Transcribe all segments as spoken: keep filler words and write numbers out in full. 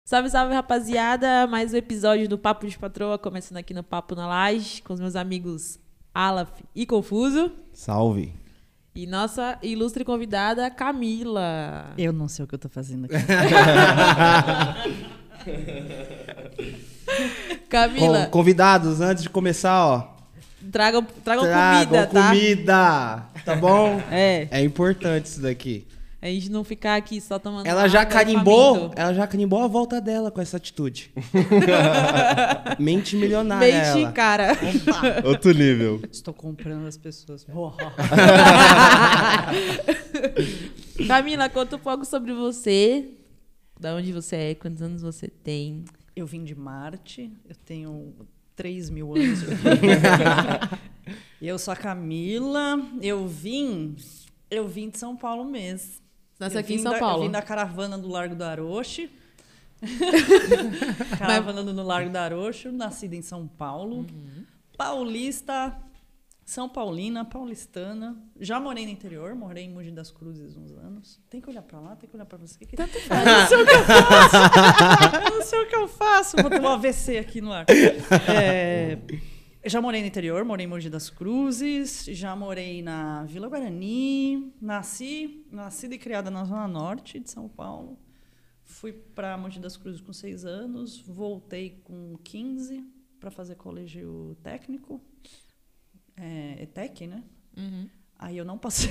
Salve, salve, rapaziada. Mais um episódio do Papo de Patroa, começando aqui no Papo na Laje, com os meus amigos Alaf e Confuso. Salve. E nossa ilustre convidada, Camila. Eu não sei o que eu tô fazendo aqui. Camila, Com, convidados, antes de começar, ó. tragam, tragam Tragam comida, tá? comida, tá bom? É, É importante isso daqui. a gente não ficar aqui só tomando Ela já água, carimbou, faminto. ela já carimbou a volta dela com essa atitude. Mente milionária Mente, ela. cara. Outro nível. Estou comprando as pessoas. Camila, conta um pouco sobre você. Da onde você é, quantos anos você tem. Eu vim de Marte, eu tenho três mil anos. Eu sou a Camila, eu vim, eu vim de São Paulo mesmo. Nasceu Eu aqui em vim São da- Paulo. Eu vim da caravana do Largo do Aroche. Caravana do Largo do Aroche, nascida em São Paulo. Uhum. Paulista, São Paulina, paulistana. Já morei no interior, morei em Mogi das Cruzes uns anos. Tem que olhar pra lá, tem que olhar pra você. Que que... Tanto Eu não sei o que eu faço. Eu não sei o que eu faço. Vou ter um A V C aqui no ar. É, já morei no interior, morei em Mogi das Cruzes, já morei na Vila Guarani, nasci, nascida e criada na Zona Norte de São Paulo. Fui para Mogi das Cruzes com seis anos, voltei com quinze para fazer colégio técnico, é, ETEC, né? Uhum. Aí eu não passei.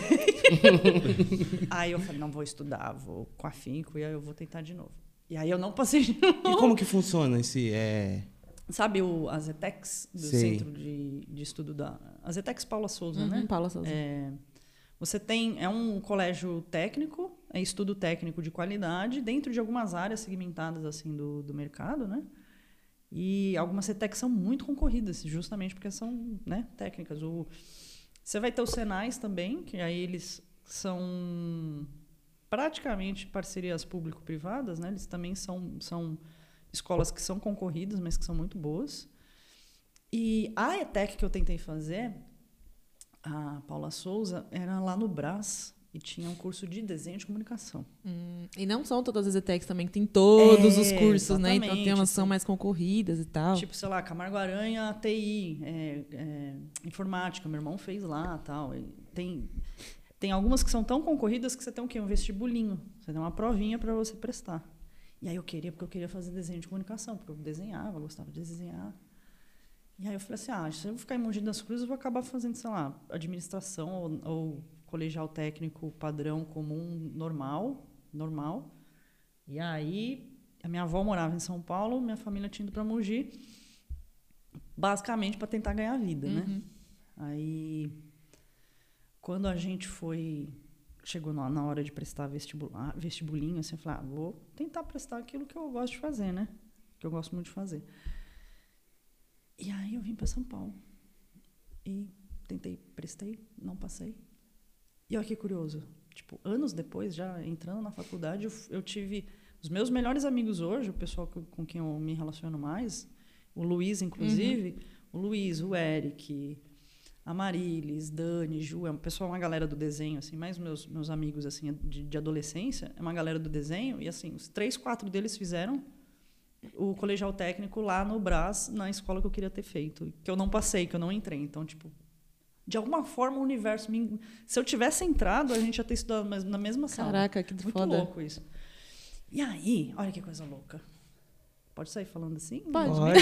Aí eu falei, não vou estudar, vou com afinco e aí eu vou tentar de novo. E aí eu não passei de novo. E como que funciona esse... É... Sabe o, as ETECs do Sei. Centro de, de Estudo da... As ETECs Paula Souza, Uhum, né? Paula Souza. É, você tem... É um colégio técnico, é estudo técnico de qualidade, dentro de algumas áreas segmentadas assim do, do mercado, né? E algumas ETECs são muito concorridas, justamente porque são, né, técnicas. O, você vai ter os Senais também, que aí eles são praticamente parcerias público-privadas, né? Eles também são, são escolas que são concorridas, mas que são muito boas. E a ETEC que eu tentei fazer, a Paula Souza, era lá no Brás e tinha um curso de desenho de comunicação. Hum, e não são todas as ETECs também que tem todos É, os cursos, né? Então tem umas exatamente, que são assim. mais concorridas e tal. Tipo, sei lá, Camargo Aranha, T I, é, é, informática, meu irmão fez lá tal. E tem, tem algumas que são tão concorridas que você tem o quê? Um vestibulinho. Você tem uma provinha para você prestar. E aí eu queria, porque eu queria fazer desenho de comunicação, porque eu desenhava, gostava de desenhar. E aí eu falei assim, ah, se eu ficar em Mogi das Cruzes, eu vou acabar fazendo, sei lá, administração ou, ou colegial técnico padrão comum normal, normal. E aí a minha avó morava em São Paulo, minha família tinha ido para Mogi, basicamente para tentar ganhar vida, Uhum. né? Aí quando a gente foi chegou na, na hora de prestar vestibular, vestibulinho, assim, eu falei, ah, vou tentar prestar aquilo que eu gosto de fazer, né? Que eu gosto muito de fazer. E aí eu vim para São Paulo e tentei, prestei, não passei. E olha que curioso, tipo, anos depois, já entrando na faculdade, eu, eu tive os meus melhores amigos hoje, o pessoal que, com quem eu me relaciono mais, o Luiz, inclusive, uhum. o Luiz, o Eric, a Marilis, Dani, Ju, é um pessoal, uma galera do desenho, assim, mais meus, meus amigos assim, de, de adolescência, é uma galera do desenho, e assim, os três, quatro deles fizeram o colegial técnico lá no Brás, na escola que eu queria ter feito, que eu não passei, que eu não entrei. Então, tipo, de alguma forma o universo me... Se eu tivesse entrado, a gente ia ter estudado na mesma sala. Caraca, que Muito foda. louco isso. E aí, olha que coisa louca. Pode sair falando assim? Pode. Pode.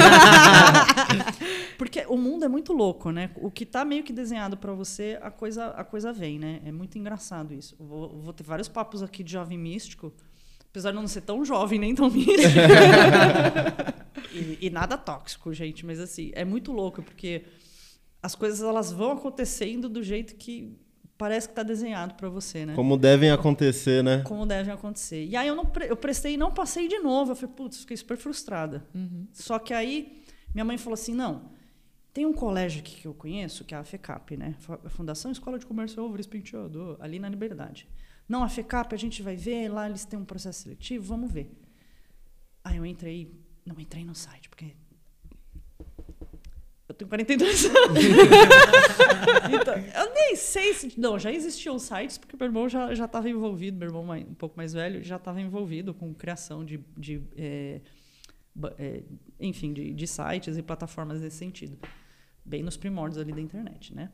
Porque o mundo é muito louco, né? O que está meio que desenhado para você, a coisa, a coisa vem, né? É muito engraçado isso. Eu vou, vou ter vários papos aqui de jovem místico, apesar de não ser tão jovem nem tão místico. e, e nada tóxico, gente. Mas assim, é muito louco, porque as coisas elas vão acontecendo do jeito que parece que está desenhado para você, né? Como devem acontecer, né? Como devem acontecer. E aí eu, não, eu prestei e não passei de novo. Eu falei, putz, fiquei super frustrada. Uhum. Só que aí minha mãe falou assim, não, tem um colégio aqui que eu conheço, que é a FECAP, né? A Fundação Escola de Comércio Álvares Penteado, ali na Liberdade. Não, a FECAP a gente vai ver, lá eles têm um processo seletivo, vamos ver. Aí eu entrei, não entrei no site, porque Eu tenho quarenta e dois anos. Então, eu nem sei se... Não, já existiam sites, porque meu irmão já já estava envolvido, meu irmão mais, um pouco mais velho, já estava envolvido com criação de... de é, é, enfim, de, de sites e plataformas nesse sentido. Bem nos primórdios ali da internet, né?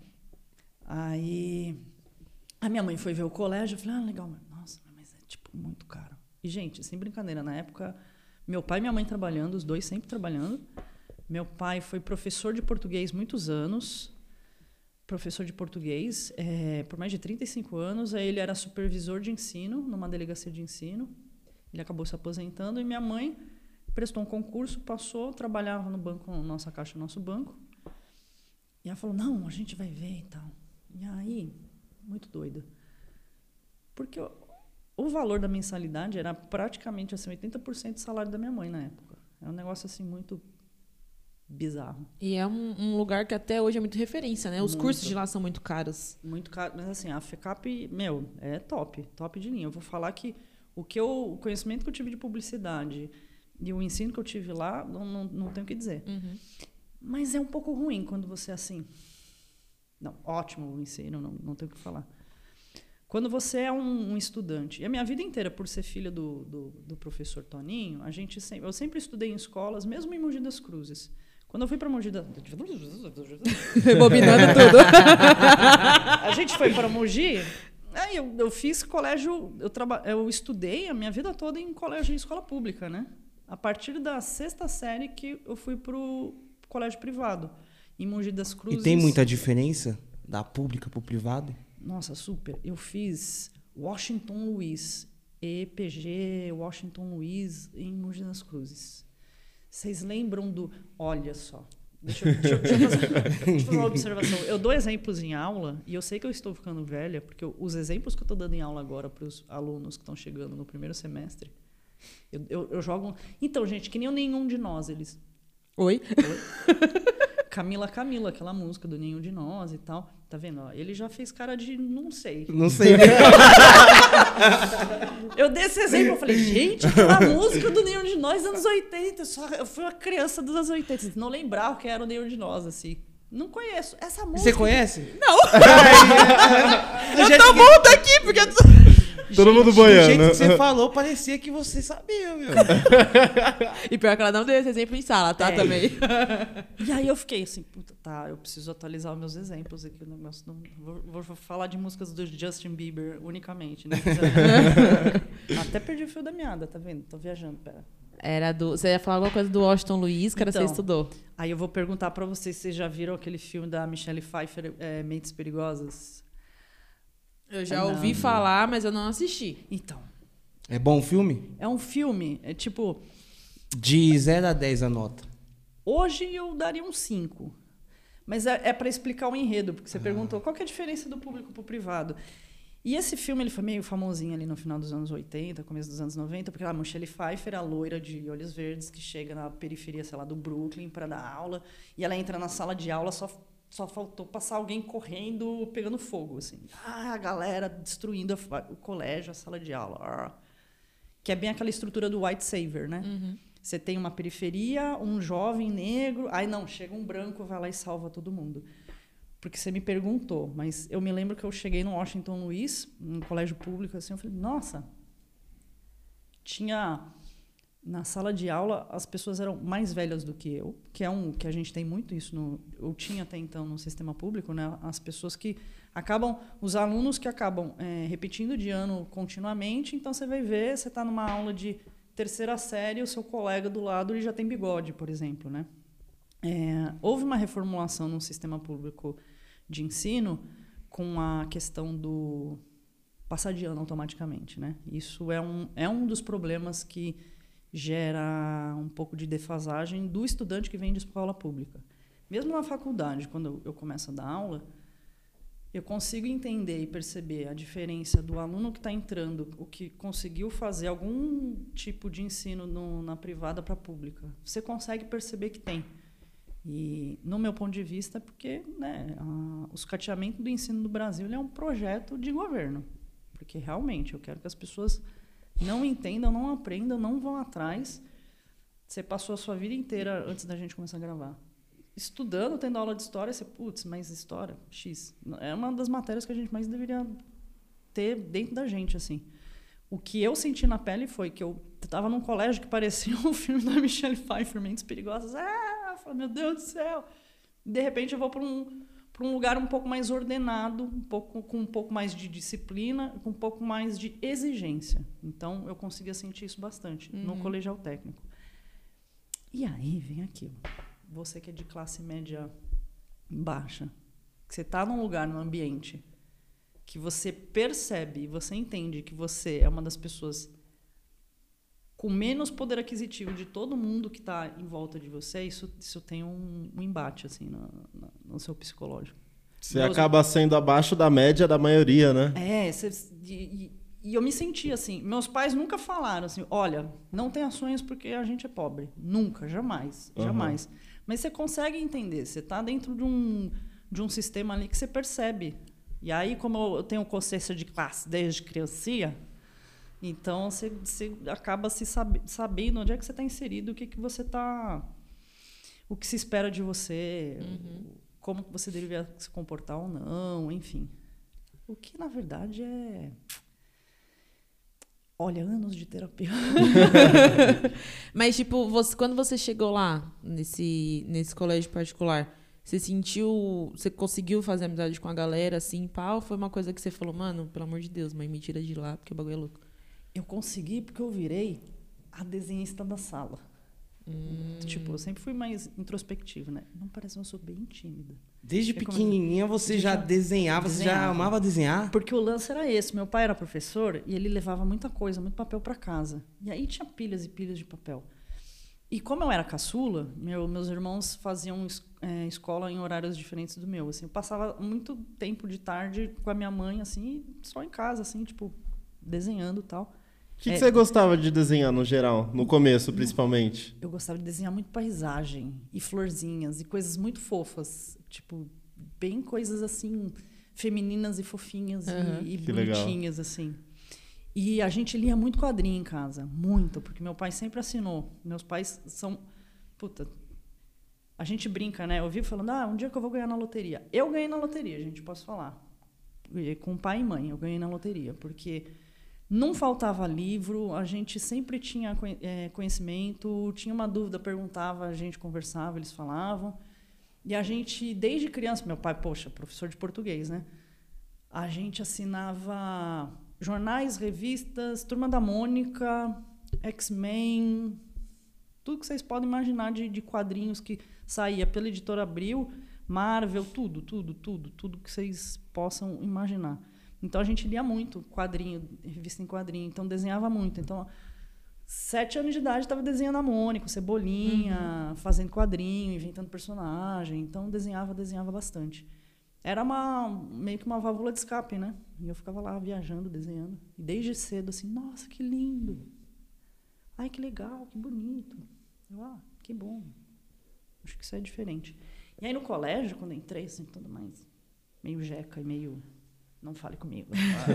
Aí... A minha mãe foi ver o colégio, eu falei, ah, legal, nossa, mas é, tipo, muito caro. E, gente, sem brincadeira, na época, meu pai e minha mãe trabalhando, os dois sempre trabalhando. Meu pai foi professor de português muitos anos, professor de português é, por mais de trinta e cinco anos. Aí ele era supervisor de ensino, numa delegacia de ensino. Ele acabou se aposentando. E minha mãe prestou um concurso, passou, trabalhava no banco, nossa caixa, nosso banco. E ela falou, não, a gente vai ver e tal. E aí... Muito doida. Porque o, o valor da mensalidade era praticamente assim, oitenta por cento do salário da minha mãe na época. Era um negócio assim muito bizarro. E é um, um lugar que até hoje é muito referência, né? Os Muito. cursos de lá são muito caros. Muito caro. Mas assim, a FECAP, meu, é top. Top de linha. Eu vou falar que o, que eu, o conhecimento que eu tive de publicidade e o ensino que eu tive lá, não, não, não tenho o que dizer. Uhum. Mas é um pouco ruim quando você assim... Não, ótimo o ensino, não, não tenho o que falar. Quando você é um, um estudante, e a minha vida inteira, por ser filha do, do, do professor Toninho, a gente sempre, eu sempre estudei em escolas, mesmo em Mogi das Cruzes. Quando eu fui para Mogi das... Rebobinando tudo. A gente foi para Mogi, aí eu, eu fiz colégio, eu, traba, eu estudei a minha vida toda em colégio, em escola pública, né? A partir da sexta série que eu fui para o colégio privado. Em Mogi das Cruzes. E tem muita diferença da pública pro privado? Nossa, super. Eu fiz Washington Luiz, E P G Washington Luiz, em Mogi das Cruzes. Vocês lembram do... Olha só. Deixa eu, deixa eu, deixa eu, fazer, deixa eu fazer uma observação. Eu dou exemplos em aula, e eu sei que eu estou ficando velha, porque eu, os exemplos que eu estou dando em aula agora para os alunos que estão chegando no primeiro semestre, eu, eu, eu jogo... Então, gente, que nem nenhum de nós, eles... Oi? Oi? Camila Camila, aquela música do Nenhum de Nós e tal. Tá vendo? Ó, ele já fez cara de não sei. Não sei. Eu dei esse exemplo, eu falei, gente, aquela música do Nenhum de Nós, anos oitenta. Eu, só, eu fui uma criança dos anos oitenta. Não lembrava que era o Nenhum de Nós, assim. Não conheço. Essa música... Você conhece? Não! Eu tô muda aqui, porque... Todo mundo Do boiando. jeito que você falou, parecia que você sabia, meu. E pior que ela não deu esse exemplo em sala, tá? É. Também. E aí eu fiquei assim, puta, tá, eu preciso atualizar os meus exemplos aqui. O negócio não, vou, vou falar de músicas do Justin Bieber unicamente, né? Até perdi o fio da meada, tá vendo? Tô viajando, pera. Era do... Você ia falar alguma coisa do Washington Luiz, que era Então, você estudou. Aí eu vou perguntar pra vocês se vocês já viram aquele filme da Michelle Pfeiffer, é, Mentes Perigosas. Eu já Não. ouvi falar, mas eu não assisti. Então, É bom o filme? é um filme, é tipo... De zero a dez a nota. Hoje eu daria um cinco. Mas é, é para explicar o enredo, porque você Ah. perguntou qual que é a diferença do público pro privado. E esse filme ele foi meio famosinho ali no final dos anos oitenta, começo dos anos noventa, porque a Michelle Pfeiffer, a loira de olhos verdes, que chega na periferia, sei lá, do Brooklyn para dar aula, e ela entra na sala de aula, só, só faltou passar alguém correndo, pegando fogo, assim. Ah, a galera destruindo a, o colégio, a sala de aula. Ah. Que é bem aquela estrutura do white savior, né? Uhum. Você tem uma periferia, um jovem negro, aí não, chega um branco, vai lá e salva todo mundo. Porque você me perguntou, mas eu me lembro que eu cheguei no Washington Luiz, num colégio público, assim, eu falei, nossa, tinha na sala de aula as pessoas eram mais velhas do que eu, que é um que a gente tem muito isso no, eu tinha até então no sistema público, né? As pessoas que acabam, os alunos que acabam é, repetindo de ano continuamente, então você vai ver, você está numa aula de terceira série, o seu colega do lado ele já tem bigode, por exemplo, né? É, houve uma reformulação no sistema público de ensino com a questão do passar de ano automaticamente, né? Isso é um, é um dos problemas que gera um pouco de defasagem do estudante que vem de escola pública. Mesmo na faculdade, quando eu começo a dar aula, eu consigo entender e perceber a diferença do aluno que está entrando, o que conseguiu fazer algum tipo de ensino no, na privada para a pública. Você consegue perceber que tem. E, no meu ponto de vista, porque né, a, o sucateamento do ensino do Brasil ele é um projeto de governo. Porque, realmente, eu quero que as pessoas não entendam, não aprendam, não vão atrás. Você passou a sua vida inteira, antes da gente começar a gravar, estudando, tendo aula de história, você, putz, mas história, X. É uma das matérias que a gente mais deveria ter dentro da gente, assim. O que eu senti na pele foi que eu estava num colégio que parecia um filme da Michelle Pfeiffer, Mentes Perigosas. Ah, eu falei, meu Deus do céu. De repente eu vou para um, para um lugar um pouco mais ordenado, um pouco, com um pouco mais de disciplina, com um pouco mais de exigência. Então, eu conseguia sentir isso bastante uhum. no colegial técnico. E aí vem aquilo. Você que é de classe média baixa, que você está num lugar, num ambiente, que você percebe, você entende que você é uma das pessoas com menos poder aquisitivo de todo mundo que está em volta de você, isso, isso tem um, um embate assim, no, no, no seu psicológico. Você Meus... acaba sendo abaixo da média da maioria, né? É, você, e, e eu me senti assim. Meus pais nunca falaram assim, olha, não tenha sonhos porque a gente é pobre. Nunca, jamais, uhum. jamais. Mas você consegue entender, você está dentro de um, de um sistema ali que você percebe. E aí, como eu tenho consciência de classe desde criancinha, então você, você acaba se sabe, sabendo onde é que você está inserido, o que, que você está... o que se espera de você, uhum. como você deveria se comportar ou não, enfim. O que, na verdade, é... Olha, anos de terapia. Mas, tipo, você, quando você chegou lá, nesse, nesse colégio particular, você sentiu... Você conseguiu fazer amizade com a galera, assim, pá? Ou foi uma coisa que você falou, mano, pelo amor de Deus, mãe, me tira de lá, porque o bagulho é louco? Eu consegui porque eu virei a desenhista da sala. Hum. Tipo, eu sempre fui mais introspectiva, né? Não parece, eu sou bem tímida. Desde eu pequenininha você já desenhava, você já amava desenhar? Porque o lance era esse. Meu pai era professor e ele levava muita coisa, muito papel para casa. E aí tinha pilhas e pilhas de papel. E como eu era caçula, meu, meus irmãos faziam é, escola em horários diferentes do meu. Assim, eu passava muito tempo de tarde com a minha mãe, assim, só em casa, assim, tipo, desenhando e tal. O que, é, que você gostava de desenhar no geral, no começo, principalmente? Eu gostava de desenhar muito paisagem e florzinhas e coisas muito fofas, tipo, bem coisas assim, femininas e fofinhas uhum. e, e bonitinhas, legal. Assim. E a gente lia muito quadrinho em casa, muito, porque meu pai sempre assinou. Meus pais são... Puta, a gente brinca, né? Eu vivo falando, ah, um dia que eu vou ganhar na loteria. Eu ganhei na loteria, gente, posso falar. Com pai e mãe, eu ganhei na loteria, porque... Não faltava livro, a gente sempre tinha conhecimento, tinha uma dúvida, perguntava, a gente conversava, eles falavam. E a gente, desde criança, meu pai, poxa, professor de português, né? A gente assinava jornais, revistas, Turma da Mônica, X-Men, tudo que vocês podem imaginar de, de quadrinhos que saía pela Editora Abril, Marvel, tudo, tudo, tudo, tudo que vocês possam imaginar. Então, a gente lia muito quadrinho, revista em quadrinho. Então, desenhava muito. Então, sete anos de idade, estava desenhando a Mônica, Cebolinha, uhum. fazendo quadrinho, inventando personagem. Então, desenhava, desenhava bastante. Era uma, meio que uma válvula de escape, né? E eu ficava lá viajando, desenhando. E desde cedo, assim, nossa, que lindo. Ai, que legal, que bonito. Eu, ah, que bom. Acho que isso é diferente. E aí, no colégio, quando eu entrei, assim, tudo mais meio jeca e meio... Não fale comigo.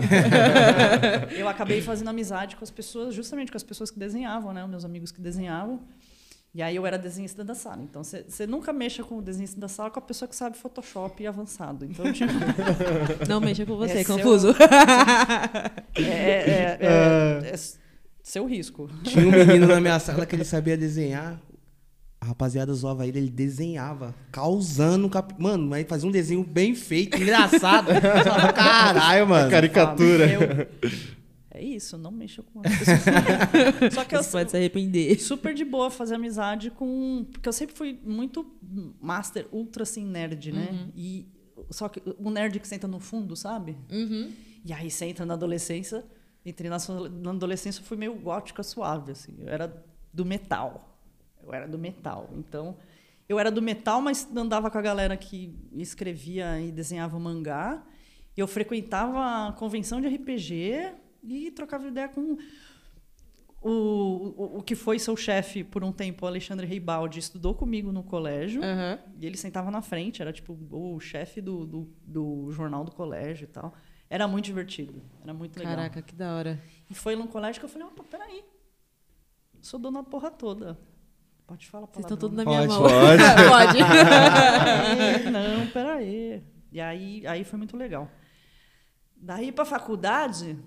Eu acabei fazendo amizade com as pessoas, justamente com as pessoas que desenhavam, né? Os meus amigos que desenhavam. E aí eu era desenhista da sala. Então, você nunca mexa com o desenhista da sala com a pessoa que sabe Photoshop e avançado. Então, tipo... Não mexa com você, é Seu... confuso. É, é, é, é, é seu risco. Tinha um menino na minha sala que ele sabia desenhar. A rapaziada zoava ele, ele desenhava, causando... Cap... Mano, mas fazia um desenho bem feito, engraçado. Caralho, mano. Caricatura. Ah, eu... É isso, não mexa com as pessoas. Só que Você eu pode se arrepender. Super de boa fazer amizade com... Porque eu sempre fui muito master, ultra, assim, nerd, né? Uhum. E... Só que o nerd que senta no fundo, sabe? Uhum. E aí você entra na adolescência. Entrei na, na adolescência, eu fui meio gótica suave, assim. Eu era do metal. Eu era do metal. Então, eu era do metal, mas andava com a galera que escrevia e desenhava mangá. Eu frequentava a convenção de R P G e trocava ideia com o, o, o que foi seu chefe por um tempo, o Alexandre Reibaldi, estudou comigo no colégio. Uhum. E ele sentava na frente, era tipo o chefe do, do, do jornal do colégio e tal. Era muito divertido, era muito legal. Caraca, que da hora. E foi num colégio que eu falei, opa, peraí, sou dona da porra toda. Pode falar Vocês palavrão. estão tudo na Pode. minha mão. Pode. Pode. Peraí, não, peraí. E aí, aí foi muito legal. Daí pra faculdade,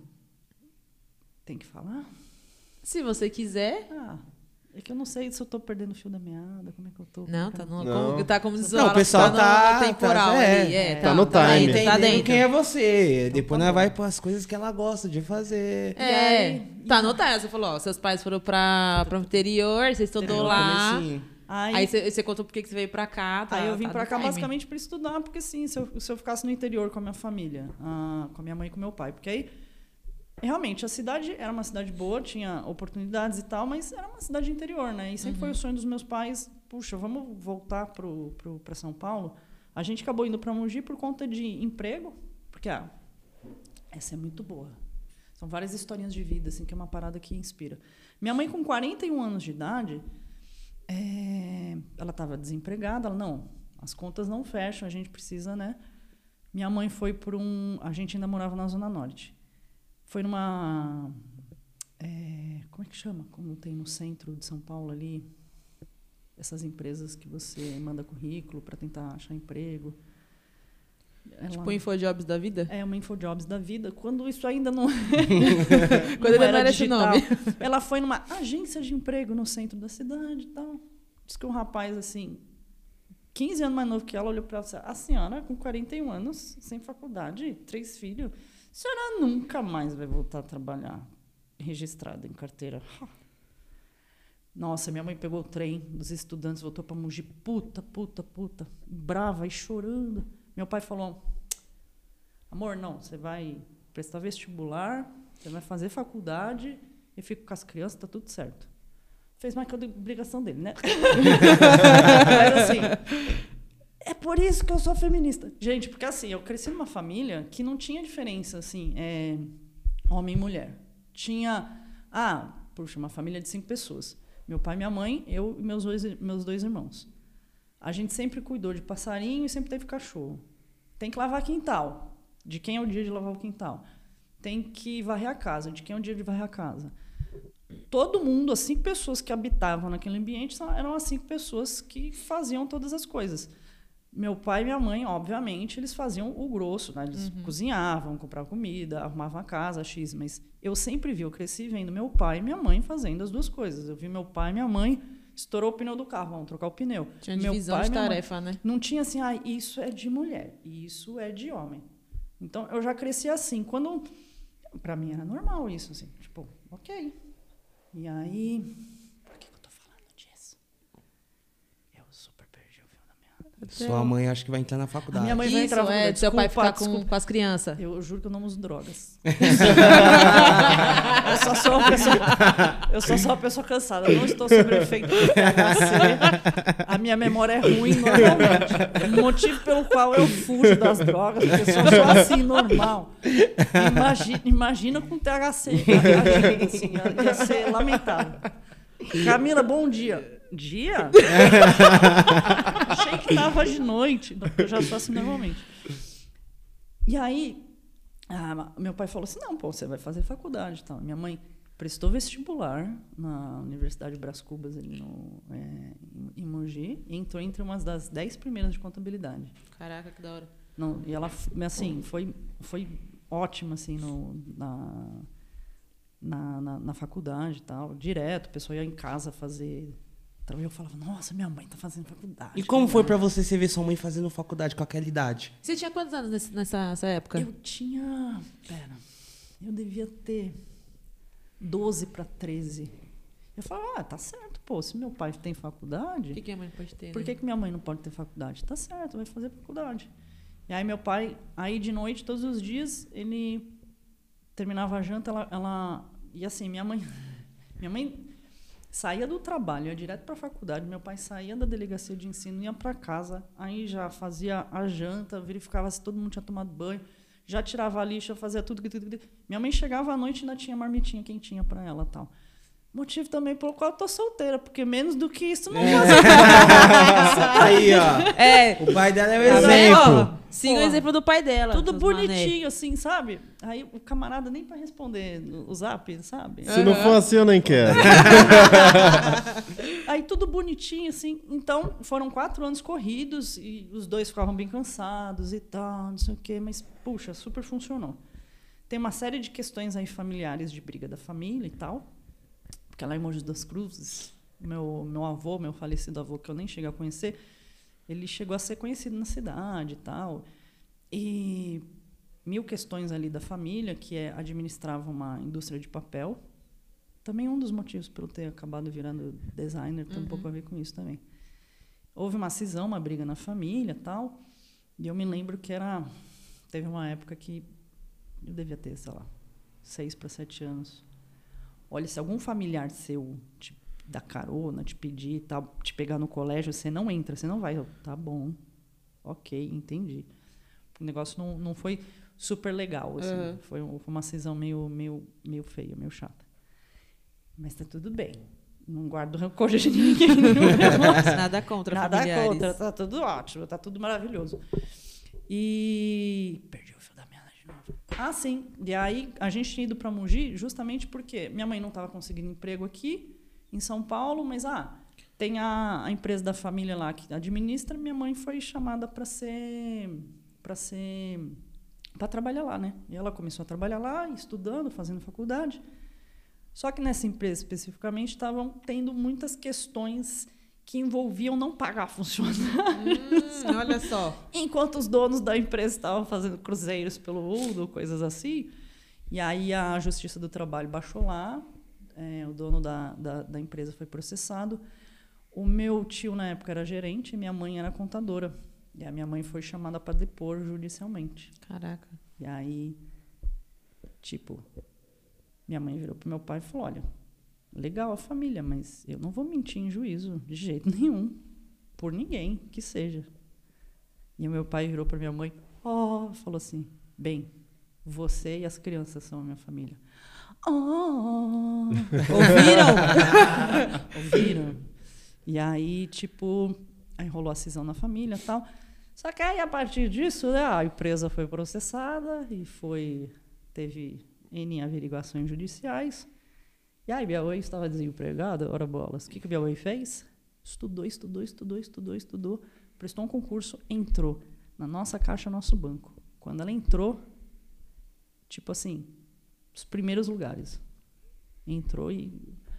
tem que falar? Se você quiser. Ah, é que eu não sei se eu tô perdendo o fio da meada, como é que eu tô. Não, tá, no, Não. como, tá como se Não, o pessoal tá, tá- no temporal tá- é, ali. É, tá tá, no tá time. dentro, tá Entendendo dentro. quem é você. Depois tá nós bom. vai pras coisas que ela gosta de fazer. É, E aí- tá no time. Você falou, ó, seus pais foram pra, pra interior, vocês estudou Interior, lá. Comecinho. Aí, Aí você, você contou por que que você veio pra cá. Tá, aí eu vim tá pra no cá time. basicamente pra estudar, porque assim, se eu, se eu ficasse no interior com a minha família, ah, com a minha mãe e com meu pai, porque aí, realmente, a cidade era uma cidade boa, tinha oportunidades e tal, mas era uma cidade interior, né? E sempre foi o sonho dos meus pais, puxa, vamos voltar pro, pro, pra São Paulo. A gente acabou indo pra Mogi por conta de emprego, porque, ah, essa é muito boa. São várias historinhas de vida, assim, que é uma parada que inspira. Minha mãe, com quarenta e um anos de idade, é, ela estava desempregada. Ela, não, as contas não fecham, a gente precisa, né? Minha mãe foi por um... A gente ainda morava na Zona Norte. Foi numa... é, como é que chama? Como tem no centro de São Paulo ali? Essas empresas que você manda currículo para tentar achar emprego. Ela- Tipo, Infojobs da vida? é uma Infojobs da vida, quando isso ainda não, Quando ainda não era esse digital. nome. Ela foi numa agência de emprego no centro da cidade e tal. Diz que um rapaz, assim, quinze anos mais novo que ela, olhou para ela e disse, a senhora, com quarenta e um anos, sem faculdade, três filhos, a senhora nunca mais vai voltar a trabalhar registrada em carteira. Nossa, minha mãe pegou o trem dos estudantes, voltou para Mogi, puta, puta, puta, brava e chorando. Meu pai falou, amor, não, você vai prestar vestibular, você vai fazer faculdade e fica com as crianças, tá tudo certo. Fez mais que a obrigação dele, né? Mas assim, é por isso que eu sou feminista. Gente, porque assim, eu cresci numa família que não tinha diferença, assim, é, homem e mulher. Tinha, ah, puxa, uma família de cinco pessoas. Meu pai, minha mãe, eu e meus dois, meus dois irmãos. A gente sempre cuidou de passarinho e sempre teve cachorro. Tem que lavar quintal. De quem é o dia de lavar o quintal? Tem que varrer a casa. De quem é o dia de varrer a casa? Todo mundo, as cinco pessoas que habitavam naquele ambiente, eram as cinco pessoas que faziam todas as coisas. Meu pai e minha mãe, obviamente, eles faziam o grosso, né? Eles uhum. cozinhavam, compravam comida, arrumavam a casa, X. Mas eu sempre vi, eu cresci vendo meu pai e minha mãe fazendo as duas coisas. Eu vi meu pai e minha mãe, estourou o pneu do carro, vamos trocar o pneu. Tinha meu divisão pai, de minha tarefa, mãe, né? não tinha assim, ah, isso é de mulher, isso é de homem. Então, eu já cresci assim. Quando... Pra mim era normal isso, assim. Tipo, ok. E aí... Por que, que eu tô falando disso? Eu super perdi o fio da meada. Sua mãe acho que vai entrar na faculdade. A minha mãe vai Isso, entrar na é, faculdade. do seu pai Desculpa, ficar com, desculpa. com as crianças. Eu juro que eu não uso drogas. eu só sou uma pessoa, eu só sou uma pessoa cansada. Eu não estou sob efeito do T H C. A minha memória é ruim normalmente. O motivo pelo qual eu fujo das drogas, porque eu só sou assim, normal. Imagina, imagina com T H C. Imagina, assim, ia, ia ser lamentável. Camila, bom dia. Dia? Achei que tava de noite. Eu já sou assim normalmente. E aí, ah, meu pai falou assim, não, pô, você vai fazer faculdade. Então, minha mãe prestou vestibular na Universidade de Brás Cubas, ali no, é, em Mogi, e entrou entre umas das dez primeiras de contabilidade. Caraca, que da hora. Não, e ela, assim, foi, foi ótima, assim, no, na, na, na, na faculdade e tal. Direto, a pessoa ia em casa fazer... Eu falava, nossa, minha mãe tá fazendo faculdade. E como foi pra você, você ver sua mãe fazendo faculdade com aquela idade? Você tinha quantos anos nesse, nessa, nessa época? Eu tinha... Pera, eu devia ter doze para treze. Eu falava, ah, tá certo, pô, se meu pai tem faculdade... O que, que a mãe pode ter, Por né? que, que minha mãe não pode ter faculdade? Tá certo, vai fazer faculdade. E aí meu pai, aí de noite, todos os dias, ele terminava a janta, ela... ela e assim, minha mãe... Minha mãe... Saía do trabalho, ia direto para a faculdade. Meu pai saía da delegacia de ensino, ia para casa, aí já fazia a janta, verificava se todo mundo tinha tomado banho, já tirava a lixa, fazia tudo. Minha mãe chegava à noite e ainda tinha marmitinha quentinha para ela, tal. Motivo também pelo qual eu tô solteira, porque menos do que isso não fazia. Aí, ó. É. O pai dela é o Tá vendo? exemplo. Ó, siga o Porra. exemplo do pai dela. Tudo seus bonitinho, assim, sabe? Aí o camarada nem para responder o zap, sabe? Se não for assim, eu nem quero. Aí tudo bonitinho, assim. Então, foram quatro anos corridos e os dois ficavam bem cansados e tal, não sei o quê. Mas, puxa, super funcionou. Tem uma série de questões aí familiares de briga da família e tal. Porque lá em Mogi das Cruzes, meu, meu avô, meu falecido avô, que eu nem cheguei a conhecer, ele chegou a ser conhecido na cidade e tal. E mil questões ali da família, que é, administrava uma indústria de papel. Também um dos motivos pelo ter acabado virando designer tem uhum. um pouco a ver com isso também. Houve uma cisão, uma briga na família e tal. E eu me lembro que era... Teve uma época que eu devia ter, sei lá, seis para sete anos. Olha, se algum familiar seu te dar carona, te pedir, tá, te pegar no colégio, você não entra, você não vai. Eu, tá bom, ok, entendi. O negócio não, não foi super legal. Assim. Uhum. Foi, foi uma cisão meio, meio, meio feia, meio chata. Mas tá tudo bem. Não guardo rancor de ninguém. Nada contra Nada familiares. contra, tá tudo ótimo, tá tudo maravilhoso. E... Perdi o fio da meada de novo. Ah, sim. E aí, a gente tinha ido para Mogi justamente porque minha mãe não estava conseguindo emprego aqui, em São Paulo, mas ah, tem a, a empresa da família lá que administra, minha mãe foi chamada para ser... para ser... para trabalhar lá, né? E ela começou a trabalhar lá, estudando, fazendo faculdade. Só que nessa empresa, especificamente, estavam tendo muitas questões que envolviam não pagar funcionários. Hum, olha só. Enquanto os donos da empresa estavam fazendo cruzeiros pelo mundo, coisas assim. E aí a Justiça do Trabalho baixou lá, é, o dono da, da, da empresa foi processado. O meu tio, na época, era gerente e minha mãe era contadora. E a minha mãe foi chamada para depor judicialmente. Caraca. E aí, tipo... Minha mãe virou para meu pai e falou, olha, legal a família, mas eu não vou mentir em juízo de jeito nenhum, por ninguém que seja. E o meu pai virou para minha mãe, oh, falou assim, bem, você e as crianças são a minha família. Oh. Ouviram? Ouviram. E aí, tipo, aí rolou a cisão na família e tal. Só que aí, a partir disso, né, a empresa foi processada e foi, teve... em averiguações judiciais. E aí, minha mãe estava desempregada, ora bolas. O que, que minha mãe fez? Estudou, estudou, estudou, estudou, estudou. Prestou um concurso, entrou na nossa caixa, nosso banco. Quando ela entrou, tipo assim, os primeiros lugares. Entrou e,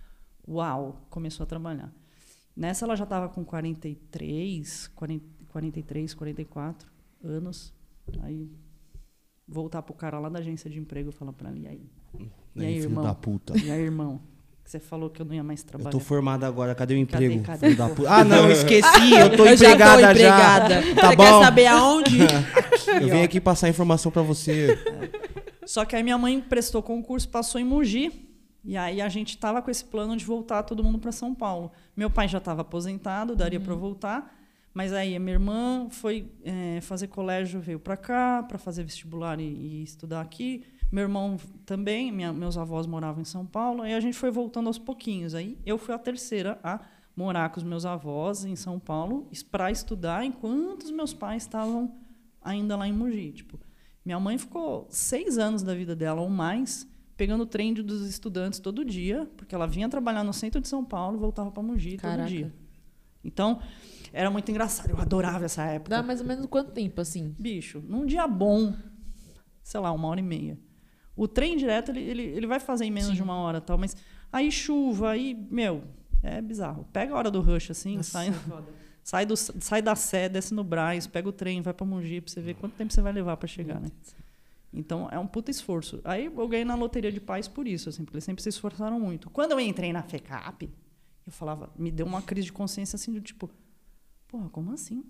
uau, começou a trabalhar. Nessa, ela já estava com quarenta e três, quarenta, quarenta e três, quarenta e quatro anos. Aí... voltar pro cara lá da agência de emprego e falar pra ele, e aí? E aí, filho irmão? da puta. E aí, irmão? Que você falou que eu não ia mais trabalhar. Eu tô formado agora, cadê o emprego? Cadê, cadê? Filho da puta. Ah, não, esqueci, eu tô eu empregada já. Tô empregada. já. Tá você bom? quer saber aonde? Aqui, eu vim aqui passar informação pra você. É. Só que aí minha mãe prestou concurso, passou em Mogi, e aí a gente tava com esse plano de voltar todo mundo pra São Paulo. Meu pai já estava aposentado, daria uhum. pra pra voltar. Mas aí a minha irmã foi é, fazer colégio, veio para cá, para fazer vestibular e, e estudar aqui. Meu irmão também, minha, meus avós moravam em São Paulo. Aí a gente foi voltando aos pouquinhos. Aí eu fui a terceira a morar com os meus avós em São Paulo para estudar, enquanto os meus pais estavam ainda lá em Mogi. Tipo, minha mãe ficou seis anos da vida dela ou mais pegando o trem dos estudantes todo dia, porque ela vinha trabalhar no centro de São Paulo e voltava para Mogi todo dia. Então... era muito engraçado, eu adorava essa época. Dá mais ou menos quanto tempo, assim? Bicho, num dia bom, sei lá, uma hora e meia. O trem direto, ele, ele, ele vai fazer em menos Sim. de uma hora, tal, mas aí chuva, aí, meu, é bizarro. Pega a hora do rush, assim, Nossa, sai, sai, do, sai da Sé, desce no Brás, pega o trem, vai pra Mogi, pra você ver quanto tempo você vai levar pra chegar, né? Então, é um puta esforço. Aí eu ganhei na loteria de pais por isso, assim, porque eles sempre se esforçaram muito. Quando eu entrei na FECAP, eu falava, me deu uma crise de consciência, assim, do tipo... Porra, como assim?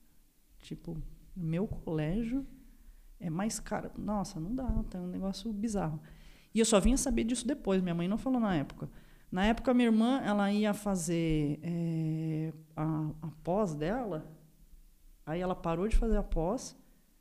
Tipo, meu colégio é mais caro. Nossa, não dá, tá um negócio bizarro. E eu só vinha saber disso depois, minha mãe não falou na época. Na época, minha irmã, ela ia fazer é, a, a pós dela, aí ela parou de fazer a pós,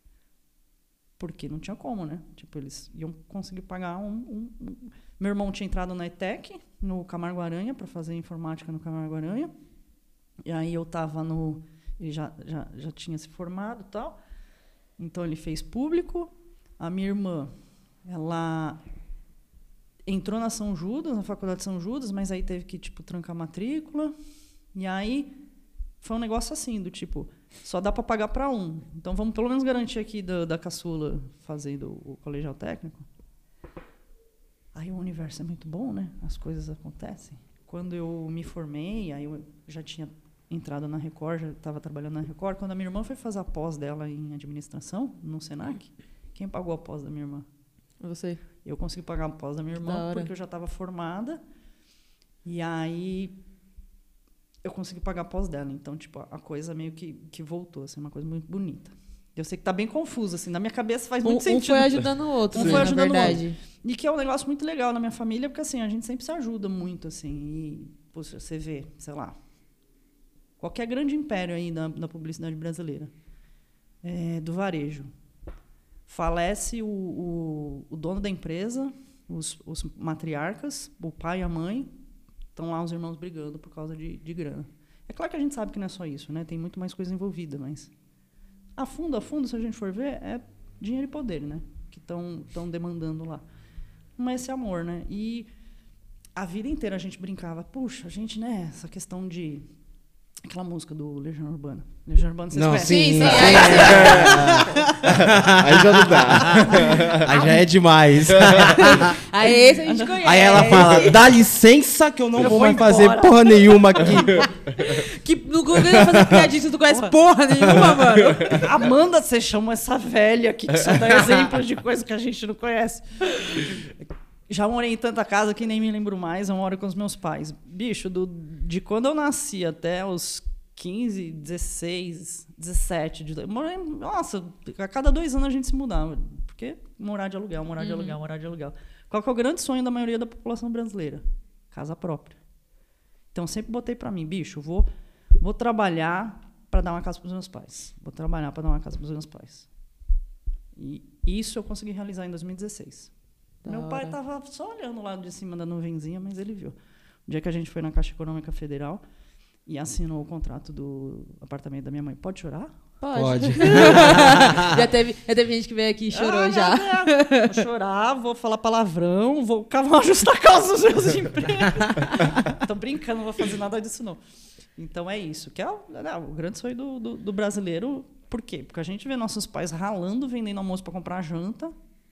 porque não tinha como, né? Tipo, eles iam conseguir pagar um... um, um. Meu irmão tinha entrado na ETEC, no Camargo Aranha, para fazer informática no Camargo Aranha. E aí eu estava no... Ele já, já, já tinha se formado e tal. Então, ele fez público. A minha irmã, ela entrou na São Judas, na Faculdade de São Judas, mas aí teve que, tipo, trancar a matrícula. E aí, foi um negócio assim, do tipo, só dá para pagar para um. Então, vamos pelo menos garantir aqui da, da caçula fazendo o colegial técnico. Aí o universo é muito bom, né? As coisas acontecem. Quando eu me formei, aí eu já tinha entrado na Record, já estava trabalhando na Record. Quando a minha irmã foi fazer a pós dela em administração, no Senac, quem pagou a pós da minha irmã? Você. Eu consegui pagar a pós da minha irmã porque eu já estava formada. E aí eu consegui pagar a pós dela. Então, tipo, a coisa meio que, que voltou, assim, uma coisa muito bonita. Eu sei que tá bem confuso, assim, na minha cabeça faz muito um, sentido. Um foi ajudando o outro, um né, foi na ajudando verdade. o outro. E que é um negócio muito legal na minha família, porque assim, a gente sempre se ajuda muito, assim. E, poxa, você vê, sei lá, qualquer grande império aí da, da publicidade brasileira, é, do varejo. Falece o, o, o dono da empresa, os, os matriarcas, o pai e a mãe, estão lá os irmãos brigando por causa de, de grana. É claro que a gente sabe que não é só isso, né? Tem muito mais coisa envolvida, mas a fundo, a fundo, se a gente for ver, é dinheiro e poder, né? Que estão demandando lá. Mas esse amor, né? E a vida inteira a gente brincava, puxa, a gente, né? Essa questão de... Aquela música do Legião Urbana. Legião Urbana, vocês Não, conhecem? sim, sim. sim, Aí, Aí já não dá. aí já é demais. Aí esse a gente conhece. Aí ela fala, dá licença que eu não Eu vou vou mais fazer embora. porra nenhuma aqui. Que no governo vai fazer piadinha, tu não conhece porra nenhuma, mano. Amanda, você chama essa velha aqui que só dá exemplos de coisas que a gente não conhece. Já morei em tanta casa que nem me lembro mais. Eu moro com os meus pais. Bicho, do, de quando eu nasci até os quinze, dezesseis, dezessete... De, morei, nossa, a cada dois anos a gente se mudava. Porque morar de aluguel, morar de Uhum. aluguel, morar de aluguel. Qual que é o grande sonho da maioria da população brasileira? Casa própria. Então, sempre botei pra mim, bicho, vou, vou trabalhar para dar uma casa pros meus pais. Vou trabalhar para dar uma casa pros meus pais. E isso eu consegui realizar em dois mil e dezesseis. Da Meu pai hora. estava só olhando lá de cima da nuvenzinha, mas ele viu. O dia que a gente foi na Caixa Econômica Federal e assinou o contrato do apartamento da minha mãe. Pode chorar? Pode. Pode. já, teve, já teve gente que veio aqui e chorou Ah, já. é. Vou chorar, vou falar palavrão, vou cavar uma justa causa dos meus empregos. Tô brincando, não vou fazer nada disso, não. Então é isso, que é o, é o grande sonho do, do, do brasileiro. Por quê? Porque a gente vê nossos pais ralando, vendendo almoço para comprar janta.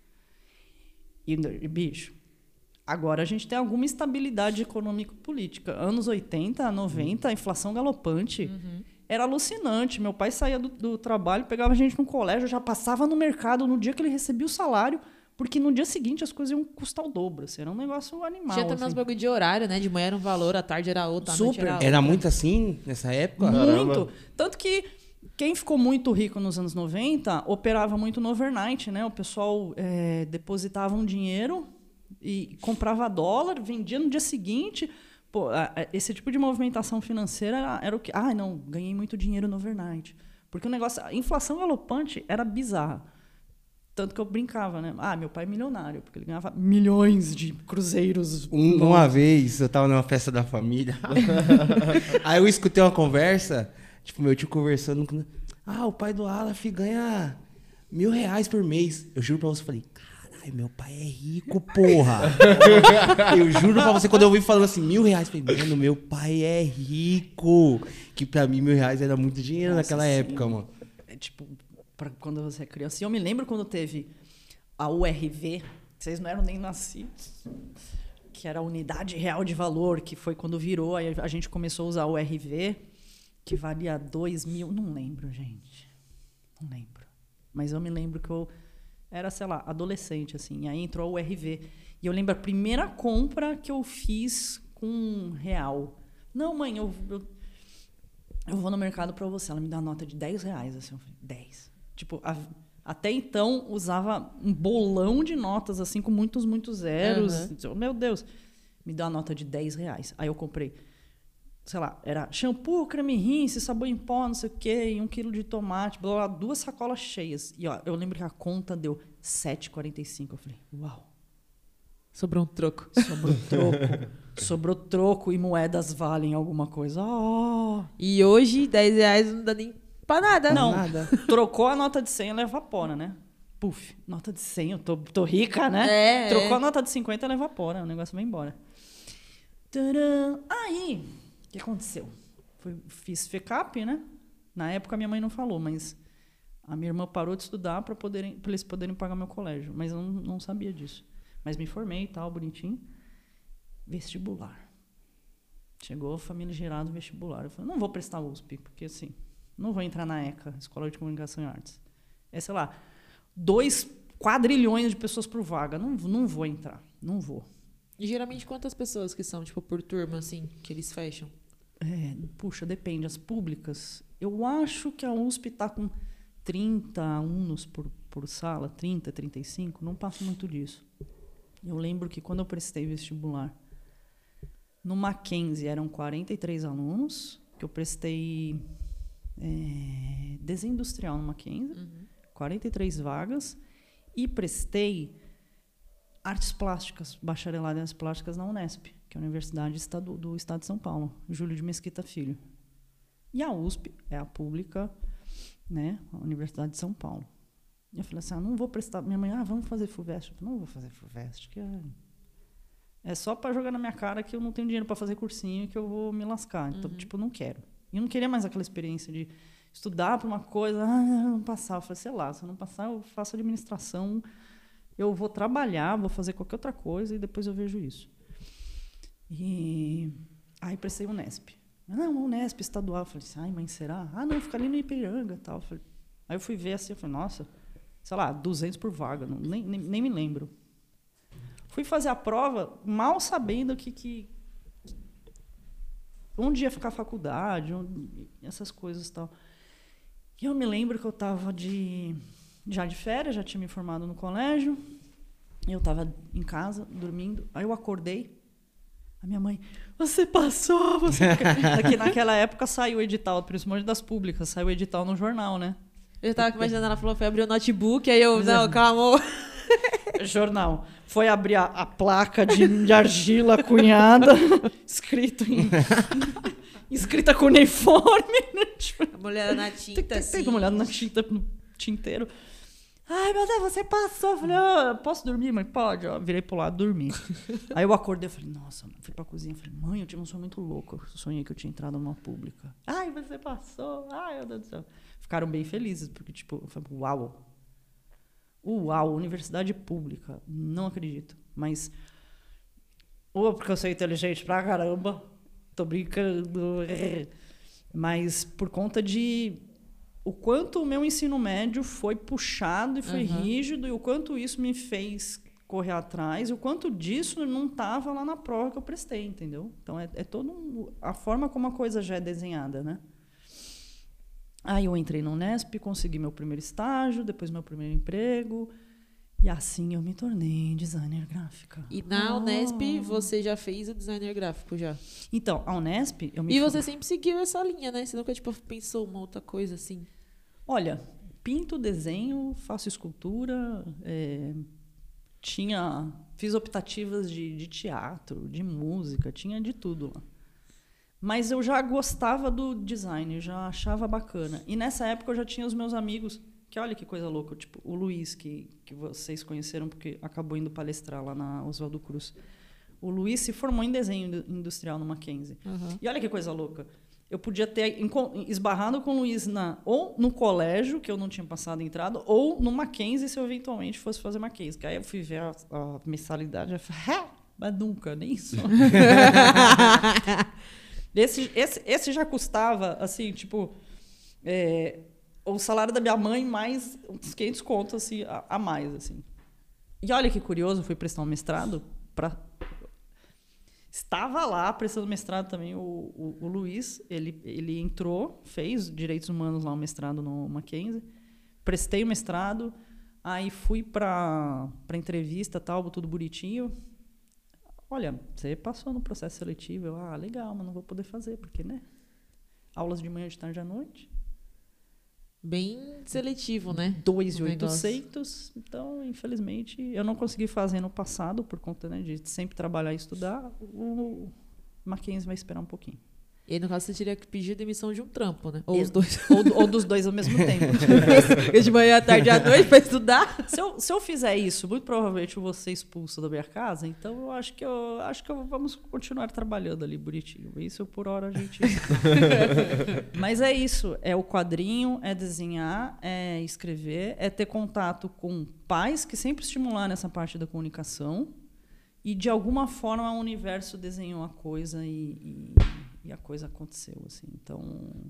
E, e, bicho, agora a gente tem alguma estabilidade econômico-política. Anos oitenta, noventa, a inflação galopante. Uhum. Era alucinante. Meu pai saía do, do trabalho, pegava a gente no colégio, já passava no mercado no dia que ele recebia o salário, porque no dia seguinte as coisas iam custar o dobro. Assim, era um negócio animal. Tinha também uns assim. bagulho de horário, né? De manhã era um valor, à tarde era outro, à noite Super. era outro. Era muito assim nessa época? Muito. Tanto que quem ficou muito rico nos anos noventa operava muito no overnight, né? O pessoal é, depositava um dinheiro e comprava dólar, vendia no dia seguinte. Pô, a- a- esse tipo de movimentação financeira era, era o que... Ah, não, ganhei muito dinheiro no overnight. Porque o negócio... A inflação galopante era bizarra. Tanto que eu brincava, né? Ah, meu pai é milionário, porque ele ganhava milhões de cruzeiros. Um- novos. uma vez eu tava numa festa da família. Aí eu escutei uma conversa, tipo, meu tio conversando com. Ah, o pai do Aleph ganha mil reais por mês. Eu juro pra você, eu falei, caralho, meu pai é rico, porra. Eu juro pra você, quando eu ouvi falando assim, mil reais, eu falei, mano, meu pai é rico. Que pra mim, mil reais era muito dinheiro Nossa, naquela sim. época, mano. É tipo, pra quando você é criança. E eu me lembro quando teve a U R V, vocês não eram nem nascidos, que era a Unidade Real de Valor, que foi quando virou, aí a gente começou a usar o U R V, que valia dois mil, não lembro, gente. Não lembro. Mas eu me lembro que eu era, sei lá, adolescente, assim, e aí entrou a U R V. E eu lembro a primeira compra que eu fiz com um real. Não, mãe, eu, eu, eu vou no mercado pra você. Ela me dá uma nota de dez reais, assim, eu falei, dez. Tipo, a, até então, usava um bolão de notas, assim, com muitos, muitos zeros. Uhum. Eu, Meu Deus, me dá uma nota de dez reais. Aí eu comprei, sei lá, era shampoo, creme rinse, sabão em pó, não sei o quê, e um quilo de tomate, blá, blá, duas sacolas cheias. E ó, eu lembro que a conta deu sete reais e quarenta e cinco. Eu falei, uau, Sobrou um troco. sobrou troco. Sobrou troco e moedas valem alguma coisa. Oh. E hoje, dez reais não dá nem pra nada. Não, Nada. trocou a nota de cem, ela evapora, né? Puf, nota de cem, eu tô, tô rica, né? É, Trocou é. a nota de cinquenta, ela evapora, o negócio vai embora. Tcharam. Aí, o que aconteceu? Foi, fiz FECAP, né? Na época, minha mãe não falou, mas a minha irmã parou de estudar para poderem, para eles poderem pagar meu colégio. Mas eu não, não sabia disso. Mas me formei e tal, bonitinho. Vestibular. Chegou a família gerado vestibular. Eu falei, não vou prestar U S P, porque assim, não vou entrar na ECA, Escola de Comunicação e Artes. É, sei lá, dois quadrilhões de pessoas por vaga. Não, não vou entrar, não vou. E geralmente quantas pessoas que são, tipo, por turma, assim, que eles fecham? É, puxa, depende. As públicas, eu acho que a U S P está com trinta alunos por, por sala, trinta, trinta e cinco, não passa muito disso. Eu lembro que quando eu prestei vestibular, no Mackenzie eram quarenta e três alunos, que eu prestei é, desenho industrial no Mackenzie, uhum. quarenta e três vagas, e prestei artes plásticas, bacharelado em artes plásticas na Unesp, que é a Universidade Estado, do Estado de São Paulo, Júlio de Mesquita Filho. E a U S P é a pública, né, a Universidade de São Paulo. E eu falei assim, ah, não vou prestar... Minha mãe, ah, vamos fazer FUVEST. Eu falei, não vou fazer FUVEST, que é... É só para jogar na minha cara que eu não tenho dinheiro para fazer cursinho e que eu vou me lascar. Então, uhum. tipo, não quero. E eu não queria mais aquela experiência de estudar para uma coisa, ah, não passar. Eu falei, sei lá, se eu não passar, eu faço administração, eu vou trabalhar, vou fazer qualquer outra coisa e depois eu vejo isso. E aí prestei Unesp. Não, Unesp estadual. Eu falei assim, ai, mãe, será? Ah, não, fica ali no Ipiranga e tal. Eu falei, aí eu fui ver assim, eu falei, nossa, sei lá, duzentos por vaga, não, nem, nem, nem me lembro. Fui fazer a prova, mal sabendo que, que onde ia ficar a faculdade, onde, essas coisas e tal. E eu me lembro que eu estava de, já de férias, já tinha me formado no colégio, eu estava em casa, dormindo, aí eu acordei, a minha mãe, você passou, você... Porque naquela época saiu o edital, principalmente das públicas, saiu o edital no jornal, né? Eu estava imaginando, ela falou, foi abrir o notebook, aí eu, Mas não, é... calma. Jornal. Foi abrir a, a placa de, de argila cunhada, escrito em... escrita com uniforme. Né? Tipo, a mulher na tinta, tem, assim. Tem uma olhada na tinta, no tinteiro. Ai, meu Deus, você passou. Eu falei, oh, posso dormir, mãe? Pode. Eu virei pro lado, dormi. Aí eu acordei, eu falei, nossa, fui pra cozinha. Falei, mãe, eu tive um sonho muito louco. Eu sonhei que eu tinha entrado numa pública. Ai, você passou. Ai, meu Deus do céu. Ficaram bem felizes, porque, tipo, eu falei, uau. Uau, universidade pública. Não acredito. Mas, ou porque eu sou inteligente pra caramba, tô brincando, mas por conta de o quanto o meu ensino médio foi puxado e foi uhum. rígido, e o quanto isso me fez correr atrás, e o quanto disso não estava lá na prova que eu prestei, entendeu? Então, é, é toda um, a forma como a coisa já é desenhada, né? Aí eu entrei na Unesp, consegui meu primeiro estágio, depois meu primeiro emprego, e assim eu me tornei designer gráfica. E na Unesp oh. você já fez o designer gráfico já? Então, a Unesp... Eu me e você sempre seguiu essa linha, né? Você nunca tipo, pensou uma outra coisa assim? Olha, pinto, desenho, faço escultura, é, tinha, fiz optativas de, de teatro, de música, tinha de tudo lá. Mas eu já gostava do design, eu já achava bacana. E nessa época eu já tinha os meus amigos, que olha que coisa louca, tipo o Luiz, que, que vocês conheceram porque acabou indo palestrar lá na Oswaldo Cruz. O Luiz se formou em desenho industrial no Mackenzie. Uhum. E olha que coisa louca. Eu podia ter esbarrado com o Luiz na, ou no colégio, que eu não tinha passado entrada, ou no Mackenzie, se eu eventualmente fosse fazer Mackenzie. Que aí eu fui ver a, a mensalidade e falei, mas nunca, nem isso. Esse, esse, esse já custava, assim, tipo, é, o salário da minha mãe mais uns quinhentos contos, assim, a, a mais, assim. E olha que curioso, eu fui prestar um mestrado para... Estava lá prestando mestrado também o, o, o Luiz, ele, ele entrou, fez Direitos Humanos lá, um mestrado no Mackenzie, prestei o mestrado, aí fui para para entrevista, tal, tudo bonitinho. Olha, você passou no processo seletivo. Eu, ah, legal, mas não vou poder fazer, porque, né? Aulas de manhã, de tarde, à noite. Bem seletivo, né? dois mil e oitocentos. Então, infelizmente, eu não consegui fazer no passado, por conta, né, de sempre trabalhar e estudar. O Mackenzie vai esperar um pouquinho. E aí, no caso, você teria que pedir demissão de um trampo, né? Ou Eu- os dois. Ou, ou dos dois ao mesmo tempo. De manhã, à tarde e à noite pra estudar. Se eu, se eu fizer isso, muito provavelmente eu vou ser expulso da minha casa, então eu acho que eu acho que eu, vamos continuar trabalhando ali bonitinho. Isso por hora a gente. Mas é isso, é o quadrinho, é desenhar, é escrever, é ter contato com pais que sempre estimularam essa parte da comunicação e de alguma forma o universo desenhou a coisa e, e, e a coisa aconteceu assim. Então,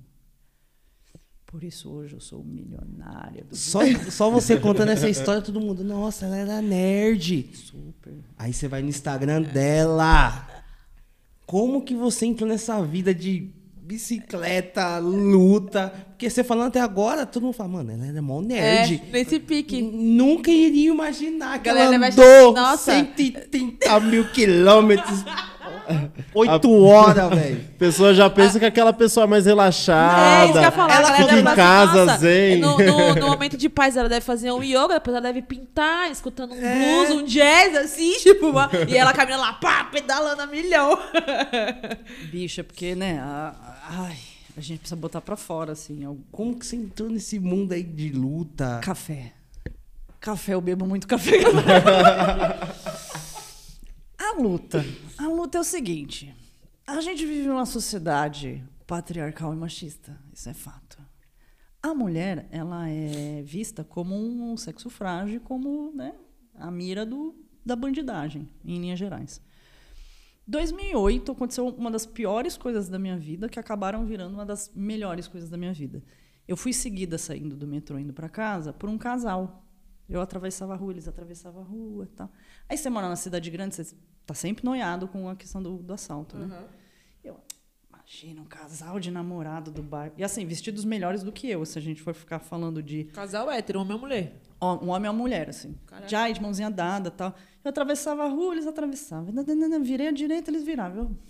por isso hoje eu sou milionária. Do Só, só você contando essa história, todo mundo, nossa, ela era nerd. Super. Aí você vai no Instagram dela. Como que você entrou nessa vida de bicicleta, luta? Porque você falando até agora, todo mundo fala, mano, ela era mó nerd. É, nesse pique. Nunca iria imaginar que Galera ela vai andou achar- nossa. cento e trinta mil quilômetros. Oito horas, velho. A pessoa já pensa que aquela pessoa é mais relaxada. É, isso que eu ia falar. Ela a galera fica em fala casa, nossa, zen. No, no, no momento de paz, ela deve fazer um yoga, depois ela deve pintar, escutando um blues, um jazz, assim, tipo, uma- e ela caminha lá, pá, pedalando a milhão. Bicha, porque, né? A, ai, a gente precisa botar pra fora, assim. o Como que você entrou nesse mundo aí de luta? Café. Café, eu bebo muito café. A luta. A luta é o seguinte. A gente vive numa sociedade patriarcal e machista. Isso é fato. A mulher, ela é vista como um sexo frágil, como, né, a mira do, da bandidagem, em linhas gerais. dois mil e oito aconteceu uma das piores coisas da minha vida, que acabaram virando uma das melhores coisas da minha vida. Eu fui seguida saindo do metrô, indo para casa, por um casal. Eu atravessava a rua, eles atravessavam a rua e tal. Aí você mora na cidade grande, você tá sempre noiado com a questão do, do assalto, né? Uhum. Eu, imagina um casal de namorado do bairro. E assim, vestidos melhores do que eu, se a gente for ficar falando de Casal hétero, homem ou mulher. ó, um homem e uma mulher, assim. Caraca. Já de mãozinha dada e tal. Eu atravessava a rua, eles atravessavam. Virei à direita, eles viravam. Eu...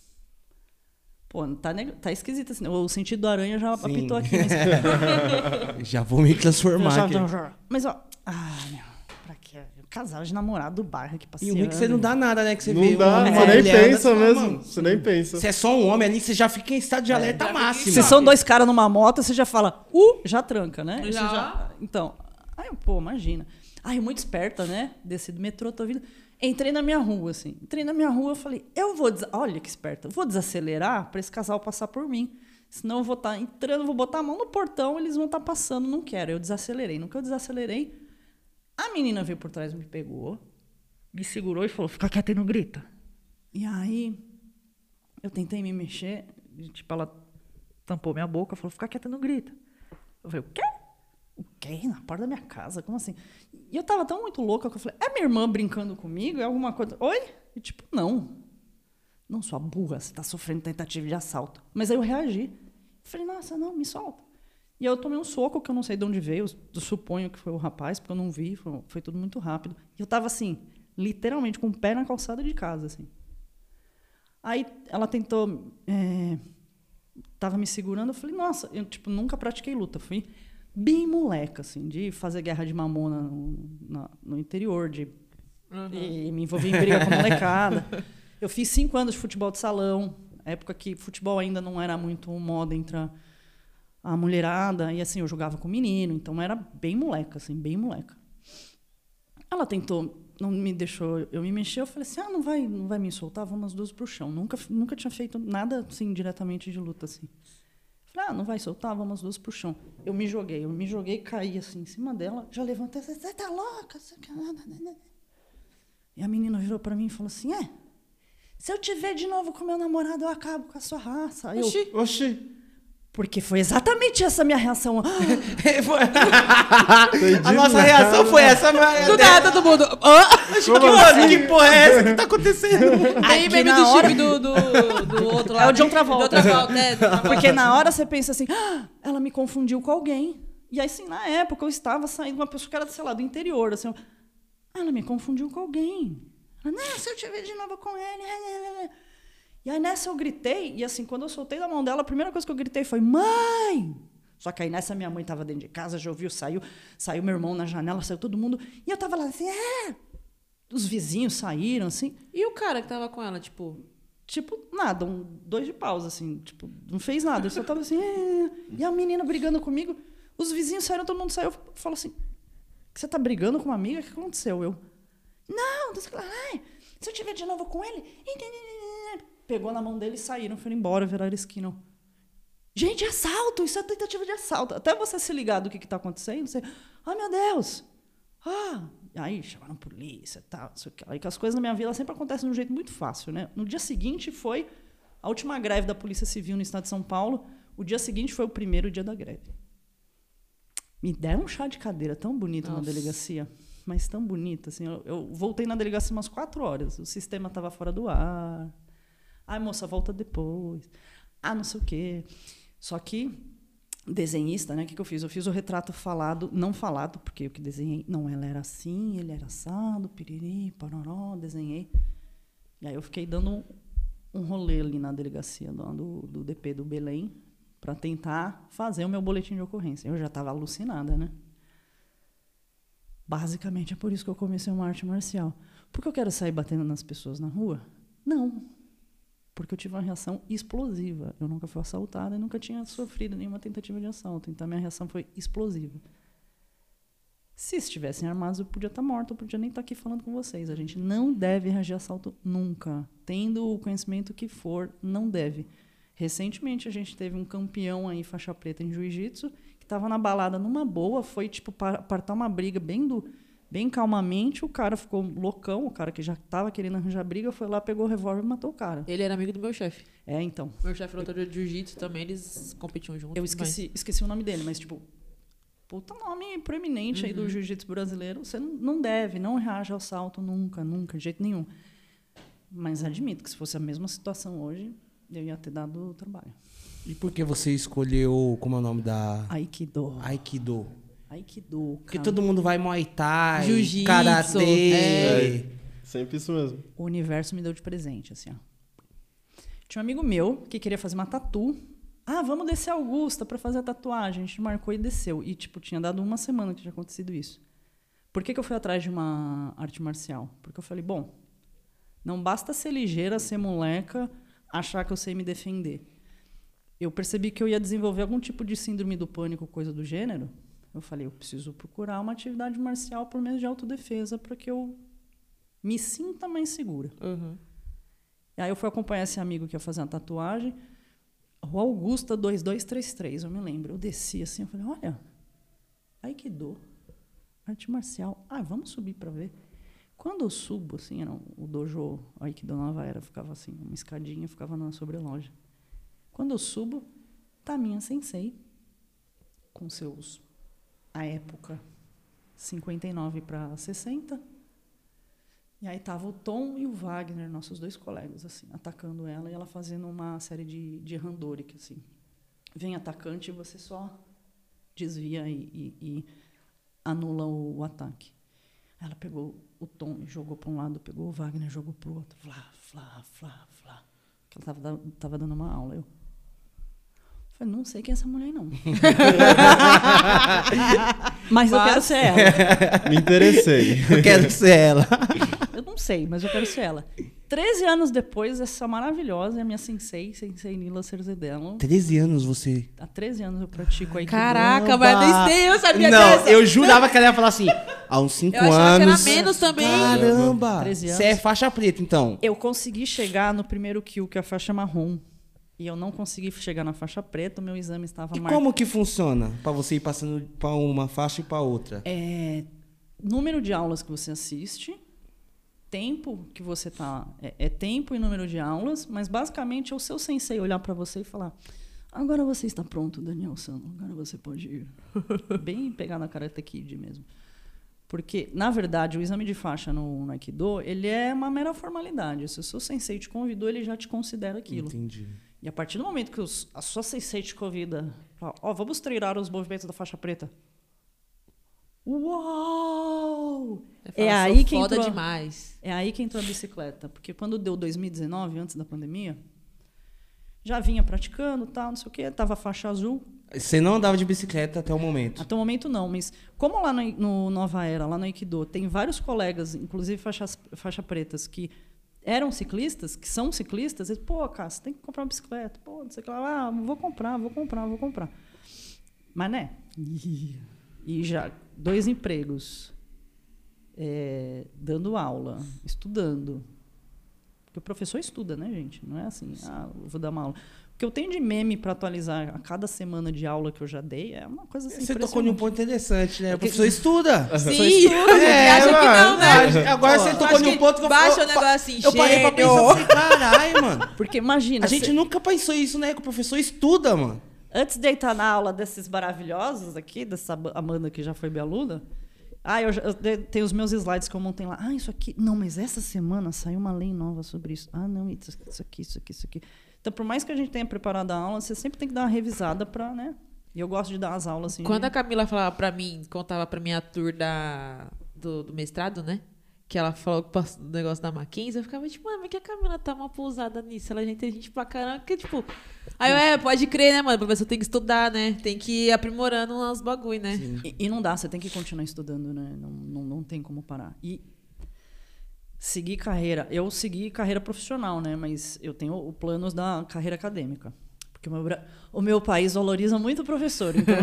Pô, tá, neg... tá esquisito assim. O sentido do aranha já Sim. apitou aqui. Mas... Já vou me transformar já, aqui. já, já. Mas, ó... Ah, meu... Pra quê? Casal de namorado do bairro aqui E passeando. o ruim é que você não dá nada, né? Que você Não vê dá, uma você mulher nem olhando, pensa você fala, mesmo. mano, Você nem pensa. se é só um homem ali, você já fica em estado de alerta já fica em máximo. Se são dois caras numa moto, você já fala... Uh! Já tranca, né? Já. Você já... Então... Aí, pô, imagina. Ai, muito esperta, né? Desci do metrô, tô vindo... Entrei na minha rua, assim. Entrei na minha rua, eu falei... Eu vou... Des... Olha que esperta. Eu vou desacelerar pra esse casal passar por mim. Senão eu vou estar entrando, vou botar a mão no portão, eles vão estar passando. Não quero. Eu desacelerei. No que eu desacelerei, a menina veio por trás, me pegou, me segurou e falou, fica quieta e não grita. E aí, eu tentei me mexer, e, tipo, ela tampou minha boca, falou, fica quieta e não grita. Eu falei, o quê? O quê? Na porta da minha casa? Como assim? E eu tava tão muito louca que eu falei, é minha irmã brincando comigo? É alguma coisa? Oi? E tipo, não. Não, sua burra, você tá sofrendo tentativa de assalto. Mas aí eu reagi. Eu falei, nossa, não, me solta. E aí eu tomei um soco que eu não sei de onde veio, eu suponho que foi o rapaz, porque eu não vi, foi, foi tudo muito rápido. E eu tava assim, literalmente, com o pé na calçada de casa, assim. Aí ela tentou, é, tava me segurando, eu falei, nossa, eu tipo, nunca pratiquei luta, fui bem moleca, assim, de fazer guerra de mamona no, na, no interior, de Uhum. e me envolver em briga com a molecada. Eu fiz cinco anos de futebol de salão, época que futebol ainda não era muito moda entre a, a mulherada, e assim, eu jogava com menino, então era bem moleca, assim, bem moleca. Ela tentou, não me deixou eu me mexer, eu falei assim, ah, não vai, não vai me soltar, vamos as duas pro chão. Nunca, nunca tinha feito nada, assim, diretamente de luta, assim. Falei, ah, não vai soltar, vamos as duas pro chão. Eu me joguei, eu me joguei, caí, assim, em cima dela, já levantei, você tá louca? Você... E a menina virou pra mim e falou assim, é, se eu te ver de novo com meu namorado, eu acabo com a sua raça. Aí eu, Oxi. Oxi. porque foi exatamente essa a minha reação. A nossa reação foi essa, mas... Do nada, todo mundo. Ah! Que, mano, que porra é essa? O que tá acontecendo? Aí Aqui meme na do hora- time do, do, do outro lá. É o John né? Travolta. John Travolta, é. Porque na hora você pensa assim, ah, ela me confundiu com alguém. E aí, assim, na época, eu estava saindo uma pessoa que era, sei lá, do interior. Assim, eu, ah, ela me confundiu com alguém. Ela, não, se eu te ver de novo com ele... E aí, nessa, eu gritei. E, assim, quando eu soltei da mão dela, a primeira coisa que eu gritei foi, mãe! Só que aí, nessa, minha mãe estava dentro de casa, já ouviu, saiu, saiu meu irmão na janela, saiu todo mundo. E eu tava lá, assim, é... Os vizinhos saíram, assim. E o cara que tava com ela, tipo. tipo, nada, um, dois de pausa, assim, tipo, não fez nada. Eu só tava assim, é... e a menina brigando comigo. Os vizinhos saíram, todo mundo saiu. Eu falo assim, você tá brigando com uma amiga? O que aconteceu? Eu, não, ai, se eu tiver de novo com ele... Pegou na mão dele e saíram, foram embora, viraram esquina. Gente, é assalto, isso é tentativa de assalto. Até você se ligar do que está acontecendo, você... Ai, meu Deus! Ah! Aí chamaram a polícia e tal, não sei o que. Aí que as coisas na minha vida sempre acontecem de um jeito muito fácil, né? No dia seguinte foi a última greve da Polícia Civil no estado de São Paulo. O dia seguinte foi o primeiro dia da greve. Me deram um chá de cadeira tão bonito Nossa. na delegacia, mas tão bonito. Assim, eu, eu voltei na delegacia umas quatro horas. O sistema estava fora do ar. Ai, moça, volta depois. Ah, não sei o quê. Só que, desenhista, né? O que, que eu fiz? Eu fiz o retrato falado, não falado, porque o que desenhei, não, ela era assim, ele era assado, piriri, paroró, desenhei. E aí eu fiquei dando um, um rolê ali na delegacia do, do D P do Belém para tentar fazer o meu boletim de ocorrência. Eu já estava alucinada, né? Basicamente é por isso que eu comecei uma arte marcial. Porque eu quero sair batendo nas pessoas na rua? Não. Porque eu tive uma reação explosiva. Eu nunca fui assaltada e nunca tinha sofrido nenhuma tentativa de assalto. Então, a minha reação foi explosiva. Se estivessem armados, eu podia estar morta, eu podia nem estar aqui falando com vocês. A gente não deve reagir a assalto nunca. Tendo o conhecimento que for, não deve. Recentemente, a gente teve um campeão aí, faixa preta em jiu-jitsu, que estava na balada numa boa, foi tipo apartar uma briga bem do... Bem calmamente, o cara ficou loucão, o cara que já estava querendo arranjar briga, foi lá, pegou o revólver e matou o cara. Ele era amigo do meu chefe. É, então. Meu chefe era lutador de jiu-jitsu também, eles competiam juntos. Eu esqueci, esqueci o nome dele, mas, tipo, puta nome proeminente uhum. aí do jiu-jitsu brasileiro. Você não, não deve, não reage ao salto nunca, nunca, de jeito nenhum. Mas admito que se fosse a mesma situação hoje, eu ia ter dado trabalho. E por que você escolheu, como é o nome da... Aikido. Aikido. Aikido, Porque todo mundo vai Muay Thai, Jiu-jitsu, Karatê. É. É, sempre isso mesmo. O universo me deu de presente, assim, ó. Tinha um amigo meu que queria fazer uma tatu. Ah, vamos descer a Augusta para fazer a tatuagem. A gente marcou e desceu. E, tipo, tinha dado uma semana que tinha acontecido isso. Por que que eu fui atrás de uma arte marcial? Porque eu falei, bom, não basta ser ligeira, ser moleca, achar que eu sei me defender. Eu percebi que eu ia desenvolver algum tipo de síndrome do pânico, coisa do gênero. Eu falei, eu preciso procurar uma atividade marcial, pelo menos de autodefesa, para que eu me sinta mais segura. Uhum. E aí eu fui acompanhar esse amigo que ia fazer uma tatuagem, Rua Augusta dois dois três três, eu me lembro. Eu desci assim, eu falei, olha, Aikido, arte marcial. Ah, vamos subir para ver. Quando eu subo, assim, era o dojo Aikido Nova Era, ficava assim, uma escadinha, ficava na sobreloja. Quando eu subo, tá a minha sensei, com seus... à época, cinquenta e nove para sessenta. E aí tava o Tom e o Wagner, nossos dois colegas, assim, atacando ela, e ela fazendo uma série de, de Handori, que assim, vem atacante e você só desvia e, e, e anula o, o ataque. Ela pegou o Tom e jogou para um lado, pegou o Wagner e jogou para o outro. Flá, flá, flá, flá. Ela tava, tava dando uma aula. Eu falei, não sei quem é essa mulher, não. Mas, mas eu quero ser ela. Me interessei. Eu quero ser ela. Eu não sei, mas eu quero ser ela. Treze anos depois, essa maravilhosa é a minha sensei, sensei Nila Cerzedello. treze anos você... Há treze anos eu pratico Aikido. Caraca, mas nem sei, eu sabia Não, dessa. eu jurava que ela ia falar assim, há uns cinco Eu achava anos... que era menos também. Caramba! treze anos. Você é faixa preta, então. Eu consegui chegar no primeiro kill, que é a faixa marrom. E eu não consegui chegar na faixa preta, o meu exame estava E marcado. como que funciona para você ir passando para uma faixa e para outra? É, número de aulas que você assiste, tempo que você está... É, é tempo e número de aulas, mas basicamente é o seu sensei olhar para você e falar, agora você está pronto, Danielson, agora você pode ir. Bem pegar na Karate Kid mesmo. Porque, na verdade, o exame de faixa no, no Aikido, ele é uma mera formalidade. Se o seu sensei te convidou, ele já te considera aquilo. Entendi. E a partir do momento que os, a sua sensei te convida, fala, ó, vamos treinar os movimentos da faixa preta. Uau! É É aí que foda entrou, demais. é aí que entrou a bicicleta. Porque quando deu dois mil e dezenove, antes da pandemia, já vinha praticando, tal, não sei o quê, tava faixa azul. Você não andava de bicicleta até o momento? Até o momento não, mas como lá no, no Nova Era, lá no Aikido, tem vários colegas, inclusive faixas, faixa pretas, que eram ciclistas, que são ciclistas, eles, pô, cara, você tem que comprar uma bicicleta. Pô, não sei o que lá, ah, vou comprar, vou comprar, vou comprar. Mas, né? E já, dois empregos, é, dando aula, estudando. Porque o professor estuda, né, gente? Não é assim, ah, eu vou dar uma aula. O que eu tenho de meme para atualizar a cada semana de aula que eu já dei é uma coisa assim. Você tocou em um ponto interessante, né? O professor Porque... estuda. Sim, estuda. É, acha mano, que não, né? Agora Pô, você tocou em um ponto que eu baixa eu, o negócio assim, eu parei pra pensar assim, caralho, mano. Porque imagina... A gente cê... nunca pensou isso, né? Que o professor estuda, mano. Antes de entrar na aula desses maravilhosos aqui, dessa Amanda que já foi minha aluna, ah, eu, eu tenho os meus slides que eu montei lá. Ah, isso aqui... Não, mas essa semana saiu uma lei nova sobre isso. Ah, não, isso, isso aqui, isso aqui, isso aqui. Então, por mais que a gente tenha preparado a aula, você sempre tem que dar uma revisada para, né? E eu gosto de dar as aulas assim. Quando de... a Camila falava para mim, contava para mim a tour da, do, do mestrado, né? Que ela falou que passou do negócio da Mackenzie, eu ficava tipo, mano, mas que a Camila tá uma pousada nisso? Ela já tem gente pra caramba, que tipo... Aí eu, é, pode crer, né, mano? O professor tem que estudar, né? Tem que ir aprimorando os bagulho, né? E, e não dá, você tem que continuar estudando, né? Não, não, não tem como parar. E seguir carreira. Eu segui carreira profissional, né? Mas eu tenho o planos da carreira acadêmica. Porque o meu, o meu país valoriza muito o professor, então...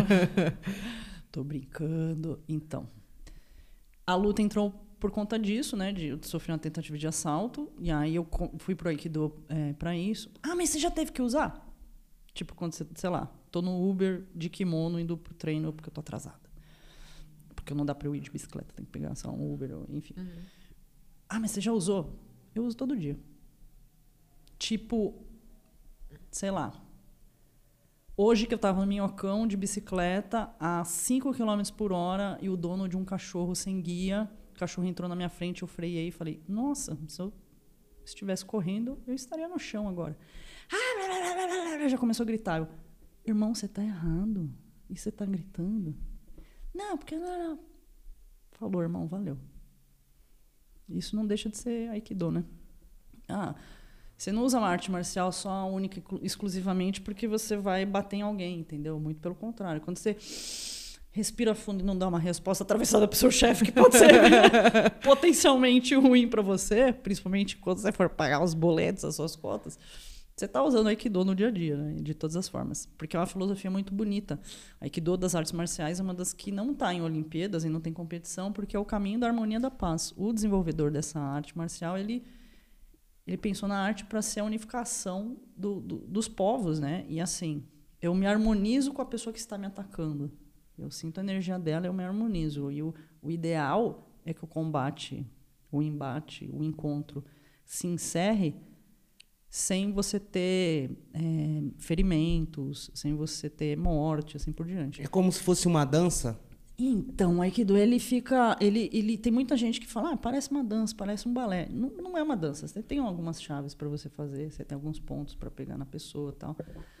Tô brincando. Então, a luta entrou por conta disso, né? De eu sofri uma tentativa de assalto. E aí eu fui pro Aikido é, para isso. Ah, mas você já teve que usar? Tipo, quando você, sei lá, tô no Uber de kimono indo pro treino porque eu tô atrasada. Porque não dá pra eu ir de bicicleta, tem que pegar só um Uber, enfim. Uhum. Ah, mas você já usou? Eu uso todo dia. Tipo, sei lá. Hoje que eu tava no Minhocão de bicicleta a cinco quilômetros por hora e o dono de um cachorro sem guia, o cachorro entrou na minha frente, eu freiei e falei, nossa, se eu estivesse correndo, eu estaria no chão agora. Já começou a gritar. Eu, irmão, você tá errado. E você tá gritando? Não, porque... Não, não. Falou, irmão, valeu. Isso não deixa de ser Aikido, né? Ah, você não usa uma arte marcial só única e exclusivamente porque você vai bater em alguém, entendeu? Muito pelo contrário. Quando você respira fundo e não dá uma resposta atravessada pro seu chefe, que pode ser potencialmente ruim para você, principalmente quando você for pagar os boletos, as suas cotas, você está usando o Aikido no dia a dia, né? De todas as formas. Porque é uma filosofia muito bonita. A Aikido das artes marciais é uma das que não está em Olimpíadas e não tem competição, porque é o caminho da harmonia da paz. O desenvolvedor dessa arte marcial, ele, ele pensou na arte para ser a unificação do, do, dos povos, né? E assim, eu me harmonizo com a pessoa que está me atacando. Eu sinto a energia dela, eu me harmonizo. E o, o ideal é que o combate, o embate, o encontro se encerre sem você ter é, ferimentos, sem você ter morte, assim por diante. É como se fosse uma dança? Então, o Aikido, ele fica... Ele, ele, tem muita gente que fala, ah, parece uma dança, parece um balé. Não, não é uma dança. Você tem algumas chaves para você fazer, você tem alguns pontos para pegar na pessoa e tal.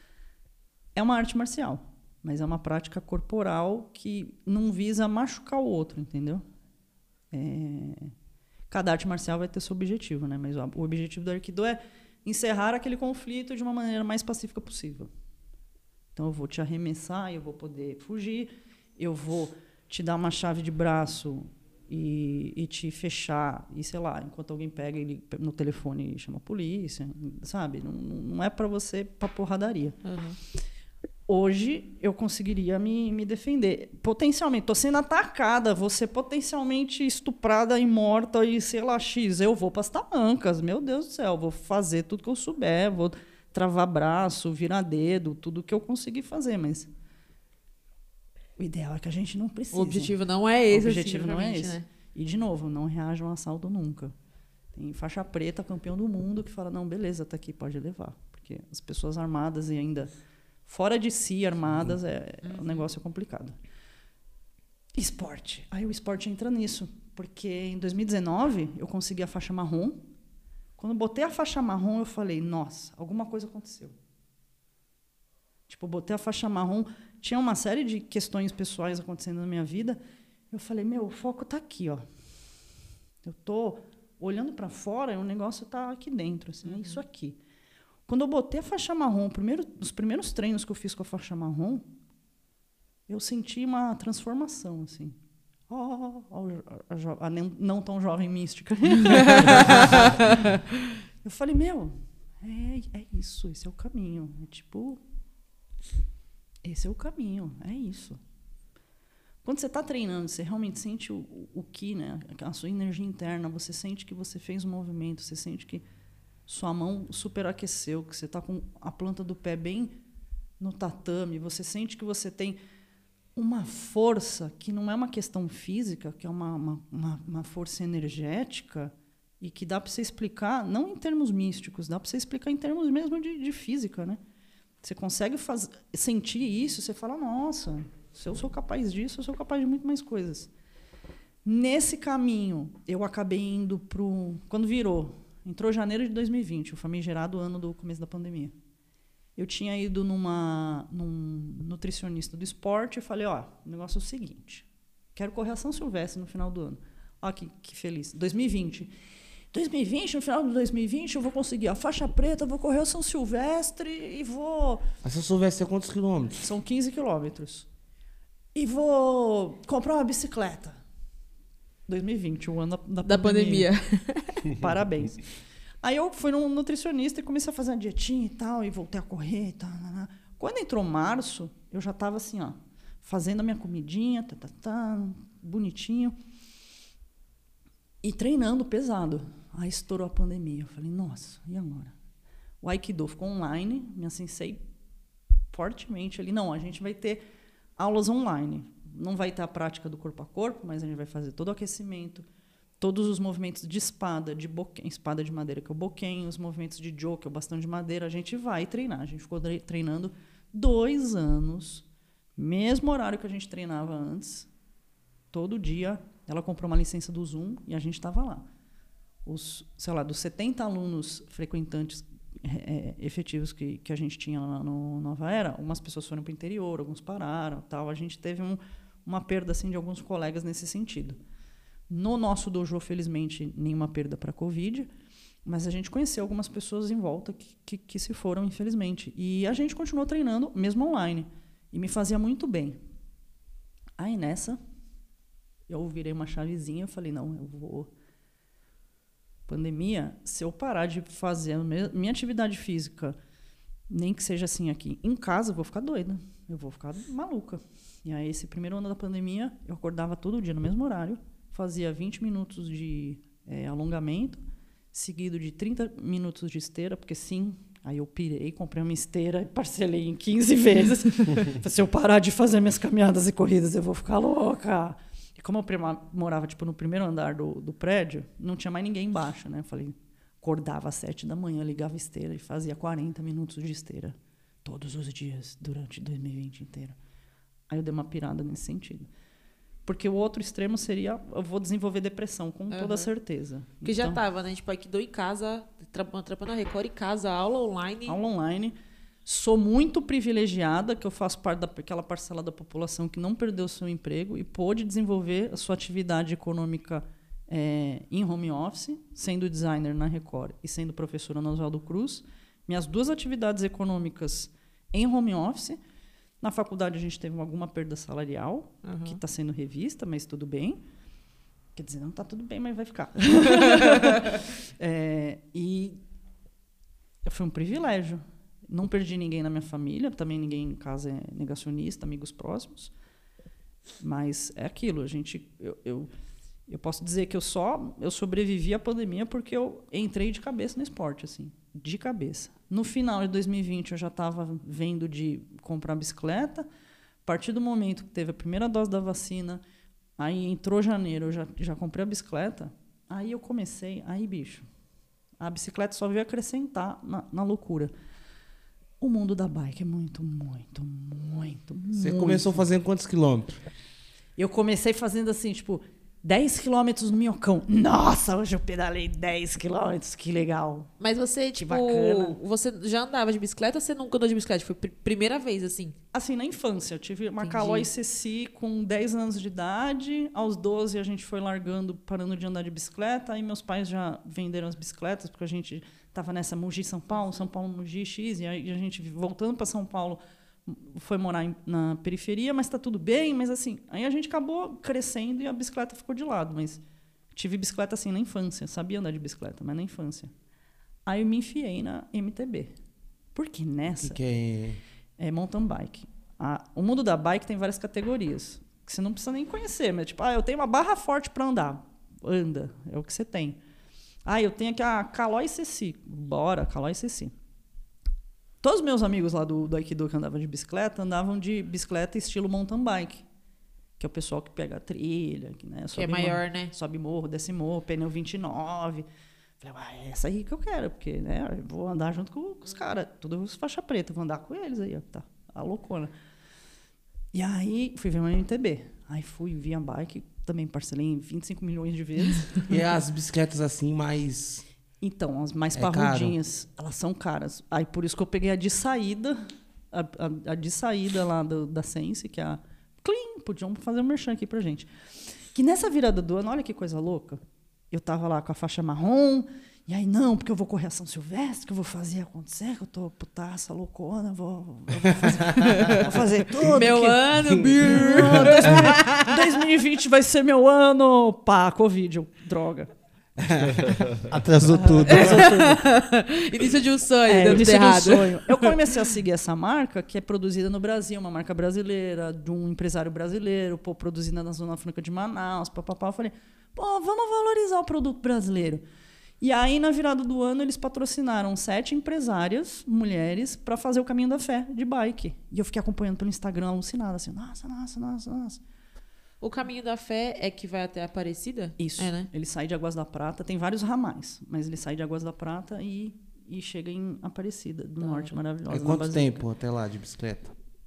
É uma arte marcial, mas é uma prática corporal que não visa machucar o outro, entendeu? É... Cada arte marcial vai ter seu objetivo, né? Mas o objetivo do Aikido é encerrar aquele conflito de uma maneira mais pacífica possível. Então, eu vou te arremessar, eu vou poder fugir, eu vou te dar uma chave de braço e, e te fechar, e sei lá, enquanto alguém pega ele no telefone e chama a polícia, sabe? Não, não é para você para porradaria. Uhum. Hoje, eu conseguiria me, me defender. Potencialmente, estou sendo atacada, vou ser potencialmente estuprada e morta e, sei lá, X. Eu vou para as tamancas, meu Deus do céu. Vou fazer tudo que eu souber, vou travar braço, virar dedo, tudo que eu conseguir fazer. Mas o ideal é que a gente não precise. O objetivo não é esse. O objetivo assim, não é esse. Né? E, de novo, não reaja a um assalto nunca. Tem faixa preta, campeão do mundo, que fala, não, beleza, tá aqui, pode levar. Porque as pessoas armadas e ainda... fora de si, armadas, é, uhum. O negócio é complicado. Esporte. Aí o esporte entra nisso. Porque em dois mil e dezenove, eu consegui a faixa marrom. Quando eu botei a faixa marrom, eu falei, nossa, alguma coisa aconteceu. Tipo, eu botei a faixa marrom, tinha uma série de questões pessoais acontecendo na minha vida. Eu falei, meu, o foco está aqui, ó. Eu tô olhando para fora e o negócio está aqui dentro, assim, uhum. É isso aqui. Quando eu botei a faixa marrom, primeiro, os primeiros treinos que eu fiz com a faixa marrom, eu senti uma transformação, assim. Oh, oh, a, jo- a nem- não tão jovem mística. Eu falei, meu, é, é isso, esse é o caminho. É tipo, esse é o caminho, é isso. Quando você está treinando, você realmente sente o, o, o ki, né? A sua energia interna, você sente que você fez um movimento, você sente que sua mão superaqueceu, que você está com a planta do pé bem no tatame, você sente que você tem uma força que não é uma questão física, que é uma, uma, uma, uma força energética e que dá para você explicar, não em termos místicos, dá para você explicar em termos mesmo de, de física, né? Você consegue faz, sentir isso, você fala, nossa, se eu sou capaz disso, eu sou capaz de muito mais coisas. Nesse caminho, eu acabei indo para o... Quando virou, entrou janeiro de dois mil e vinte, o famigerado ano do começo da pandemia. Eu tinha ido numa, num nutricionista do esporte e falei, ó, o negócio é o seguinte, quero correr a São Silvestre no final do ano. Ó, que, que feliz. dois mil e vinte. dois mil e vinte, no final de dois mil e vinte, eu vou conseguir a faixa preta, vou correr a São Silvestre e vou... A São Silvestre é quantos quilômetros? São quinze quilômetros. E vou comprar uma bicicleta. dois mil e vinte, o ano da, da, Da pandemia. pandemia. Parabéns. Aí eu fui num nutricionista e comecei a fazer uma dietinha e tal, e voltei a correr e tal. Quando entrou março, eu já estava assim, ó, fazendo a minha comidinha, tá, tá, tá, bonitinho, e treinando pesado. Aí estourou a pandemia. Eu falei, nossa, e agora? O Aikido ficou online, minha sensei fortemente ali, não, a gente vai ter aulas online. Não vai ter a prática do corpo a corpo, mas a gente vai fazer todo o aquecimento, todos os movimentos de espada, de boquém, espada de madeira, que é o boquém, os movimentos de jo, que é o bastão de madeira, a gente vai treinar. A gente ficou treinando dois anos, mesmo horário que a gente treinava antes, todo dia. Ela comprou uma licença do Zoom e a gente estava lá. Os, sei lá, dos setenta alunos frequentantes é, efetivos que, que a gente tinha lá no Nova Era, umas pessoas foram para o interior, alguns pararam, tal. A gente teve um, uma perda assim, de alguns colegas nesse sentido. No nosso dojo, felizmente, nenhuma perda para a Covid, mas a gente conheceu algumas pessoas em volta que, que, que se foram, infelizmente. E a gente continuou treinando, mesmo online, e me fazia muito bem. Aí, nessa, eu virei uma chavezinha e falei, não, eu vou... Pandemia, se eu parar de fazer a minha atividade física, nem que seja assim aqui, em casa, eu vou ficar doida, eu vou ficar maluca. E aí, esse primeiro ano da pandemia, eu acordava todo dia no mesmo horário, fazia vinte minutos de é, alongamento, seguido de trinta minutos de esteira, porque sim, aí eu pirei, comprei uma esteira e parcelei em quinze vezes. Se eu parar de fazer minhas caminhadas e corridas, eu vou ficar louca. E como eu morava tipo, no primeiro andar do, do prédio, não tinha mais ninguém embaixo, né? Eu falei, acordava às sete da manhã, ligava a esteira e fazia quarenta minutos de esteira todos os dias, durante dois mil e vinte inteiro. Aí eu dei uma pirada nesse sentido. Porque o outro extremo seria, eu vou desenvolver depressão, com uhum. toda certeza. Porque então, já estava, né? Tipo, Aikido em casa, trampando a Record em casa, aula online. Aula online. Sou muito privilegiada, que eu faço parte daquela parcela da população que não perdeu o seu emprego e pôde desenvolver a sua atividade econômica é, em home office, sendo designer na Record e sendo professora na Oswaldo Cruz. Minhas duas atividades econômicas em home office. Na faculdade, a gente teve alguma perda salarial, uhum. que está sendo revista, mas tudo bem. Quer dizer, não está tudo bem, mas vai ficar. é, e foi um privilégio. Não perdi ninguém na minha família, também ninguém em casa é negacionista, amigos próximos. Mas é aquilo, a gente... Eu, eu, eu posso dizer que eu só eu sobrevivi à pandemia porque eu entrei de cabeça no esporte, assim, de cabeça. No final de dois mil e vinte, eu já estava vendo de comprar bicicleta. A partir do momento que teve a primeira dose da vacina, aí entrou janeiro, eu já, já comprei a bicicleta. Aí eu comecei, aí, bicho, a bicicleta só veio acrescentar na, na loucura. O mundo da bike é muito, muito, muito, Você muito... começou fazendo quantos quilômetros? Eu comecei fazendo assim, tipo... dez quilômetros no Minhocão. Nossa, hoje eu pedalei dez quilômetros, que legal. Mas você, que tipo, bacana. Você já andava de bicicleta ou você nunca andou de bicicleta? Foi pr- primeira vez, assim? Assim, na infância. Eu tive uma Entendi. Caloi Ceci com dez anos de idade. Aos doze, a gente foi largando, parando de andar de bicicleta. Aí meus pais já venderam as bicicletas, porque a gente estava nessa Mogi, São Paulo, São Paulo, Mogi, X. E aí a gente, voltando para São Paulo, foi morar em, na periferia, mas tá tudo bem, mas assim, aí a gente acabou crescendo e a bicicleta ficou de lado, mas tive bicicleta assim na infância, sabia andar de bicicleta, mas na infância. Aí eu me enfiei na M T B. Porque nessa Que que é... é mountain bike. A, o mundo da bike tem várias categorias, que você não precisa nem conhecer, mas tipo, ah, eu tenho uma barra forte para andar. Anda, é o que você tem. Ah, eu tenho aqui a Caloi C C. Bora, Caloi C C. Todos os meus amigos lá do, do Aikido que andavam de bicicleta, andavam de bicicleta estilo mountain bike. Que é o pessoal que pega a trilha, que, né, sobe Que é maior, morro, né? sobe morro, desce morro, pneu vinte e nove. Falei, ah, é essa aí que eu quero, porque né, eu vou andar junto com, com os caras, todos faixa preta, vou andar com eles aí, ó, tá, a loucona. E aí fui ver uma M T B. Aí fui, vi a bike, também parcelei em vinte e cinco milhões de vezes. E as bicicletas assim, mais... Então, as mais É parrudinhas, elas são caras. Aí por isso que eu peguei a de saída, a, a, a de saída lá do, da Sense, que é a Clean, podiam fazer um merchan aqui pra gente. Que nessa virada do ano, olha que coisa louca, eu tava lá com a faixa marrom, e aí não, porque eu vou correr a São Silvestre, que eu vou fazer acontecer, que eu tô putaça, loucona, vou, eu vou, fazer, vou fazer tudo. Meu que... ano, bir. dois mil e vinte vai ser meu ano. Pá, Covid, eu, droga. Atrasou tudo. Início de um sonho, É, deu tudo início de um errado. sonho. Eu comecei a seguir essa marca, que é produzida no Brasil, uma marca brasileira, de um empresário brasileiro, pô, produzida na Zona Franca de Manaus, papapá. Eu falei, pô, vamos valorizar o produto brasileiro. E aí, na virada do ano, eles patrocinaram sete empresárias, mulheres, para fazer o Caminho da Fé de bike. E eu fiquei acompanhando pelo Instagram, alucinada, assim, nossa, nossa, nossa, nossa. O Caminho da Fé é que vai até Aparecida? Isso. É, né? Ele sai de Águas da Prata, tem vários ramais, mas ele sai de Águas da Prata e, e chega em Aparecida, do Tá. Norte, maravilhosa. É na quanto Basílica. tempo até lá de bicicleta?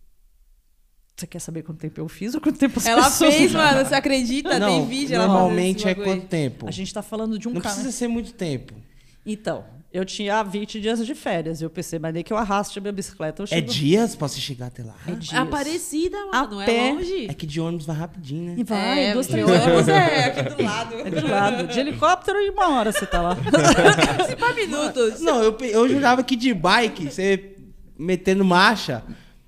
Você quer saber quanto tempo eu fiz ou quanto tempo as Ela pessoas... fez, mano, você acredita? Não, Tem vídeo, ela normalmente fazendo é esse bagulho. quanto tempo? A gente tá falando de um Não cara... precisa ser muito tempo. Então, eu tinha vinte dias de férias. Eu pensei, mas daí que eu arrasto a minha bicicleta, eu É chego... dias pra você chegar até lá? É dias. Aparecida, mano, não A é pé. longe? É que de ônibus vai rapidinho, né? E vai, é, duas, de três ônibus horas. é aqui do lado. É de lado. De helicóptero, em uma hora você tá lá. Cinco minutos. Não, eu, pe- eu jurava que de bike, você metendo marcha,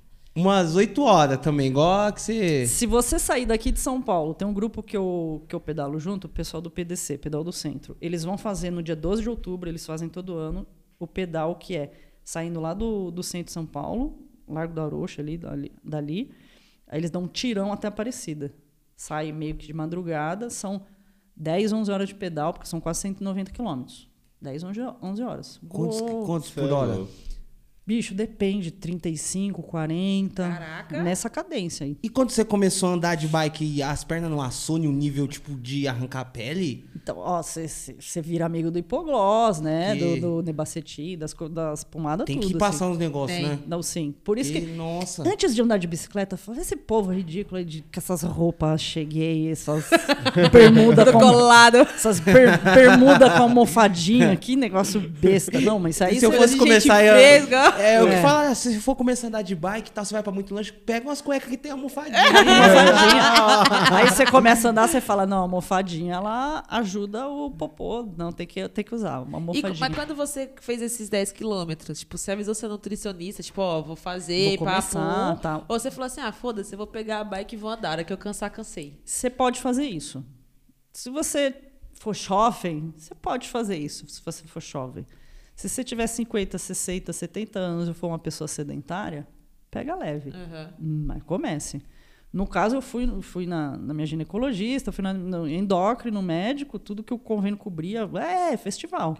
umas oito horas também, igual a que você... Se você sair daqui de São Paulo, tem um grupo que eu, que eu pedalo junto, o pessoal do P D C, Pedal do Centro. Eles vão fazer no dia doze de outubro, eles fazem todo ano, o pedal que é saindo lá do, do centro de São Paulo, Largo da Arocha, ali, dali, dali, aí eles dão um tirão até Aparecida. Sai meio que de madrugada, são dez, onze horas de pedal, porque são quase cento e noventa quilômetros. dez, onze horas. Quantos, Uou. quantos por Cê é hora? louco. Bicho, depende, trinta e cinco, quarenta. Caraca. Nessa cadência aí. E quando você começou a andar de bike e as pernas não assou em um nível tipo de arrancar a pele? Então, ó, você vira amigo do hipoglós, né? Que- Do, do Nebaceti, das, co- das pomadas, Tem tudo. que passar assim. uns negócios, Tem. né? Não, sim. Por isso E, que, nossa. antes de andar de bicicleta, eu falei, esse povo ridículo aí de, com essas roupas, cheguei, essas bermuda Tudo com... colado. Essas ber, bermuda com almofadinha, que negócio besta. Não, mas isso aí... Se eu cê- fosse de começar gente a... fresca. É, eu que É. falo, se for começar a andar de bike e tal, você vai pra muito longe, pega umas cuecas que tem almofadinha. almofadinha. Aí você começa a andar, você fala, não, a almofadinha, ela ajuda o popô. Não, tem que, tem que usar uma E, almofadinha. mas quando você fez esses dez quilômetros, tipo, você avisou seu nutricionista, tipo, ó, vou fazer, Vou papo. começar, tá. Ou você falou assim, ah, foda-se, eu vou pegar a bike e vou andar, a hora que eu cansar, cansei. Você pode fazer isso. Se você for jovem, você pode fazer isso, se você for jovem. Se você tiver cinquenta, sessenta, setenta anos e for uma pessoa sedentária, pega leve. Uhum. Mas comece. No caso, eu fui, fui na, na minha ginecologista, fui na, no endócrino, médico, tudo que o convênio cobria. É, festival.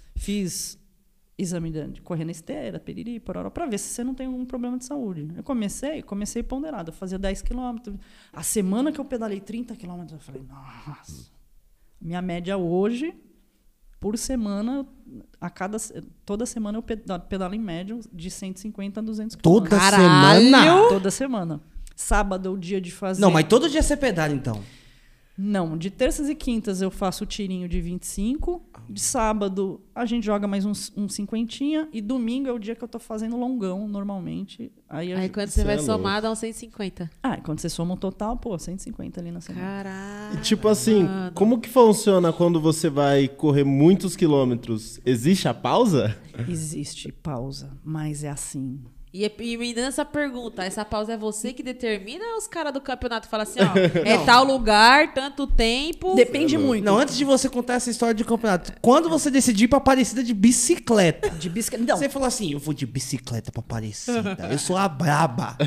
Fiz exame de, de correr na esteira, piriri, pororó, para ver se você não tem algum problema de saúde. Eu comecei, comecei ponderado. Eu fazia dez quilômetros. A semana que eu pedalei trinta quilômetros, eu falei, nossa. Minha média hoje, por semana, a cada, toda semana eu peda- pedalo em média de cento e cinquenta a duzentos Toda quilômetros. Caralho! semana? Toda semana. Sábado é o dia de fazer... Não, mas todo dia você pedala, então. Não, de terças e quintas eu faço o tirinho de vinte e cinco. De sábado a gente joga mais uns, uns cinquentinha. E domingo é o dia que eu tô fazendo longão, normalmente. Aí, eu... Aí quando você Cê vai é somar, dá uns cento e cinquenta. Ah, quando você soma o total, pô, cento e cinquenta ali na semana. Caralho. E tipo assim, mano. como que funciona quando você vai correr muitos quilômetros? Existe a pausa? Existe pausa, mas é assim. E, e me dando essa pergunta, essa pausa é você que determina ou os caras do campeonato falam assim, ó, é tal lugar, tanto tempo... Depende muito. Não, antes de você contar essa história de campeonato, quando você decidiu ir pra Aparecida de bicicleta? De bicicleta. Não. Você falou assim, eu vou de bicicleta pra Aparecida, eu sou a braba.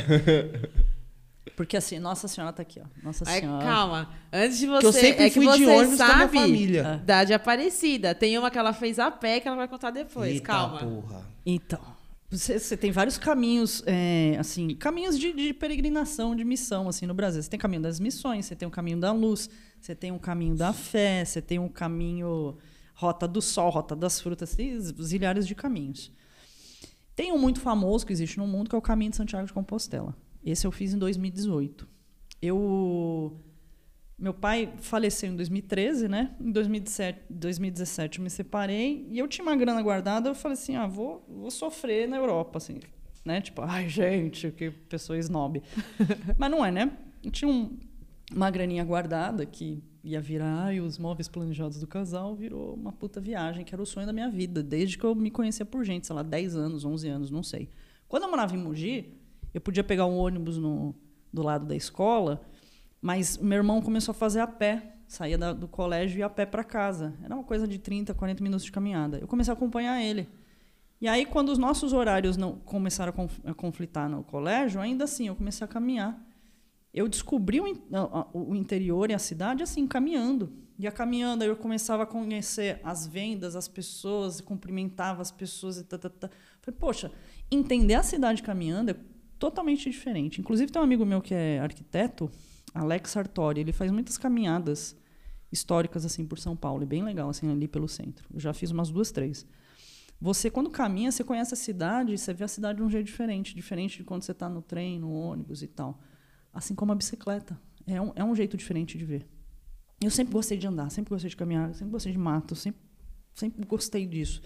Porque assim, Nossa Senhora tá aqui, ó. Nossa Ai, Senhora. calma. Antes de você... Que eu sempre é que fui de você ônibus com a minha sabe família. da de Aparecida. Tem uma que ela fez a pé que ela vai contar depois. Eita calma. porra. Então, você, você tem vários caminhos, é, assim, caminhos de, de peregrinação, de missão, assim, no Brasil. Você tem o caminho das missões, você tem o caminho da luz, você tem o caminho da fé, você tem o caminho Rota do Sol, Rota das Frutas, tem zilhares de caminhos. Tem um muito famoso que existe no mundo, que é o Caminho de Santiago de Compostela. Esse eu fiz em dois mil e dezoito. Eu... Meu pai faleceu em dois mil e treze, né? Em dois mil e dezessete eu me separei e eu tinha uma grana guardada. Eu falei assim, ah, vou, vou sofrer na Europa, assim, né? Tipo, ai, gente, que pessoa snob. Mas não é, né? Eu tinha um, uma graninha guardada que ia virar, ai, os móveis planejados do casal, virou uma puta viagem, que era o sonho da minha vida, desde que eu me conhecia por gente, sei lá, dez anos, onze anos, não sei. Quando eu morava em Mogi, eu podia pegar um ônibus no, do lado da escola, mas meu irmão começou a fazer a pé, saía da, do colégio e ia a pé para casa. Era uma coisa de trinta, quarenta minutos de caminhada. Eu comecei a acompanhar ele. E aí, quando os nossos horários não começaram a, conf, a conflitar no colégio, ainda assim, eu comecei a caminhar. Eu descobri o, o interior e a cidade assim, caminhando. Ia caminhando, aí eu começava a conhecer as vendas, as pessoas, cumprimentava as pessoas. E tá, tá, tá. Falei, poxa, entender a cidade caminhando é totalmente diferente. Inclusive, tem um amigo meu que é arquiteto, Alex Sartori, ele faz muitas caminhadas históricas assim por São Paulo, é bem legal assim ali pelo centro. Eu já fiz umas duas, três. Você quando caminha, você conhece a cidade, você vê a cidade de um jeito diferente, diferente de quando você está no trem, no ônibus e tal. Assim como a bicicleta, é um, é um jeito diferente de ver. Eu sempre gostei de andar, sempre gostei de caminhar, sempre gostei de mato, sempre, sempre gostei disso.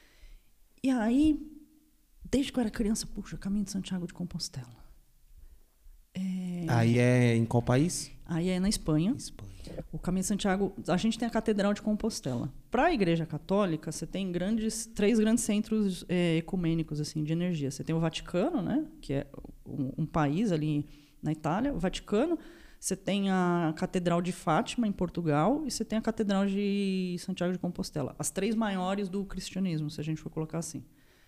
E aí, desde que eu era criança, puxa, Caminho de Santiago de Compostela. É... Aí é em qual país? Aí é na Espanha. Espanha. O Caminho de Santiago, a gente tem a Catedral de Compostela. Para a Igreja Católica, você tem grandes, três grandes centros é, ecumênicos assim, de energia. Você tem o Vaticano, né, que é um, um país ali na Itália, o Vaticano. Você tem a Catedral de Fátima, em Portugal, e você tem a Catedral de Santiago de Compostela. As três maiores do cristianismo, se a gente for colocar assim.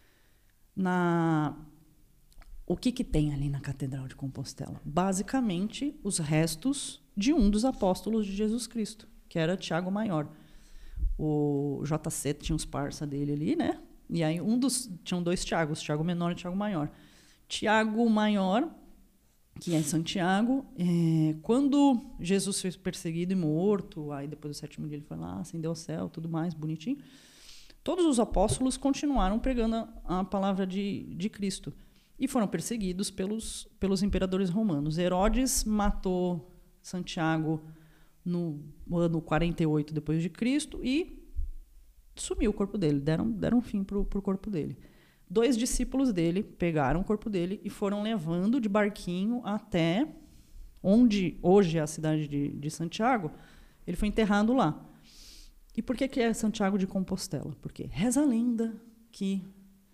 Na... O que, que tem ali na Catedral de Compostela? Basicamente, os restos de um dos apóstolos de Jesus Cristo, que era Tiago Maior. O J C tinha os parça dele ali, né? E aí um dos... Tinham dois Tiagos, Tiago Menor e Tiago Maior. Tiago Maior, que é em Santiago, é, quando Jesus foi perseguido e morto, aí depois do sétimo dia ele foi lá, ascendeu ao céu, tudo mais, bonitinho. Todos os apóstolos continuaram pregando a, a palavra de, de Cristo. E foram perseguidos pelos, pelos imperadores romanos. Herodes matou Santiago no ano quarenta e oito depois de Cristo e sumiu o corpo dele, deram, deram fim para o corpo dele. Dois discípulos dele pegaram o corpo dele e foram levando de barquinho até onde hoje é a cidade de, de Santiago. Ele foi enterrado lá. E por que, que é Santiago de Compostela? Porque reza a lenda que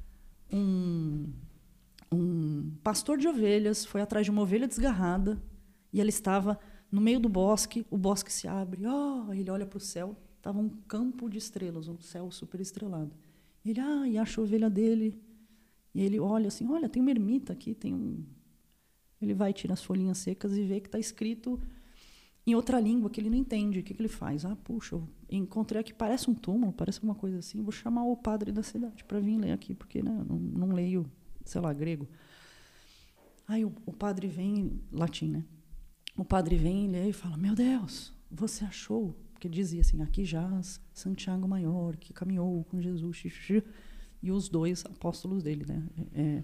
um... Um pastor de ovelhas foi atrás de uma ovelha desgarrada e ela estava no meio do bosque, o bosque se abre, oh, ele olha para o céu, estava um campo de estrelas, um céu super estrelado. Ele ah, e acha a ovelha dele, e ele olha assim, olha, tem uma ermita aqui, tem um... Ele vai tirar as folhinhas secas e vê que está escrito em outra língua que ele não entende. O que, que ele faz? Ah, puxa, eu encontrei aqui, parece um túmulo, parece uma coisa assim, vou chamar o padre da cidade para vir ler aqui, porque né, eu não, não leio... sei lá, grego. Aí o, o padre vem, latim, né? O padre vem, lê e fala, meu Deus, você achou? Porque dizia assim, aqui jaz Santiago Maior, que caminhou com Jesus, xixi, e os dois apóstolos dele, né? É.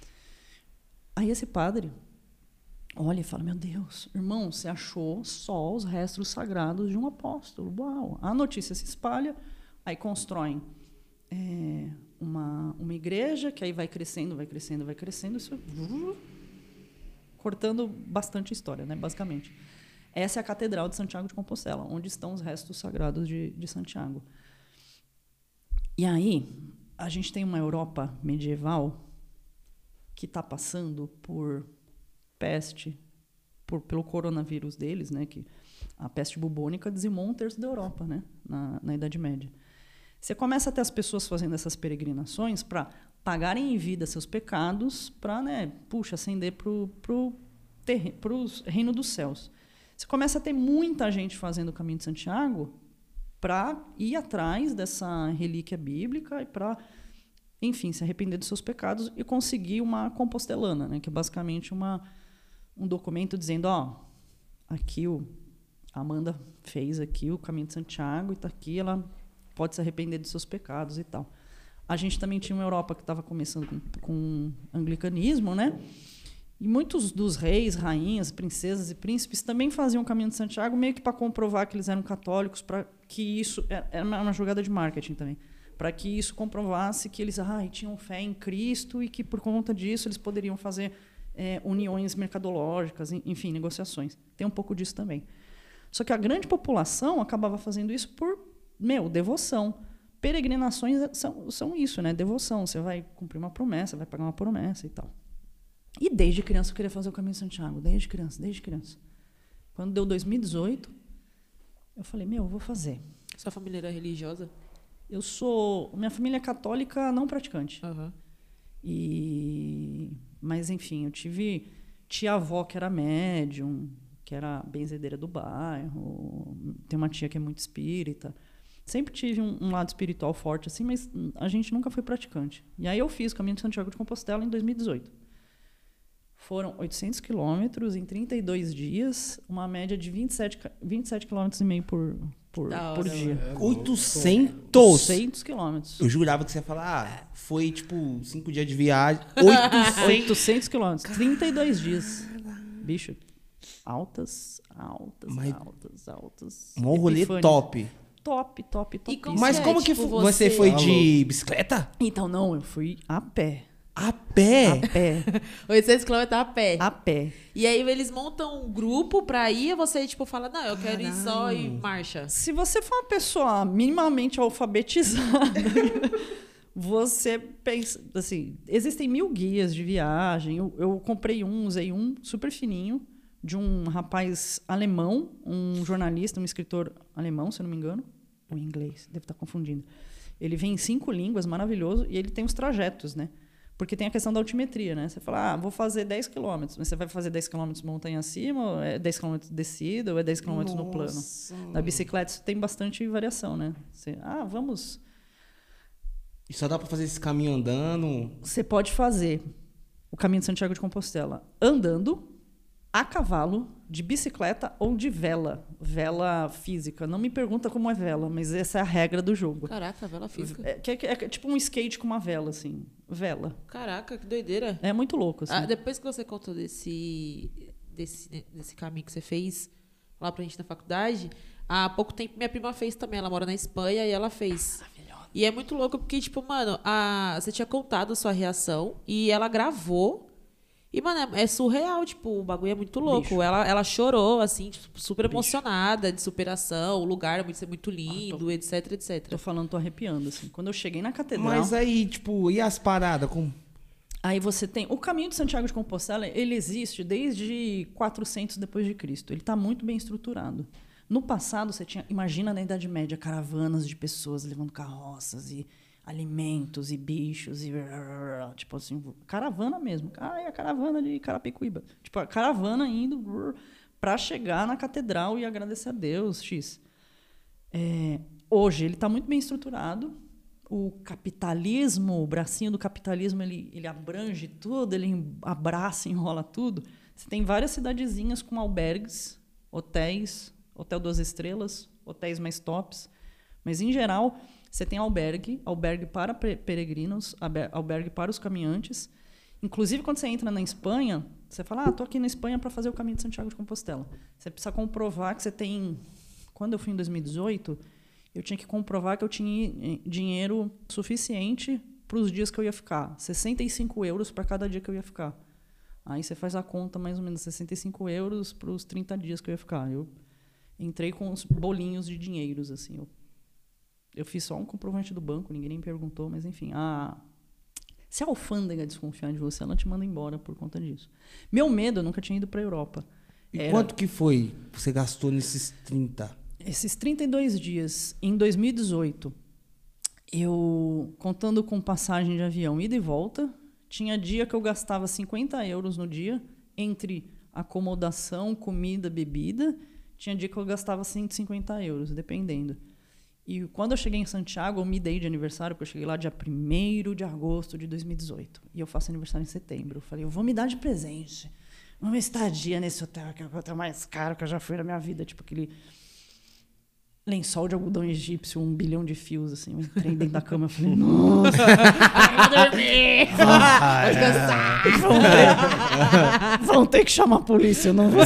Aí esse padre olha e fala, meu Deus, irmão, você achou só os restos sagrados de um apóstolo. Uau! A notícia se espalha, aí constroem é, Uma, uma igreja, que aí vai crescendo, vai crescendo, vai crescendo, isso, uh, cortando bastante história, né, basicamente. Essa é a Catedral de Santiago de Compostela, onde estão os restos sagrados de, de Santiago. E aí, a gente tem uma Europa medieval que está passando por peste, por, pelo coronavírus deles, né, que a peste bubônica dizimou um terço da Europa, né, na, na Idade Média. Você começa a ter as pessoas fazendo essas peregrinações para pagarem em vida seus pecados, para, né, puxa, ascender para o reino dos céus. Você começa a ter muita gente fazendo o caminho de Santiago para ir atrás dessa relíquia bíblica e para, enfim, se arrepender dos seus pecados e conseguir uma compostelana, né, que é basicamente uma, um documento dizendo, ó, aqui o a Amanda fez aqui o caminho de Santiago e está aqui, ela pode se arrepender dos seus pecados e tal. A gente também tinha uma Europa que estava começando com, com anglicanismo, né? E muitos dos reis, rainhas, princesas e príncipes também faziam o caminho de Santiago meio que para comprovar que eles eram católicos, para que isso era uma jogada de marketing também, para que isso comprovasse que eles ah, tinham fé em Cristo e que por conta disso eles poderiam fazer é, uniões mercadológicas, enfim, negociações. Tem um pouco disso também. Só que a grande população acabava fazendo isso por, meu, devoção. Peregrinações são, são isso, né? Devoção. Você vai cumprir uma promessa, vai pagar uma promessa e tal. E desde criança eu queria fazer o caminho de Santiago. Desde criança, desde criança. Quando deu dois mil e dezoito, eu falei, meu, eu vou fazer. Sua família era religiosa? Eu sou... Minha família é católica não praticante. Uhum. E... Mas, enfim, eu tive tia-avó que era médium, que era benzedeira do bairro. Tem uma tia que é muito espírita. Sempre tive um, um lado espiritual forte, assim, mas a gente nunca foi praticante. E aí eu fiz o caminho de Santiago de Compostela em dois mil e dezoito. Foram oitocentos quilômetros em trinta e dois dias, uma média de vinte e sete, vinte e sete quilômetros e meio por, por, Da por hora, dia. oitocentos? oitocentos quilômetros. Eu jurava que você ia falar, ah, foi tipo cinco dias de viagem. oitocentos. oitocentos quilômetros, trinta e dois dias. Bicho, altas, altas, Mas- altas, altas. Um rolê epifânias. top. Top, top, top. E como Mas é, como que tipo, fu- você você- foi Tá de bicicleta? Então, não, eu fui a pé. A pé? A pé, oitocentos quilômetros a pé. a pé. E aí eles montam um grupo pra ir e você, tipo, fala, não, eu quero ir só e Caralho. marcha. Se você for uma pessoa minimamente alfabetizada, você pensa, assim, existem mil guias de viagem. Eu, eu comprei um, usei um super fininho, de um rapaz alemão, um jornalista, um escritor alemão, se eu não me engano, ou inglês, devo estar confundindo. Ele vem em cinco línguas, maravilhoso, e ele tem os trajetos, né? Porque tem a questão da altimetria, né? Você fala, ah, vou fazer dez quilômetros, mas você vai fazer dez quilômetros montanha acima, ou é dez quilômetros de descida, ou é dez quilômetros no plano? Nossa. Na bicicleta isso tem bastante variação, né? Você, ah, vamos... E só dá pra fazer esse caminho andando. Você pode fazer o caminho de Santiago de Compostela andando, a cavalo, de bicicleta ou de vela. Vela física. Não me pergunta como é vela, mas essa é a regra do jogo. Caraca, vela física. É, que é, que é tipo um skate com uma vela, assim. Vela. Caraca, que doideira. É muito louco, assim. Ah, depois que você contou desse, desse, desse caminho que você fez lá pra gente na faculdade, há pouco tempo minha prima fez também. Ela mora na Espanha e ela fez. E é muito louco porque, tipo, mano, a, você tinha contado a sua reação e ela gravou. E, mano, é, é surreal, tipo, o bagulho é muito louco. Ela, ela chorou, assim, tipo, super Bicho. emocionada de superação, o lugar é muito, ser muito lindo, etc, Tô etcétera. falando, tô arrepiando, assim. Quando eu cheguei na catedral... Mas aí, tipo, e as paradas? Como... Aí você tem... O caminho de Santiago de Compostela, ele existe desde quatrocentos depois de Cristo. Ele está muito bem estruturado. No passado, você tinha... Imagina na Idade Média, caravanas de pessoas levando carroças e alimentos e bichos e... Tipo assim, caravana mesmo. Ah, é a caravana de Carapicuíba. Tipo, a caravana indo para chegar na catedral e agradecer a Deus, X. É, hoje, ele está muito bem estruturado. O capitalismo, o bracinho do capitalismo, ele, ele abrange tudo, ele abraça, enrola tudo. Você tem várias cidadezinhas com albergues, hotéis, hotel duas estrelas, hotéis mais tops. Mas, em geral, você tem albergue, albergue para peregrinos, albergue para os caminhantes. Inclusive, quando você entra na Espanha, você fala, ah, estou aqui na Espanha para fazer o caminho de Santiago de Compostela. Você precisa comprovar que você tem... Quando eu fui em dois mil e dezoito... eu tinha que comprovar que eu tinha dinheiro suficiente para os dias que eu ia ficar. sessenta e cinco euros para cada dia que eu ia ficar. Aí você faz a conta, mais ou menos, sessenta e cinco euros para os trinta dias que eu ia ficar. Eu entrei com uns bolinhos de dinheiros, assim. Eu, eu fiz só um comprovante do banco, ninguém nem perguntou, mas enfim. A Se a alfândega desconfiar de você, ela te manda embora por conta disso. Meu medo, eu nunca tinha ido para a Europa. E Era... quanto que foi que você gastou nesses trinta? Esses trinta e dois dias, em dois mil e dezoito, eu, contando com passagem de avião ida e volta, tinha dia que eu gastava cinquenta euros no dia, entre acomodação, comida, bebida. Tinha dia que eu gastava cento e cinquenta euros, dependendo. E quando eu cheguei em Santiago, eu me dei de aniversário, porque eu cheguei lá dia primeiro de agosto de dois mil e dezoito. E eu faço aniversário em setembro. Eu falei, eu vou me dar de presente uma estadia nesse hotel, que é o hotel mais caro que eu já fui na minha vida. Tipo aquele lençol de algodão egípcio, um bilhão de fios, assim. Eu entrei dentro da cama e falei, nossa, eu vou dormir. Ah, Vou descansar. Vão ter, vão ter que chamar a polícia, eu não vou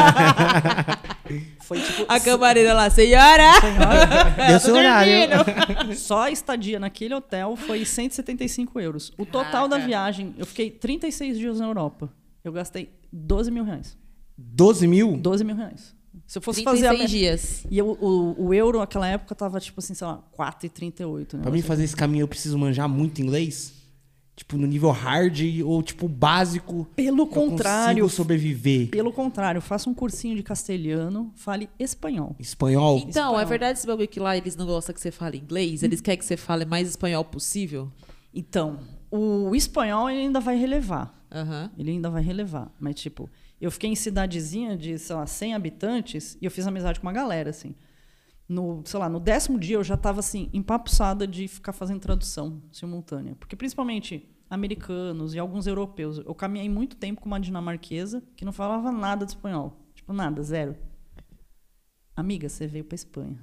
Foi tipo... A camareira lá, senhora! Deu seu horário. Só a estadia naquele hotel foi cento e setenta e cinco euros. O total da viagem, eu fiquei trinta e seis dias na Europa. Eu gastei doze mil reais. doze mil? doze mil reais. Se eu fosse trinta e seis fazer a... dias. E eu, o, o euro naquela época tava tipo assim, sei lá, quatro e trinta e oito. Né? Pra mim fazer esse caminho eu preciso manjar muito inglês? Tipo, no nível hard ou tipo básico? Pelo que eu contrário. consigo sobreviver. Pelo contrário, faça um cursinho de castelhano, fale espanhol. Espanhol? Então, Espanhol. é verdade esse bagulho que lá eles não gostam que você fale inglês? Eles querem que você fale mais espanhol possível? Então, o espanhol ele ainda vai relevar. Aham. Ele ainda vai relevar. Mas, tipo, eu fiquei em cidadezinha de, sei lá, cem habitantes e eu fiz amizade com uma galera, assim. No, sei lá, no décimo dia eu já estava, assim, empapuçada de ficar fazendo tradução simultânea. Porque, principalmente, americanos e alguns europeus. Eu caminhei muito tempo com uma dinamarquesa que não falava nada de espanhol. Tipo, nada, zero. Amiga, você veio para Espanha.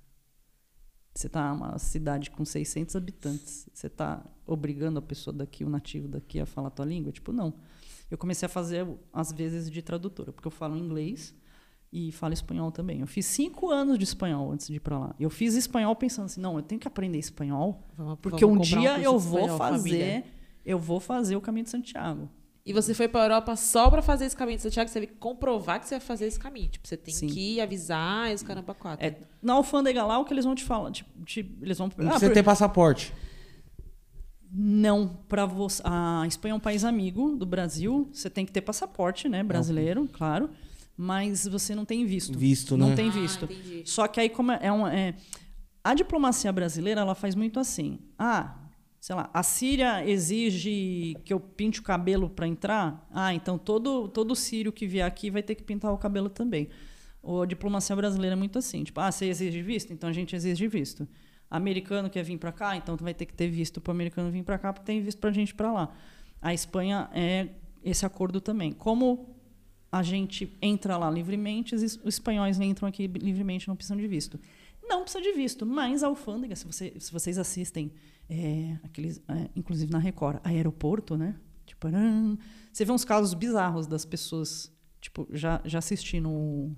Você está numa cidade com seiscentos habitantes. Você está obrigando a pessoa daqui, o nativo daqui, a falar a tua língua? Tipo, não. Eu comecei a fazer, às vezes, de tradutora, porque eu falo inglês e falo espanhol também. Eu fiz cinco anos de espanhol antes de ir para lá. Eu fiz espanhol pensando assim, não, eu tenho que aprender espanhol, Vamos- porque vamos um comprar dia curso eu de vou espanhol, fazer, família. eu vou fazer o caminho de Santiago. E você foi pra Europa só pra fazer esse caminho de Santiago? Você teve que comprovar que você ia fazer esse caminho. Tipo, você tem Sim. que ir avisar e os caramba quatro. É, na alfândega lá, o que eles vão te falar? Tipo, te- eles vão... Não Ah, precisa por- ter passaporte. Não, para você. A Espanha é um país amigo do Brasil. Você tem que ter passaporte, né, brasileiro, claro. Mas você não tem visto. Visto, não né? tem Ah, visto. entendi. Só que aí como é, é um, é a diplomacia brasileira, ela faz muito assim. Ah, sei lá, a Síria exige que eu pinte o cabelo para entrar. Ah, então todo todo sírio que vier aqui vai ter que pintar o cabelo também. Ou a diplomacia brasileira é muito assim, tipo, ah, você exige visto, então a gente exige visto. Americano quer vir para cá, então tu vai ter que ter visto para o americano vir para cá, porque tem visto para a gente para lá. A Espanha é esse acordo também. Como a gente entra lá livremente, os es- os espanhóis entram aqui livremente, não precisam de visto. Não precisa de visto, mas a alfândega, se, você, se vocês assistem, é, aqueles, é, inclusive na Record, aeroporto, né? Tipo, aram, você vê uns casos bizarros das pessoas. Tipo, já, já assisti no.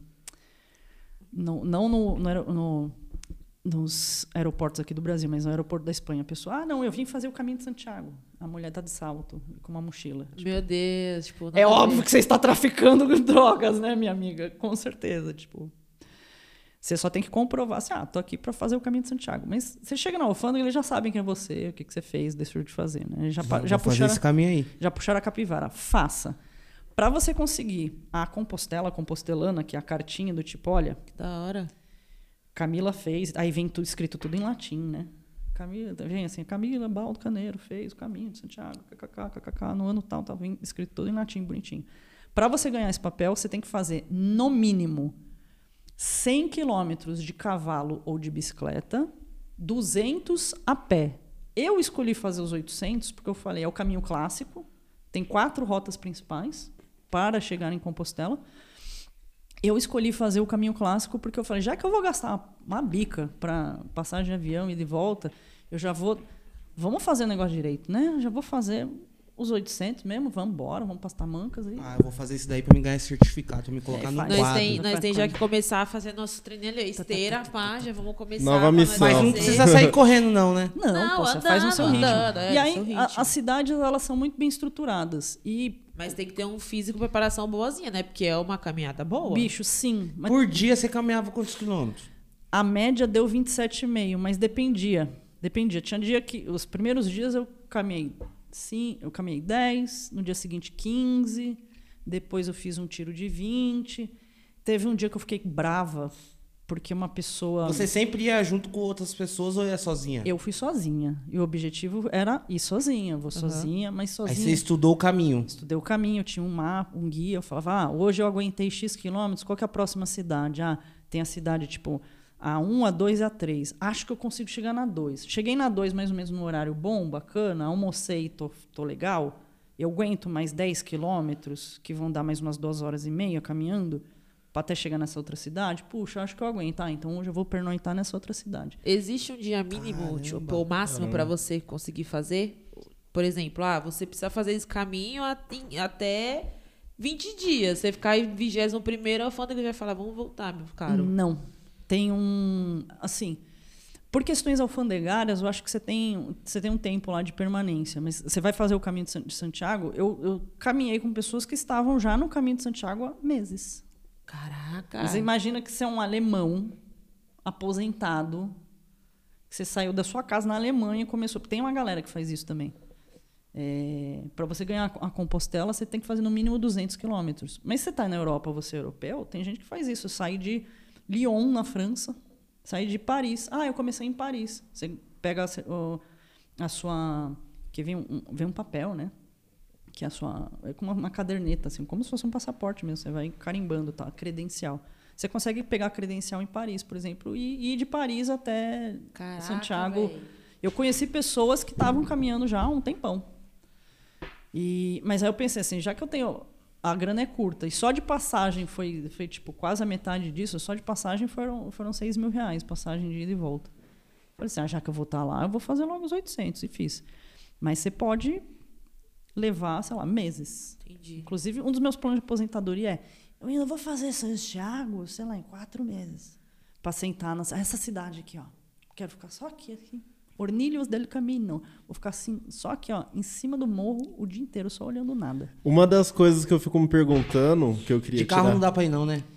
no não no, no, aero- no- nos aeroportos aqui do Brasil, mas no aeroporto da Espanha. A pessoa, ah, não, eu vim fazer o caminho de Santiago. A mulher tá de salto, com uma mochila. Meu Deus, tipo... nada É a óbvio ver. que você está traficando com drogas, né, minha amiga? Com certeza, tipo... Você só tem que comprovar assim, ah, tô aqui para fazer o caminho de Santiago. Mas você chega na alfândega, eles já sabem quem é você, o que, que você fez, deixou de fazer, né? Já, pa- Vou já, fazer puxaram, esse caminho aí. já puxaram a capivara. Faça. Para você conseguir a Compostela, a Compostelana, que é a cartinha do tipo, olha, Que da hora. Camila fez, aí vem tudo escrito tudo em latim, né? Camila, vem assim, Camila Baldo Caneiro fez o caminho de Santiago, kkk, kkk, no ano tal, tal, vem escrito tudo em latim, bonitinho. Para você ganhar esse papel, você tem que fazer, no mínimo, cem quilômetros de cavalo ou de bicicleta, duzentos a pé. Eu escolhi fazer os oitocentos porque eu falei, é o caminho clássico, tem quatro rotas principais para chegar em Compostela. Eu escolhi fazer o caminho clássico porque eu falei, já que eu vou gastar uma bica para passagem de avião e de volta, eu já vou... Vamos fazer o negócio direito, né? Eu já vou fazer os oitocentos mesmo, vamos embora, vamos para as tamancas aí. Ah, eu vou fazer isso daí pra me ganhar esse certificado, pra me colocar É, no faz. Nós quadro. tem, nós Faz tem já quando? que começar a fazer nosso treininho ali. Esteira, pá, já vamos começar. Nova pra nós missão. Mas não fazer. precisa sair correndo, não, né? Não, Não, pô, você andando, faz no seu ritmo. andando, é, e no aí, seu a- ritmo. as cidades, elas são muito bem estruturadas. E, Mas tem que ter um físico e preparação boazinha, né? Porque é uma caminhada boa. bicho, sim. Mas Por dia você caminhava quantos quilômetros? a média deu vinte e sete vírgula cinco, mas dependia. Dependia. Tinha dia que... Os primeiros dias eu caminhei Sim, eu caminhei dez, no dia seguinte quinze, depois eu fiz um tiro de vinte. Teve um dia que eu fiquei brava, porque uma pessoa... Você sempre ia junto com outras pessoas ou ia sozinha? Eu fui sozinha. E o objetivo era ir sozinha. Vou Uhum. sozinha, mas sozinha. Aí você estudou o caminho. Estudei o caminho, eu tinha um mapa, um guia. Eu falava, ah, hoje eu aguentei X quilômetros, qual que é a próxima cidade? Ah, tem a cidade, tipo, a um, a dois e a três. Acho que eu consigo chegar na dois. Cheguei na dois mais ou menos no horário bom, bacana, almocei, tô, tô legal. Eu aguento mais dez quilômetros, que vão dar mais umas duas horas e meia caminhando, para até chegar nessa outra cidade. Puxa, acho que eu aguento. Ah, então hoje eu vou pernoitar nessa outra cidade. Existe um dia mínimo, tipo, o máximo para você conseguir fazer? Por exemplo, ah, você precisa fazer esse caminho até, até vinte dias. Você ficar em vigésimo primeiro, a alfândega vai falar, vamos voltar, meu caro. Não. Tem um... Assim, por questões alfandegárias, eu acho que você tem, você tem um tempo lá de permanência. Mas você vai fazer o caminho de Santiago, eu, eu caminhei com pessoas que estavam já no caminho de Santiago há meses. Caraca. Você imagina que você é um alemão aposentado, que você saiu da sua casa na Alemanha e começou... Tem uma galera que faz isso também. É, para você ganhar a Compostela, você tem que fazer no mínimo duzentos quilômetros. Mas se você está na Europa, você é europeu, tem gente que faz isso. Sai de Lyon, na França, sai de Paris. Ah, eu comecei em Paris. Você pega a, a sua... que vem um, vem um papel, né? Que é a sua... É como uma caderneta, assim, como se fosse um passaporte mesmo. Você vai carimbando, tá? Credencial. Você consegue pegar a credencial em Paris, por exemplo, e, e ir de Paris até Caraca, Santiago. véio. Eu conheci pessoas que estavam caminhando já há um tempão. E, mas aí eu pensei assim, já que eu tenho... A grana é curta, e só de passagem foi, foi tipo, quase a metade disso, só de passagem foram, foram seis mil reais, passagem de ida e volta. Falei assim, ah, já que eu vou estar lá, eu vou fazer logo os oitocentos, e fiz. Mas você pode levar, sei lá, meses. Entendi. Inclusive, um dos meus planos de aposentadoria é, eu ainda vou fazer Santiago, sei lá, em quatro meses. Para sentar nessa essa cidade aqui, ó. Quero ficar só aqui, aqui. Ornilhos del Camino. Vou ficar assim, só aqui, ó, em cima do morro o dia inteiro, só olhando nada. Uma das coisas que eu fico me perguntando, que eu queria De carro tirar... não dá pra ir não, né?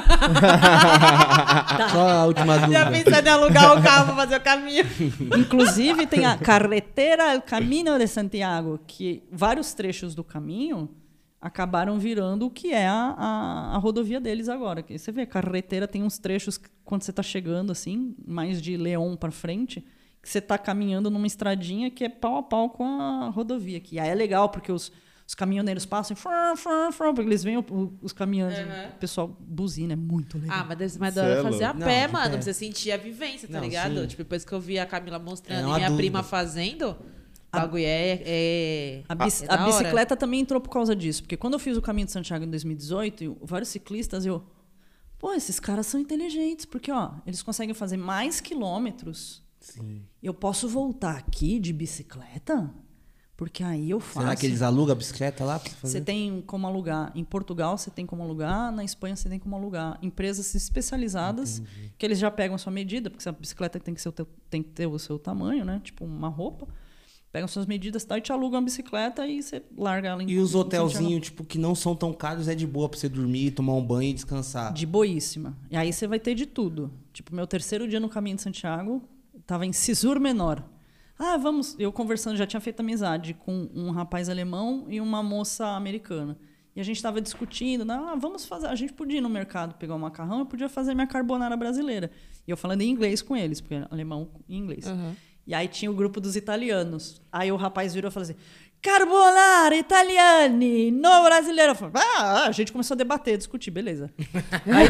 Só a última dúvida. Já pensando em alugar o carro para fazer o caminho. Inclusive, tem a Carretera El Camino de Santiago, que vários trechos do caminho acabaram virando o que é a, a, a rodovia deles agora. Que você vê, a carretera tem uns trechos, que, quando você está chegando, assim, mais de León para frente, que você está caminhando numa estradinha que é pau a pau com a rodovia. Que aí é legal, porque os, os caminhoneiros passam, frum, frum, frum, porque eles veem o, o, os caminhões, Uhum. o pessoal buzina, é muito legal. Ah, mas deve ser mais da hora Cê é fazer a louco. pé, Não, de mano. pé. Pra você sentir a vivência, tá Não, ligado? sim. Tipo, depois que eu vi a Camila mostrando É e uma minha dúvida. prima fazendo, o bagulho é... é... A, bici- é a da hora. bicicleta também entrou por causa disso. Porque quando eu fiz o Caminho de Santiago em dois mil e dezoito, eu- vários ciclistas, eu... Pô, esses caras são inteligentes. Porque, ó, eles conseguem fazer mais quilômetros. Sim. Eu posso voltar aqui de bicicleta? Porque aí eu faço... Será que eles alugam a bicicleta lá pra você fazer? Você tem como alugar. Em Portugal, você tem como alugar. Na Espanha, você tem como alugar. Empresas especializadas, Entendi. que eles já pegam a sua medida, porque a bicicleta tem que, ser o teu- tem que ter o seu tamanho, né? Tipo uma roupa. Pegam suas medidas tá, e te alugam a bicicleta e você larga ela em E os em hotelzinhos, tipo, que não são tão caros, é de boa pra você dormir, tomar um banho e descansar. De boíssima. E aí você vai ter de tudo. Tipo, meu terceiro dia no Caminho de Santiago, tava em Cisur Menor. Ah, vamos... Eu conversando, já tinha feito amizade com um rapaz alemão e uma moça americana. E a gente estava discutindo, né? Ah, vamos fazer... A gente podia ir no mercado pegar um macarrão, eu podia fazer minha carbonara brasileira. E eu falando em inglês com eles, porque alemão em inglês. Uhum. E aí tinha o grupo dos italianos. Aí o rapaz virou e falou assim... Carbonara, italiani, no brasileiro. Eu falei, ah, a gente começou a debater, discutir, beleza. Aí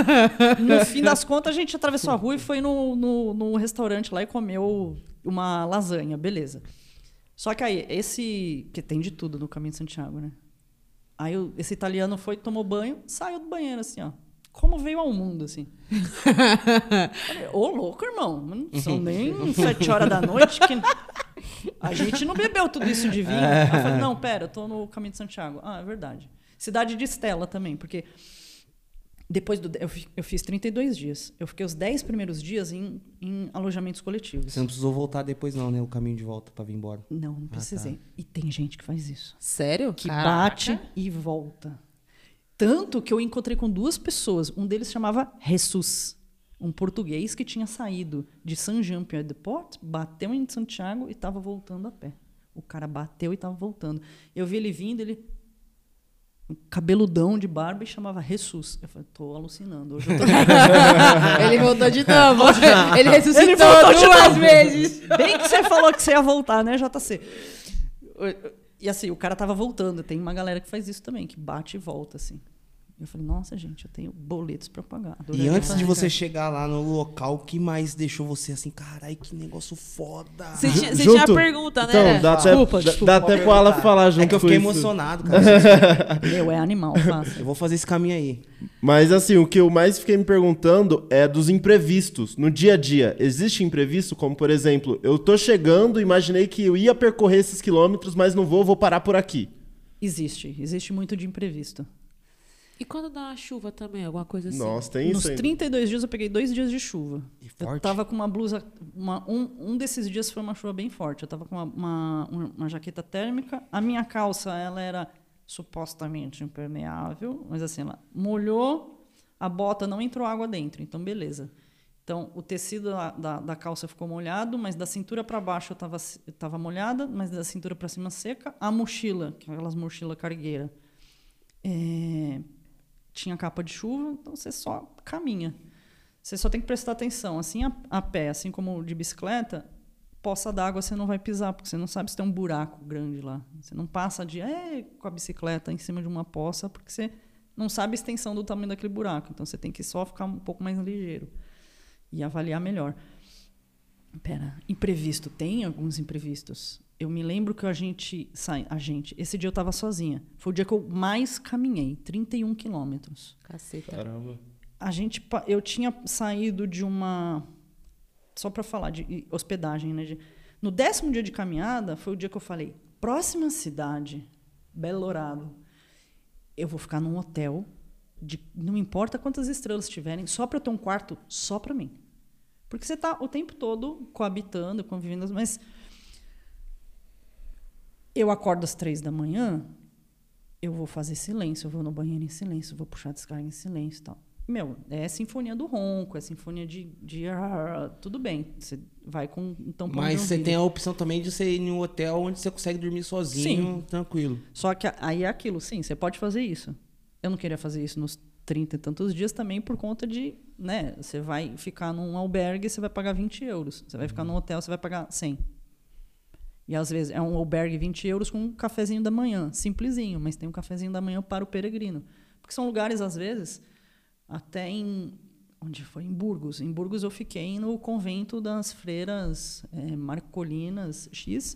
no, no fim das contas a gente atravessou a rua e foi no, no, no restaurante lá e comeu uma lasanha, beleza. Só que aí, esse... Que tem de tudo no Caminho de Santiago, né? Aí o- esse italiano foi, tomou banho, saiu do banheiro assim, ó. Como veio ao mundo, assim. Falei, ô, louco, irmão. Não são nem sete horas da noite que... A gente não bebeu tudo isso de vinho. Aí eu falei, não, pera, eu tô no Caminho de Santiago. Ah, é verdade. Cidade de Estela também, porque depois do... Eu, fi- eu fiz trinta e dois dias. Eu fiquei os dez primeiros dias em, em alojamentos coletivos. Você não precisou voltar depois não, né? O caminho de volta pra vir embora. Não, não precisei. E tem gente que faz isso. Sério? Que Caraca. bate e volta. Tanto que eu encontrei com duas pessoas. Um deles chamava Jesus, um português que tinha saído de Saint-Jean-Pied-de-Port, bateu em Santiago e estava voltando a pé. O cara bateu e tava voltando. Eu vi ele vindo, ele... um cabeludão de barba e chamava Jesus. Eu falei, tô alucinando. Hoje eu tô... Ele voltou de novo. Ele ressuscitou Ele voltou de duas novo. vezes. Bem que você falou que você ia voltar, né, J C? E assim, o cara tava voltando. Tem uma galera que faz isso também, que bate e volta, assim. Eu falei, nossa, gente, eu tenho boletos pra pagar. E Adoraria antes fazer, de você cara. chegar lá no local, o que mais deixou você assim, carai, que negócio foda? Você tinha, você Junto- tinha a pergunta, né? Então, dá até, Desculpa, dá- desculpa. dá até pro Alan falar junto É que eu com fiquei isso. emocionado, cara. Meu, é animal, fácil. Eu vou fazer esse caminho aí. Mas assim, o que eu mais fiquei me perguntando é dos imprevistos. No dia a dia, existe imprevisto? Como, por exemplo, eu tô chegando, imaginei que eu ia percorrer esses quilômetros, mas não vou, vou parar por aqui. Existe, existe muito de imprevisto. E quando dá uma chuva também, alguma coisa assim? Nossa, tem Nos isso ainda. trinta e dois dias eu peguei dois dias de chuva. E Eu forte. tava com uma blusa. Uma, um, um desses dias foi uma chuva bem forte. Eu tava com uma, uma, uma- uma jaqueta térmica. A minha calça ela era supostamente impermeável, mas assim, ela molhou, a bota não entrou água dentro, então beleza. Então o tecido da, da, da calça ficou molhado, mas da cintura para baixo eu tava, eu tava molhada, mas da cintura para cima seca. A mochila, que é aquelas mochila cargueira, é, tinha capa de chuva, então você só caminha. Você só tem que prestar atenção. Assim, a, a pé, assim como de bicicleta, poça d'água você não vai pisar, porque você não sabe se tem um buraco grande lá. Você não passa de é, com a bicicleta em cima de uma poça, porque você não sabe a extensão do tamanho daquele buraco. Então você tem que só ficar um pouco mais ligeiro e avaliar melhor. Pera, imprevisto. Tem alguns imprevistos. Eu me lembro que a gente... Sai, a gente... Esse dia eu estava sozinha. Foi o dia que eu mais caminhei. trinta e um quilômetros. Caceta. Caramba. A gente... pa- Eu tinha saído de uma... Só para falar de hospedagem, né? De- no décimo dia de caminhada, foi o dia que eu falei, próxima cidade, Belo Dourado, eu vou ficar num hotel, de, não importa quantas estrelas tiverem, só para eu ter um quarto só para mim. Porque você está o tempo todo coabitando, convivendo, mas eu acordo às três da manhã, eu vou fazer silêncio, eu vou no banheiro em silêncio, eu vou puxar a descarga em silêncio e tal. Meu, é sinfonia do ronco, é sinfonia de... de tudo bem, você vai com um tampão Mas de você ouvido. tem a opção também de você ir em um hotel onde você consegue dormir sozinho, Sim. tranquilo. Só que aí é aquilo, sim, você pode fazer isso. Eu não queria fazer isso nos trinta e tantos dias também por conta de, né, você vai ficar num albergue, você vai pagar vinte euros. Você vai ficar num hotel, você vai pagar cem. E às vezes é um albergue vinte euros com um cafezinho da manhã, simplesinho, mas tem um cafezinho da manhã para o peregrino. Porque são lugares, às vezes, até em... Onde foi? Em Burgos. Em Burgos eu fiquei no convento das freiras é, marcolinas X.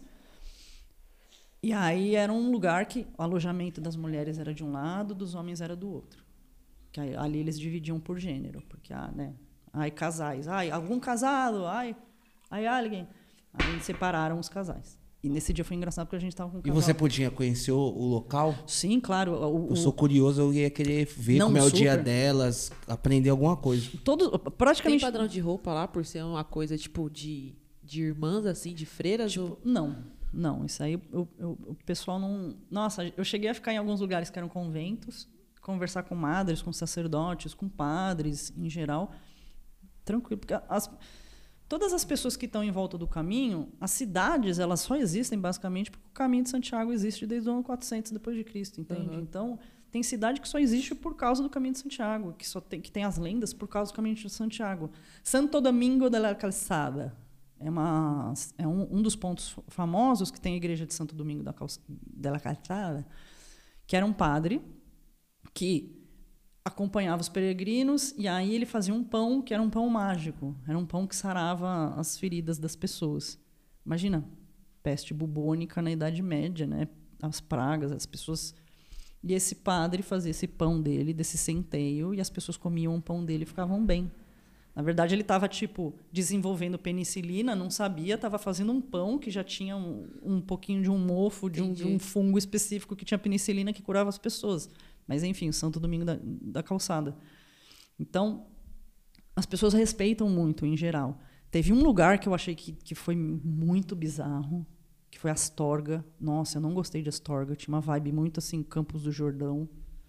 E aí era um lugar que o alojamento das mulheres era de um lado, dos homens era do outro. Que aí, ali eles dividiam por gênero, porque ah, né, ai casais, ai algum casado, ai, ai alguém. Aí separaram os casais. E nesse dia foi engraçado porque a gente estava com um E casal. você podia conhecer o, o local? Sim, claro. O, Eu o- sou curioso, eu ia querer ver Não, como é o dia super. delas, aprender alguma coisa. todo, Tem praticamente padrão de roupa lá, por ser uma coisa, tipo, de, de irmãs, assim, de freiras? ou... Não, não, isso aí eu- eu- o pessoal não... Nossa, eu cheguei a ficar em alguns lugares que eram conventos, conversar com madres, com sacerdotes, com padres, em geral, tranquilo, porque as, todas as pessoas que estão em volta do caminho, as cidades, elas só existem basicamente porque o caminho de Santiago existe desde o ano quatrocentos depois de Cristo, entende? Uhum. Então, tem cidade que só existe por causa do caminho de Santiago, que só tem, que tem as lendas por causa do caminho de Santiago. Santo Domingo de la Calçada é, uma, é um, um dos pontos famosos que tem a igreja de Santo Domingo da Calça, de la Calçada, que era um padre que acompanhava os peregrinos e aí ele fazia um pão que era um pão mágico, era um pão que sarava as feridas das pessoas. Imagina, peste bubônica na Idade Média, né? As pragas, as pessoas... E esse padre fazia esse pão dele, desse centeio, e as pessoas comiam o pão dele e ficavam bem. Na verdade, ele estava tipo desenvolvendo penicilina, não sabia, estava fazendo um pão que já tinha um, um pouquinho de um mofo, de um, de um fungo específico que tinha penicilina que curava as pessoas. Mas, enfim, o Santo Domingo da, da Calçada. Então, as pessoas respeitam muito, em geral. Teve um lugar que eu achei que, que foi muito bizarro, que foi Astorga. Nossa, eu não gostei de Astorga. Tinha uma vibe muito assim, Campos do Jordão.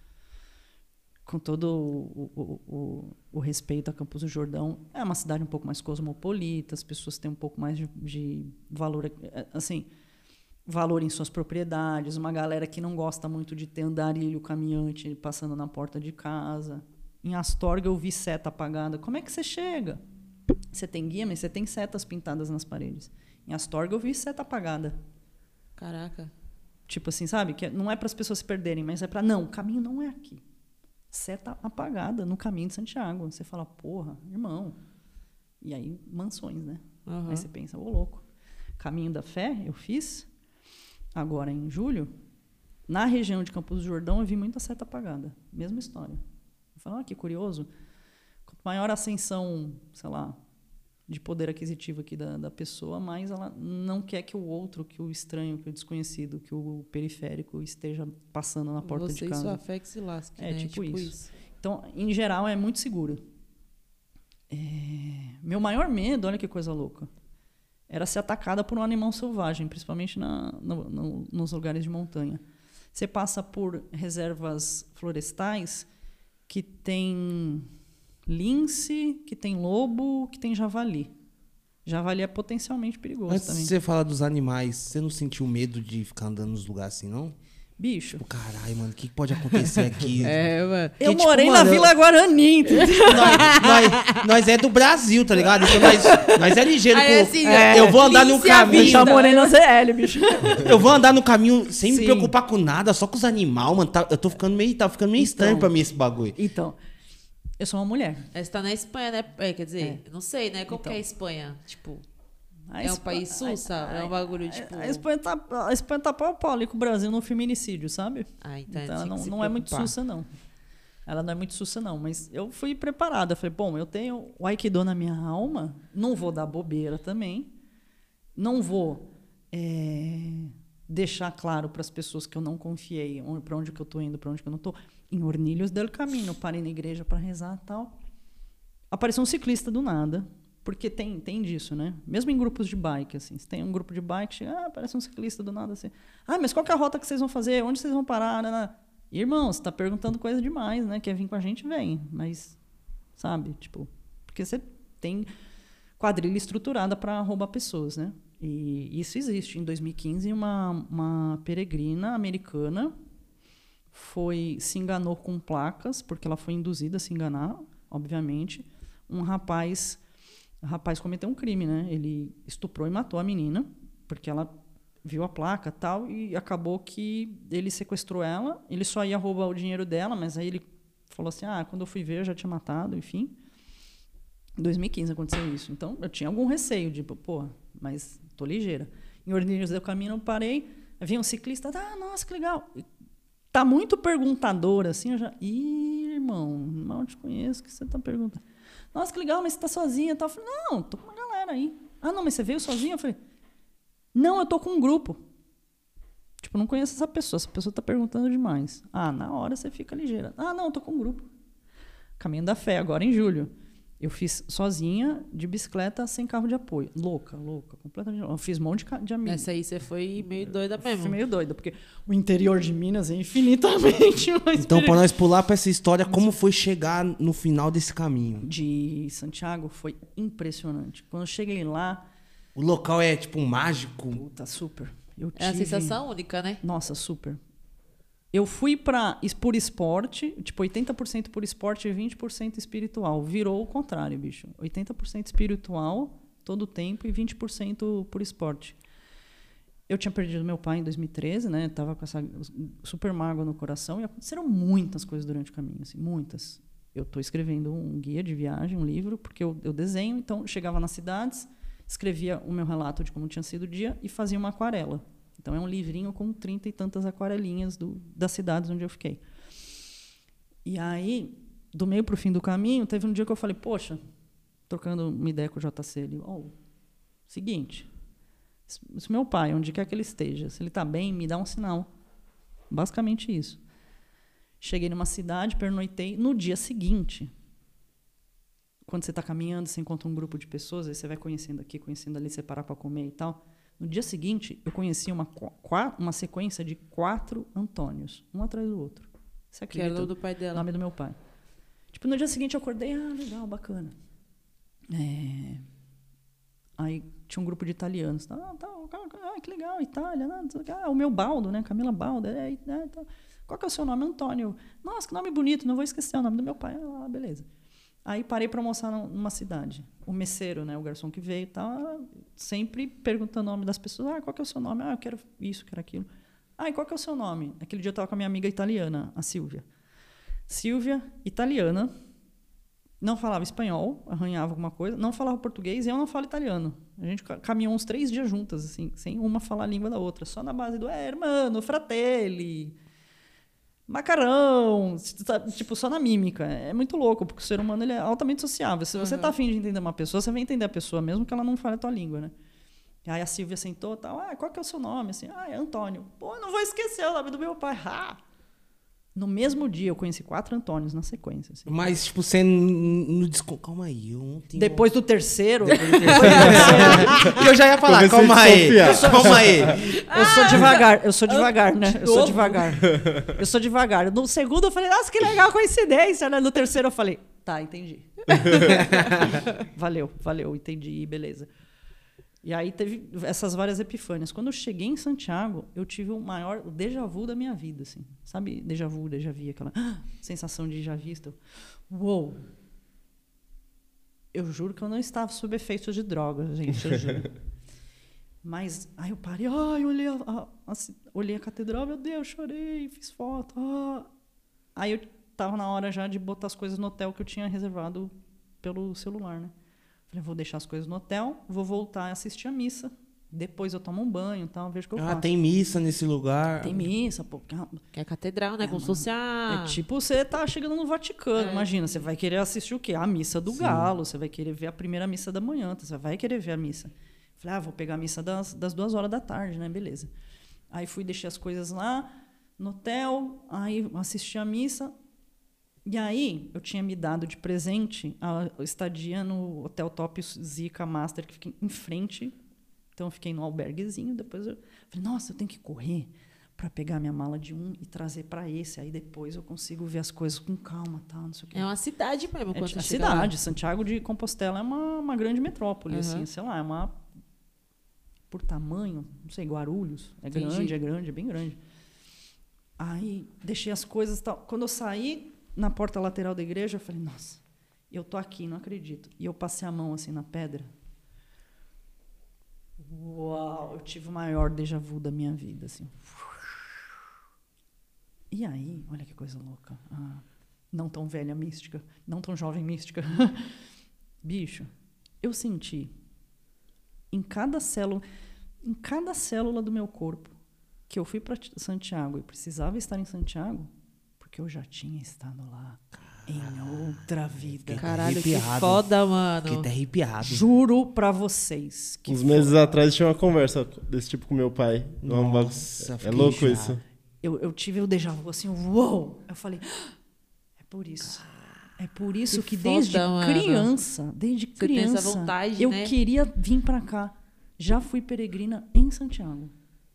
Com todo o, o, o, o respeito a Campos do Jordão. É uma cidade um pouco mais cosmopolita, as pessoas têm um pouco mais de, de valor. Assim, valor em suas propriedades, uma galera que não gosta muito de ter andarilho caminhante passando na porta de casa. Em Astorga eu vi seta apagada. Como é que você chega? Você tem guia, mas você tem setas pintadas nas paredes. Em Astorga eu vi seta apagada. Caraca. Tipo assim, sabe? Que não é para as pessoas se perderem, mas é para não, o caminho não é aqui. Seta apagada no caminho de Santiago. Você fala, porra, irmão. E aí, mansões, né? Uhum. Aí você pensa, ô louco. Caminho da Fé, eu fiz. Agora, em julho, na região de Campos do Jordão, eu vi muita seta apagada. Mesma história. Eu falo, ah, que curioso. Quanto maior a ascensão, sei lá, de poder aquisitivo aqui da, da pessoa, mais ela não quer que o outro, que o estranho, que o desconhecido, que o periférico esteja passando na porta Você de casa. Você e sua fé que se lasque, É, né? tipo, tipo isso. isso. Então, em geral, é muito seguro. É... Meu maior medo, olha que coisa louca, era ser atacada por um animal selvagem, principalmente na, no, no, nos lugares de montanha. Você passa por reservas florestais que tem lince, que tem lobo, que tem javali. Javali é potencialmente perigoso Antes também. de você falar dos animais, você não sentiu medo de ficar andando nos lugares assim, não? Bicho. Tipo, caralho, mano, o que que pode acontecer aqui? É, mano. Eu tipo, morei mano, na eu- Vila Guarani, entendeu? nós, nós, nós é do Brasil, tá ligado? Então nós, nós é ligeiro. Aí, com- assim, é, eu vou andar num polícia caminho. Eu já Vida. morei na Z L, bicho. Eu vou andar no caminho sem me Sim. preocupar com nada, só com os animais, mano. Tá- eu tô ficando meio, tá ficando meio Então. estranho pra mim esse bagulho. Então, eu sou uma mulher. Você tá na Espanha, né? É, quer dizer, É. não sei, né? Como Então. que é a Espanha? Tipo, A é um Espa- país sussa? a- É um bagulho, tipo... A Espanha tá, a Espanha tá pau a pau ali com o Brasil no feminicídio, sabe? Ah, então, Então ela tinha que não, se não é muito preocupar. sussa, não. Ela não é muito sussa, não. Mas eu fui preparada. Falei, bom, eu tenho o Aikido na minha alma, não vou dar bobeira também. Não vou é, deixar claro para as pessoas que eu não confiei para onde que eu tô indo, para onde que eu não tô. Em Ornilhos del Camino, parei na igreja para rezar e tal. Apareceu um ciclista do nada, porque tem, tem disso, né? Mesmo em grupos de bike, assim. Se tem um grupo de bike, chega, ah, aparece um ciclista do nada, assim. Ah, mas qual que é a rota que vocês vão fazer? Onde vocês vão parar? Né, né? Irmão, você tá perguntando coisa demais, né? Quer vir com a gente, vem. Mas, sabe? Tipo, porque você tem quadrilha estruturada para roubar pessoas, né? E isso existe. Em dois mil e quinze, uma, uma peregrina americana foi, se enganou com placas, porque ela foi induzida a se enganar, obviamente. Um rapaz, o rapaz cometeu um crime, né? Ele estuprou e matou a menina, porque ela viu a placa e tal, e acabou que ele sequestrou ela. Ele só ia roubar o dinheiro dela, mas aí ele falou assim, ah, quando eu fui ver, eu já tinha matado, enfim. Em dois mil e quinze aconteceu isso. Então, eu tinha algum receio, de, pô, mas tô ligeira. Em Ornilhos do Caminho, eu parei, vinha um ciclista, ah, nossa, que legal. Tá muito perguntador, assim, eu já... Ih, irmão, mal te conheço, o que você tá perguntando? Nossa, que legal, mas você tá sozinha e tal. Eu falei, não, tô com uma galera aí. Ah, não, mas você veio sozinha? Eu falei, não, eu tô com um grupo. Tipo, não conheço essa pessoa, essa pessoa tá perguntando demais. Ah, na hora você fica ligeira. Ah, não, eu tô com um grupo. Caminho da Fé, agora em julho. Eu fiz sozinha, de bicicleta, sem carro de apoio. Louca, louca, completamente louca. Eu fiz um monte de, ca- de amigos. Essa aí você foi meio doida Fui mesmo. meio doida, porque o interior de Minas é infinitamente mais Então, pra perigoso. nós pular pra essa história, como foi chegar no final desse caminho? De Santiago foi impressionante. Quando eu cheguei lá, O local é, tipo, um mágico. puta, super. Eu É a tive- sensação única, né? Nossa, super. Eu fui para por esporte, tipo oitenta por cento por esporte e vinte por cento espiritual. Virou o contrário, bicho. oitenta por cento espiritual todo o tempo e vinte por cento por esporte. Eu tinha perdido meu pai em dois mil e treze, né? Tava com essa super mágoa no coração e aconteceram muitas coisas durante o caminho, assim, muitas. Eu estou escrevendo um guia de viagem, um livro, porque eu, eu desenho, então eu chegava nas cidades, escrevia o meu relato de como tinha sido o dia e fazia uma aquarela. Então, é um livrinho com trinta e tantas aquarelinhas do, das cidades onde eu fiquei. E aí, do meio para o fim do caminho, teve um dia que eu falei, poxa, trocando uma ideia com o J C, ele, oh, seguinte, se meu pai, onde quer que ele esteja, se ele está bem, me dá um sinal. Basicamente isso. Cheguei numa cidade, pernoitei. No dia seguinte, quando você está caminhando, você encontra um grupo de pessoas, aí você vai conhecendo aqui, conhecendo ali, você para para comer e tal. No dia seguinte, eu conheci uma, uma sequência de quatro Antônios, um atrás do outro. Você Que era acredita? o do pai O dela. nome do meu pai. Tipo, no dia seguinte eu acordei, ah, legal, bacana. É... Aí tinha um grupo de italianos. Ah, tá, ah que legal, Itália. Ah, o meu Baldo, né? Camila Baldo. É, é, tá. Qual que é o seu nome? Antônio. Nossa, que nome bonito, não vou esquecer o nome do meu pai. Ah, beleza. Aí parei para almoçar numa cidade. O messeiro, né, o garçom que veio, tá sempre perguntando o nome das pessoas. Ah, qual que é o seu nome? Ah, eu quero isso, quero aquilo. Ah, e qual que é o seu nome? Aquele dia eu estava com a minha amiga italiana, a Silvia. Silvia, italiana, não falava espanhol, arranhava alguma coisa, não falava português e eu não falo italiano. A gente caminhou uns três dias juntas, assim, sem uma falar a língua da outra, só na base do é, hermano, fratelli, macarrão, tipo, só na mímica. É muito louco, porque o ser humano ele é altamente sociável. Se você uhum. tá afim de entender uma pessoa, você vai entender a pessoa, mesmo que ela não fale a tua língua, né? E aí a Silvia sentou e tal, ah, qual que é o seu nome? Assim, ah, é Antônio. Pô, não vou esquecer o nome do meu pai. Ah! No mesmo dia, eu conheci quatro Antônios na sequência. Assim. Mas, tipo, você no desconto. Calma aí, eu não tenho... Depois do terceiro... Depois do terceiro. Eu já ia falar, calma aí, calma aí. Eu sou devagar, eu sou devagar, né? Eu sou devagar. Eu sou devagar. No segundo eu falei, nossa, que legal, coincidência, né? No terceiro eu falei, tá, entendi. Valeu, valeu, entendi, beleza. E aí teve essas várias epifânias. Quando eu cheguei em Santiago, eu tive o maior déjà vu da minha vida, assim. Sabe, déjà vu, déjà vu, aquela ah, sensação de já visto. Uou! Eu juro que eu não estava sob efeito de droga, gente, eu juro. Mas aí eu parei, ai, olhei a, a, a, olhei a catedral, meu Deus, chorei, fiz foto. Ah. Aí eu tava na hora já de botar as coisas no hotel que eu tinha reservado pelo celular, né? Falei, vou deixar as coisas no hotel, vou voltar e assistir a missa. Depois eu tomo um banho e tal, vejo o que eu ah, faço. Ah, tem missa nesse lugar? Tem missa, pô. Que é catedral, né? É, como se fosse a... É tipo, você tá chegando no Vaticano, é. Imagina. Você vai querer assistir o quê? A missa do Sim. Galo. Você vai querer ver a primeira missa da manhã. Você vai querer ver a missa. Falei, ah, vou pegar a missa das, das duas horas da tarde, né? Beleza. Aí fui, deixei as coisas lá no hotel. Aí assisti a missa. E aí, eu tinha me dado de presente a estadia no Hotel Top Zica Master, que fica em frente. Então, eu fiquei no alberguezinho. Depois eu falei, nossa, eu tenho que correr para pegar minha mala de um e trazer para esse. Aí, depois, eu consigo ver as coisas com calma, tal, não sei o quê. É uma cidade mesmo. É a cidade. Lá. Santiago de Compostela é uma, uma grande metrópole. Uhum. Assim, sei lá, é uma... Por tamanho, não sei, Guarulhos. É grande, Entendi. é grande, é bem grande. Aí, deixei as coisas e tal. Quando eu saí... Na porta lateral da igreja, eu falei, nossa, eu tô aqui, não acredito. E eu passei a mão assim na pedra. Uau, eu tive o maior déjà vu da minha vida. Assim. E aí, olha que coisa louca. Ah, não tão velha mística, não tão jovem mística. Bicho, eu senti em cada célula, em cada célula do meu corpo que eu fui para Santiago e precisava estar em Santiago, que eu já tinha estado lá em outra vida. Caralho, que foda, mano. Fiquei até arrepiado. Juro pra vocês. Que Uns foda. meses atrás tinha uma conversa desse tipo com meu pai. Nossa, é louco já. isso. Eu, eu tive o déjà vu assim, uou! Eu falei, ah, é por isso. É por isso que, que foda, desde mano. criança, desde Você criança, tem essa vontade, eu né? queria vir pra cá. Já fui peregrina em Santiago.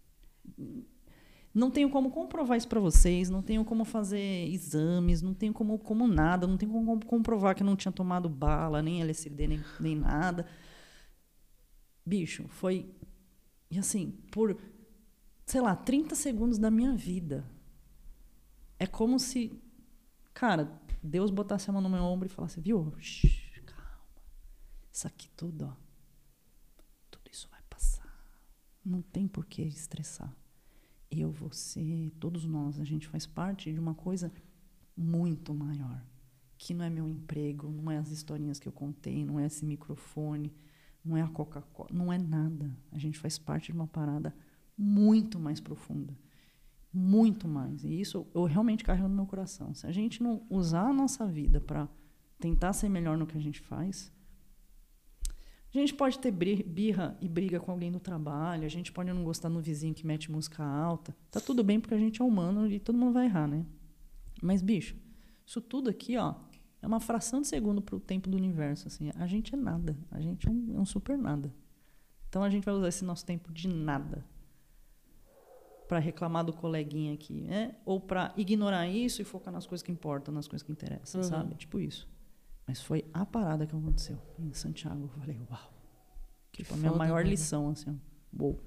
Não tenho como comprovar isso para vocês, não tenho como fazer exames, não tenho como, como nada, não tenho como comprovar que eu não tinha tomado bala, nem L S D, nem, nem nada. Bicho, foi... E assim, por, sei lá, trinta segundos da minha vida. É como se, cara, Deus botasse a mão no meu ombro e falasse, viu? Shhh, calma. Isso aqui tudo, ó. Tudo isso vai passar. Não tem por que estressar. Eu, você, todos nós, a gente faz parte de uma coisa muito maior, que não é meu emprego, não é as historinhas que eu contei, não é esse microfone, não é a Coca-Cola, não é nada. A gente faz parte de uma parada muito mais profunda, muito mais. E isso eu realmente carrego no meu coração. Se a gente não usar a nossa vida para tentar ser melhor no que a gente faz... A gente pode ter birra e briga com alguém no trabalho, a gente pode não gostar do vizinho que mete música alta. Tá tudo bem porque a gente é humano e todo mundo vai errar, né? Mas, bicho, isso tudo aqui, ó, é uma fração de segundo pro tempo do universo. Assim. A gente é nada, a gente é um, é um super nada. Então a gente vai usar esse nosso tempo de nada para reclamar do coleguinha aqui, né? Ou para ignorar isso e focar nas coisas que importam, nas coisas que interessam, uhum. sabe? Tipo isso. Mas foi a parada que aconteceu em Santiago. Eu falei, uau. Que Tipo, a minha foda, maior mano. lição, assim, ó. Uou.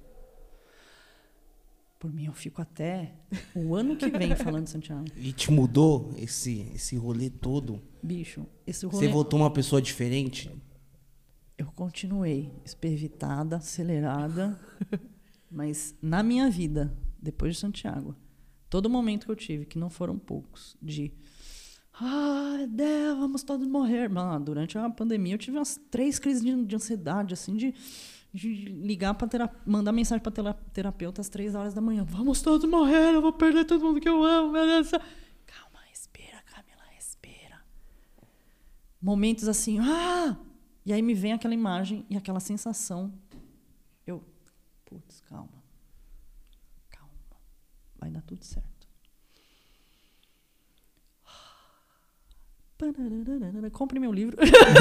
Por mim, eu fico até o ano que vem falando de Santiago. E te mudou esse, esse rolê todo? Bicho, esse Você rolê... voltou uma pessoa diferente? Eu continuei espervitada, acelerada, mas na minha vida, depois de Santiago, todo momento que eu tive, que não foram poucos, de ai, Deus, vamos todos morrer. Mano, durante a pandemia eu tive umas três crises de, de ansiedade, assim, de, de ligar para terapeuta, mandar mensagem para terapeuta às três horas da manhã. Vamos todos morrer, eu vou perder todo mundo que eu amo, meu Deus do céu. Calma, respira, Camila, respira. Momentos assim, ah! E aí me vem aquela imagem e aquela sensação. Eu, putz, calma. Calma. Vai dar tudo certo. Compre meu livro.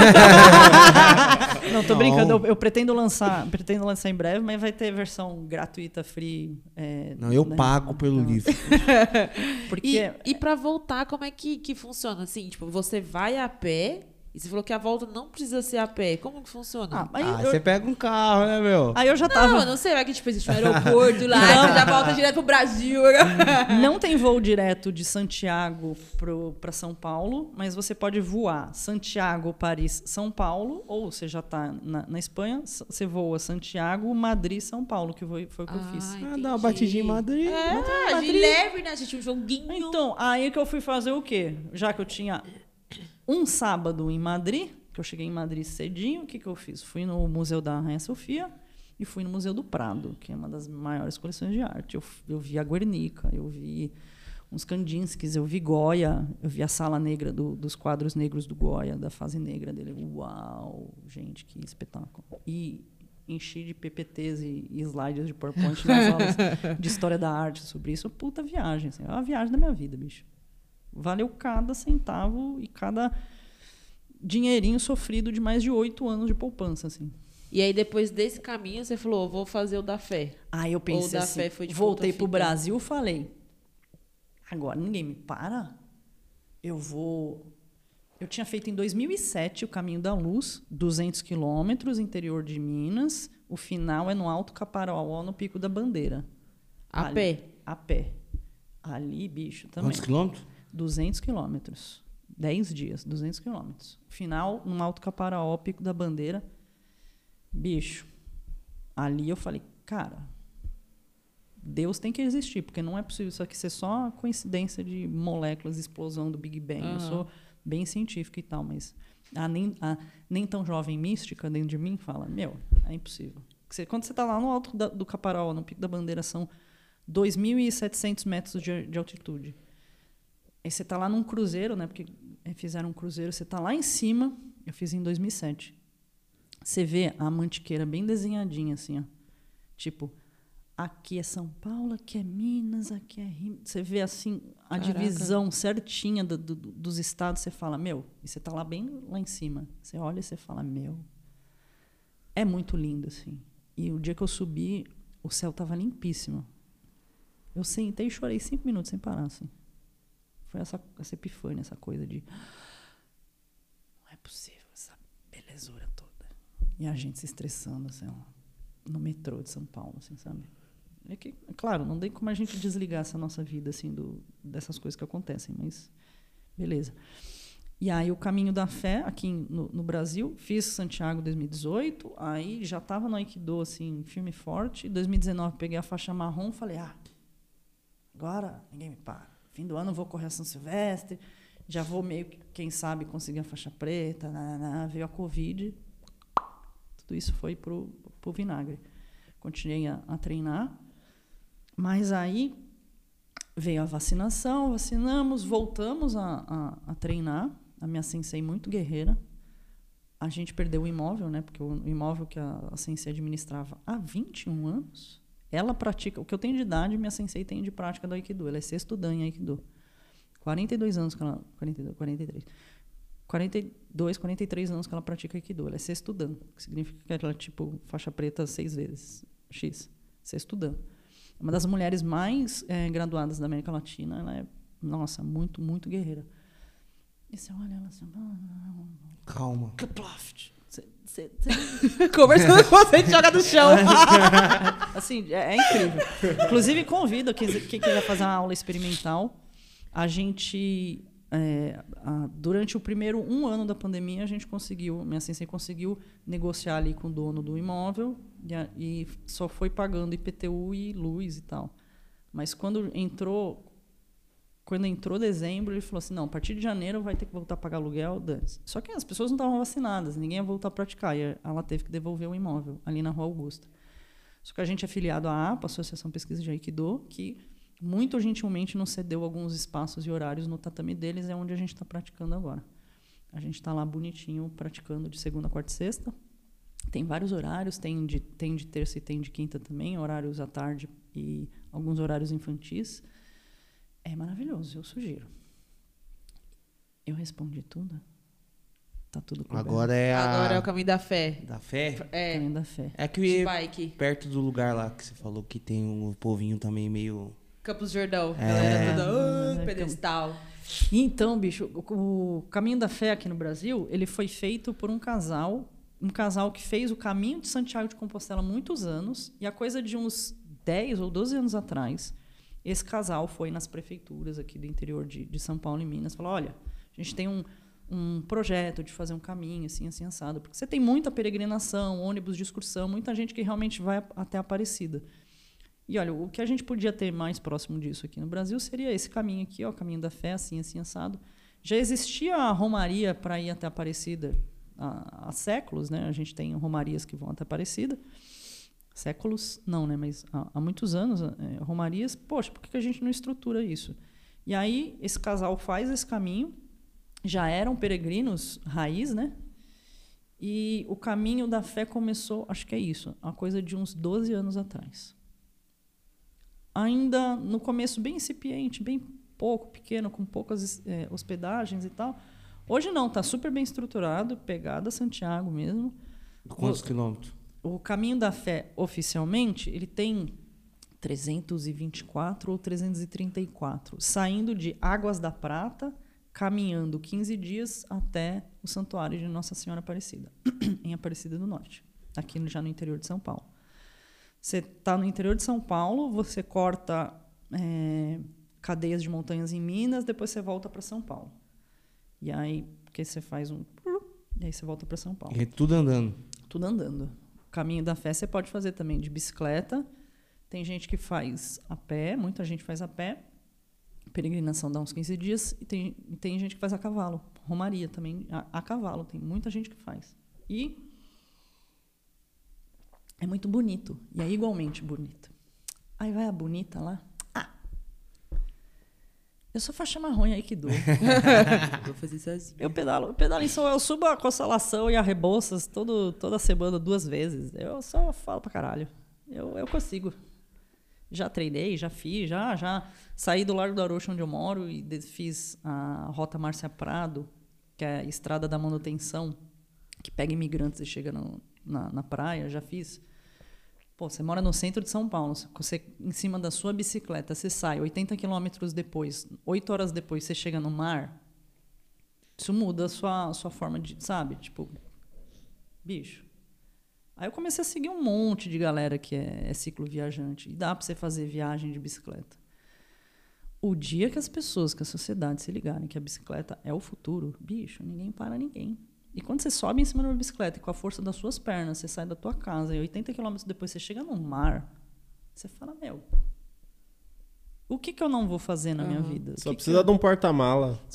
Não, tô Não. brincando. Eu, eu pretendo lançar, pretendo lançar em breve, mas vai ter versão gratuita, free. É, Não, eu né? pago pelo Então, livro. Porque E, e pra voltar, como é que, que funciona? Assim, tipo, você vai a pé e você falou que a volta não precisa ser a pé. Como que funciona? ah, aí Ah, eu, você pega um carro, né, meu? aí eu já não, tava. eu não sei, vai que tipo, existe um aeroporto lá, e você já volta direto pro Brasil. Não tem voo direto de Santiago para São Paulo, mas você pode voar Santiago, Paris, São Paulo, ou você já está na, na Espanha, você voa Santiago, Madrid, São Paulo, que foi, foi o que eu fiz. Ah, dá uma batidinha em Madrid. É, de leve, né? Assistir um joguinho. Então, aí que eu fui fazer o quê? Já que eu tinha um sábado em Madrid, que eu cheguei em Madrid cedinho, o que, que eu fiz? Fui no Museu da Rainha Sofia e fui no Museu do Prado, que é uma das maiores coleções de arte. Eu, eu vi a Guernica, eu vi uns Kandinskis, eu vi Goya, eu vi a Sala Negra do, dos quadros negros do Goya, da fase negra dele. Uau, gente, que espetáculo. E enchi de P P Ts e, e slides de PowerPoint nas aulas de História da Arte sobre isso. Puta viagem, assim, é uma viagem da minha vida, bicho. Valeu cada centavo e cada dinheirinho sofrido de mais de oito anos de poupança, assim. E aí, depois desse caminho, você falou, vou fazer o da fé. Aí eu pensei Ou da assim, fé foi de voltei ponta pro fita. Brasil, falei, agora ninguém me para, eu vou... Eu tinha feito em dois mil e sete o Caminho da Luz, duzentos quilômetros, interior de Minas, o final é no Alto Caparaó, no Pico da Bandeira. A Ali- pé. A pé. Ali, bicho, também. Quantos quilômetros? duzentos quilômetros. dez dias, duzentos quilômetros. Final, no Alto Caparaó, Pico da Bandeira. Bicho, ali eu falei, cara, Deus tem que existir, porque não é possível isso aqui ser só coincidência de moléculas, explosão do Big Bang. Aham. Eu sou bem científica e tal, mas a nem, a nem tão jovem mística dentro de mim fala, meu, é impossível. Você, quando você está lá no alto da, do Caparaó, no Pico da Bandeira, são dois mil e setecentos metros de, de altitude. Aí você está lá num cruzeiro, né? Porque fizeram um cruzeiro, você está lá em cima, eu fiz em dois mil e sete. Você vê a mantiqueira bem desenhadinha, assim, ó. Tipo, aqui é São Paulo, aqui é Minas, aqui é Rio. Você vê, assim, a Caraca. divisão certinha do, do, dos estados, você fala, meu, e você está lá bem lá em cima. Você olha e você fala, meu, é muito lindo, assim. E o dia que eu subi, o céu estava limpíssimo. Eu sentei e chorei cinco minutos sem parar, assim. Foi essa, essa epifânia, essa coisa de... Não é possível, essa belezura toda. E a gente se estressando, assim, ó, no metrô de São Paulo, assim, sabe? É que, é claro, não tem como a gente desligar essa nossa vida, assim, do, dessas coisas que acontecem, mas beleza. E aí o Caminho da Fé, aqui em- no, no Brasil, fiz Santiago em dois mil e dezoito, aí já estava no Aikido, assim, firme e forte. Em dois mil e dezenove peguei a faixa marrom, falei, ah, agora ninguém me para. Fim do ano eu vou correr a São Silvestre, já vou meio que, quem sabe, conseguir a faixa preta, nanana. Veio a Covid, tudo isso foi pro, pro vinagre. Continuei a, a treinar, mas aí veio a vacinação, vacinamos, voltamos a, a, a treinar. A minha sensei muito guerreira. A gente perdeu o imóvel, né? Porque o imóvel que a, a sensei administrava há vinte e um anos, ela pratica... O que eu tenho de idade, minha sensei tem de prática do Aikido. Ela é sexto dan em Aikido. quarenta e dois anos que ela... quarenta e dois, quarenta e três. quarenta e dois, quarenta e três anos que ela pratica Aikido. Ela é sexto dan, que significa que ela é tipo faixa preta seis vezes. X. Sexto dan. É uma das mulheres mais é, graduadas da América Latina. Ela é, nossa, muito, muito guerreira. E você olha ela assim... Calma. Kaploft. Cê, cê, cê... Conversando com você, joga no chão. Assim, é, é incrível. Inclusive, convido quem, quem quiser fazer uma aula experimental. A gente, é, a, durante o primeiro um ano da pandemia, a gente conseguiu, minha sensei conseguiu negociar ali com o dono do imóvel e, a, e só foi pagando I P T U e luz e tal. Mas quando entrou... Quando entrou dezembro, ele falou assim, não, a partir de janeiro vai ter que voltar a pagar aluguel, dane-se. Só que as pessoas não estavam vacinadas, ninguém ia voltar a praticar. E ela teve que devolver o imóvel, ali na Rua Augusta. Só que a gente é filiado à A P A, Associação Pesquisa de Aikido, que muito gentilmente nos cedeu alguns espaços e horários no tatame deles, é onde a gente está praticando agora. A gente está lá bonitinho, praticando de segunda, quarta e sexta. Tem vários horários, tem de, tem de terça e tem de quinta também, horários à tarde e alguns horários infantis. É maravilhoso, eu sugiro. Eu respondi tudo? Tá tudo coberto. Agora é a... Agora é o caminho da fé. Da fé? É. Caminho da fé. É que De bike. perto do lugar lá que você falou que tem um povinho também meio... Campos Jordão. É. Galera toda, É, "Ah, pedestal. Então, bicho, o, o Caminho da Fé aqui no Brasil, ele foi feito por um casal, um casal que fez o Caminho de Santiago de Compostela há muitos anos, e a coisa de uns dez ou doze anos atrás, esse casal foi nas prefeituras aqui do interior de, de São Paulo e Minas, falou, olha, a gente tem um, um projeto de fazer um caminho assim, assim, assado, porque você tem muita peregrinação, ônibus de excursão, muita gente que realmente vai até Aparecida. E olha, o que a gente podia ter mais próximo disso aqui no Brasil seria esse caminho aqui, ó, o Caminho da Fé, assim, assim, assado. Já existia a romaria para ir até Aparecida há, há séculos, né? A gente tem romarias que vão até Aparecida. Séculos, não, né? Mas há, há muitos anos, é, romarias, poxa, por que a gente não estrutura isso? E aí, esse casal faz esse caminho, já eram peregrinos raiz, né? E o Caminho da Fé começou, acho que é isso, uma coisa de uns doze anos atrás. Ainda no começo bem incipiente, bem pouco, pequeno, com poucas é, hospedagens e tal. Hoje não, está super bem estruturado, pegada Santiago mesmo. Quantos quilômetros? O Caminho da Fé, oficialmente, ele tem trezentos e vinte e quatro ou trezentos e trinta e quatro, saindo de Águas da Prata, caminhando quinze dias até o Santuário de Nossa Senhora Aparecida, em Aparecida do Norte, aqui já no interior de São Paulo. Você está no interior de São Paulo, você corta é, cadeias de montanhas em Minas, depois você volta para São Paulo. E aí, porque você faz um... E aí você volta para São Paulo. É tudo andando. Tudo andando. O Caminho da Fé você pode fazer também de bicicleta. Tem gente que faz a pé, muita gente faz a pé. Peregrinação dá uns quinze dias. E tem, tem gente que faz a cavalo. Romaria também, a, a cavalo. Tem muita gente que faz. E é muito bonito. E é igualmente bonito. Aí vai a bonita lá. Ah! Eu sou faixa marrom e Aikido. Vou fazer sozinho. Eu pedalo, eu pedalo em São eu subo a Consolação e a Rebouças todo, toda semana, duas vezes. Eu só falo pra caralho. Eu, eu consigo. Já treinei, já fiz, já, já saí do Largo do Arocho, onde eu moro, e fiz a Rota Márcia Prado, que é a estrada da manutenção, que pega imigrantes e chega no, na, na praia, já fiz. Pô, você mora no centro de São Paulo, você, em cima da sua bicicleta, você sai oitenta quilômetros depois, oito horas depois, você chega no mar, isso muda a sua, a sua forma de, sabe? Tipo, bicho. Aí eu comecei a seguir um monte de galera que é, é ciclo viajante, e dá para você fazer viagem de bicicleta. O dia que as pessoas, que a sociedade se ligarem que a bicicleta é o futuro, bicho, ninguém para ninguém. E quando você sobe em cima de uma bicicleta e com a força das suas pernas, você sai da tua casa e oitenta quilômetros depois você chega no mar, você fala, meu, o que, que eu não vou fazer na Uhum. minha vida? Só que precisa que de um porta-mala. Só...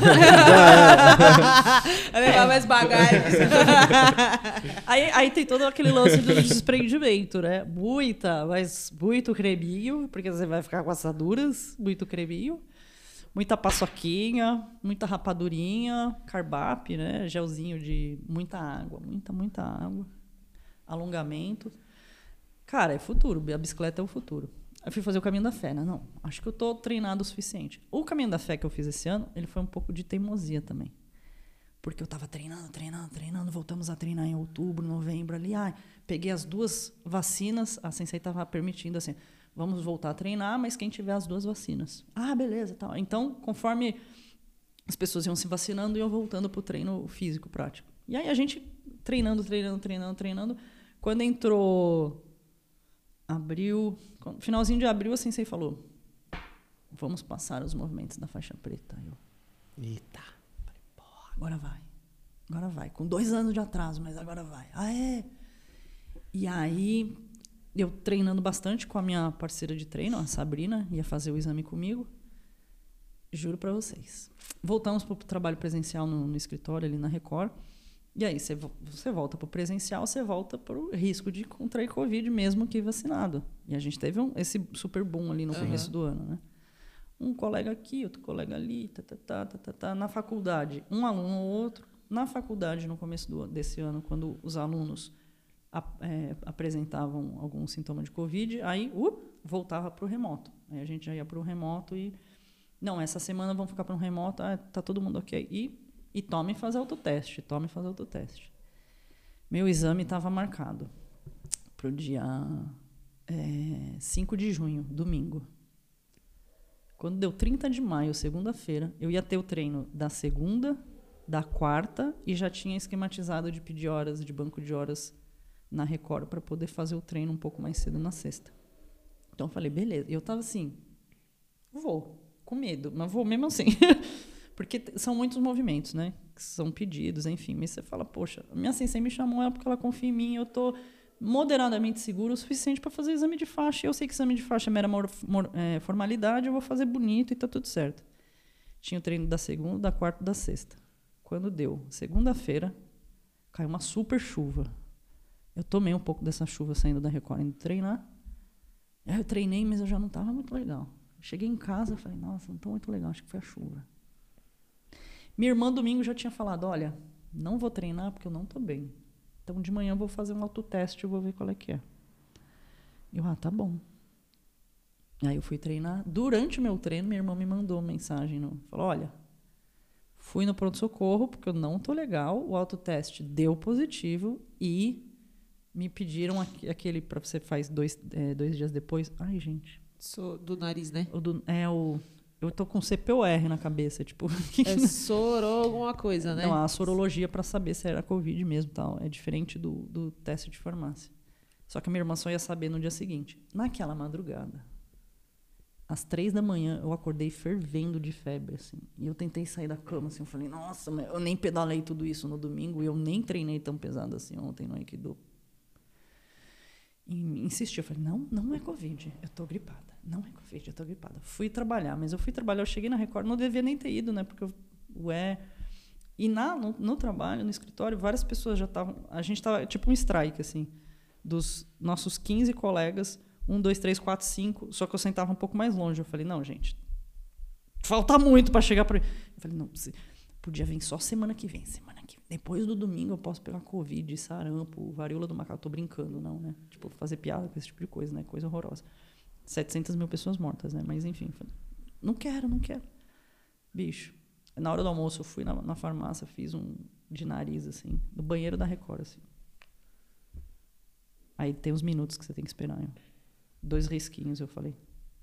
Vai levar mais bagagem. aí, aí tem todo aquele lance do desprendimento, né? Muita, mas muito creminho, porque você vai ficar com assaduras, muito creminho. Muita paçoquinha, muita rapadurinha, carbap, né? Gelzinho de muita água, muita, muita água. Alongamento. Cara, é futuro. A bicicleta é o futuro. Eu fui fazer o Caminho da Fé, né? Não, acho que eu tô treinado o suficiente. O Caminho da Fé que eu fiz esse ano, ele foi um pouco de teimosia também. Porque eu tava treinando, treinando, treinando. Voltamos a treinar em outubro, novembro ali. Ai, peguei as duas vacinas. A Sensei tava permitindo assim... Vamos voltar a treinar, mas quem tiver as duas vacinas. Ah, beleza. Tal. Então, conforme as pessoas iam se vacinando, iam voltando para o treino físico prático. E aí a gente treinando, treinando, treinando, treinando. Quando entrou abril, finalzinho de abril, a Sensei falou, vamos passar os movimentos da faixa preta. Eu, Eita. falei, porra, agora vai. Agora vai. Com dois anos de atraso, mas agora vai. Ah, é? E aí, eu treinando bastante com a minha parceira de treino, a Sabrina, ia fazer o exame comigo. Juro pra vocês. Voltamos pro trabalho presencial no, no escritório, ali na Record. E aí, você, você volta pro presencial, você volta pro risco de contrair Covid mesmo que vacinado. E a gente teve um, esse super boom ali no uhum. começo do ano, né? Um colega aqui, outro colega ali, tá, tá, tá, tá, tá, tá. Na faculdade, um aluno ou outro. Na faculdade, no começo do, desse ano, quando os alunos a, é, apresentavam algum sintoma de Covid, aí uh, voltava pro remoto. Aí a gente já ia pro remoto e... Não, essa semana vamos ficar para um remoto, ah, tá todo mundo ok. E, e tome fazer autoteste, tome fazer autoteste. Meu exame estava marcado para o dia é, cinco de junho, domingo. Quando deu trinta de maio, segunda-feira, eu ia ter o treino da segunda, da quarta, e já tinha esquematizado de pedir horas, de banco de horas na Record para poder fazer o treino um pouco mais cedo na sexta. Então eu falei, beleza. Eu estava assim, vou. Com medo, mas vou mesmo assim. Porque são muitos movimentos, né? Que são pedidos, enfim. Mas você fala, poxa, a minha sensei me chamou ela porque ela confia em mim, eu estou moderadamente seguro o suficiente para fazer exame de faixa. Eu sei que exame de faixa é mera mor, mor, é, formalidade, eu vou fazer bonito e está tudo certo. Tinha o treino da segunda, da quarta e da sexta. Quando deu segunda-feira, caiu uma super chuva. Eu tomei um pouco dessa chuva saindo da Record indo treinar. Aí eu treinei, mas eu já não estava muito legal. Cheguei em casa e falei, nossa, não estou muito legal, acho que foi a chuva. Minha irmã, domingo, já tinha falado, olha, não vou treinar porque eu não estou bem. Então, de manhã eu vou fazer um autoteste e vou ver qual é que é. Eu, ah, tá bom. Aí eu fui treinar. Durante o meu treino, minha irmã me mandou uma mensagem. No, falou, olha, fui no pronto-socorro porque eu não estou legal, o autoteste deu positivo e me pediram aquele para você faz dois, é, dois dias depois. Ai, gente... Do nariz, né? O do, é o... Eu tô com C P O R na cabeça, tipo... É soro alguma coisa, né? Não, a sorologia para saber se era Covid mesmo, tal. É diferente do, do teste de farmácia. Só que a minha irmã só ia saber no dia seguinte. Naquela madrugada, às três da manhã, eu acordei fervendo de febre, assim. E eu tentei sair da cama, assim. Eu falei, nossa, eu nem pedalei tudo isso no domingo e eu nem treinei tão pesado assim ontem no Aikido. E insisti, eu falei, não, não é Covid, eu tô gripada. Não é Covid, eu tô gripada. Fui trabalhar, mas eu fui trabalhar, eu cheguei na Record, não devia nem ter ido, né? Porque eu, ué... E na, no, no trabalho, no escritório, várias pessoas já estavam... A gente tava tipo um strike, assim, dos nossos quinze colegas, um, dois, três, quatro, cinco, só que eu sentava um pouco mais longe. Eu falei, não, gente, falta muito para chegar para... Eu falei, não, podia vir só semana que vem, semana que vem. Depois do domingo eu posso pegar Covid, sarampo, varíola do macaco. Tô brincando, não, né? Tipo, fazer piada com esse tipo de coisa, né? Coisa horrorosa. setecentas mil pessoas mortas, né? Mas, enfim, falei, não quero, não quero. Bicho, na hora do almoço eu fui na, na farmácia, fiz um de nariz, assim, no banheiro da Record, assim. Aí tem uns minutos que você tem que esperar. Hein? Dois risquinhos, eu falei.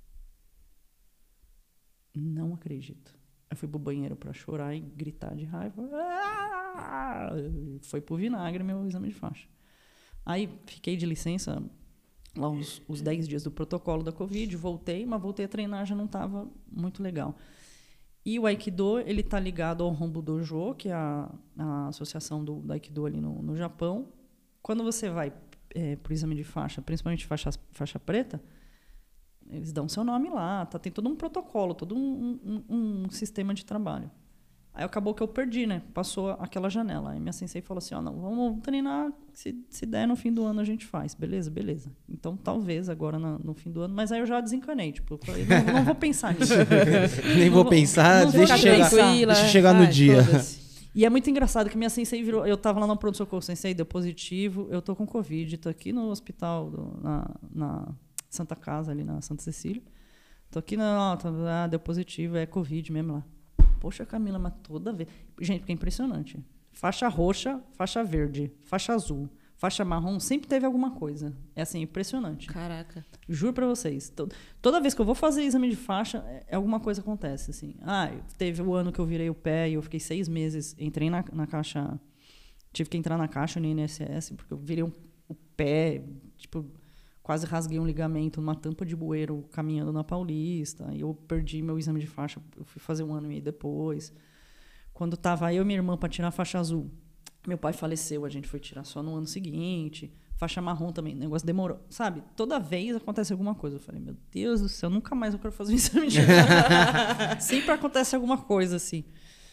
Não acredito. Eu fui pro banheiro pra chorar e gritar de raiva. Ah! Foi pro vinagre meu exame de faixa. Aí fiquei de licença lá os, os dez dias do protocolo da Covid, voltei, mas voltei a treinar, já não estava muito legal. E o Aikido, ele tá ligado ao Hombu Dojo, que é a, a associação do, do Aikido ali no, no Japão. Quando você vai é, pro exame de faixa, principalmente faixa, faixa preta, eles dão seu nome lá, tá? Tem todo um protocolo, todo um, um, um sistema de trabalho. Aí acabou que eu perdi, né? Passou aquela janela. Aí minha sensei falou assim, ó, não, vamos treinar, se, se der no fim do ano a gente faz. Beleza, beleza. Então, talvez agora no, no fim do ano, mas aí eu já desencanei, tipo, eu falei, não, não vou pensar nisso. Nem vou não pensar, não deixa, chegar, deixa chegar no Ai, dia. E é muito engraçado que minha sensei virou... Eu tava lá no pronto-socorro, sensei, deu positivo, eu tô com Covid, tô aqui no hospital, do, na, na Santa Casa, ali na Santa Cecília. Tô aqui, na, ah, deu positivo, é Covid mesmo lá. Poxa, Camila, mas toda vez... Gente, porque é impressionante. Faixa roxa, faixa verde, faixa azul, faixa marrom, sempre teve alguma coisa. É assim, impressionante. Caraca. Juro pra vocês. Toda vez que eu vou fazer exame de faixa, é, alguma coisa acontece, assim. Ah, teve o ano que eu virei o pé e eu fiquei seis meses, entrei na, na caixa tive que entrar na caixa no I N S S, porque eu virei um, o pé, tipo, quase rasguei um ligamento numa tampa de bueiro caminhando na Paulista. E eu perdi meu exame de faixa, eu fui fazer um ano e meio depois. Quando tava eu e minha irmã para tirar a faixa azul, meu pai faleceu, a gente foi tirar só no ano seguinte. Faixa marrom também, o negócio demorou. Sabe, toda vez acontece alguma coisa. Eu falei, meu Deus do céu, nunca mais eu quero fazer um exame de sempre acontece alguma coisa, assim.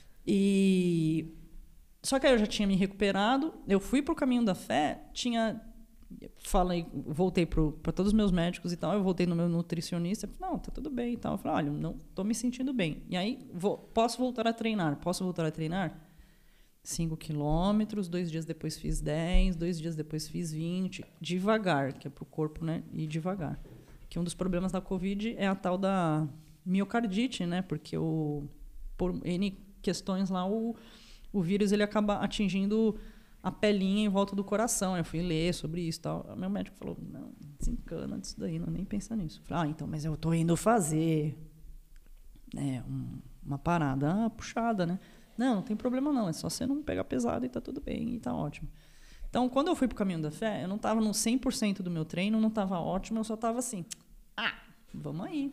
E... Só que aí eu já tinha me recuperado, eu fui pro caminho da fé, tinha... Falei, voltei para todos os meus médicos e tal, eu voltei no meu nutricionista, falei, não, tá tudo bem e tal. Eu falei, olha, não tô me sentindo bem. E aí, vou, posso voltar a treinar? Posso voltar a treinar? cinco quilômetros, dois dias depois fiz dez, dois dias depois fiz vinte, devagar, que é para o corpo, né, ir devagar. Que um dos problemas da Covid é a tal da miocardite, né, porque o, por N questões lá, o, o vírus ele acaba atingindo a pelinha em volta do coração. Eu fui ler sobre isso e tal. Meu médico falou, não, desencana disso daí, não nem pensa nisso. Eu falei, ah, então, mas eu tô indo fazer né, um, uma parada puxada, né? Não, não tem problema não, é só você não pegar pesado e tá tudo bem, e tá ótimo. Então, quando eu fui pro caminho da fé, eu não tava no cem por cento do meu treino, não tava ótimo, eu só tava assim, ah, vamos aí.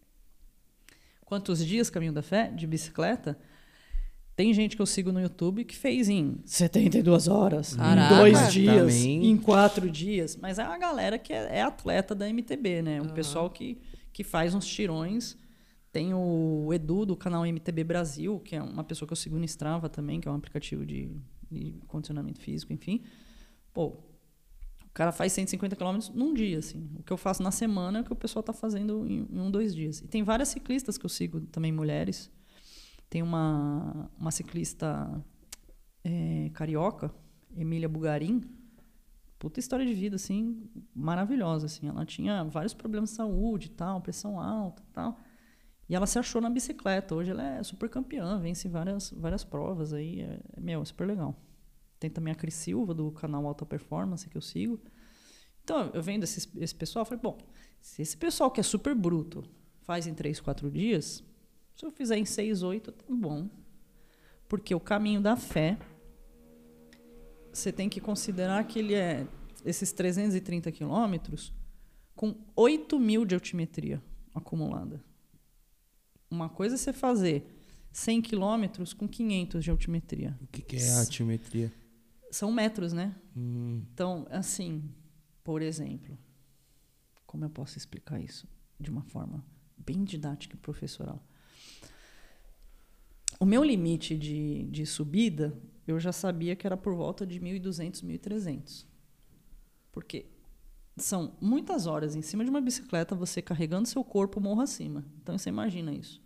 Quantos dias caminho da fé de bicicleta? Tem gente que eu sigo no YouTube que fez em setenta e duas horas, Caraca, em dois dias, também. em quatro dias. Mas é uma galera que é, é atleta da M T B, né? Um Uhum. pessoal que, que faz uns tirões. Tem o Edu, do canal M T B Brasil, que é uma pessoa que eu sigo no Strava também, que é um aplicativo de, de condicionamento físico, enfim. Pô, o cara faz cento e cinquenta quilômetros num dia, assim. O que eu faço na semana é o que o pessoal está fazendo em, em um, dois dias. E tem várias ciclistas que eu sigo, também mulheres. Tem uma, uma ciclista é, carioca, Emília Bugarin. Puta história de vida, assim, maravilhosa, assim. Ela tinha vários problemas de saúde e tal, pressão alta e tal. E ela se achou na bicicleta. Hoje ela é super campeã, vence várias, várias provas aí. É, meu, é super legal. Tem também a Cris Silva, do canal Alta Performance, que eu sigo. Então, eu vendo esse, esse pessoal, eu falei, bom, se esse pessoal que é super bruto faz em três, quatro dias, se eu fizer em seis, oito, tá bom. Porque o caminho da fé, você tem que considerar que ele é esses trezentos e trinta quilômetros com oito mil de altimetria acumulada. Uma coisa é você fazer cem quilômetros com quinhentos de altimetria. O que, que é a altimetria? São metros, né? Hum. Então, assim, por exemplo, como eu posso explicar isso de uma forma bem didática e professoral? O meu limite de, de subida, eu já sabia que era por volta de mil e duzentos, mil e trezentos. Porque são muitas horas em cima de uma bicicleta, você carregando seu corpo morro acima. Então, você imagina isso.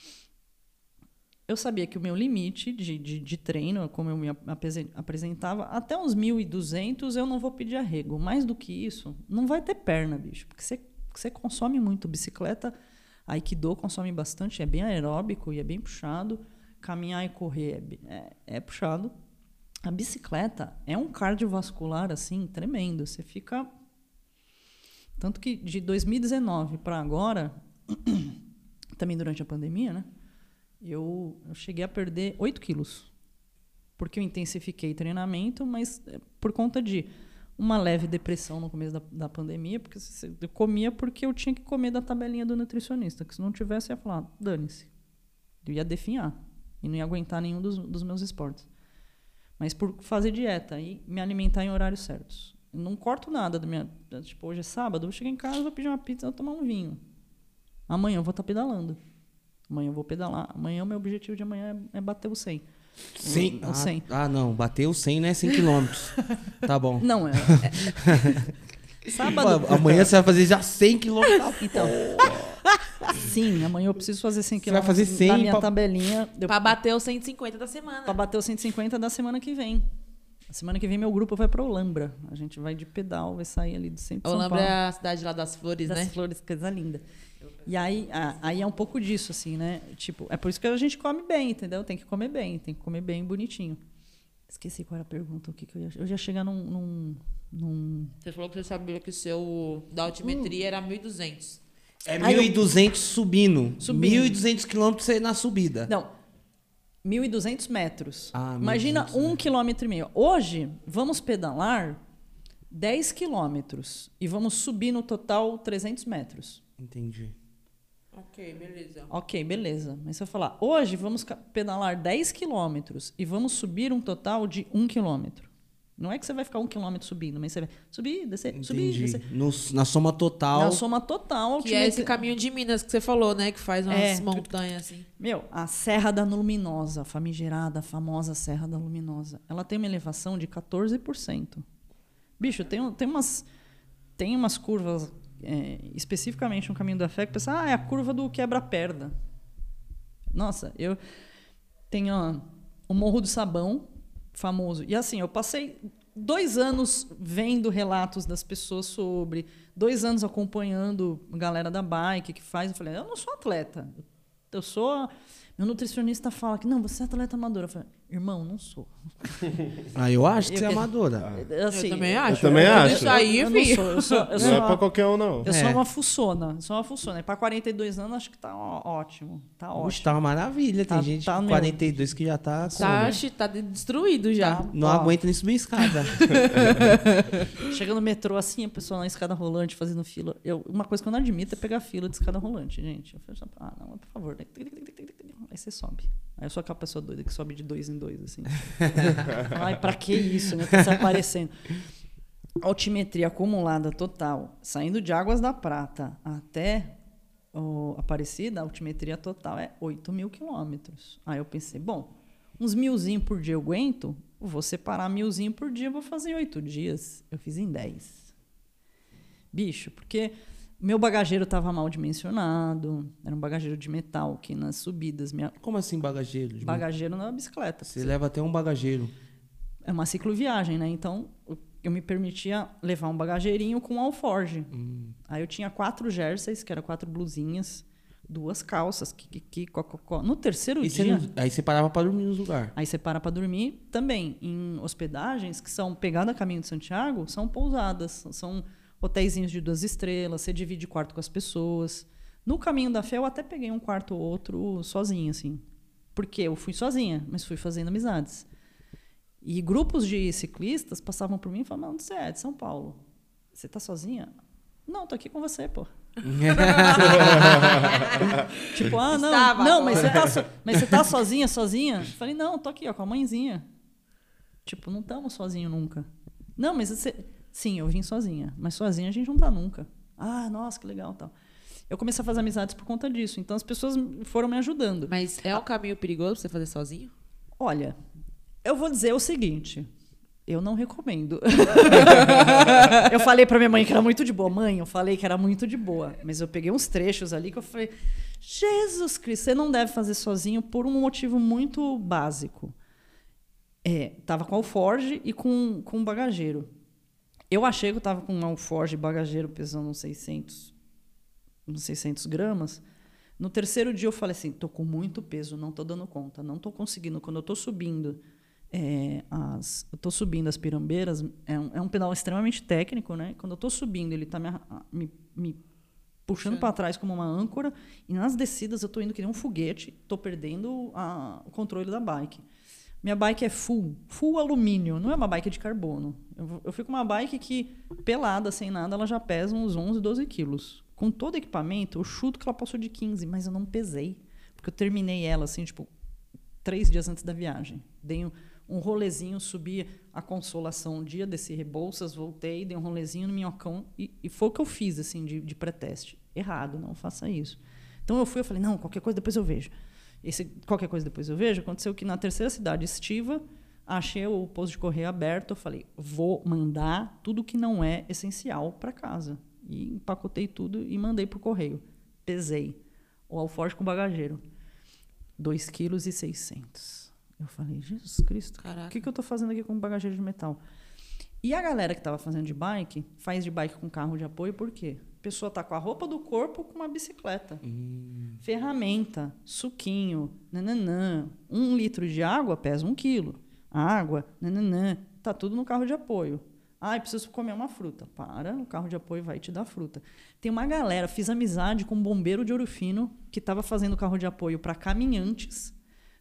Eu sabia que o meu limite de, de, de treino, como eu me apresentava, até uns mil e duzentos eu não vou pedir arrego. Mais do que isso, não vai ter perna, bicho. Porque você, você consome muito. Bicicleta, Aikido consome bastante, é bem aeróbico e é bem puxado. Caminhar e correr é, é, é puxado. A bicicleta é um cardiovascular, assim, tremendo. Você fica... Tanto que de dois mil e dezenove para agora, também durante a pandemia, né? Eu, eu cheguei a perder oito quilos. Porque eu intensifiquei treinamento, mas por conta de uma leve depressão no começo da, da pandemia, porque eu comia porque eu tinha que comer da tabelinha do nutricionista, que se não tivesse, eu ia falar, dane-se. Eu ia definhar e não ia aguentar nenhum dos, dos meus esportes. Mas por fazer dieta e me alimentar em horários certos. Eu não corto nada da minha... Tipo, hoje é sábado, eu vou chegar em casa, vou pedir uma pizza, vou tomar um vinho. Amanhã eu vou estar pedalando. Amanhã eu vou pedalar. Amanhã o meu objetivo de amanhã é bater o cem. cem? O, o Ah, cem. ah, não. Bateu cem, né? cem quilômetros. Tá bom. Não, é... é... Sábado... Pô, amanhã você vai fazer já cem quilômetros. Então... Sim, amanhã eu preciso fazer cem Você vai quilômetros fazer cem na minha pra- tabelinha. Eu... Pra bater os cento e cinquenta da semana. Pra bater os cento e cinquenta da semana que vem. A semana que vem meu grupo vai pra Olambra. A gente vai de pedal, vai sair ali do centro de São Olambra Paulo. é a cidade lá das flores, Das né? flores, coisa linda. E aí, a- aí é um pouco disso, assim, né? Tipo, é por isso que a gente come bem, entendeu? Tem que comer bem, tem que comer bem bonitinho. Esqueci qual era a pergunta, o que, que eu ia... Eu ia chegar num... num, num... Você falou que você sabia que o seu da altimetria era mil e duzentos. É Aí mil e duzentos subindo. Subindo. mil e duzentos quilômetros você na subida. Não. mil e duzentos metros. Ah, Imagina mil e duzentos um quilômetro e meio. Hoje, vamos pedalar dez quilômetros e vamos subir no total trezentos metros. Entendi. Ok, beleza. Ok, beleza. Mas se eu falar, hoje vamos ca- pedalar dez quilômetros e vamos subir um total de um quilômetro. Não é que você vai ficar um quilômetro subindo, mas você vai subir, descer, subir, Entendi. descer. No- na soma total. Na soma total, Que é esse caminho de Minas que você falou, né? Que faz umas É. montanhas assim. Meu, a Serra da Luminosa, a famigerada, famosa Serra da Luminosa, ela tem uma elevação de quatorze por cento. Bicho, tem, um- tem, umas, tem umas curvas, é, especificamente no Caminho da Fé, que pensa, ah, é a curva do quebra-perna. Nossa, eu tenho ó, o Morro do Sabão, famoso. E assim, eu passei dois anos vendo relatos das pessoas sobre, dois anos acompanhando a galera da bike que faz. Eu falei, eu não sou atleta. Eu sou... Meu nutricionista fala que, não, você é atleta amadora. Eu falei, irmão, não sou. Ah, eu acho que Eu- você é amadora. Assim, eu também acho. também acho. Isso aí, eu não filho. sou. Eu sou, eu Não sou é uma- pra qualquer um, não. eu sou É. uma fuçona. Eu sou uma fuçona. E para quarenta e dois anos, acho que tá ó- ótimo. Tá Oxe, ótimo. tá uma maravilha. Tem Tá- gente tá com meu. quarenta e dois que já tá... com- Tá, chi- tá de- destruído já. Tá. Não Ó. aguenta nem subir a escada. Chega no metrô assim, a pessoa na escada rolante fazendo fila. Eu, uma coisa que eu não admito é pegar fila de escada rolante, gente. Eu falo, ah, não, por favor. Aí você sobe. Aí eu sou aquela pessoa doida que sobe de dois em dois, assim. Ai, pra que isso, né? Tá se aparecendo. Altimetria acumulada total, saindo de Águas da Prata até o Aparecida, a altimetria total é oito mil quilômetros. Aí eu pensei, bom, uns milzinho por dia eu aguento, vou separar milzinho por dia, vou fazer em oito dias. Eu fiz em dez. Bicho, porque meu bagageiro estava mal dimensionado, era um bagageiro de metal que nas subidas... Minha... Como assim bagageiro? Bagageiro na bicicleta. Você leva até um bagageiro. É uma cicloviagem, né? Então, eu me permitia levar um bagageirinho com um alforge. Hum. Aí eu tinha quatro jerseys, que eram quatro blusinhas, duas calças, kikiki, cococó. No terceiro E você dia... não- aí você parava pra dormir nos lugares. Aí você para para dormir também em hospedagens que são pegada a caminho de Santiago, são pousadas, são hotéisinhos de duas estrelas, você divide quarto com as pessoas. No Caminho da Fé eu até peguei um quarto ou outro sozinha, assim. Porque eu fui sozinha, mas fui fazendo amizades. E grupos de ciclistas passavam por mim e falavam, onde você é? De São Paulo. Você tá sozinha? Não, tô aqui com você, pô. Tipo, ah, não, Estava não, agora. mas você, tá so- mas você tá sozinha, sozinha? Falei, não, tô aqui, ó, com a mãezinha. Tipo, não estamos sozinhos nunca. Não, mas você... Sim, eu vim sozinha, mas sozinha a gente não tá nunca. Ah, nossa, que legal, tal. Eu comecei a fazer amizades por conta disso, então as pessoas foram me ajudando. Mas é um caminho perigoso pra você fazer sozinho? Olha, eu vou dizer o seguinte, eu não recomendo. Eu falei pra minha mãe que era muito de boa. Mãe, eu falei que era muito de boa. Mas eu peguei uns trechos ali que eu falei, Jesus Cristo, você não deve fazer sozinho por um motivo muito básico. É, tava com alforge e com, com bagageiro. Eu achei que eu tava com um alforge e bagageiro pesando uns seiscentos, uns seiscentos gramas. No terceiro dia eu falei assim, tô com muito peso, não tô dando conta, não tô conseguindo. Quando eu tô subindo... É, as, eu tô subindo as pirambeiras, é um, é um pedal extremamente técnico, né? Quando eu tô subindo, ele tá me, me, me puxando para trás como uma âncora, e nas descidas eu tô indo que nem um foguete, tô perdendo a, o controle da bike. Minha bike é full, full alumínio, não é uma bike de carbono. Eu, eu fico com uma bike que, pelada, sem nada, ela já pesa uns onze, doze quilos. Com todo o equipamento, eu chuto que ela passou de quinze, mas eu não pesei, porque eu terminei ela, assim, tipo, três dias antes da viagem. Dei um um rolezinho, subi a Consolação um dia, desci Rebouças, voltei, dei um rolezinho no Minhocão e, e foi o que eu fiz, assim, de, de pré-teste. Errado, não faça isso. Então eu fui, eu falei, não, qualquer coisa depois eu vejo. Esse qualquer coisa depois eu vejo, aconteceu que na terceira cidade, Estiva, achei o posto de correio aberto, eu falei, vou mandar tudo que não é essencial para casa. E empacotei tudo e mandei pro correio. Pesei. O alforje com bagageiro. dois quilos e seiscentos. Eu falei, Jesus Cristo, o que, que eu tô fazendo aqui com um bagageiro de metal? E a galera que estava fazendo de bike, faz de bike com carro de apoio, por quê? A pessoa tá com a roupa do corpo com uma bicicleta. Hum. Ferramenta, suquinho, nananã. Um litro de água pesa um quilo. Água, nananã. Tá tudo no carro de apoio. Ah, eu preciso comer uma fruta. Para, o carro de apoio vai te dar fruta. Tem uma galera, fiz amizade com um bombeiro de Ouro Fino que estava fazendo carro de apoio para caminhantes,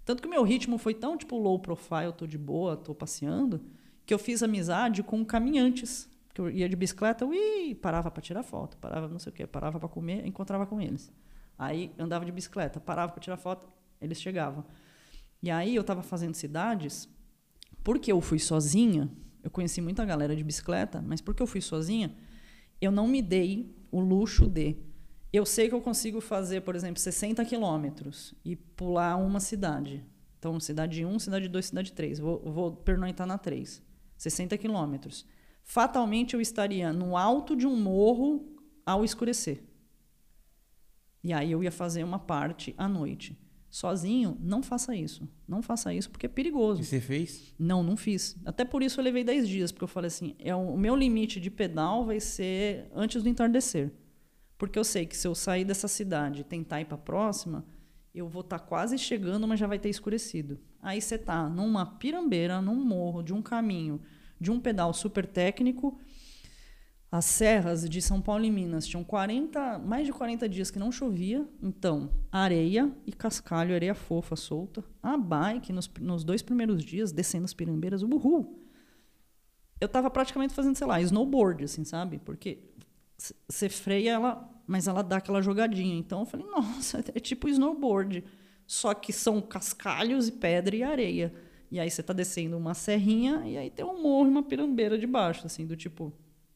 Tanto que o meu ritmo foi tão, tipo, low profile, tô de boa, tô passeando, que eu fiz amizade com caminhantes. Que eu ia de bicicleta, ui, parava para tirar foto, parava não sei o quê, parava para comer, encontrava com eles. Aí andava de bicicleta, parava para tirar foto, eles chegavam. E aí eu estava fazendo cidades, porque eu fui sozinha, eu conheci muita galera de bicicleta, mas porque eu fui sozinha, eu não me dei o luxo de... Eu sei que eu consigo fazer, por exemplo, sessenta quilômetros e pular uma cidade. Então, cidade um, cidade dois, cidade três. Vou, vou pernoitar na três. sessenta quilômetros. Fatalmente eu estaria no alto de um morro ao escurecer. E aí eu ia fazer uma parte à noite. Sozinho, não faça isso. Não faça isso porque é perigoso. E você fez? Não, não fiz. Até por isso eu levei dez dias, porque eu falei assim, é o meu limite de pedal vai ser antes do entardecer. Porque eu sei que se eu sair dessa cidade e tentar ir para a próxima, eu vou estar tá quase chegando, mas já vai ter escurecido. Aí você está numa pirambeira, num morro, de um caminho, de um pedal super técnico. As serras de São Paulo e Minas tinham quarenta, mais de quarenta dias que não chovia. Então, areia e cascalho, areia fofa, solta. A bike, nos, nos dois primeiros dias, descendo as pirambeiras, uhul. Eu estava praticamente fazendo, sei lá, snowboard, assim, sabe? Porque você freia ela, mas ela dá aquela jogadinha. Então, eu falei, nossa, é tipo snowboard. Só que são cascalhos e pedra e areia. E aí você está descendo uma serrinha e aí tem um morro e uma pirambeira de baixo, assim, do tipo...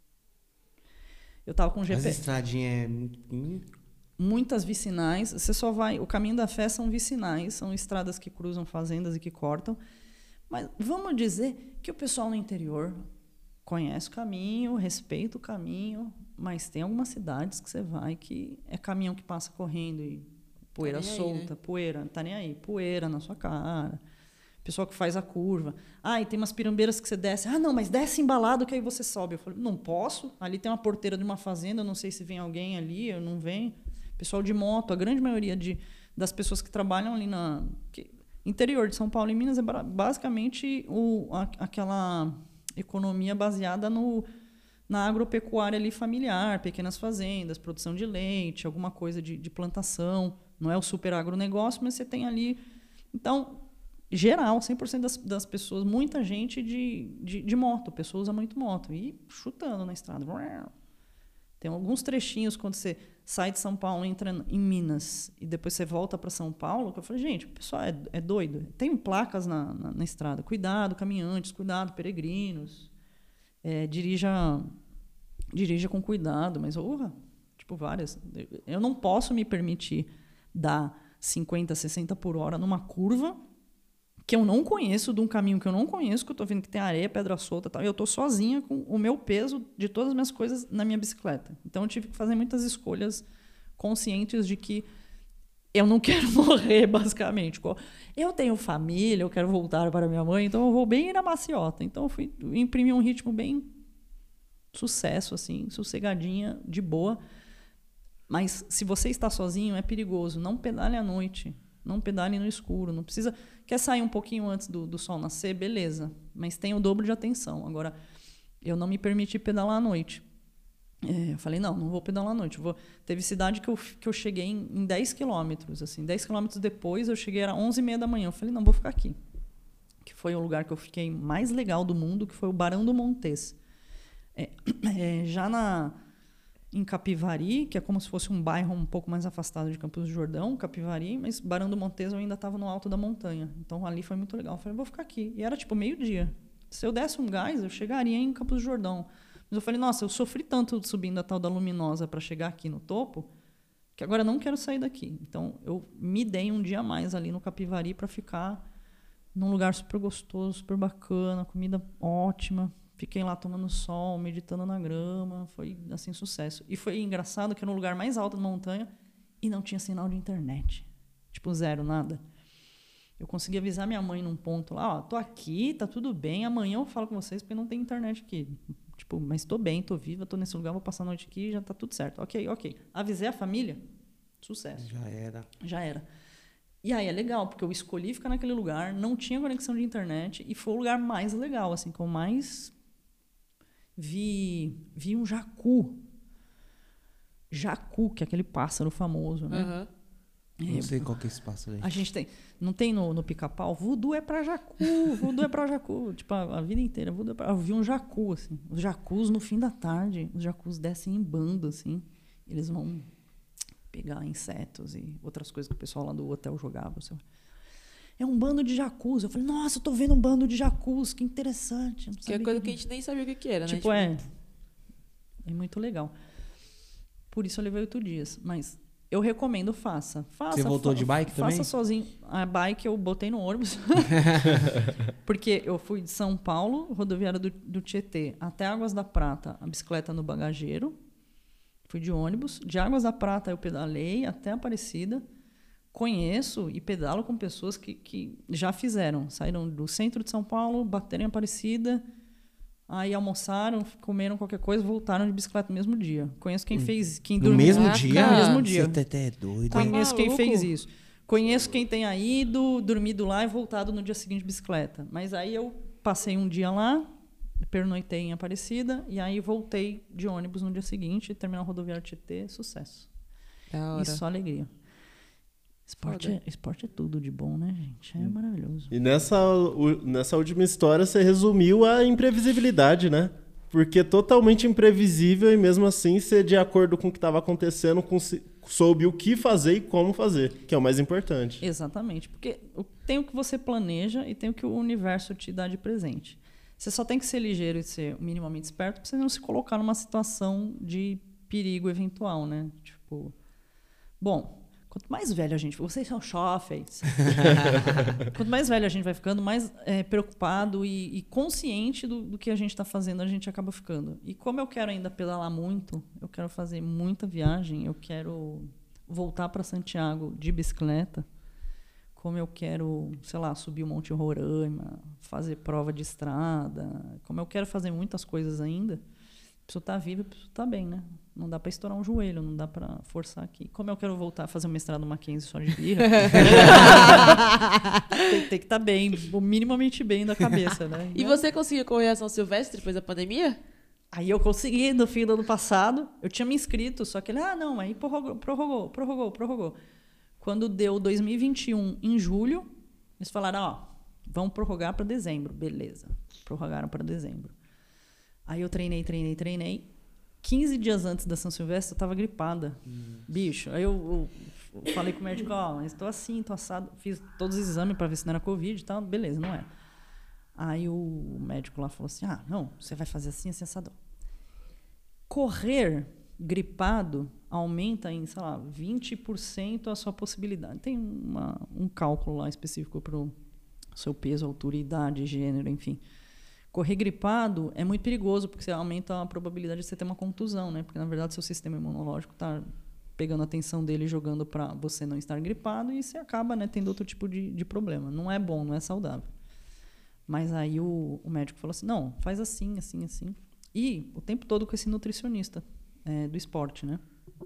Eu tava com o G P. As estradinhas é muito pequenininha. Muitas vicinais. Você só vai... O caminho da fé são vicinais, são estradas que cruzam fazendas e que cortam. Mas vamos dizer que o pessoal no interior conhece o caminho, respeita o caminho, mas tem algumas cidades que você vai que é caminhão que passa correndo e poeira tá solta, aí, né? poeira, não tá nem aí, poeira na sua cara. Pessoal que faz a curva. Ah, e tem umas pirambeiras que você desce. Ah, não, mas desce embalado que aí você sobe. Eu falei, não posso. Ali tem uma porteira de uma fazenda, eu não sei se vem alguém ali, eu não venho. Pessoal de moto, a grande maioria de, das pessoas que trabalham ali na... Que, interior de São Paulo e Minas é basicamente o, a, aquela economia baseada no, na agropecuária ali familiar, pequenas fazendas, produção de leite, alguma coisa de, de plantação. Não é o super agronegócio, mas você tem ali... Então... Geral, cem por cento das, das pessoas, muita gente de, de, de moto, a pessoa usa muito moto, e chutando na estrada. Tem alguns trechinhos quando você sai de São Paulo, entra em Minas, e depois você volta para São Paulo, que eu falei, gente, o pessoal é, é doido. Tem placas na, na, na estrada, cuidado, caminhantes, cuidado, peregrinos, é, dirija, dirija com cuidado, mas, orra, tipo, várias. Eu não posso me permitir dar cinquenta, sessenta por hora numa curva que eu não conheço, de um caminho que eu não conheço, que eu estou vendo que tem areia, pedra solta e tal, e eu estou sozinha com o meu peso de todas as minhas coisas na minha bicicleta. Então, eu tive que fazer muitas escolhas conscientes de que eu não quero morrer, basicamente. Eu tenho família, eu quero voltar para minha mãe, então eu vou bem na maciota. Então, eu fui imprimir um ritmo bem sucesso, assim, sossegadinha, de boa. Mas, se você está sozinho, é perigoso. Não pedale à noite. Não pedale no escuro, não precisa... Quer sair um pouquinho antes do, do sol nascer? Beleza, mas tem o dobro de atenção. Agora, eu não me permiti pedalar à noite. É, eu falei, não, não vou pedalar à noite. Eu vou... Teve cidade que eu, que eu cheguei em, em dez quilômetros. Assim, dez quilômetros depois, eu cheguei, era onze e meia da manhã. Eu falei, não, vou ficar aqui. Que foi o lugar que eu fiquei mais legal do mundo, que foi o Barão do Montes. É, é, já na... em Capivari, que é como se fosse um bairro um pouco mais afastado de Campos do Jordão, Capivari, mas Barão do Montes eu ainda estava no alto da montanha. Então, ali foi muito legal. Eu falei, vou ficar aqui. E era, tipo, meio-dia. Se eu desse um gás, eu chegaria em Campos do Jordão. Mas eu falei, nossa, eu sofri tanto subindo a tal da Luminosa para chegar aqui no topo, que agora eu não quero sair daqui. Então, eu me dei um dia a mais ali no Capivari para ficar num lugar super gostoso, super bacana, comida ótima. Fiquei lá tomando sol, meditando na grama, foi assim sucesso. E foi engraçado que era no lugar mais alto da montanha e não tinha sinal de internet. Tipo, zero, nada. Eu consegui avisar minha mãe num ponto lá, ó, tô aqui, tá tudo bem, amanhã eu falo com vocês porque não tem internet aqui. Tipo, mas tô bem, tô viva, tô nesse lugar, vou passar a noite aqui, já tá tudo certo. Ok, ok. Avisei a família, sucesso. Já era. Já era. E aí é legal, porque eu escolhi ficar naquele lugar, não tinha conexão de internet e foi o lugar mais legal, assim, com mais... Vi, vi um jacu. Jacu, que é aquele pássaro famoso, né? Uhum. Não sei qual que é esse espaço aí. A gente tem... Não tem no, no Pica-Pau? Voodoo é pra Jacu, voodoo é pra Jacu. Tipo, a, a vida inteira, voodoo é pra... Eu vi um Jacu, assim. Os Jacus, no fim da tarde, os Jacus descem em bando, assim. Eles vão pegar insetos e outras coisas que o pessoal lá do hotel jogava. Assim. É um bando de Jacus. Eu falei, nossa, eu tô vendo um bando de Jacus, que interessante. Que é coisa que a gente nem sabia o que, que era, tipo, né? Tipo, é... É muito legal. Por isso eu levei oito dias. Mas... Eu recomendo, faça. faça Você voltou fa de bike também? Faça sozinho. A bike eu botei no ônibus. Porque eu fui de São Paulo, rodoviária do, do Tietê, até Águas da Prata, a bicicleta no bagageiro. Fui de ônibus. De Águas da Prata eu pedalei até Aparecida. Conheço e pedalo com pessoas que, que já fizeram. Saíram do centro de São Paulo, bateram em Aparecida... Aí almoçaram, comeram qualquer coisa, voltaram de bicicleta no mesmo dia. Conheço quem fez, quem no dormiu. mesmo Ah, dia? No mesmo dia. Você até é doido. Conheço Tá quem maluco? fez isso. Conheço quem tenha ido, dormido lá e voltado no dia seguinte de bicicleta. Mas aí eu passei um dia lá, pernoitei em Aparecida, e aí voltei de ônibus no dia seguinte, terminar o rodoviário Tietê, sucesso. Da hora. E só alegria. Esporte é, esporte é tudo de bom, né, gente? É maravilhoso. E nessa, u- nessa última história você resumiu a imprevisibilidade, né? Porque é totalmente imprevisível e mesmo assim você, de acordo com o que estava acontecendo, consi- soube o que fazer e como fazer, que é o mais importante. Exatamente. Porque o- tem o que você planeja e tem o que o universo te dá de presente. Você só tem que ser ligeiro e ser minimamente esperto para você não se colocar numa situação de perigo eventual, né? Tipo, bom... Quanto mais velho a gente... Vocês são jovens. Quanto mais velho a gente vai ficando, mais é, preocupado e, e consciente do, do que a gente está fazendo, a gente acaba ficando. E como eu quero ainda pedalar muito, eu quero fazer muita viagem, eu quero voltar para Santiago de bicicleta, como eu quero, sei lá, subir o Monte Roraima, fazer prova de estrada, como eu quero fazer muitas coisas ainda, preciso estar vivo, preciso estar bem, né? Não dá para estourar um joelho, não dá para forçar aqui. Como eu quero voltar a fazer um mestrado no Mackenzie só de birra, tem, tem que estar bem, minimamente bem da cabeça, né? E você conseguiu correr a São Silvestre depois da pandemia? Aí eu consegui, no fim do ano passado, eu tinha me inscrito, só que ele, ah, não, aí prorrogou, prorrogou, prorrogou, prorrogou. Quando deu dois mil e vinte e um, em julho, eles falaram, ó, vamos prorrogar para dezembro. Beleza, prorrogaram para dezembro. Aí eu treinei, treinei, treinei. quinze dias antes da São Silvestre, eu estava gripada. Hum. Bicho, aí eu, eu, eu falei com o médico, ó, oh, estou assim, estou assado. Fiz todos os exames para ver se não era Covid e tal. Beleza, não é. Aí o médico lá falou assim, ah, não, você vai fazer assim, assim, assado. Correr gripado aumenta em, sei lá, vinte por cento a sua possibilidade. Tem uma, um cálculo lá específico para o seu peso, altura, idade, gênero, enfim. Correr gripado é muito perigoso, porque você aumenta a probabilidade de você ter uma contusão, né? Porque, na verdade, seu sistema imunológico está pegando a atenção dele e jogando para você não estar gripado e você acaba, né, tendo outro tipo de, de problema. Não é bom, não é saudável. Mas aí o, o médico falou assim, não, faz assim, assim, assim. E o tempo todo com esse nutricionista é, do esporte, né?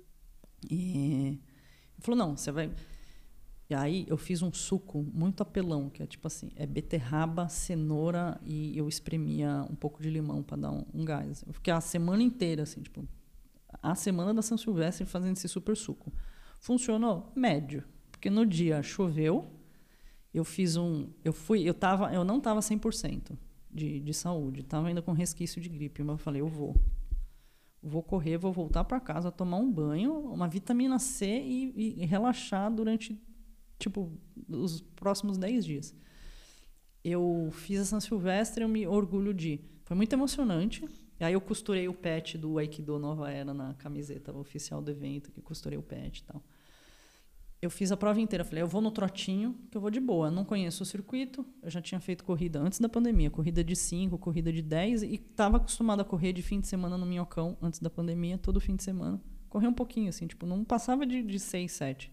E ele falou, não, você vai... E aí eu fiz um suco muito apelão, que é tipo assim, é beterraba, cenoura e eu espremia um pouco de limão para dar um, um gás. Eu fiquei a semana inteira, assim, tipo, a semana da São Silvestre fazendo esse super suco. Funcionou? Médio. Porque no dia choveu, eu fiz um... Eu fui, eu tava, eu não estava cem por cento de, de saúde, estava ainda com resquício de gripe, mas eu falei, eu vou. Vou correr, vou voltar para casa, tomar um banho, uma vitamina C e, e relaxar durante... tipo, os próximos dez dias. Eu fiz a São Silvestre, eu me orgulho de... Foi muito emocionante. Aí eu costurei o patch do Aikido Nova Era na camiseta oficial do evento, que costurei o patch e tal. Eu fiz a prova inteira. Falei, eu vou no trotinho, que eu vou de boa. Não conheço o circuito. Eu já tinha feito corrida antes da pandemia. Corrida de cinco, corrida de dez. E estava acostumada a correr de fim de semana no Minhocão, antes da pandemia, todo fim de semana. Corri um pouquinho, assim, tipo, não passava de, de seis, sete.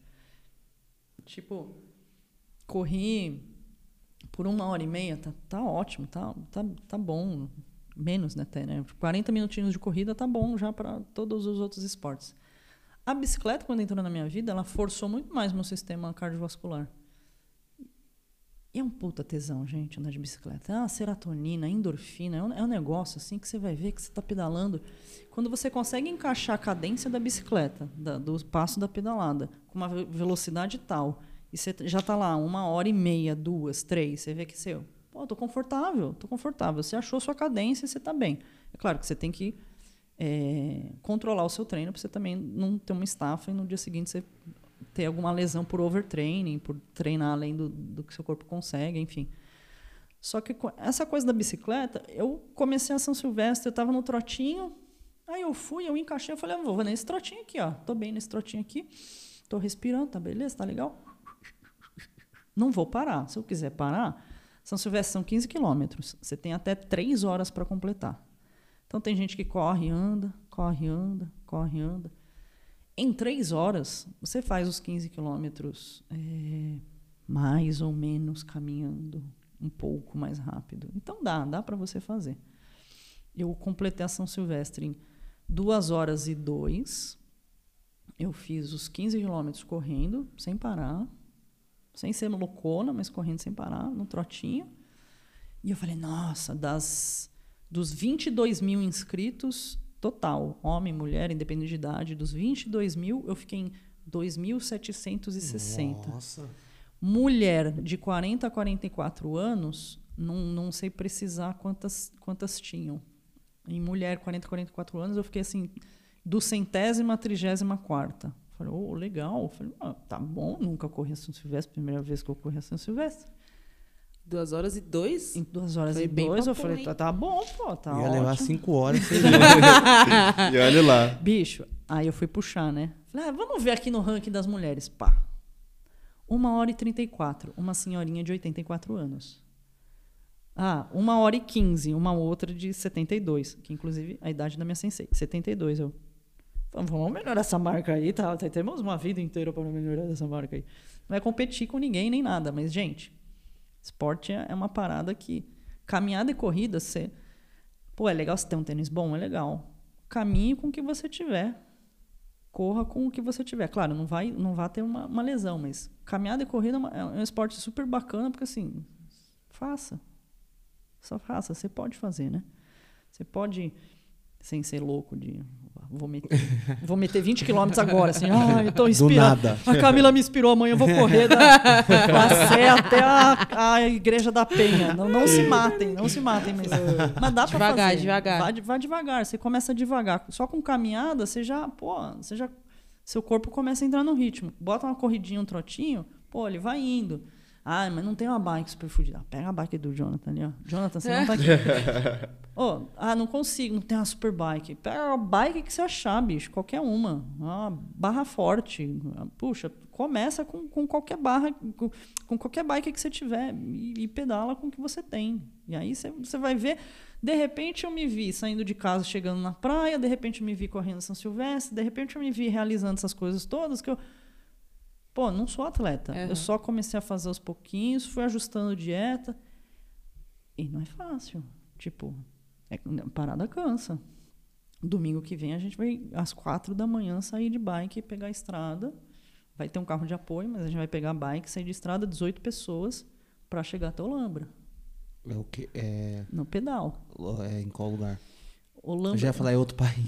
Tipo, corri por uma hora e meia, tá, tá ótimo, tá, tá, tá bom. Menos, né, até, né? quarenta minutinhos de corrida tá bom já para todos os outros esportes. A bicicleta, quando entrou na minha vida, ela forçou muito mais meu sistema cardiovascular. E é um puta tesão, gente, andar de bicicleta. É uma serotonina, endorfina, é um, é um negócio assim que você vai ver que você está pedalando. Quando você consegue encaixar a cadência da bicicleta, da, do passo da pedalada, com uma velocidade tal, e você já está lá uma hora e meia, duas, três, você vê que você... Pô, tô confortável, tô confortável. Você achou sua cadência e você está bem. É claro que você tem que é, controlar o seu treino para você também não ter uma estafa e no dia seguinte você ter alguma lesão por overtraining, por treinar além do, do que seu corpo consegue, enfim. Só que essa coisa da bicicleta, eu comecei a São Silvestre, eu estava no trotinho, aí eu fui, eu encaixei, eu falei, ah, vou nesse trotinho aqui, ó. Tô bem nesse trotinho aqui, tô respirando, tá beleza, tá legal? Não vou parar. Se eu quiser parar, São Silvestre são quinze quilômetros, você tem até três horas para completar. Então tem gente que corre, anda, corre, anda, corre, anda. Em três horas, você faz os quinze quilômetros é, mais ou menos caminhando um pouco mais rápido. Então dá, dá para você fazer. Eu completei a São Silvestre em duas horas e dois. Eu fiz os quinze quilômetros correndo, sem parar, sem ser loucona, mas correndo sem parar, no trotinho. E eu falei, nossa, das, dos vinte e dois mil inscritos... Total, homem, mulher, independente de idade, dos vinte e dois mil, eu fiquei em dois mil setecentos e sessenta. Nossa. Mulher de quarenta a quarenta e quatro anos, não, não sei precisar quantas, quantas tinham. Em mulher, quarenta a quarenta e quatro anos, eu fiquei assim, do centésima à trigésima quarta. Falei, oh, legal. Falei, ah, tá bom, nunca corri a São Silvestre, primeira vez que eu corri a São Silvestre. Duas horas e dois? Em duas horas Foi e bem dois, eu papo, falei, tá, tá bom, pô, tá Ia ótimo. levar cinco horas. E olha lá. Bicho, aí eu fui puxar, né? Falei, ah, vamos ver aqui no ranking das mulheres. Pá. Uma hora e trinta e quatro, uma senhorinha de oitenta e quatro anos. Ah, uma hora e quinze, uma outra de setenta e dois, que inclusive a idade da minha sensei, setenta e dois. Eu, vamos melhorar essa marca aí, tá? Temos uma vida inteira para melhorar essa marca aí. Não é competir com ninguém nem nada, mas, gente... Esporte é uma parada que... Caminhada e corrida, você... Pô, é legal você ter um tênis bom? É legal. Caminhe com o que você tiver. Corra com o que você tiver. Claro, não vai, não vai ter uma, uma lesão, mas caminhada e corrida é, uma, é um esporte super bacana, porque assim... Faça. Só faça. Você pode fazer, né? Você pode... Sem ser louco de... Vou meter, vou meter vinte quilômetros agora, assim. Ah, eu tô inspirado. A Camila me inspirou, amanhã eu vou correr da, da Sé até a, a Igreja da Penha. Não, não se matem, não se matem. Mas, mas dá pra devagar, fazer. Devagar, vá, vá devagar. Você começa devagar. Só com caminhada, você já... Pô, você já... Seu corpo começa a entrar no ritmo. Bota uma corridinha, um trotinho, pô, ele vai indo. Ah, mas não tem uma bike super fodida. Pega a bike do Jonathan ali, ó. Jonathan, você não tá aqui. Oh, ah, não consigo, não tem uma super bike. Pega a bike que você achar, bicho. Qualquer uma. Uma barra forte. Puxa, começa com, com qualquer barra, com, com qualquer bike que você tiver e, e pedala com o que você tem. E aí você, você vai ver... De repente eu me vi saindo de casa, chegando na praia. De repente eu me vi correndo em São Silvestre. De repente eu me vi realizando essas coisas todas que eu... Pô, não sou atleta. Uhum. Eu só comecei a fazer aos pouquinhos, fui ajustando dieta. E não é fácil. Tipo, é, parada cansa. Domingo que vem a gente vai, às quatro da manhã, sair de bike e pegar a estrada. Vai ter um carro de apoio, mas a gente vai pegar a bike, sair de estrada, dezoito pessoas, para chegar até Olambra. É o que? É... No pedal. É em qual lugar? Olambra. Eu já ia falar, é outro país.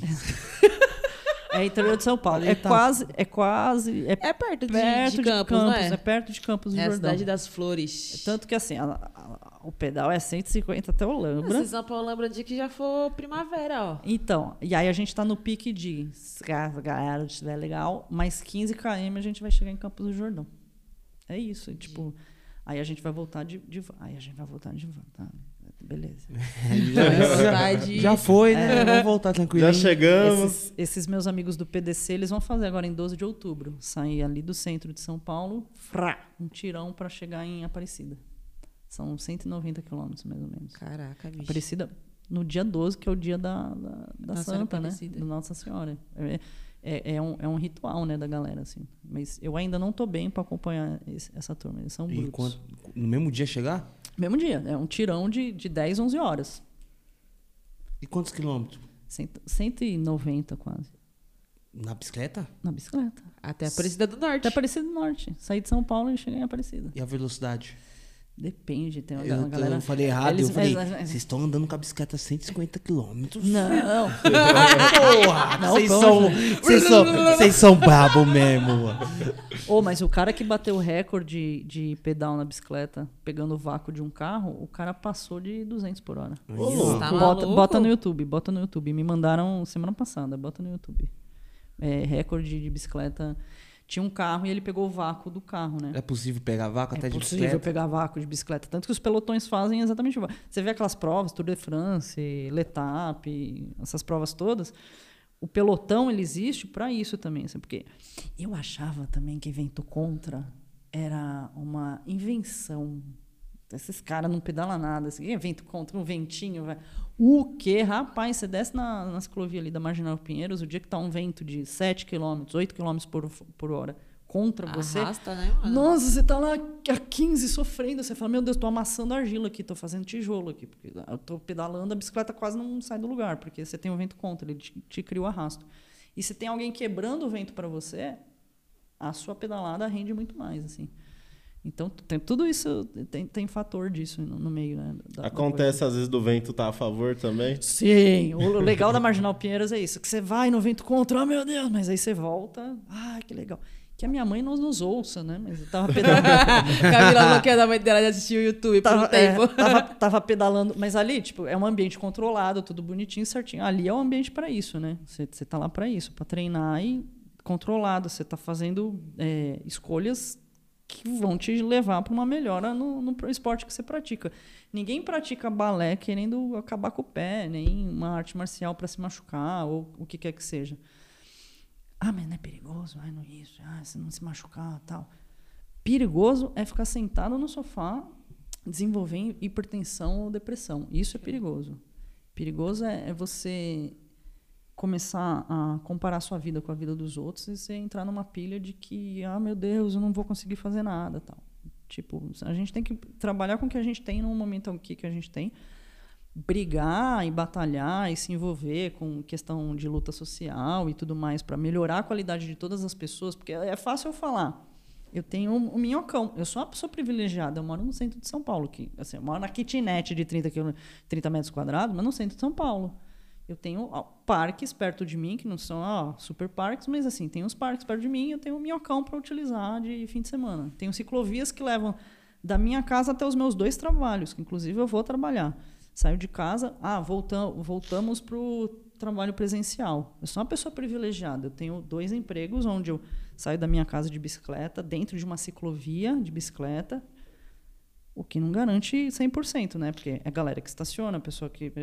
É interior de São Paulo. É quase, é quase... É, é perto de, perto de, de Campos, Campos, não é? É perto de Campos do é Jordão. É a cidade das flores. Tanto que assim, a, a, o pedal é cento e cinquenta até Olambra. Vocês vão pra Olambra dia que já for primavera, ó. Então, e aí a gente tá no pique de, se a galera estiver legal, mais quinze quilômetros a gente vai chegar em Campos do Jordão. É isso, e, tipo... Aí a gente vai voltar de... de aí a gente vai voltar de... Tá, beleza. já, já foi, né? É. Vamos voltar tranquilo. Já chegamos. Esses, esses meus amigos do P D C, eles vão fazer agora em doze de outubro. Sair ali do centro de São Paulo, frá, um tirão para chegar em Aparecida. São cento e noventa quilômetros, mais ou menos. Caraca, bicho. Aparecida no dia doze, que é o dia da, da, da Santa, né? Da Nossa Senhora. É, é, é, um, é um ritual, né, da galera, assim. Mas eu ainda não tô bem para acompanhar esse, essa turma. Eles são brutos. E quando, no mesmo dia chegar? Mesmo dia. É um tirão de, de dez, onze horas. E quantos quilômetros? cento e noventa quase. Na bicicleta? Na bicicleta. Até Aparecida do Norte. Até Aparecida do Norte. Saí de São Paulo e cheguei em Aparecida. E a velocidade? Depende, tem uma Eu, galera... eu falei errado, eles- eu falei, mas- mas- vocês estão andando com a bicicleta a cento e cinquenta quilômetros? Não, Porra, Não, vocês pô, são, vocês são, vocês são brabo mesmo, mano. oh, mas o cara que bateu o recorde de pedal na bicicleta, pegando o vácuo de um carro, o cara passou de duzentos por hora. Você tá Bota, maluco? bota no YouTube, bota no YouTube. Me mandaram semana passada, bota no YouTube. É, recorde de bicicleta. Tinha um carro e ele pegou o vácuo do carro, né? É possível pegar vácuo até É de possível bicicleta? pegar vácuo de bicicleta. Tanto que os pelotões fazem exatamente igual. Você vê aquelas provas, Tour de France, L'Etape, essas provas todas. O pelotão, ele existe para isso também. Assim, porque eu achava também que evento contra era uma invenção. Esses caras não pedalam nada. Assim, evento contra, um ventinho. Vai. O quê? Rapaz, você desce na, na ciclovia ali da Marginal Pinheiros, o dia que tá um vento de sete quilômetros, oito quilômetros por, por hora contra você. Arrasta, né, mano? Nossa, você tá lá a quinze sofrendo. Você fala, meu Deus, tô amassando argila aqui, tô fazendo tijolo aqui. Porque eu tô pedalando, a bicicleta quase não sai do lugar, porque você tem o vento contra, ele te, te cria o arrasto. E se tem alguém quebrando o vento para você, a sua pedalada rende muito mais, assim. Então, tem tudo isso, tem, tem fator disso no, no meio, né? Da, Acontece da às vezes do vento tá a favor também? Sim, o legal da Marginal Pinheiros é isso, que você vai no vento contra, oh meu Deus, mas aí você volta, ah, que legal. Que a minha mãe não nos ouça, né? Mas eu tava pedalando. Camila bloqueou da mãe dela de assistir o YouTube por tava, um tempo. é, tava, tava pedalando, mas ali, tipo, é um ambiente controlado, tudo bonitinho, certinho. Ali é um ambiente para isso, né? Você, você tá lá para isso, para treinar e controlado. Você tá fazendo é, escolhas que vão te levar para uma melhora no, no esporte que você pratica. Ninguém pratica balé querendo acabar com o pé, nem uma arte marcial para se machucar, ou o que quer que seja. Ah, mas não é perigoso? Ah, não é isso. Ah, se não se machucar tal. Perigoso é ficar sentado no sofá, desenvolver hipertensão ou depressão. Isso é perigoso. Perigoso é, é você começar a comparar sua vida com a vida dos outros e você entrar numa pilha de que, ah, meu Deus, eu não vou conseguir fazer nada, tal. Tipo, a gente tem que trabalhar com o que a gente tem no momento aqui que a gente tem, brigar e batalhar e se envolver com questão de luta social e tudo mais para melhorar a qualidade de todas as pessoas, porque é fácil eu falar. Eu tenho um, um minhocão. Eu sou uma pessoa privilegiada. Eu moro no centro de São Paulo. Que, assim, eu moro na kitnet de trinta, trinta metros quadrados, mas no centro de São Paulo. Eu tenho ó, parques perto de mim, que não são ó, super parques, mas assim, tem uns parques perto de mim e eu tenho um minhocão para utilizar de fim de semana. Tenho ciclovias que levam da minha casa até os meus dois trabalhos, que inclusive eu vou trabalhar. Saio de casa, ah, voltam, voltamos para o trabalho presencial. Eu sou uma pessoa privilegiada. Eu tenho dois empregos onde eu saio da minha casa de bicicleta, dentro de uma ciclovia de bicicleta, o que não garante cem por cento, né? Porque é a galera que estaciona, a pessoa que...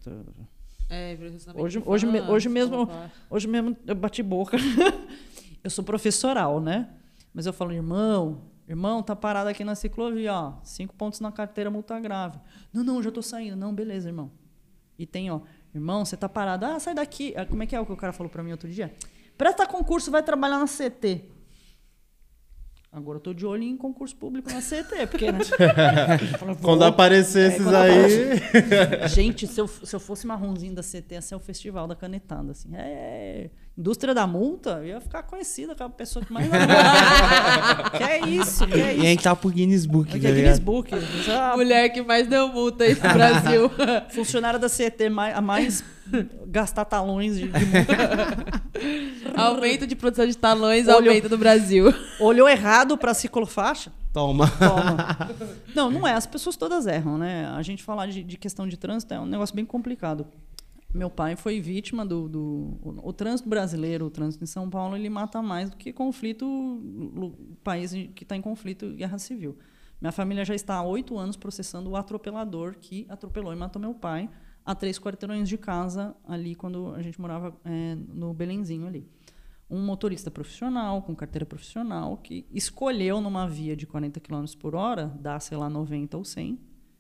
É, hoje, hoje, me, hoje, mesmo, hoje mesmo eu bati boca. Eu sou professoral, né? Mas eu falo, irmão... Irmão, tá parado aqui na ciclovia, ó. Cinco pontos na carteira, multa grave. Não, não, já tô saindo. Não, beleza, irmão. E tem, ó. Irmão, você tá parado. Ah, sai daqui. Como é que é o que o cara falou pra mim outro dia? Presta concurso, vai trabalhar na C T. Agora eu tô de olho em concurso público na C T, porque, né? Falo, quando aparecer é, esses quando aí... aparecer... Gente, se eu, se eu fosse marronzinho da C T, ia ser o festival da canetada, assim. É... Indústria da multa, eu ia ficar conhecida com a pessoa que mais... Que é isso, que é isso. E aí tá pro Guinness Book, Que tá é ligado? Guinness Book. A Mulher que mais deu multa aí no Brasil. funcionária da C T mais, a mais gastar talões de, de multa. Aumento de produção de talões, Olhou- aumento no Brasil. Olhou errado pra ciclofaixa? Toma. Toma. Não, não é. As pessoas todas erram, né? A gente falar de, de questão de trânsito é um negócio bem complicado. Meu pai foi vítima do, do... O, o trânsito brasileiro, o trânsito em São Paulo, ele mata mais do que conflito... O país que está em conflito e guerra civil. Minha família já está há oito anos processando o atropelador que atropelou e matou meu pai a três quarteirões de casa, ali quando a gente morava é, no Belenzinho ali. Um motorista profissional, com carteira profissional, que escolheu numa via de quarenta quilômetros por hora, dar, sei lá, noventa ou cem.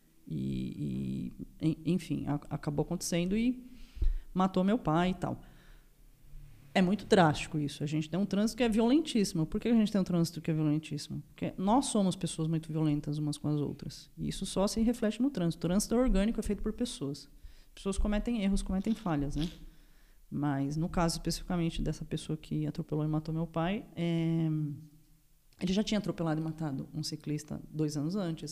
E, e enfim, a, acabou acontecendo e matou meu pai e tal. É muito drástico isso. A gente tem um trânsito que é violentíssimo. Por que a gente tem um trânsito que é violentíssimo? Porque nós somos pessoas muito violentas umas com as outras. E isso só se reflete no trânsito. O trânsito é orgânico, é feito por pessoas. Pessoas cometem erros, cometem falhas, né? Mas, no caso especificamente dessa pessoa que atropelou e matou meu pai, é... ele já tinha atropelado e matado um ciclista dois anos antes.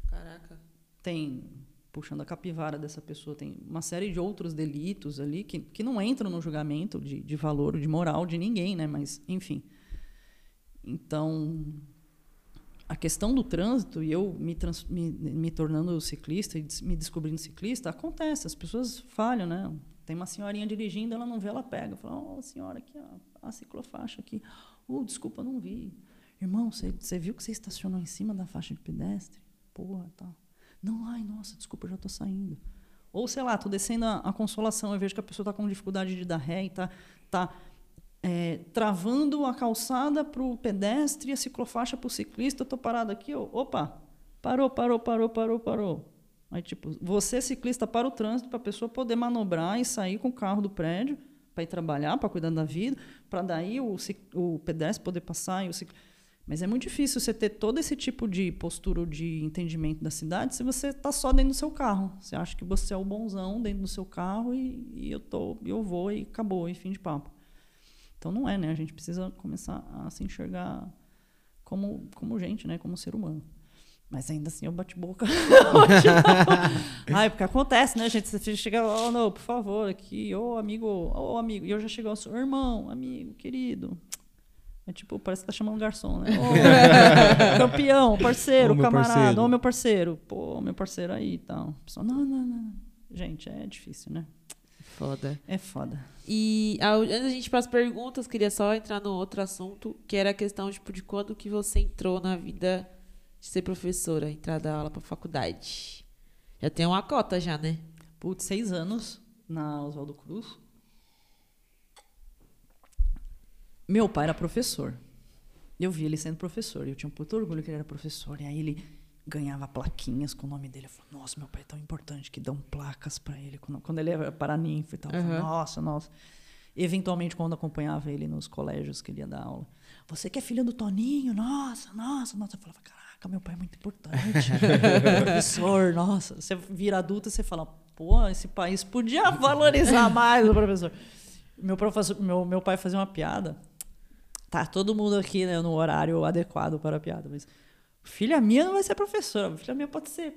Caraca. Tem, puxando a capivara dessa pessoa, tem uma série de outros delitos ali que, que não entram no julgamento de, de valor, de moral de ninguém, né? Mas, enfim. Então, a questão do trânsito, e eu me, trans, me, me tornando ciclista e me descobrindo ciclista, acontece, as pessoas falham, né? Tem uma senhorinha dirigindo, ela não vê, ela pega. Fala, ó, oh, senhora, aqui, ó, a ciclofaixa aqui. Oh, desculpa, não vi. Irmão, você viu que você estacionou em cima da faixa de pedestre? Porra, tá. Não, ai, nossa, desculpa, eu já tô saindo. Ou, sei lá, tô descendo a, a Consolação, eu vejo que a pessoa tá com dificuldade de dar ré e tá, tá é, travando a calçada pro pedestre e a ciclofaixa pro ciclista, eu tô parado aqui, ó, opa, parou, parou, parou, parou, parou. Aí, tipo, você, ciclista, para o trânsito para a pessoa poder manobrar e sair com o carro do prédio para ir trabalhar, para cuidar da vida, para daí o, o pedestre poder passar e o ciclista... Mas é muito difícil você ter todo esse tipo de postura de entendimento da cidade se você está só dentro do seu carro. Você acha que você é o bonzão dentro do seu carro e, e eu, tô, eu vou e acabou, e fim de papo. Então não é, né? A gente precisa começar a se enxergar como, como gente, né? Como ser humano. Mas ainda assim eu bati boca. Ai, porque acontece, né, gente? Você chega, oh, não, por favor, aqui, ô oh, amigo, ô oh, amigo. E eu já chego ao seu irmão, amigo, querido. É tipo, parece que tá chamando garçom, né? Oh, campeão, parceiro, oh, camarada, ô oh, meu parceiro. Pô, meu parceiro aí e tal. Pessoal, não, não, não. Gente, é difícil, né? Foda. É foda. E antes da gente ir para as perguntas, queria só entrar no outro assunto, que era a questão tipo, de quando que você entrou na vida de ser professora, entrar da aula para faculdade. Já tem uma cota já, né? Putz, seis anos na Oswaldo Cruz. Meu pai era professor. Eu vi ele sendo professor. Eu tinha um puto orgulho que ele era professor. E aí ele ganhava plaquinhas com o nome dele. Eu falei, nossa, meu pai é tão importante que dão placas para ele. Quando, quando ele era paraninfo e tal. Eu falei, uhum. Nossa, nossa. Eventualmente, quando acompanhava ele nos colégios que ele ia dar aula. Você que é filha do Toninho? Nossa, nossa, nossa. Eu falava, caraca, meu pai é muito importante. Professor, nossa. Você vira adulto e você fala, pô, esse país podia valorizar mais o professor. Meu, professor meu, meu pai fazia uma piada. Tá todo mundo aqui, né, no horário adequado para a piada, mas filha minha não vai ser professora, filha minha pode ser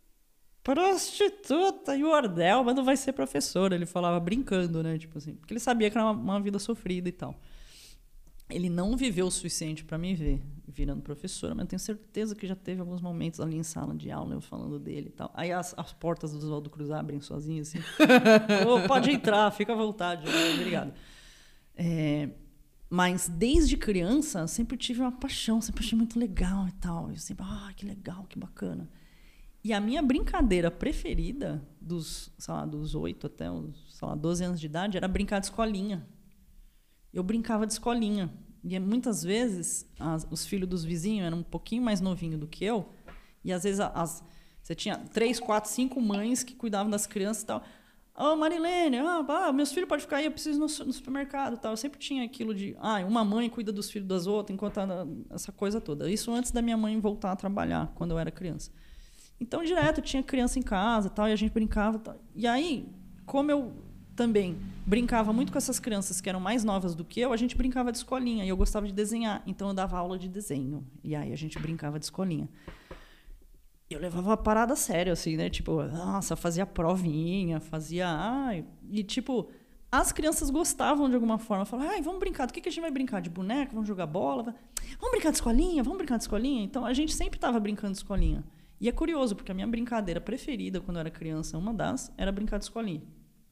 prostituta e bordel, mas não vai ser professora. Ele falava brincando, né, tipo assim, porque ele sabia que era uma, uma vida sofrida e tal. Ele não viveu o suficiente para me ver virando professora, mas eu tenho certeza que já teve alguns momentos ali em sala de aula, eu falando dele e tal. Aí as, as portas do Oswaldo Cruz abrem sozinhas, assim. Oh, pode entrar, fica à vontade. Obrigado. É... Mas, desde criança, sempre tive uma paixão, sempre achei muito legal e tal. Eu sempre, ah, que legal, que bacana. E a minha brincadeira preferida, dos, sei lá, dos oito até os, sei lá, doze anos de idade, era brincar de escolinha. Eu brincava de escolinha. E muitas vezes, as, os filhos dos vizinhos eram um pouquinho mais novinhos do que eu. E, às vezes, as, você tinha três, quatro, cinco mães que cuidavam das crianças e tal. Ô, oh, Marilene, ah, ah, meus filhos podem ficar aí, eu preciso ir no, no supermercado e tal. Eu sempre tinha aquilo de, ah, uma mãe cuida dos filhos das outras, enquanto a, essa coisa toda. Isso antes da minha mãe voltar a trabalhar, quando eu era criança. Então, direto, tinha criança em casa e tal, e a gente brincava. Tal. E aí, como eu também brincava muito com essas crianças que eram mais novas do que eu, a gente brincava de escolinha, e eu gostava de desenhar. Então, eu dava aula de desenho, e aí a gente brincava de escolinha. Eu levava a parada sério, assim, né? Tipo, nossa, fazia provinha, fazia... Ai, e, tipo, as crianças gostavam de alguma forma. Falavam, ai, vamos brincar. Do que, que a gente vai brincar? De boneca? Vamos jogar bola? Vamos brincar de escolinha? Vamos brincar de escolinha? Então, a gente sempre estava brincando de escolinha. E é curioso, porque a minha brincadeira preferida, quando eu era criança, uma das, era brincar de escolinha.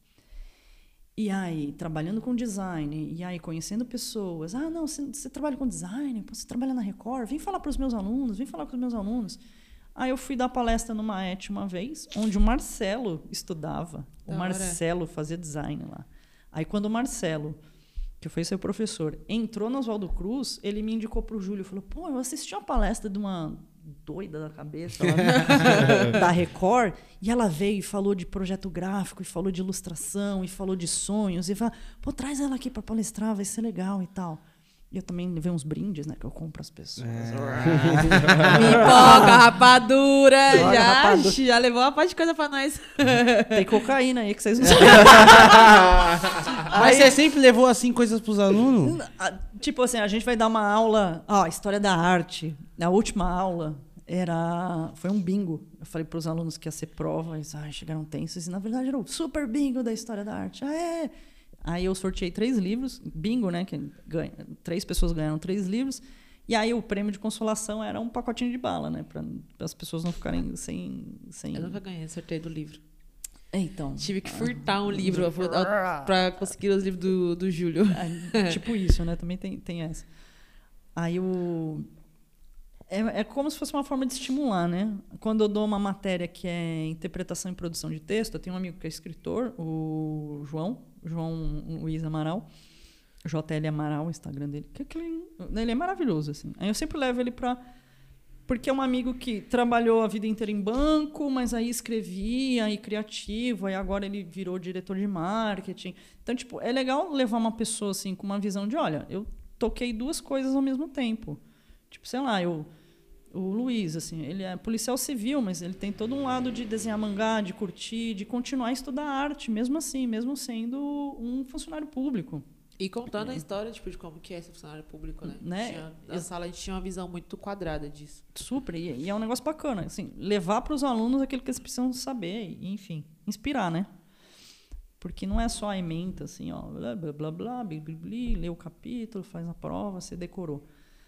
E aí, trabalhando com design, e aí, conhecendo pessoas. Ah, não, você, você trabalha com design? Você trabalha na Record? Vem falar para os meus alunos, vem falar com os meus alunos. Aí eu fui dar palestra no Maete uma vez, onde o Marcelo estudava. O Marcelo fazia design lá. Aí quando o Marcelo, que foi seu professor, entrou no Oswaldo Cruz, ele me indicou para o Júlio. Falou, pô, eu assisti uma palestra de uma doida da cabeça lá, da Record, e ela veio e falou de projeto gráfico, e falou de ilustração, e falou de sonhos, e falou, pô, traz ela aqui para palestrar, vai ser legal e tal. E eu também levei uns brindes, né? Que eu compro as pessoas. É. Pipoca, rapadura. Pipoca, já, rapadura. já levou uma parte de coisa pra nós. Tem cocaína aí que vocês não sabem. Mas você sempre levou assim coisas pros alunos? Tipo assim, a gente vai dar uma aula... Ó, história da arte. Na última aula, era, foi um bingo. Eu falei para os alunos que ia ser prova, eles ah, chegaram tensos, e na verdade era o super bingo da história da arte. Ah, é! Aí eu sorteei três livros, bingo, né? Que ganha, três pessoas ganharam três livros. E aí o prêmio de consolação era um pacotinho de bala, né? Para as pessoas não ficarem sem, sem... Eu nunca ganhei sorteio do livro. Então... Tive que furtar um livro para conseguir os livros do, do Júlio. É, tipo isso, né? Também tem, tem essa. Aí o... É, é como se fosse uma forma de estimular, né? Quando eu dou uma matéria que é interpretação e produção de texto, eu tenho um amigo que é escritor, o João, João Luiz Amaral, J L Amaral, o Instagram dele. Que, que ele, ele é maravilhoso, assim. Aí eu sempre levo ele para... Porque é um amigo que trabalhou a vida inteira em banco, mas aí escrevia, e criativo, aí agora ele virou diretor de marketing. Então, tipo, é legal levar uma pessoa, assim, com uma visão de, olha, eu toquei duas coisas ao mesmo tempo. Tipo, sei lá, eu... O Luiz, assim, ele é policial civil, mas ele tem todo um lado de desenhar mangá, de curtir, de continuar a estudar arte, mesmo assim, mesmo sendo um funcionário público. E contando é. a história, tipo, de como que é ser funcionário público, né? né? Tinha, na sala a gente tinha uma visão muito quadrada disso. Super, e, e é um negócio bacana, assim, levar para os alunos aquilo que eles precisam saber, e, enfim, inspirar, né? Porque não é só a ementa, assim, ó, blá, blá, blá, blá, blá, blá, blá, lê o capítulo, faz a prova, você decorou.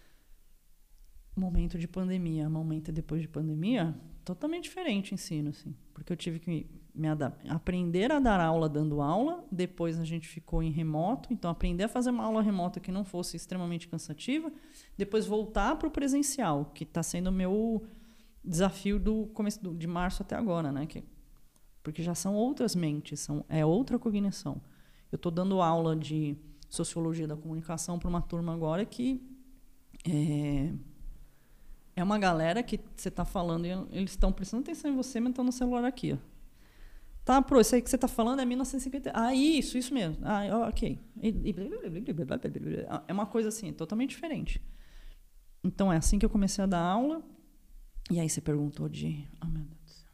Momento de pandemia, momento depois de pandemia, totalmente diferente o ensino, assim, porque eu tive que me adaptar, aprender a dar aula dando aula, depois a gente ficou em remoto, então aprender a fazer uma aula remota que não fosse extremamente cansativa, depois voltar para o presencial, que está sendo o meu desafio do começo do, de março até agora, né? Que, porque já são outras mentes, são, é outra cognição. Eu estou dando aula de sociologia da comunicação para uma turma agora que é, é uma galera que você está falando e eles estão prestando atenção em você, mas estão no celular aqui, ó. Tá, pro, isso aí que você está falando é mil novecentos e cinquenta. Ah, isso, isso mesmo. Ah, ok. É uma coisa assim, totalmente diferente. Então, é assim que eu comecei a dar aula. E aí você perguntou de... Oh, meu Deus do céu.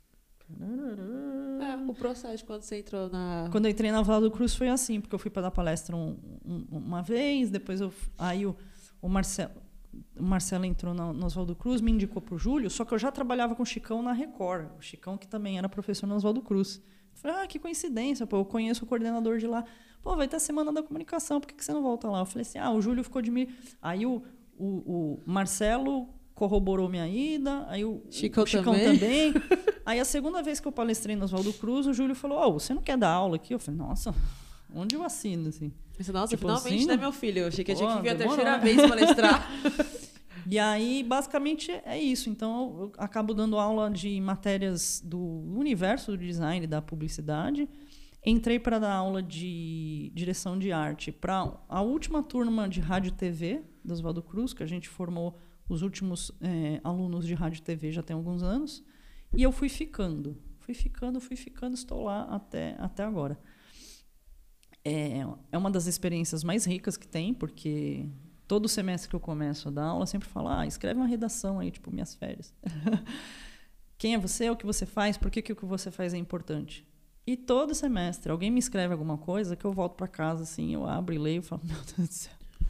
É, o processo, quando você entrou na... Quando eu entrei na Oswaldo Cruz foi assim, porque eu fui para dar palestra um, um, uma vez, depois eu... Aí o, o Marcelo... O Marcelo entrou no, no Oswaldo Cruz, me indicou para o Júlio, só que eu já trabalhava com o Chicão na Record. O Chicão, que também era professor no Oswaldo Cruz. Eu falei, ah, que coincidência, pô, eu conheço o coordenador de lá. Pô, vai ter a Semana da Comunicação, por que, que você não volta lá? Eu falei assim, ah, o Júlio ficou de mim. Aí o, o, o Marcelo corroborou minha ida, aí o Chicão, o Chicão também. também. Aí a segunda vez que eu palestrei no Oswaldo Cruz, o Júlio falou, oh, você não quer dar aula aqui? Eu falei, nossa, onde eu assino, assim? Pensei, nossa, tipo, finalmente, assino? né, meu filho? Eu achei que eu tinha Pô, que vir a demorou, terceira né? vez palestrar. E aí, basicamente, é isso. Então, eu acabo dando aula de matérias do universo do design, da publicidade. Entrei para dar aula de direção de arte para a última turma de rádio e T V do Oswaldo Cruz, que a gente formou os últimos é, alunos de rádio e T V já tem alguns anos. E eu fui ficando. Fui ficando, fui ficando, estou lá até, até agora. É, é uma das experiências mais ricas que tem, porque... Todo semestre que eu começo a dar aula, eu sempre falo, ah, escreve uma redação aí, tipo, minhas férias. Quem é você, o que você faz, por que, que o que você faz é importante? E todo semestre, alguém me escreve alguma coisa que eu volto para casa, assim, eu abro e leio e falo, meu Deus do céu.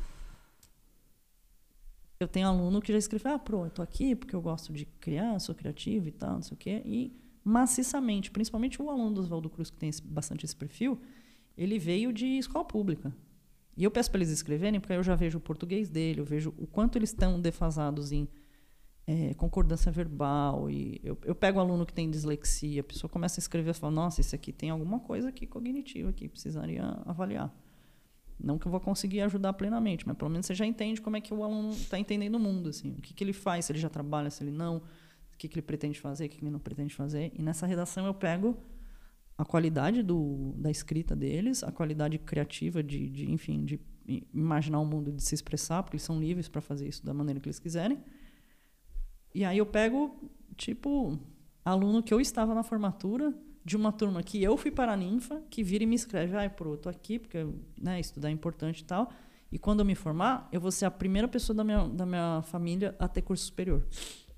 Eu tenho aluno que já escreve, ah, pro, eu tô aqui porque eu gosto de criar, sou criativo e tal, não sei o quê. E maciçamente, principalmente o aluno do Oswaldo Cruz, que tem esse, bastante esse perfil, ele veio de escola pública. E eu peço para eles escreverem, porque aí eu já vejo o português dele, eu vejo o quanto eles estão defasados em é, concordância verbal. E eu, eu pego o aluno que tem dislexia, a pessoa começa a escrever e fala, nossa, esse aqui tem alguma coisa aqui cognitiva que precisaria avaliar. Não que eu vou conseguir ajudar plenamente, mas pelo menos você já entende como é que o aluno está entendendo o mundo. Assim, o que, que ele faz, se ele já trabalha, se ele não, o que, que ele pretende fazer, o que, que ele não pretende fazer. E nessa redação eu pego... a qualidade do, da escrita deles, a qualidade criativa de, de, enfim, de imaginar o mundo, de se expressar, porque eles são livres para fazer isso da maneira que eles quiserem. E aí eu pego, tipo, aluno que eu estava na formatura de uma turma que eu fui para a Ninfa, que vira e me escreve, ah, pô, eu tô aqui porque, né, estudar é importante e tal, e quando eu me formar, eu vou ser a primeira pessoa da minha, da minha família a ter curso superior.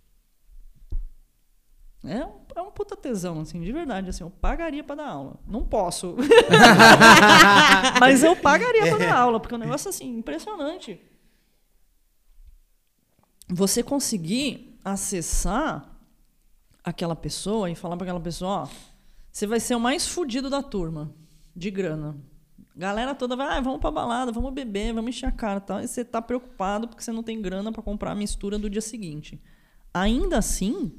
É um, é um puta tesão, assim, de verdade. Assim, eu pagaria para dar aula. Não posso. Mas eu pagaria para dar aula, porque é um negócio assim, impressionante. Você conseguir acessar aquela pessoa e falar para aquela pessoa, ó, você vai ser o mais fudido da turma, de grana. Galera toda vai, ah, vamos pra balada, vamos beber, vamos encher a cara, tá? E você tá preocupado porque você não tem grana para comprar a mistura do dia seguinte. Ainda assim,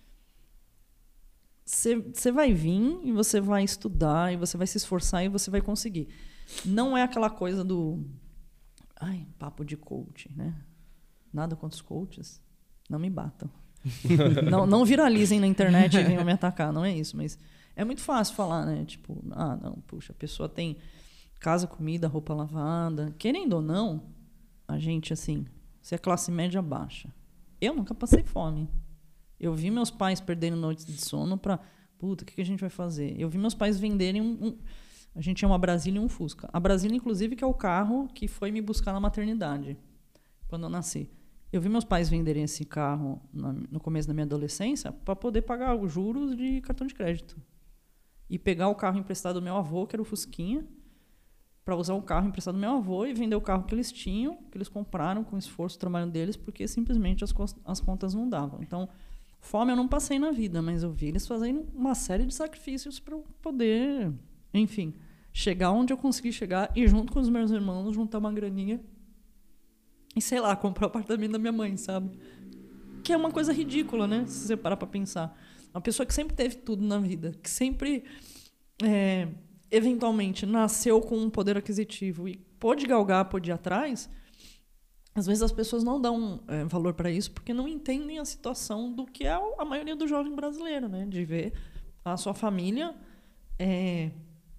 você vai vir e você vai estudar e você vai se esforçar e você vai conseguir. Não é aquela coisa do... Ai, papo de coach, né? Nada contra os coaches. Não me batam. não, não viralizem na internet e venham me atacar. Não é isso, mas é muito fácil falar, né? Tipo, ah, não, puxa, a pessoa tem casa, comida, roupa lavada. Querendo ou não, a gente, assim, se é classe média baixa. Eu nunca passei fome. Eu vi meus pais perderem noites de sono para... Puta, o que, que a gente vai fazer? Eu vi meus pais venderem um... um a gente tinha uma Brasília e um Fusca. A Brasília, inclusive, que é o carro que foi me buscar na maternidade, quando eu nasci. Eu vi meus pais venderem esse carro no começo da minha adolescência para poder pagar os juros de cartão de crédito. E pegar o carro emprestado do meu avô, que era o Fusquinha, para usar o carro emprestado do meu avô e vender o carro que eles tinham, que eles compraram com o esforço, o trabalho deles, porque simplesmente as, as contas não davam. Então, fome eu não passei na vida, mas eu vi eles fazendo uma série de sacrifícios para eu poder, enfim, chegar onde eu consegui chegar e, junto com os meus irmãos, juntar uma graninha e, sei lá, comprar o apartamento da minha mãe, sabe? Que é uma coisa ridícula, né? Se você parar para pensar. Uma pessoa que sempre teve tudo na vida, que sempre, é, eventualmente, nasceu com um poder aquisitivo e pôde galgar, pôde ir atrás, às vezes as pessoas não dão é, valor para isso porque não entendem a situação do que é a maioria do jovem brasileiro, né? De ver a sua família... É,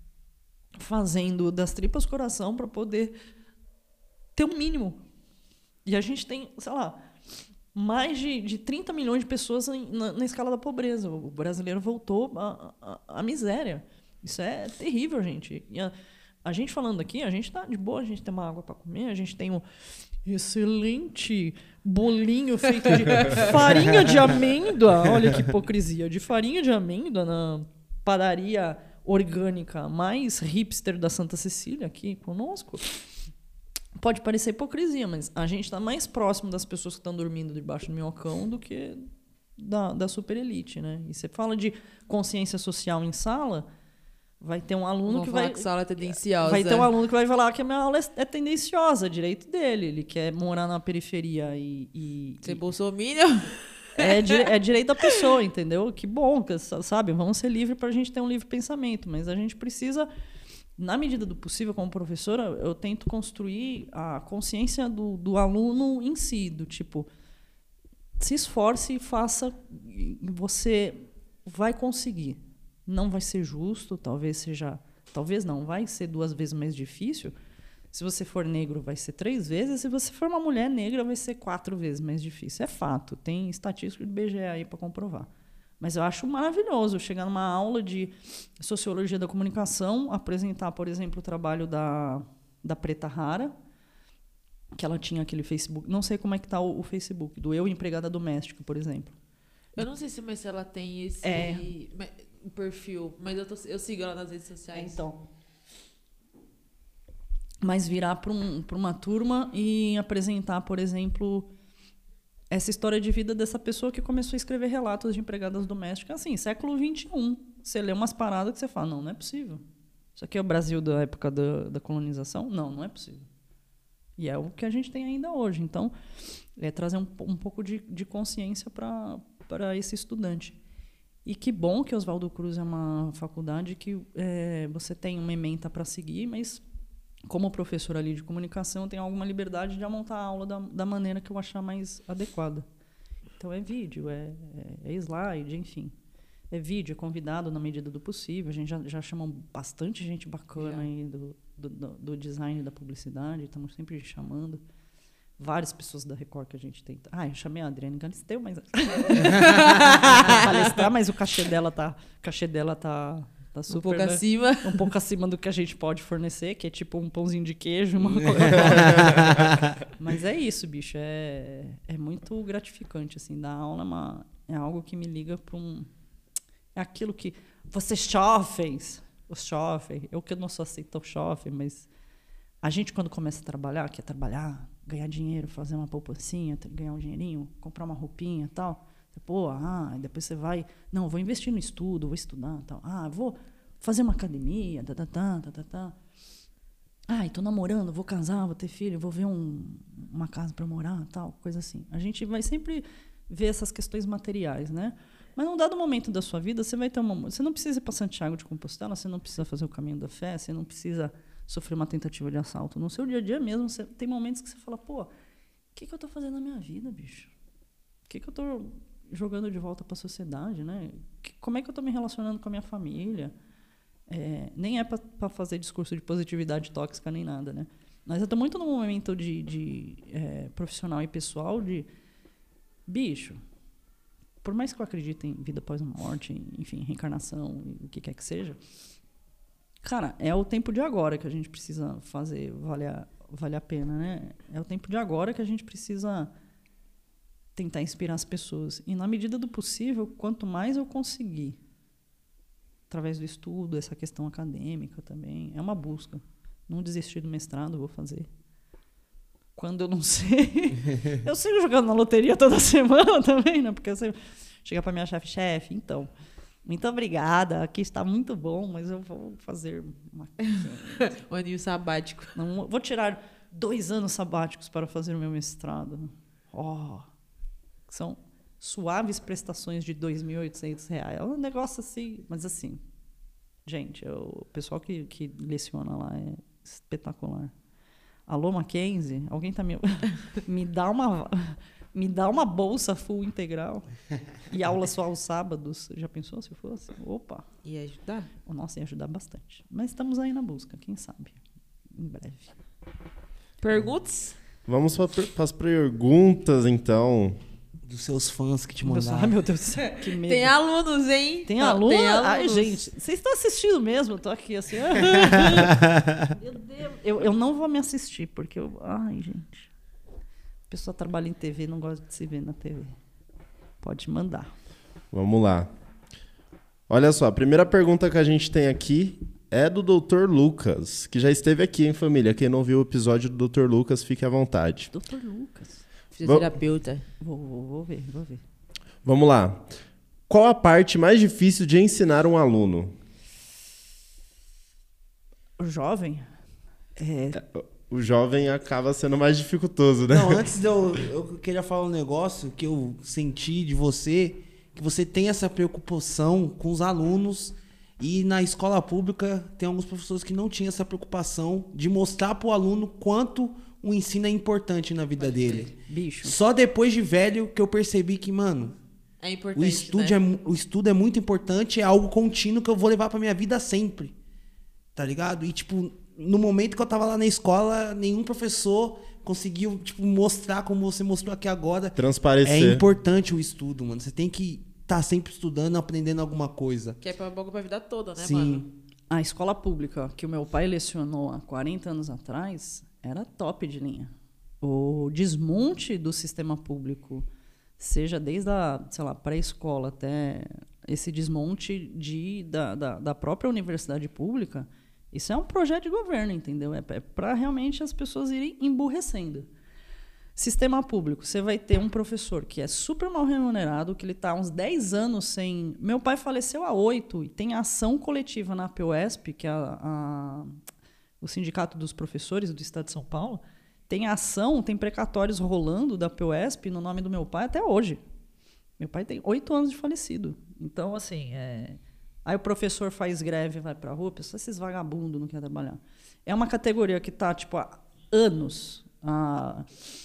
fazendo das tripas coração para poder ter um mínimo. E a gente tem, sei lá, mais de, de trinta milhões de pessoas na, na escala da pobreza. O brasileiro voltou à, à, à miséria. Isso é terrível, gente. E a, a gente falando aqui, a gente está de boa, a gente tem uma água para comer, a gente tem um excelente bolinho feito de farinha de amêndoa. Olha que hipocrisia. De farinha de amêndoa na padaria orgânica mais hipster da Santa Cecília aqui conosco. Pode parecer hipocrisia, mas a gente está mais próximo das pessoas que estão dormindo debaixo do minhocão do que da, da super elite, né? E você fala de consciência social em sala, vai ter um aluno Vamos que falar vai... que sala é tendenciosa. Vai ter um aluno que vai falar que a minha aula é, é tendenciosa, direito dele. Ele quer morar na periferia e... e Ser e... bolsominion? É, dire, é direito da pessoa, entendeu? Que bom, sabe? Vamos ser livres para a gente ter um livre pensamento, mas a gente precisa, na medida do possível, como professora, eu tento construir a consciência do, do aluno em si, do tipo, se esforce e faça, você vai conseguir. Não vai ser justo, talvez seja, talvez não, vai ser duas vezes mais difícil. Se você for negro, vai ser três vezes. Se você for uma mulher negra, vai ser quatro vezes mais difícil. É fato. Tem estatística de B G E aí para comprovar. Mas eu acho maravilhoso chegar numa aula de sociologia da comunicação, apresentar, por exemplo, o trabalho da, da Preta Rara, que ela tinha aquele Facebook. Não sei como é que está o, o Facebook, do Eu Empregada Doméstica, por exemplo. Eu não sei se, mas se ela tem esse é. perfil, mas eu, tô, eu sigo ela nas redes sociais. Então... Mas virar para um, para uma turma e apresentar, por exemplo, essa história de vida dessa pessoa que começou a escrever relatos de empregadas domésticas. Assim, século vinte e um. Você lê umas paradas que você fala, não, não é possível. Isso aqui é o Brasil da época da, da colonização? Não, não é possível. E é o que a gente tem ainda hoje. Então, é trazer um, um pouco de, de consciência para esse estudante. E que bom que Oswaldo Cruz é uma faculdade que é, você tem uma ementa para seguir, mas... como professora ali de comunicação, eu tenho alguma liberdade de montar a aula da, da maneira que eu achar mais adequada. Então, é vídeo, é, é, é slide, enfim. É vídeo, é convidado na medida do possível. A gente já, já chamou bastante gente bacana yeah. aí do, do, do design da publicidade, estamos sempre chamando. Várias pessoas da Record que a gente tem. Ah, eu chamei a Adriane Galisteu, mas... palestrar, mas o cachê dela tá... O cachê dela tá... Tá super, um pouco né? acima. Um pouco acima do que a gente pode fornecer, que é tipo um pãozinho de queijo, uma coisa. Mas é isso, bicho. É, é muito gratificante, assim. Dar aula é, uma, é algo que me liga para um... É aquilo que... Vocês jovens, os jovens... Eu que não sou assim tão jovem, mas... A gente, quando começa a trabalhar, quer trabalhar ganhar dinheiro, fazer uma poupancinha, ganhar um dinheirinho, comprar uma roupinha e tal. Pô, ah, depois você vai... Não, vou investir no estudo, vou estudar tal. Ah, vou fazer uma academia, tá, tá, tá, tá, tá, tá. Ah, e tô namorando, vou casar, vou ter filho, vou ver um, uma casa para morar, tal, coisa assim. A gente vai sempre ver essas questões materiais, né? Mas num dado momento da sua vida, você vai ter uma... Você não precisa ir para Santiago de Compostela, você não precisa fazer o caminho da fé, você não precisa sofrer uma tentativa de assalto. No seu dia a dia mesmo, você tem momentos que você fala, pô, o que, que eu tô fazendo na minha vida, bicho? O que, que eu tô jogando de volta para a sociedade, né? Que, como é que eu tô me relacionando com a minha família? É, nem é para fazer discurso de positividade tóxica nem nada, né? Mas eu estou muito no momento de, de é, profissional e pessoal de bicho, por mais que eu acredite em vida após a morte, enfim, reencarnação, o que quer que seja, cara, é o tempo de agora que a gente precisa fazer valer a, valer a pena, né? É o tempo de agora que a gente precisa tentar inspirar as pessoas. E na medida do possível, quanto mais eu conseguir através do estudo, essa questão acadêmica também. É uma busca. Não desistir do mestrado, vou fazer. Quando eu não sei... eu sigo jogando na loteria toda semana também, né? Porque eu sempre... Chega para minha chefe, chefe, então, muito obrigada, aqui está muito bom, mas eu vou fazer uma... um aninho sabático. Não, vou tirar dois anos sabáticos para fazer o meu mestrado. Oh, são... suaves prestações de dois mil e oitocentos reais. É um negócio assim, mas assim, gente, eu, o pessoal que, que leciona lá é espetacular. Alô, Mackenzie, alguém tá me... me dá uma me dá uma bolsa full integral e aula só aos sábados. Já pensou se fosse? Opa! Ia ajudar? Nossa, ia ajudar bastante. Mas estamos aí na busca, quem sabe? Em breve. Perguntas? Vamos para as perguntas, então. Dos seus fãs que te Ai, mandaram. meu Deus do céu, que medo. Tem alunos, hein? Tem Tá, aluno? tem alunos. Ai, gente, vocês estão assistindo mesmo? Eu tô aqui assim. Meu Deus. Eu, eu não vou me assistir, porque eu... Ai, gente. A pessoa trabalha em T V, não gosta de se ver na T V. Pode mandar. Vamos lá. Olha só, a primeira pergunta que a gente tem aqui é do doutor Lucas, que já esteve aqui, hein, família? Quem não viu o episódio do doutor Lucas, fique à vontade. doutor Lucas. Fisioterapeuta. Vou, vou, vou ver, vou ver. Vamos lá. Qual a parte mais difícil de ensinar um aluno? O jovem? É... O jovem acaba sendo mais dificultoso, né? Não, antes de eu... Eu queria falar um negócio que eu senti de você, que você tem essa preocupação com os alunos e na escola pública tem alguns professores que não tinham essa preocupação de mostrar para o aluno quanto o ensino é importante na vida dele. Bicho. Só depois de velho que eu percebi que, mano, É importante, o estudo, né? é, mu- o estudo é muito importante, é algo contínuo que eu vou levar pra minha vida sempre. Tá ligado? E, tipo, no momento que eu tava lá na escola, nenhum professor conseguiu, tipo, mostrar como você mostrou aqui agora. Transparecer. É importante o estudo, mano. Você tem que estar tá sempre estudando, aprendendo alguma coisa. Que é pra, pra vida toda, né, Sim. mano? A escola pública que o meu pai lecionou há quarenta anos atrás era top de linha. O desmonte do sistema público, seja desde a, sei lá, pré-escola até esse desmonte de, da, da, da própria universidade pública, isso é um projeto de governo, entendeu? É, é para realmente as pessoas irem emburrecendo. Sistema público, você vai ter um professor que é super mal remunerado, que ele está há uns dez anos sem... Meu pai faleceu há oito e tem ação coletiva na APUESP, que é a, a, o Sindicato dos Professores do Estado de São Paulo. Tem ação, tem precatórios rolando da APUESP no nome do meu pai até hoje. Meu pai tem oito anos de falecido. Então, assim, é... aí o professor faz greve, vai para a rua, pessoal, esses vagabundos não querem trabalhar. É uma categoria que está, tipo, há anos... A...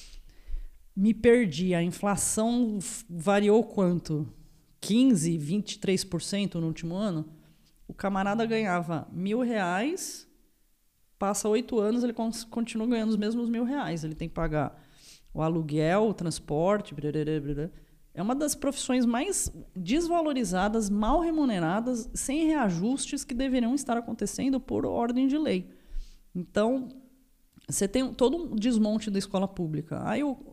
Me perdi. A inflação variou quanto? quinze, vinte e três por cento no último ano? O camarada ganhava mil reais, passa oito anos, ele continua ganhando os mesmos mil reais. Ele tem que pagar o aluguel, o transporte. Brará, brará. É uma das profissões mais desvalorizadas, mal remuneradas, sem reajustes que deveriam estar acontecendo por ordem de lei. Então, você tem todo um desmonte da escola pública. Aí o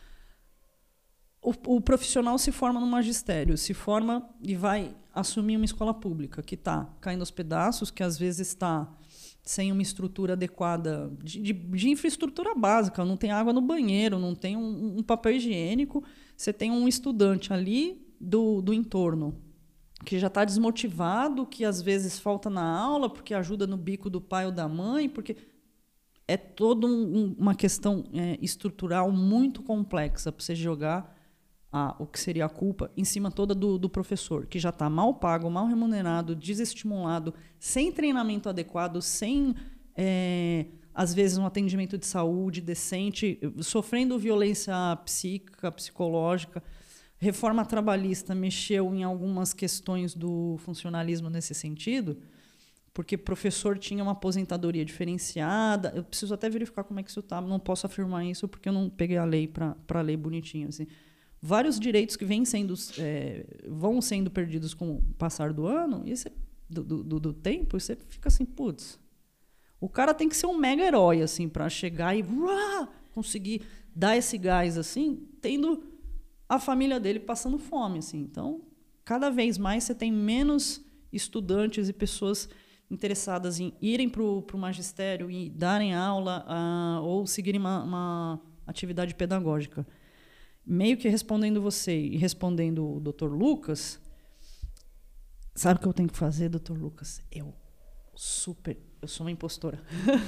O, o profissional se forma no magistério, se forma e vai assumir uma escola pública que está caindo aos pedaços, que às vezes está sem uma estrutura adequada de, de, de infraestrutura básica. Não tem água no banheiro, não tem um, um papel higiênico. Você tem um estudante ali do, do entorno que já está desmotivado, que às vezes falta na aula porque ajuda no bico do pai ou da mãe, porque é toda um, uma questão é, estrutural muito complexa para você jogar a, o que seria a culpa em cima toda do, do professor, que já está mal pago, mal remunerado, desestimulado, sem treinamento adequado, sem, é, às vezes, um atendimento de saúde decente, sofrendo violência psíquica, psicológica. Reforma trabalhista mexeu em algumas questões do funcionalismo nesse sentido, porque professor tinha uma aposentadoria diferenciada. Eu preciso até verificar como é que isso está. Não posso afirmar isso porque eu não peguei a lei para ler bonitinho. Assim. Vários direitos que vêm sendo, é, vão sendo perdidos com o passar do ano, e você, do, do, do tempo, e você fica assim, putz, o cara tem que ser um mega herói assim, para chegar e uá, conseguir dar esse gás, assim, tendo a família dele passando fome. Assim. Então, cada vez mais você tem menos estudantes e pessoas interessadas em irem para o magistério e darem aula uh, ou seguirem uma, uma atividade pedagógica. Meio que respondendo você e respondendo o doutor Lucas, sabe o que eu tenho que fazer, doutor Lucas? Eu, super, eu sou uma impostora.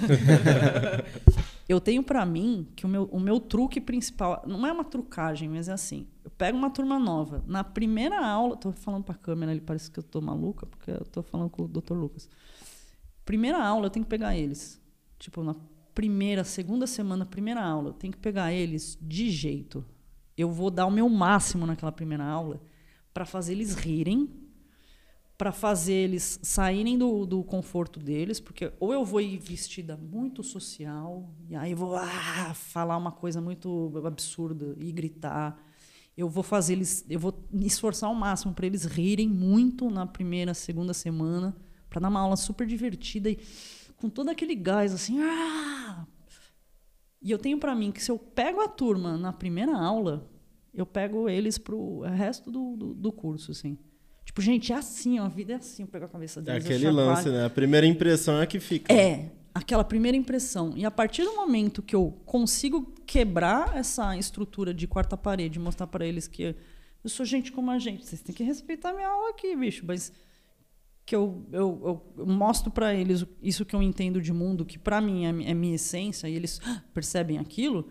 Eu tenho para mim que o meu, o meu truque principal, não é uma trucagem, mas é assim, eu pego uma turma nova, na primeira aula, estou falando para a câmera, ele parece que eu estou maluca, porque eu estou falando com o doutor Lucas. Primeira aula, eu tenho que pegar eles, tipo, na primeira, segunda semana, primeira aula, eu tenho que pegar eles de jeito. Eu vou dar o meu máximo naquela primeira aula para fazer eles rirem, para fazer eles saírem do, do conforto deles, porque ou eu vou ir vestida muito social, e aí eu vou ah, falar uma coisa muito absurda e gritar. Eu vou fazer eles, eu vou me esforçar ao máximo para eles rirem muito na primeira, segunda semana, para dar uma aula super divertida e com todo aquele gás assim. Ah! E eu tenho para mim que se eu pego a turma na primeira aula, eu pego eles pro resto do, do, do curso, assim. Tipo, gente, é assim, ó, a vida é assim, eu pego a cabeça deles. É aquele lance, né? A primeira impressão é que fica. É, aquela primeira impressão. E a partir do momento que eu consigo quebrar essa estrutura de quarta parede, mostrar para eles que eu sou gente como a gente, vocês têm que respeitar a minha aula aqui, bicho, mas que eu, eu, eu mostro para eles isso que eu entendo de mundo, que para mim é, é minha essência, e eles percebem aquilo.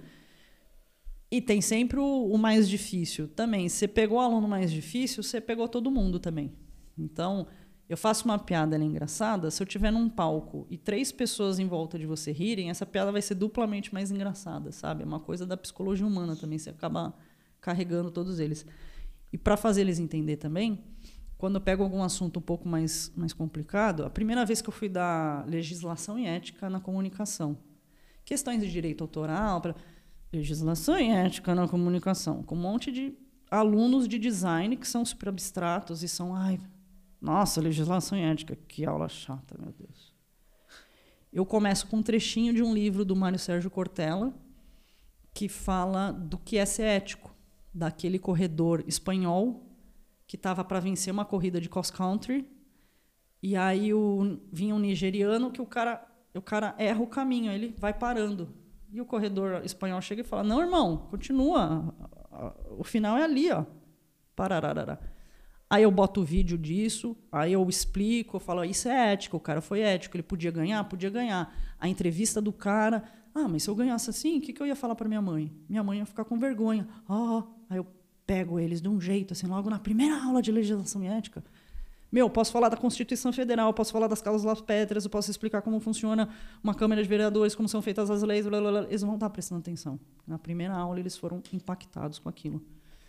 E tem sempre o, o mais difícil também. Você pegou o aluno mais difícil, você pegou todo mundo também. Então, eu faço uma piada, ela é engraçada, se eu estiver num palco e três pessoas em volta de você rirem, essa piada vai ser duplamente mais engraçada, sabe? É uma coisa da psicologia humana também, você acaba carregando todos eles. E para fazer eles entender também, quando eu pego algum assunto um pouco mais, mais complicado, a primeira vez que eu fui dar legislação e ética na comunicação, questões de direito autoral, pra, legislação e ética na comunicação, com um monte de alunos de design que são super abstratos e são, ai, nossa, legislação e ética, que aula chata, meu Deus. Eu começo com um trechinho de um livro do Mário Sérgio Cortella que fala do que é ser ético, daquele corredor espanhol que estava para vencer uma corrida de cross country, e aí o, vinha um nigeriano que o cara, o cara erra o caminho, ele vai parando. E o corredor espanhol chega e fala, não, irmão, continua, o final é ali, ó. Parararara. Aí eu boto o vídeo disso, aí eu explico, eu falo, isso é ético, o cara foi ético, ele podia ganhar? Podia ganhar. A entrevista do cara, ah, mas se eu ganhasse assim, o que, que eu ia falar para minha mãe? Minha mãe ia ficar com vergonha. Ah, aí eu pego eles de um jeito, assim, logo na primeira aula de legislação e ética. Meu, posso falar da Constituição Federal, posso falar das cláusulas pétreas, eu posso explicar como funciona uma Câmara de Vereadores, como são feitas as leis, blá, blá, blá. Eles vão estar prestando atenção. Na primeira aula, eles foram impactados com aquilo.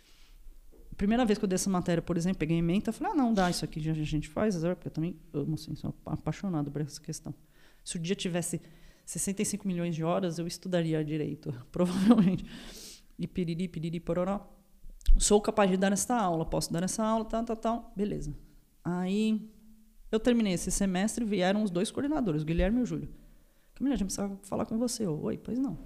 A primeira vez que eu dei essa matéria, por exemplo, peguei em mente e falei, ah, não, dá, isso aqui já a gente faz, porque eu também amo, assim, sou apaixonado por essa questão. Se o dia tivesse sessenta e cinco milhões de horas, eu estudaria direito, provavelmente. E piriri, piriri, pororó. Sou capaz de dar essa aula, posso dar essa aula, tal, tal, tal, beleza. Aí, eu terminei esse semestre, vieram os dois coordenadores, o Guilherme e o Júlio. Camila, a gente precisa falar com você. Eu, oi, pois não.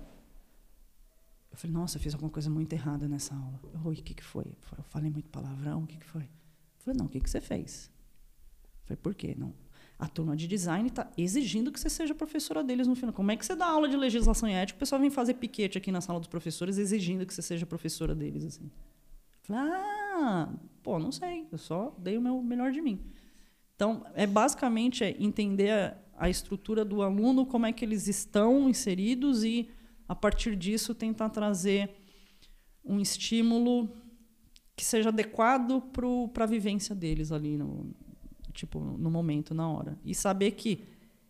Eu falei, nossa, eu fiz alguma coisa muito errada nessa aula. Eu, oi, o que, que foi? Eu falei muito palavrão, o que, que foi? Eu falei, não, o que, que você fez? Eu falei, por quê? Não. A turma de design está exigindo que você seja professora deles no final. Como é que você dá aula de legislação e ética? O pessoal vem fazer piquete aqui na sala dos professores exigindo que você seja professora deles. Assim. Falei, ah, pô, não sei. Eu só dei o meu melhor de mim. Então, é basicamente é entender a, a estrutura do aluno, como é que eles estão inseridos e, a partir disso, tentar trazer um estímulo que seja adequado para a vivência deles ali no... tipo, no momento, na hora. E saber que,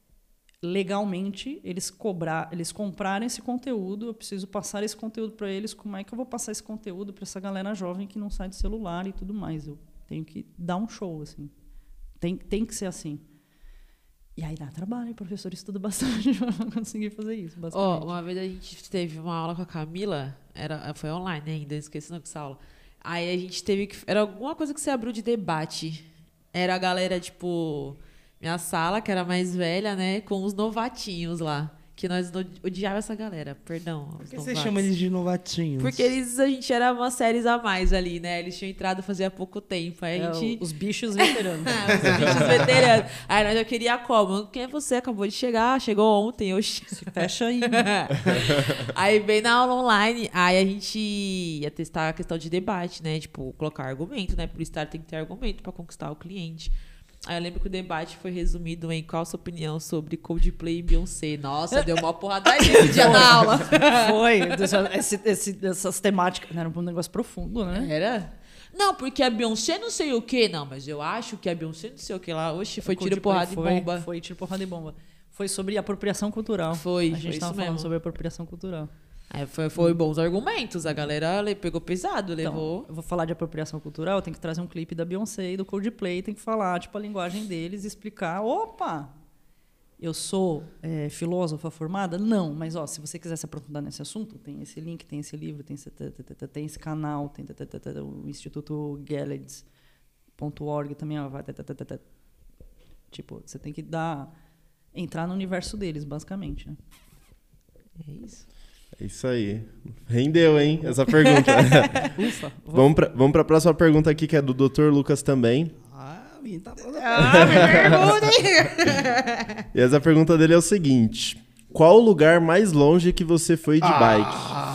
legalmente, eles, cobrar, eles comprarem esse conteúdo, eu preciso passar esse conteúdo para eles, como é que eu vou passar esse conteúdo para essa galera jovem que não sai de celular e tudo mais? Eu tenho que dar um show, assim. Tem, tem que ser assim. E aí dá trabalho, o professor estuda bastante para conseguir fazer isso, basicamente. Oh, uma vez a gente teve uma aula com a Camila, era, foi online ainda, esqueci não que essa aula. Aí a gente teve que... Era alguma coisa que você abriu de debate. Era a galera, tipo, minha sala, que era mais velha, né? Com os novatinhos lá. Que nós odiava essa galera, perdão. Por que você chama eles de novatinhos? Porque eles, a gente era umas séries a mais ali, né? Eles tinham entrado fazia pouco tempo. Aí a É, gente... os bichos veteranos. Os bichos veteranos. Aí nós já queria como? Quem é você? Acabou de chegar, chegou ontem. Oxi. Se fecha aí. Aí, bem na aula online, aí a gente ia testar a questão de debate, né? Tipo, colocar argumento, né? Por estar tem que ter argumento para conquistar o cliente. Aí eu lembro que o debate foi resumido em qual a sua opinião sobre Coldplay e Beyoncé. Nossa, deu uma porradaria esse dia na aula. Foi. Esse, esse, essas temáticas. Era um negócio profundo, né? Era? Não, porque a Beyoncé não sei o quê. Não, mas eu acho que a Beyoncé não sei o que lá. Oxe, foi tiro, porrada e bomba. Foi tiro, porrada e bomba. Foi sobre apropriação cultural. Foi, A gente foi estava isso falando mesmo. sobre apropriação cultural. Aí foi, foi bons argumentos. A galera pegou pesado, levou. Então, eu vou falar de apropriação cultural, eu tenho que trazer um clipe da Beyoncé e do Coldplay, tem que falar tipo, a linguagem deles e explicar, opa, eu sou é, filósofa formada? Não, mas ó, se você quiser se aprofundar nesse assunto, tem esse link, tem esse livro, tem esse, tem esse canal, tem o Instituto Gelleds ponto org também, ó, vai, tipo, você tem que dar, entrar no universo deles, basicamente. Né? É isso. É isso aí. Rendeu, hein, essa pergunta. Ufa. Vamos para vamos a próxima pergunta aqui, que é do doutor Lucas também. Ah, me tá falando. Ah, me pergunta, hein? E essa pergunta dele é o seguinte: qual o lugar mais longe que você foi de bike?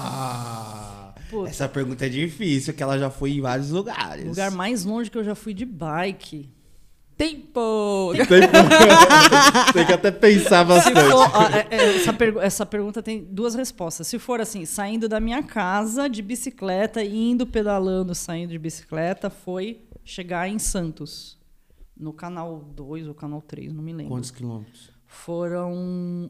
Ah, Puta. essa pergunta é difícil, que ela já foi em vários lugares. O lugar mais longe que eu já fui de bike. Tempo! Tem, tem que até pensar Se bastante. for, ó, é, é, essa, pergu- essa pergunta tem duas respostas. Se for assim, saindo da minha casa de bicicleta, indo pedalando, saindo de bicicleta, foi chegar em Santos. No canal dois ou canal três, não me lembro. Quantos quilômetros? Foram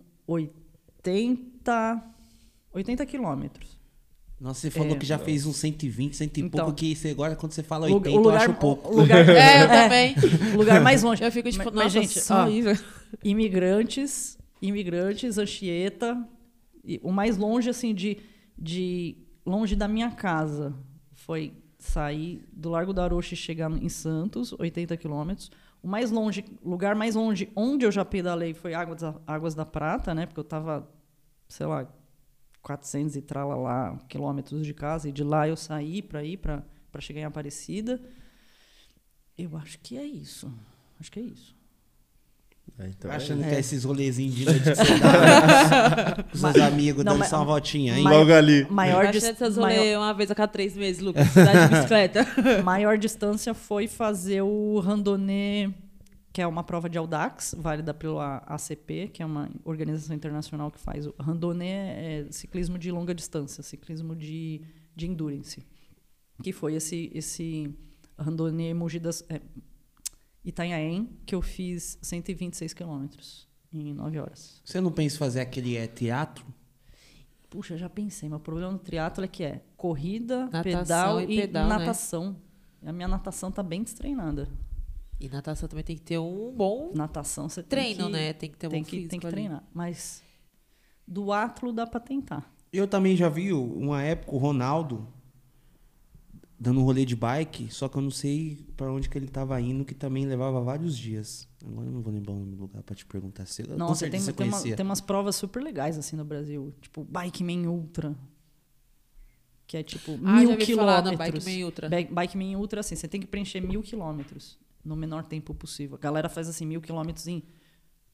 oitenta, oitenta quilômetros. Nossa, você falou É, que já fez uns cento e vinte, cento e Então. pouco, que você agora, quando você fala Lu- oitenta, eu acho pouco. O lugar, É, eu também. o lugar mais longe. Eu fico tipo, Mas- nossa, mas, gente, só ó, isso. imigrantes, imigrantes, Anchieta, e o mais longe assim de, de longe da minha casa foi sair do Largo da Arocha e chegar em Santos, oitenta quilômetros. O mais longe, lugar mais longe onde eu já pedalei foi Águas da, Águas da Prata, né? Porque eu tava, sei lá, quatrocentos e tralalá quilômetros de casa, e de lá eu saí para ir para para chegar em Aparecida. Eu acho que é isso. Acho que é isso. É, então é- Achando É. que é esses rolezinhos de noite que você dá com seus amigos, Não, dando mas- só uma voltinha, hein? Mas- Logo ali. Maior, Eu dis- achei essas maior, rolê uma vez a cada três meses, Lucas. Cidade de bicicleta. maior distância foi fazer o randonnée, que é uma prova de Audax, válida pela A C P, que é uma organização internacional que faz o randonnée, é ciclismo de longa distância, ciclismo de, de endurance, que foi esse esse randonnée Mogi das é, Itanhaém, que eu fiz cento e vinte e seis quilômetros em nove horas. Você não pensa em fazer aquele é, teatro? Puxa, já pensei, mas o problema do triatlo é que é corrida, Natação pedal e e, pedal, né? natação. A minha natação tá bem destreinada. E natação também tem que ter um bom Natação você treino, tem que, né? Tem que ter um tem bom que, físico tem que ali. treinar. Mas do atlo dá pra tentar. Eu também já vi uma época o Ronaldo dando um rolê de bike, só que eu não sei pra onde que ele tava indo, que também levava vários dias. Agora eu não vou lembrar o nome do lugar pra te perguntar se eu com Nossa, tem, certeza você tem, uma- conhecia. tem umas provas super legais assim no Brasil. Tipo, Bikeman Ultra. Que é tipo Ah, mil já ouvi falar no quilômetros. Bikeman Ultra. Ba- Bikeman Ultra, assim, você tem que preencher mil quilômetros no menor tempo possível. A galera faz assim, mil quilômetros em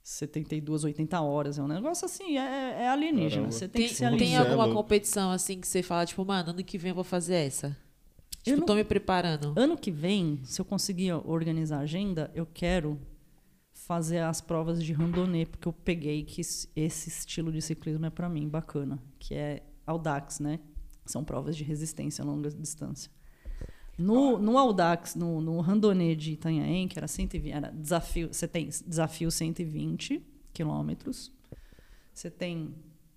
setenta e duas, oitenta horas. É um negócio assim, é, é alienígena. Caramba. Você tem, Tem, que se tem alinhar. alguma louco. competição assim que você fala, tipo, mano, ano que vem eu vou fazer essa? Eu Tipo, não- tô me preparando. Ano que vem, se eu conseguir organizar a agenda, eu quero fazer as provas de randonnée, porque eu peguei que esse esse estilo de ciclismo é para mim bacana, que é Audax, né? São provas de resistência a longa distância. No, no Audax, no, no randonnée de Itanhaém, que era cento e vinte, era desafio, você tem desafio cento e vinte quilômetros, você tem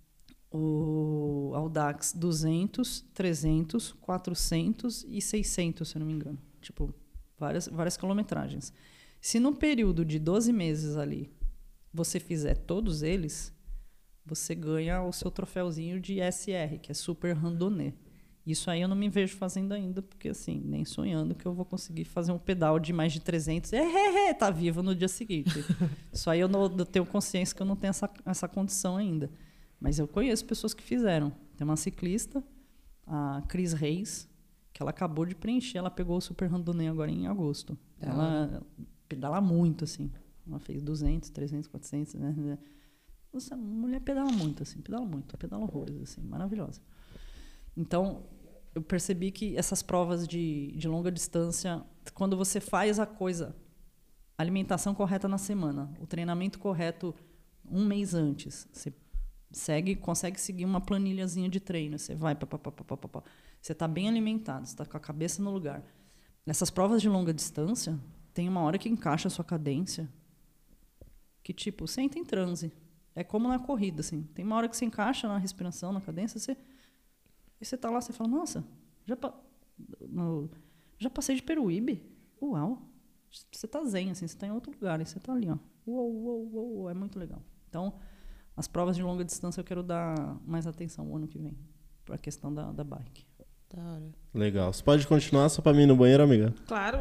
o Audax duzentos, trezentos, quatrocentos e seiscentos, se eu não me engano. Tipo, várias, várias quilometragens. Se no período de doze meses ali você fizer todos eles, você ganha o seu troféuzinho de S R, que é Super Randonnée. Isso aí eu não me vejo fazendo ainda, porque assim, nem sonhando que eu vou conseguir fazer um pedal de mais de trezentos. É, é, é, tá vivo no dia seguinte. Isso aí eu, não, eu tenho consciência que eu não tenho essa, essa condição ainda. Mas eu conheço pessoas que fizeram. Tem uma ciclista, a Cris Reis, que ela acabou de preencher, ela pegou o Super Randonnée agora em agosto. Da Ela pedala muito, assim. Ela fez duzentos, trezentos, quatrocentos, né? Nossa, mulher pedala muito, assim, pedala muito, pedala horrores, assim, maravilhosa. Então, eu percebi que essas provas de, de longa distância, quando você faz a coisa, a alimentação correta na semana, o treinamento correto um mês antes, você segue, consegue seguir uma planilhazinha de treino, você vai, pá, pá, pá, pá, pá, pá, você está bem alimentado, você está com a cabeça no lugar. Nessas provas de longa distância, tem uma hora que encaixa a sua cadência, que tipo, você entra em transe. É como na corrida, assim. Tem uma hora que você encaixa na respiração, na cadência, você... E você tá lá, você fala, nossa, já, pa... no... já passei de Peruíbe? Uau! Você tá zen, assim, você tá em outro lugar, e você tá ali, ó. Uou, uou, uou, uou, é muito legal. Então, as provas de longa distância eu quero dar mais atenção o ano que vem, pra questão da, da bike. Da hora. Legal. Você pode continuar só pra mim ir no banheiro, amiga? Claro.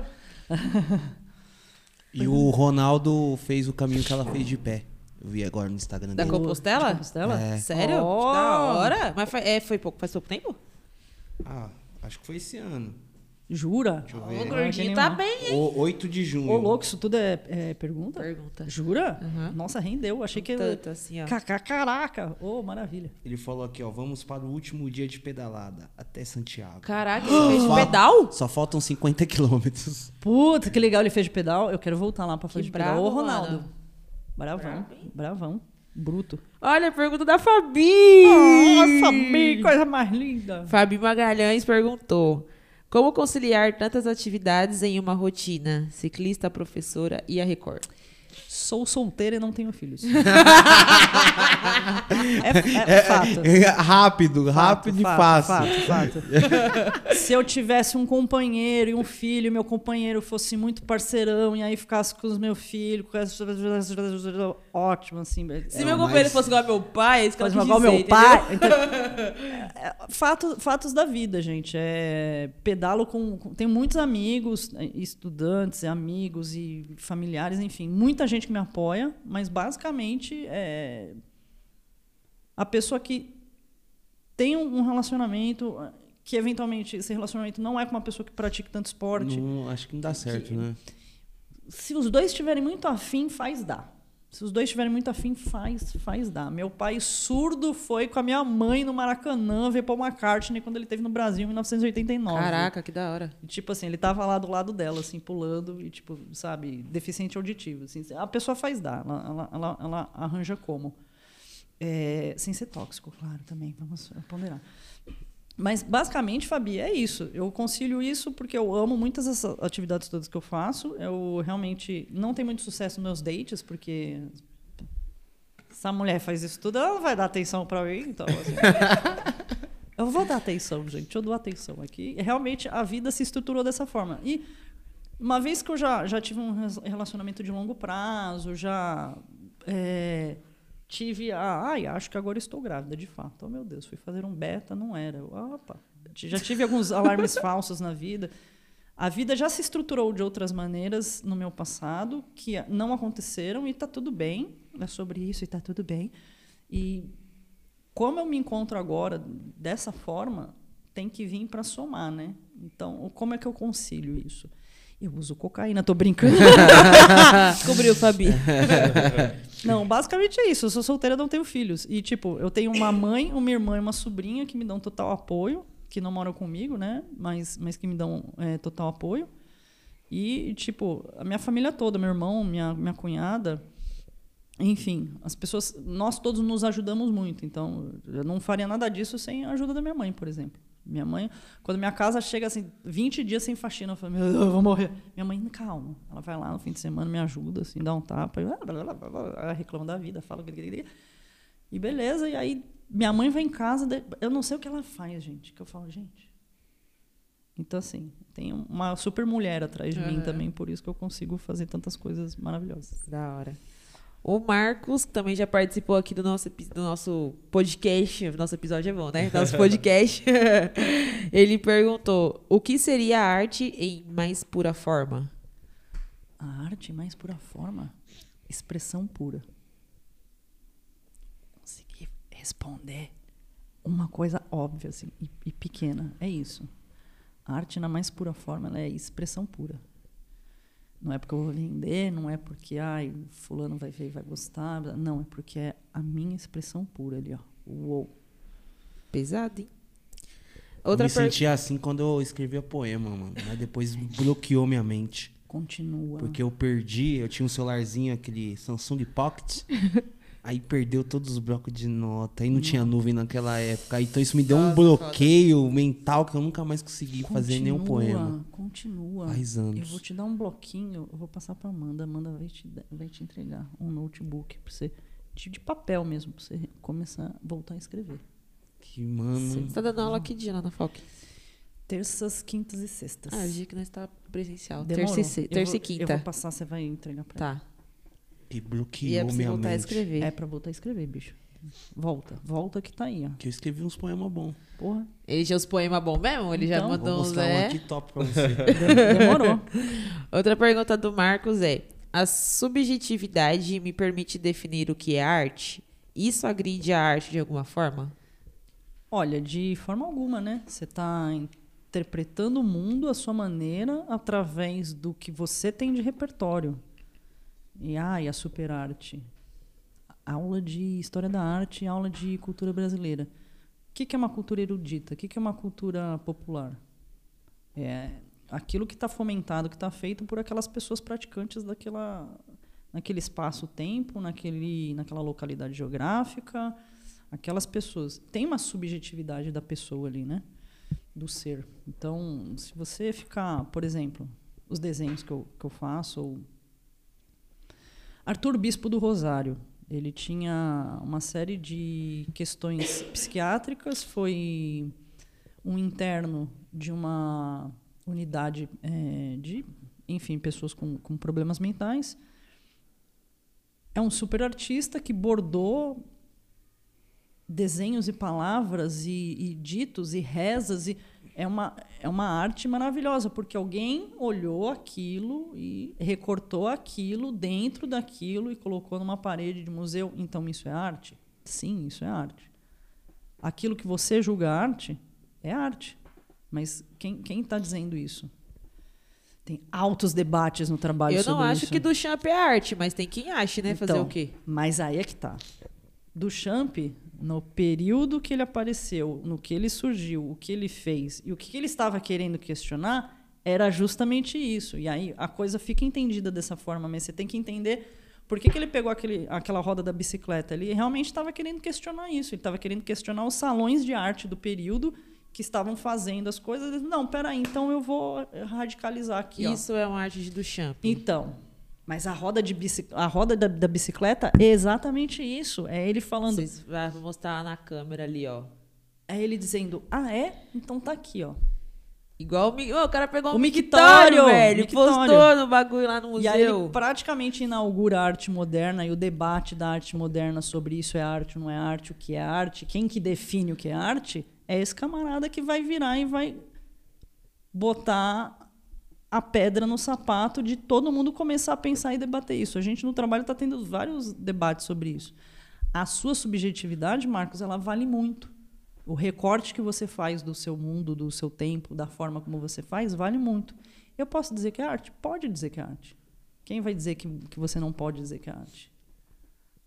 E o Ronaldo fez o caminho que ela fez de pé. Eu vi agora no Instagram Da dele. Compostela? De Compostela? É. Sério? Oh! Que da hora. Mas foi, é, foi pouco, faz pouco tempo? Ah, acho que foi esse ano. Jura? Deixa eu O ver. Ah, gordinho que tá animal. bem, hein? O oito de junho. Ô, louco, isso tudo é, é pergunta? Pergunta. Jura? Uhum. Nossa, rendeu. Achei que... Tanto assim, ó. Cacá, caraca! Ô, maravilha. Ele falou aqui, ó, vamos para o último dia de pedalada, até Santiago. Caraca, você fez de Só- pedal? Só faltam cinquenta quilômetros. Puta, que legal ele fez de pedal. Eu quero voltar lá pra fazer Que de pedal. bravo, Ô, Ronaldo. mano. Bravão. Bravão. Bruto. Olha a pergunta da Fabi. Nossa, Fabi, coisa mais linda. Fabi Magalhães perguntou: como conciliar tantas atividades em uma rotina? Ciclista, professora e a Record. Sou solteira e não tenho filhos. é, é fato. rápido, rápido Fato, e fácil. Fato, fato. Se eu tivesse um companheiro e um filho, meu companheiro fosse muito parceirão e aí ficasse com os meus filhos, com as... ótimo, assim. Se É, meu mas- companheiro fosse igual ao meu pai, é isso que ela Fosse quis igual dizer, meu entendeu? pai. Então, é, fato, fatos da vida, gente. É, pedalo com, com. Tenho muitos amigos, é, estudantes, amigos e familiares, enfim. Muita gente que me apoia, mas basicamente é, a pessoa que tem um um relacionamento que eventualmente esse relacionamento não é com uma pessoa que pratique tanto esporte. Não, acho que não dá certo, Que- né? Se os dois estiverem muito afim, faz dar. Se os dois estiverem muito afim, faz, faz dar. Meu pai surdo foi com a minha mãe no Maracanã ver Paul McCartney quando ele esteve no Brasil em mil novecentos e oitenta e nove. Caraca, que da hora. E, tipo assim, ele tava lá do lado dela, assim, pulando e, tipo, sabe, deficiente auditivo. Assim, a pessoa faz dar, ela, ela, ela, ela arranja como. É, sem ser tóxico, claro, também, vamos ponderar. Mas, basicamente, Fabi, é isso. Eu concilio isso porque eu amo muitas dessas atividades todas que eu faço. Eu realmente não tenho muito sucesso nos meus dates, porque essa mulher faz isso tudo, ela não vai dar atenção pra mim, então, assim... Eu vou dar atenção, gente. Eu dou atenção aqui. Realmente, a vida se estruturou dessa forma. E uma vez que eu já, já tive um relacionamento de longo prazo, já é, tive a... Ai, acho que agora estou grávida, de fato. Oh, meu Deus, fui fazer um beta, não era. Eu, Opa. Já tive alguns alarmes falsos na vida. A vida já se estruturou de outras maneiras no meu passado, que não aconteceram, e está tudo bem. É sobre isso e está tudo bem. E... como eu me encontro agora dessa forma, tem que vir para somar, né? Então, como é que eu concilio isso? Eu uso cocaína, tô brincando. Descobriu, Fabi. Não, basicamente é isso. Eu sou solteira, não tenho filhos. E, tipo, eu tenho uma mãe, uma irmã e uma sobrinha que me dão total apoio, que não moram comigo, né? Mas, mas que me dão é, total apoio. E, tipo, a minha família toda, meu irmão, minha, minha cunhada, enfim, as pessoas, nós todos nos ajudamos muito. Então, eu não faria nada disso sem a ajuda da minha mãe, por exemplo. Minha mãe, quando minha casa chega assim, vinte dias sem faxina, eu falo, meu Deus, eu vou morrer. Minha mãe, calma. Ela vai lá no fim de semana, me ajuda, assim, dá um tapa. Eu, ela reclama da vida, fala. E beleza, e aí minha mãe vai em casa, eu não sei o que ela faz, gente. Que eu falo, gente. Então, assim, tem uma super mulher atrás de uhum. mim também, por isso que eu consigo fazer tantas coisas maravilhosas. Da hora. O Marcos, que também já participou aqui do nosso, do nosso podcast, nosso episódio é bom, né? Nosso podcast. Ele perguntou, o que seria a arte em mais pura forma? A arte em mais pura forma? Expressão pura. Consegui responder uma coisa óbvia assim, e, e pequena. É isso. A arte na mais pura forma ela é expressão pura. Não é porque eu vou vender, não é porque ai, fulano vai ver e vai gostar. Não, é porque é a minha expressão pura ali, ó. Uou. Pesado, hein? Outra eu me per... sentia assim quando eu escrevia poema, mano. Mas depois bloqueou minha mente. Continua. Porque eu perdi, eu tinha um celularzinho, aquele Samsung Pocket. Aí perdeu todos os blocos de nota. Aí não, não tinha nuvem naquela época. Então isso me deu um bloqueio foda. mental que eu nunca mais consegui continua, fazer nenhum poema. Continua. Faz anos. Eu vou te dar um bloquinho, eu vou passar pra Amanda. A Amanda vai te, vai te entregar um notebook pra você, de, de papel mesmo, pra você começar a voltar a escrever. Que mano. Você tá dando aula que dia lá na F O C? Terças, quintas e sextas. Ah, o dia que nós tá presencial. Demorou. Terça e, terça vou, e quinta. Eu vou passar, você vai entregar pra tá. ela. E bloqueou e é pra você minha voltar mente. a escrever. É pra voltar a escrever, bicho. Volta, volta que tá aí, ó. Que eu escrevi uns poemas bons. Porra. Ele tinha os poemas bons mesmo? Ele então, já mandou uns... Vou mostrar é... um aqui top pra você. Demorou. Outra pergunta do Marcos é, a subjetividade me permite definir o que é arte? Isso agride a arte de alguma forma? Olha, de forma alguma, né? Você tá interpretando o mundo à sua maneira através do que você tem de repertório. E, ah, e a super arte. Aula de história da arte, aula de cultura brasileira. O que, que é uma cultura erudita? O que, que é uma cultura popular? É aquilo que está fomentado, que está feito por aquelas pessoas praticantes daquela, naquele espaço-tempo, naquele, naquela localidade geográfica. Aquelas pessoas. Tem uma subjetividade da pessoa ali, né? Do ser. Então, se você ficar, por exemplo, os desenhos que eu, que eu faço, ou Arthur Bispo do Rosário, ele tinha uma série de questões psiquiátricas, foi um interno de uma unidade é, de, enfim, pessoas com, com problemas mentais. É um super artista que bordou desenhos e palavras e, e ditos e rezas e é uma, é uma arte maravilhosa, porque alguém olhou aquilo e recortou aquilo dentro daquilo e colocou numa parede de museu. Então, isso é arte? Sim, isso é arte. Aquilo que você julga arte, é arte. Mas quem quem está dizendo isso? Tem altos debates no trabalho sobre isso. Eu não acho que Duchamp é arte, mas tem quem ache, né? Então, fazer o quê? Mas aí é que tá. Duchamp, no período que ele apareceu, no que ele surgiu, o que ele fez e o que ele estava querendo questionar era justamente isso. E aí a coisa fica entendida dessa forma, mas você tem que entender por que, que ele pegou aquele, aquela roda da bicicleta. Ele realmente estava querendo questionar isso. Ele estava querendo questionar os salões de arte do período que estavam fazendo as coisas. Não, peraí, então eu vou radicalizar aqui. Isso ó. É uma arte de Duchamp. Então... Mas a roda, de bici... a roda da, da bicicleta é exatamente isso. É ele falando... Vocês vão mostrar lá na câmera ali, ó. É ele dizendo, ah, é? Então tá aqui, ó. Igual o, oh, o cara pegou o um mictório, mictório, velho. Mictório. Postou no bagulho lá no museu. E aí ele praticamente inaugura a arte moderna e o debate da arte moderna sobre isso é arte, não é arte, o que é arte, quem que define o que é arte, é esse camarada que vai virar e vai botar a pedra no sapato de todo mundo começar a pensar e debater isso. A gente no trabalho está tendo vários debates sobre isso. A sua subjetividade, Marcos, ela vale muito. O recorte que você faz do seu mundo, do seu tempo, da forma como você faz, vale muito. Eu posso dizer que é arte? Pode dizer que é arte. Quem vai dizer que, que você não pode dizer que é arte?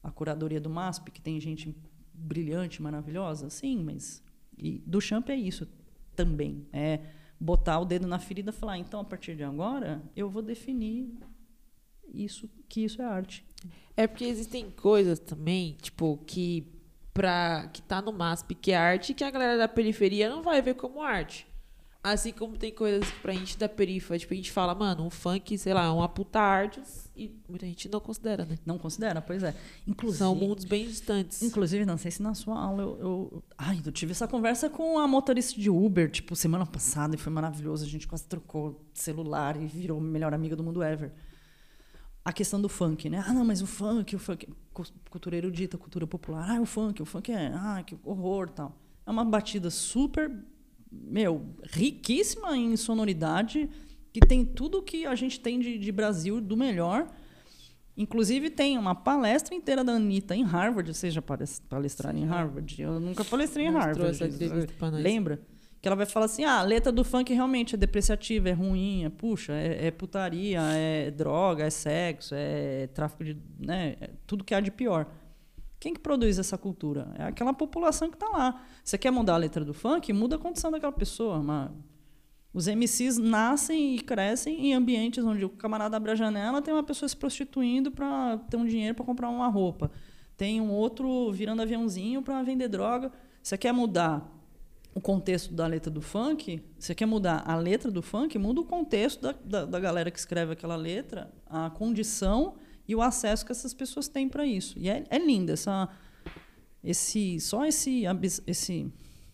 a curadoria do MASP, que tem gente brilhante, maravilhosa, sim, mas e Duchamp é isso também, é botar o dedo na ferida e falar, então, a partir de agora, eu vou definir isso, que isso é arte. É porque existem coisas também, tipo, que, pra, que tá no MASP, que é arte, que a galera da periferia não vai ver como arte. Assim como tem coisas que pra gente da periferia, tipo, a gente fala, mano, um funk, sei lá, é uma puta arte, e muita gente não considera, né? Não considera, pois é. Inclusive, são mundos bem distantes. Inclusive, não sei se na sua aula eu, eu... Ai, eu tive essa conversa com a motorista de Uber, tipo, semana passada, e foi maravilhoso. A gente quase trocou celular e virou a melhor amiga do mundo ever. A questão do funk, né? Ah, não, mas o funk, o funk... Cultura erudita, cultura popular. Ah, o funk, o funk é... Ah, que horror, tal. É uma batida super... Meu, riquíssima em sonoridade, que tem tudo que a gente tem de, de Brasil, do melhor. Inclusive, tem uma palestra inteira da Anitta em Harvard. Vocês já palestraram em Harvard? Eu nunca palestrei em Harvard. Essa entrevista pra nós. Lembra? Que ela vai falar assim, ah, a letra do funk realmente é depreciativa, é ruim, é, puxa, é, é putaria, é droga, é sexo, é tráfico de... Né, é tudo que há de pior. Quem que produz essa cultura? É aquela população que está lá. Você quer mudar a letra do funk? Muda a condição daquela pessoa. Mas os M Cs nascem e crescem em ambientes onde o camarada abre a janela, tem uma pessoa se prostituindo para ter um dinheiro para comprar uma roupa. Tem um outro virando aviãozinho para vender droga. Você quer mudar o contexto da letra do funk? Você quer mudar a letra do funk? Muda o contexto da, da, da galera que escreve aquela letra, a condição e o acesso que essas pessoas têm para isso. E é, é lindo essa, esse, só esse, esse,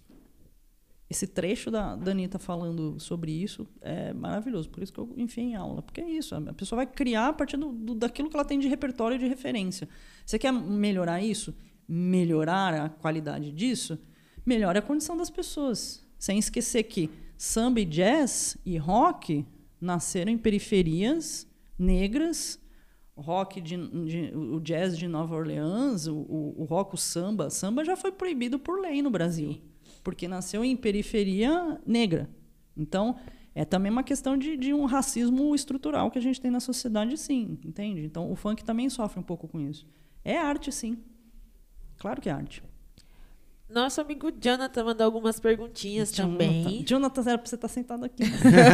esse trecho da, da Anitta falando sobre isso é maravilhoso. Por isso que eu enfiei em aula. Porque é isso, a pessoa vai criar a partir do, do, daquilo que ela tem de repertório e de referência. Você quer melhorar isso? Melhorar a qualidade disso? Melhora a condição das pessoas. Sem esquecer que samba e jazz e rock nasceram em periferias negras. O rock de, de, o jazz de Nova Orleans, o, o, o rock, o samba. Samba já foi proibido por lei no Brasil, sim, porque nasceu em periferia negra. Então, é também uma questão de, de um racismo estrutural que a gente tem na sociedade, sim, entende? Então, o funk também sofre um pouco com isso. É arte, sim. Claro que é arte. Nosso amigo Jonathan mandou algumas perguntinhas Jonathan. também. Jonathan, era pra você estar sentado aqui.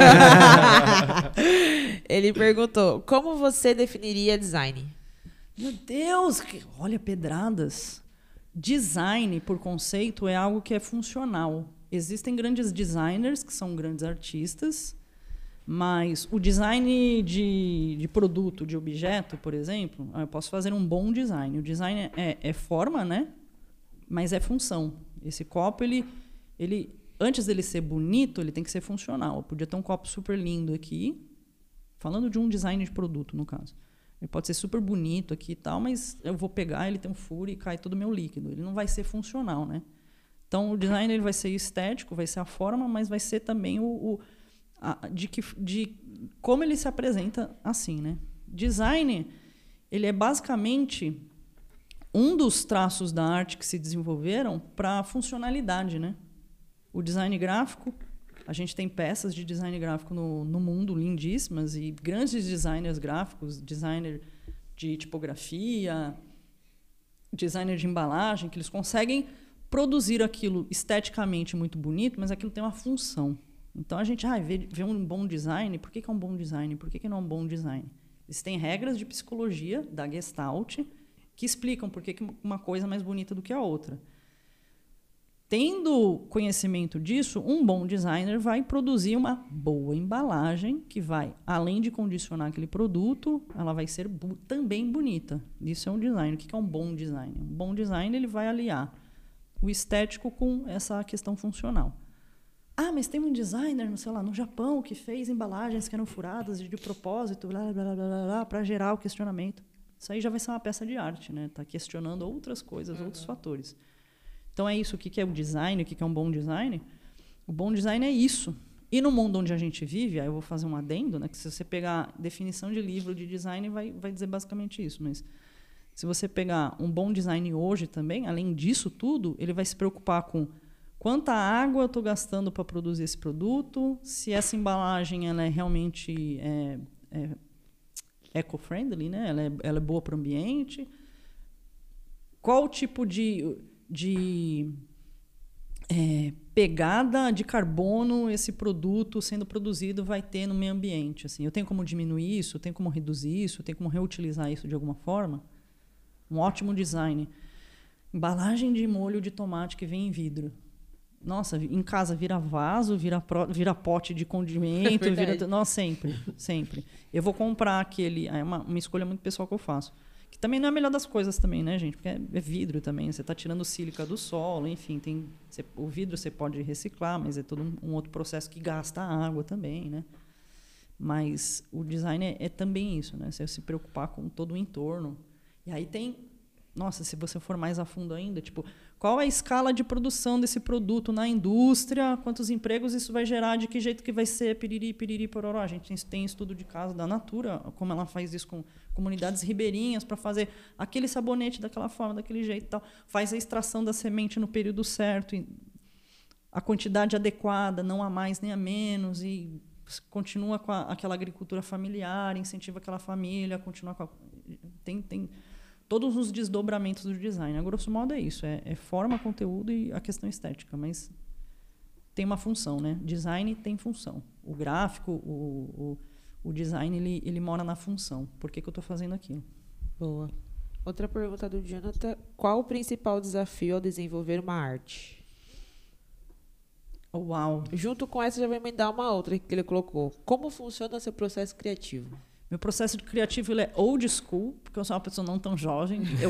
Ele perguntou, como você definiria design? Meu Deus, que... olha, pedradas. Design, por conceito, é algo que é funcional. Existem grandes designers, que são grandes artistas, mas o design de, de produto, de objeto, por exemplo, eu posso fazer um bom design. O design é, é forma, né? Mas é função. Esse copo, ele, ele, antes dele ser bonito, ele tem que ser funcional. Eu podia ter um copo super lindo aqui, falando de um design de produto, no caso. Ele pode ser super bonito aqui e tal, mas eu vou pegar, ele tem um furo e cai todo o meu líquido. Ele não vai ser funcional, né? Então, o design ele vai ser estético, vai ser a forma, mas vai ser também o, o a, de, que, de como ele se apresenta assim, né? Design, ele é basicamente um dos traços da arte que se desenvolveram para a funcionalidade, né? O design gráfico, a gente tem peças de design gráfico no, no mundo lindíssimas e grandes designers gráficos, designer de tipografia, designer de embalagem, que eles conseguem produzir aquilo esteticamente muito bonito, mas aquilo tem uma função. Então a gente ah, vê, vê um bom design, por que, que é um bom design? Por que, que não é um bom design? Existem regras de psicologia, da Gestalt, que explicam por que uma coisa é mais bonita do que a outra. Tendo conhecimento disso, um bom designer vai produzir uma boa embalagem que vai, além de condicionar aquele produto, ela vai ser bu- também bonita. Isso é um design. O que é um bom design? Um bom design ele vai aliar o estético com essa questão funcional. Ah, mas tem um designer, sei lá, no Japão que fez embalagens que eram furadas de, de propósito, blá, blá, blá, blá, blá, para gerar o questionamento. Isso aí já vai ser uma peça de arte, né? Está questionando outras coisas, uhum. outros fatores. Então, é isso. O que é o design? O que é um bom design? O bom design é isso. E no mundo onde a gente vive, aí eu vou fazer um adendo, né? Que se você pegar a definição de livro de design, vai, vai dizer basicamente isso. Mas se você pegar um bom design hoje também, além disso tudo, ele vai se preocupar com quanta água eu estou gastando para produzir esse produto, se essa embalagem ela é realmente é, é eco-friendly, né? ela, é, ela é boa para o ambiente. qual tipo de, de é, pegada de carbono esse produto sendo produzido vai ter no meio ambiente. Assim, eu tenho como diminuir isso, eu tenho como reduzir isso, eu tenho como reutilizar isso de alguma forma. Um ótimo design. Embalagem de molho de tomate que vem em vidro. Nossa, em casa vira vaso, vira, pro, vira pote de condimento, É vira... Nossa, sempre, sempre. Eu vou comprar aquele... É uma, uma escolha muito pessoal que eu faço. Que também não é a melhor das coisas também, né, gente? Porque é, é vidro também. Você está tirando sílica do solo, enfim. Tem, você, o vidro você pode reciclar, mas é todo um, um outro processo que gasta água também, né? Mas o design é, é também isso, né? Você se preocupar com todo o entorno. E aí tem... Nossa, se você for mais a fundo ainda, tipo, qual é a escala de produção desse produto na indústria? Quantos empregos isso vai gerar? De que jeito que vai ser? Piriri, piriri, pororó. A gente tem estudo de caso da Natura, como ela faz isso com comunidades ribeirinhas para fazer aquele sabonete daquela forma, daquele jeito e tal. Faz a extração da semente no período certo, a quantidade adequada, não a mais nem a menos, e continua com a, aquela agricultura familiar, incentiva aquela família, continua com a... Tem... tem todos os desdobramentos do design. A grosso modo é isso. É, é forma, conteúdo e a questão estética. Mas tem uma função, né? Design tem função. O gráfico, o, o, o design, ele, ele mora na função. Por que, que eu estou fazendo aquilo? Boa. Outra pergunta do Jonathan. Qual o principal desafio ao desenvolver uma arte? Uau! Junto com essa, já vai emendar uma outra que ele colocou. Como funciona seu processo criativo? Meu processo de criativo ele é old school, porque eu sou uma pessoa não tão jovem. Eu...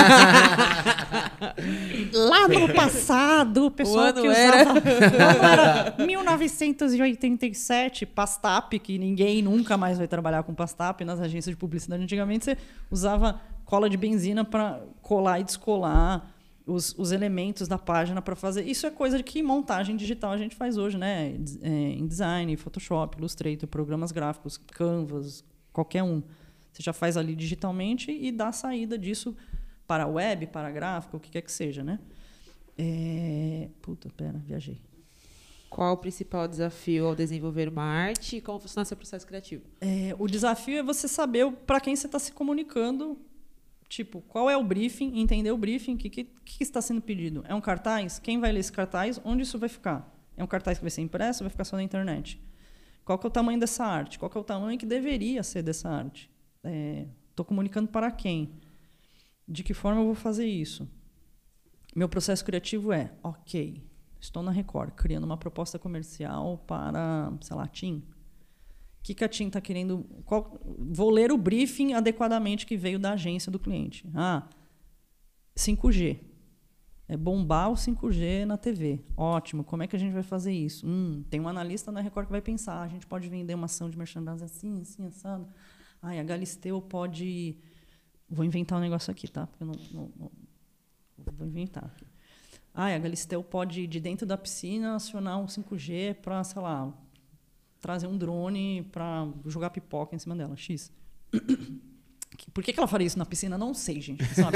Lá no passado, o pessoal o que era... usava... Quando era mil novecentos e oitenta e sete, Pastap, que ninguém nunca mais vai trabalhar com Pastap nas agências de publicidade. Antigamente você usava cola de benzina para colar e descolar os, os elementos da página para fazer... Isso é coisa de que montagem digital a gente faz hoje, né? É, em design, Photoshop, Illustrator, programas gráficos, Canvas... Qualquer um. Você já faz ali digitalmente e dá a saída disso para web, para gráfico, o que quer que seja, né? É... Puta, pera, viajei. Qual o principal desafio ao desenvolver uma arte e como funciona seu processo criativo? É, o desafio é você saber para quem você está se comunicando. Tipo, qual é o briefing, entender o briefing, o que, que, que está sendo pedido. É um cartaz? Quem vai ler esse cartaz? Onde isso vai ficar? É um cartaz que vai ser impresso ou vai ficar só na internet? Qual que é o tamanho dessa arte? Qual que é o tamanho que deveria ser dessa arte? Estou é, comunicando para quem? De que forma eu vou fazer isso? Meu processo criativo é, ok, estou na Record, criando uma proposta comercial para, sei lá, TIM. O que, que a TIM está querendo... Qual, vou ler o briefing adequadamente que veio da agência do cliente. Ah, cinco G. É bombar o cinco G na T V. Ótimo. Como é que a gente vai fazer isso? Hum, tem um analista na Record que vai pensar. A gente pode vender uma ação de merchandising assim, assim, assado. Ai, a Galisteu pode... Vou inventar um negócio aqui, tá? Porque eu não, não, não... Vou inventar aqui. Ai, a Galisteu pode, de dentro da piscina, acionar um cinco G para, sei lá, trazer um drone para jogar pipoca em cima dela. X. Por que, que ela faria isso na piscina? Não sei, gente. Sabe?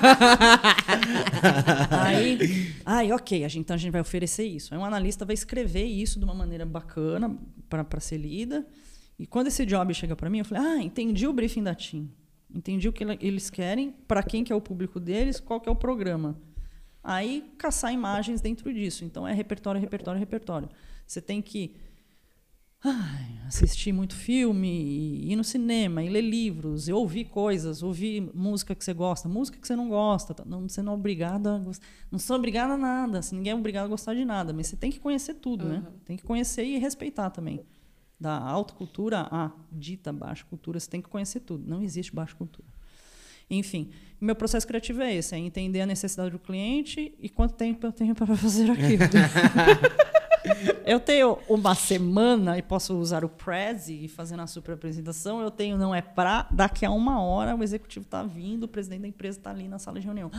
aí, aí, ok, a gente, então a gente vai oferecer isso. Aí um analista vai escrever isso de uma maneira bacana para ser lida. E quando esse job chega para mim, eu falei, ah, entendi o briefing da TIM. Entendi o que eles querem, para quem que é o público deles, qual que é o programa. Aí, caçar imagens dentro disso. Então, é repertório, repertório, repertório. Você tem que... Ai, assistir muito filme, ir no cinema, e ler livros, e ouvir coisas, ouvir música que você gosta, música que você não gosta. Não, você não é obrigada a gostar. Não sou obrigada a nada, ninguém é obrigado a gostar de nada, mas você tem que conhecer tudo, uhum. né? Tem que conhecer e respeitar também. Da alta cultura à dita baixa cultura, você tem que conhecer tudo. Não existe baixa cultura. Enfim, meu processo criativo é esse, é entender a necessidade do cliente e quanto tempo eu tenho para fazer aquilo. Eu tenho uma semana e posso usar o Prezi e fazer uma super apresentação. Eu tenho, não é pra, daqui a uma hora o executivo está vindo, o presidente da empresa está ali na sala de reunião.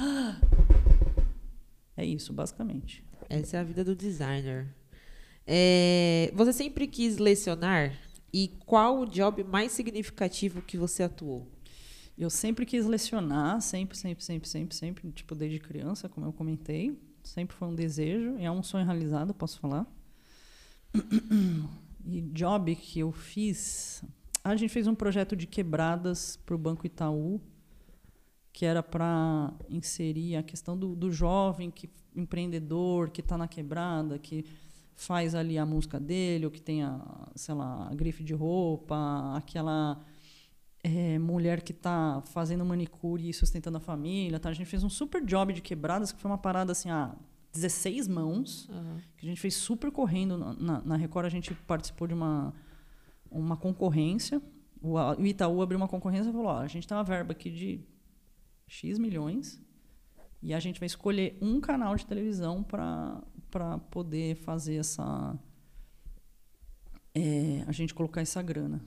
É isso, basicamente. Essa é a vida do designer. É, você sempre quis lecionar? E qual o job mais significativo que você atuou? Eu sempre quis lecionar, sempre, sempre, sempre, sempre, sempre, tipo, desde criança, como eu comentei. Sempre foi um desejo, e é um sonho realizado, posso falar. E job que eu fiz... A gente fez um projeto de quebradas para o Banco Itaú, que era para inserir a questão do, do jovem que, empreendedor que está na quebrada, que faz ali a música dele, ou que tem a, sei lá, a grife de roupa, aquela é, mulher que está fazendo manicure e sustentando a família. Tá? A gente fez um super job de quebradas, que foi uma parada assim, a dezesseis mãos, uhum. que a gente fez super correndo. Na, na Record a gente participou de uma, uma concorrência. O, o Itaú abriu uma concorrência e falou, ó, a gente tem uma verba aqui de X milhões e a gente vai escolher um canal de televisão para para poder fazer essa é, a gente colocar essa grana.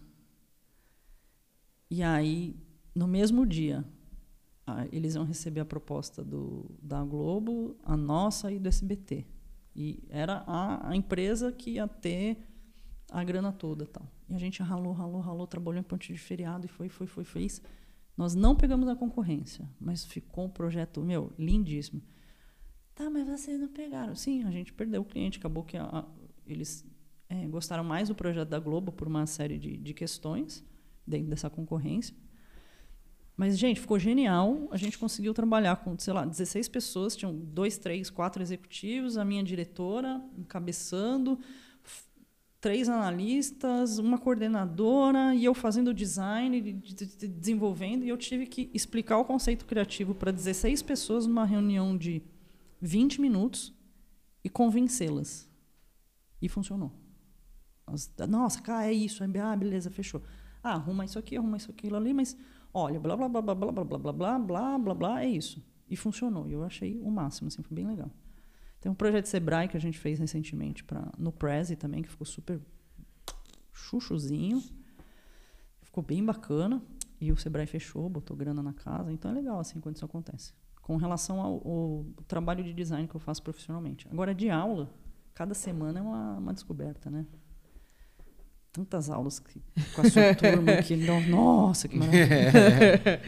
E aí, no mesmo dia, a, eles iam receber a proposta do, da Globo, a nossa e do S B T. E era a, a empresa que ia ter a grana toda. Tal. E a gente ralou, ralou, ralou, trabalhou em ponte de feriado e foi, foi, foi, fez. Nós não pegamos a concorrência, mas ficou um projeto, meu, lindíssimo. Tá, mas vocês não pegaram. Sim, a gente perdeu o cliente. Acabou que a, a, eles é, gostaram mais do projeto da Globo por uma série de, de questões dentro dessa concorrência. Mas, gente, ficou genial. A gente conseguiu trabalhar com, sei lá, dezesseis pessoas. Tinham dois, três, quatro executivos, a minha diretora encabeçando, três analistas, uma coordenadora, e eu fazendo design, desenvolvendo. E eu tive que explicar o conceito criativo para dezesseis pessoas numa reunião de vinte minutos e convencê-las. E funcionou. As, nossa, cara, é isso. Ah, beleza, fechou. Ah, arruma isso aqui, arruma isso aquilo ali, mas olha, blá, blá, blá, blá, blá, blá, blá, blá, blá, blá, blá, blá, é isso. E funcionou. E eu achei o máximo, assim, foi bem legal. Tem um projeto Sebrae que a gente fez recentemente pra, no Prezi também, que ficou super chuchuzinho. Ficou bem bacana. E o Sebrae fechou, botou grana na casa. Então é legal, assim, quando isso acontece. Com relação ao, ao trabalho de design que eu faço profissionalmente. Agora, de aula, cada semana é uma, uma descoberta, né? Tantas aulas que, com a sua turma que... Nossa, que maravilha.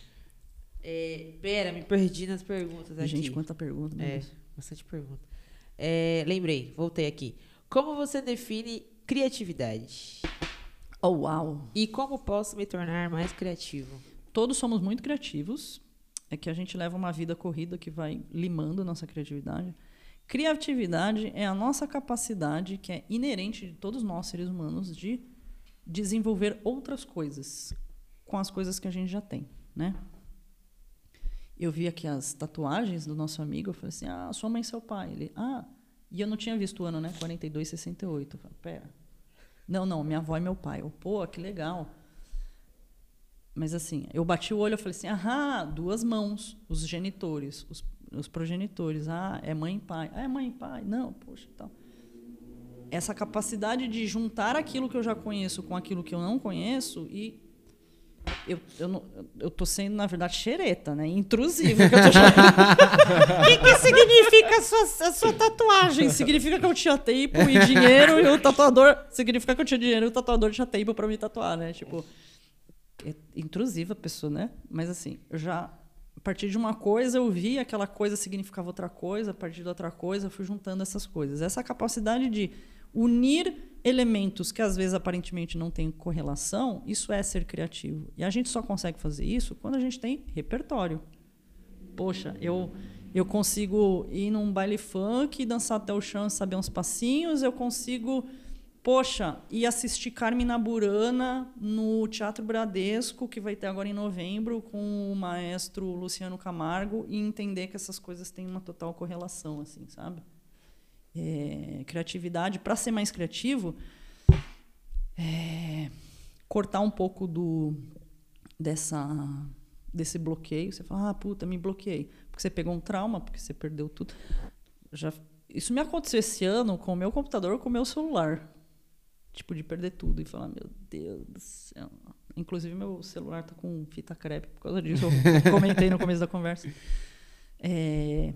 É, pera, me perdi nas perguntas aqui. Gente, quanta pergunta. Meu é, Deus. bastante pergunta. É, lembrei, voltei aqui. Como você define criatividade? Oh, uau! E como posso me tornar mais criativo? Todos somos muito criativos. É que a gente leva uma vida corrida que vai limando a nossa criatividade. Criatividade é a nossa capacidade, que é inerente de todos nós, seres humanos, de desenvolver outras coisas com as coisas que a gente já tem, né? Eu vi aqui as tatuagens do nosso amigo, eu falei assim, ah, sua mãe e seu pai. Ele, ah, e eu não tinha visto o ano, né? quarenta e dois, sessenta e oito. Eu falei, pera. Não, não, minha avó e meu pai. Eu, pô, que legal. Mas assim, eu bati o olho e falei assim, ah, duas mãos, os genitores, os, os progenitores. Ah, é mãe e pai. Ah, é mãe e pai. Não, poxa, tal. Essa capacidade de juntar aquilo que eu já conheço com aquilo que eu não conheço e eu, eu, não, eu tô sendo, na verdade, xereta, né? Intrusiva. O que, que significa a sua, a sua tatuagem? Significa que eu tinha tempo e dinheiro e o tatuador... Significa que eu tinha dinheiro e o tatuador tinha tempo pra me tatuar, né? Tipo... É intrusiva a pessoa, né? Mas assim, eu já... A partir de uma coisa, eu vi aquela coisa significava outra coisa. A partir de outra coisa, eu fui juntando essas coisas. Essa capacidade de unir elementos que às vezes aparentemente não têm correlação, isso é ser criativo. E a gente só consegue fazer isso quando a gente tem repertório. Poxa, eu, eu consigo ir num baile funk, dançar até o chão e saber uns passinhos, eu consigo, poxa, ir assistir Carmina Burana no Teatro Bradesco, que vai ter agora em novembro, com o maestro Luciano Camargo, e entender que essas coisas têm uma total correlação, assim, sabe? É, criatividade, para ser mais criativo, é, cortar um pouco do, dessa, desse bloqueio. Você fala, ah, puta, me bloqueei. Porque você pegou um trauma, porque você perdeu tudo. Já, isso me aconteceu esse ano com o meu computador, com o meu celular. Tipo, de perder tudo e falar, meu Deus do céu. Inclusive, meu celular tá com fita crepe por causa disso. Eu comentei no começo da conversa. É...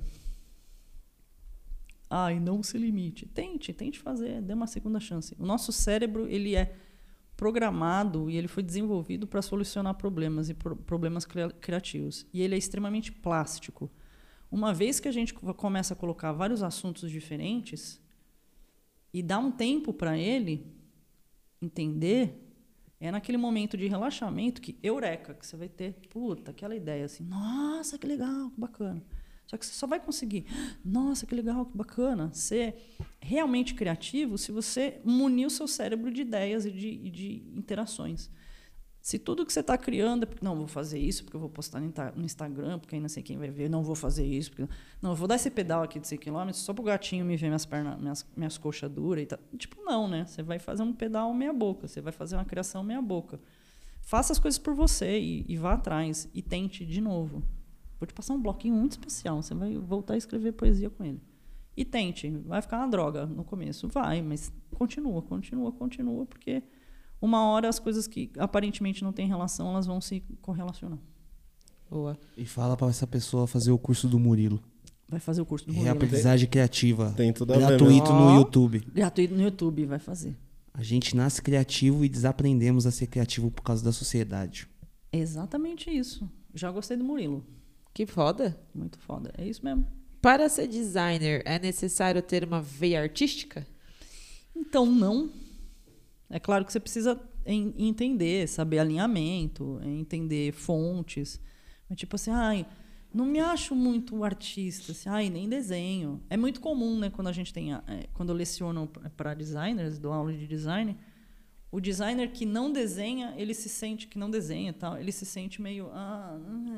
Ai, não se limite. Tente, tente fazer, dê uma segunda chance. O nosso cérebro, ele é programado e ele foi desenvolvido para solucionar problemas e pro- problemas cri- criativos. E ele é extremamente plástico. Uma vez que a gente começa a colocar vários assuntos diferentes e dá um tempo para ele entender, É naquele momento de relaxamento que, eureka, que você vai ter, puta, aquela ideia assim, nossa, que legal, que bacana. Só que você só vai conseguir, nossa, que legal, que bacana, ser realmente criativo se você munir o seu cérebro de ideias e de, e de interações. Se tudo que você está criando é porque, não, vou fazer isso porque eu vou postar no Instagram, porque aí não sei quem vai ver, não vou fazer isso, porque, não, eu vou dar esse pedal aqui de cem quilômetros só para o gatinho me ver minhas pernas, minhas, minhas coxas duras e tal. Tipo, não, né? Você vai fazer um pedal meia boca, você vai fazer uma criação meia boca. Faça as coisas por você e, e vá atrás e tente de novo. Vou te passar um bloquinho muito especial, você vai voltar a escrever poesia com ele. E tente, vai ficar uma droga no começo, vai, mas continua, continua, continua, porque uma hora as coisas que aparentemente não têm relação, elas vão se correlacionar. Boa. E fala pra essa pessoa fazer o curso do Murilo. Vai fazer o curso do É Murilo. aprendizagem criativa. Tem tudo a ver, gratuito né? no YouTube. Gratuito no YouTube, vai fazer. A gente nasce criativo e desaprendemos a ser criativo por causa da sociedade. Exatamente isso. Já gostei do Murilo. Que foda. Muito foda. É isso mesmo. Para ser designer, é necessário ter uma veia artística? Então, não. É claro que você precisa en- entender, saber alinhamento, entender fontes. Mas, tipo assim, ai, não me acho muito artista, assim, ai, nem desenho. É muito comum, né, quando a gente tem, a- é, quando eu leciono para designers, dou aula de design, o designer que não desenha, ele se sente que não desenha, tal, ele se sente meio, ah,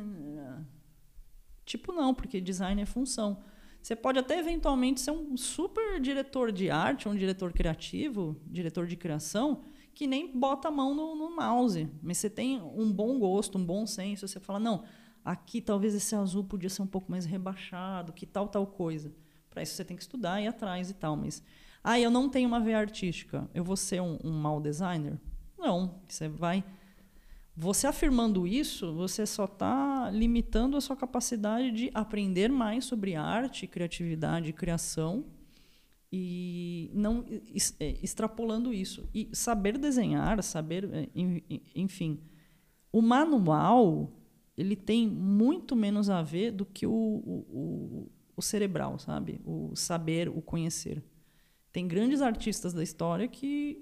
tipo não, porque design é função. Você pode até eventualmente ser um super diretor de arte, um diretor criativo, diretor de criação, que nem bota a mão no, no mouse. Mas você tem um bom gosto, um bom senso. Você fala, não, aqui talvez esse azul podia ser um pouco mais rebaixado, que tal, tal coisa. Para isso você tem que estudar e ir atrás e tal. Mas, ah, eu não tenho uma veia artística, eu vou ser um, um mau designer? Não, você vai... Você afirmando isso, você só está limitando a sua capacidade de aprender mais sobre arte, criatividade e criação e não extrapolando isso. E saber desenhar, saber, enfim, o manual ele tem muito menos a ver do que o, o, o cerebral, sabe? O saber, o conhecer. Tem grandes artistas da história que,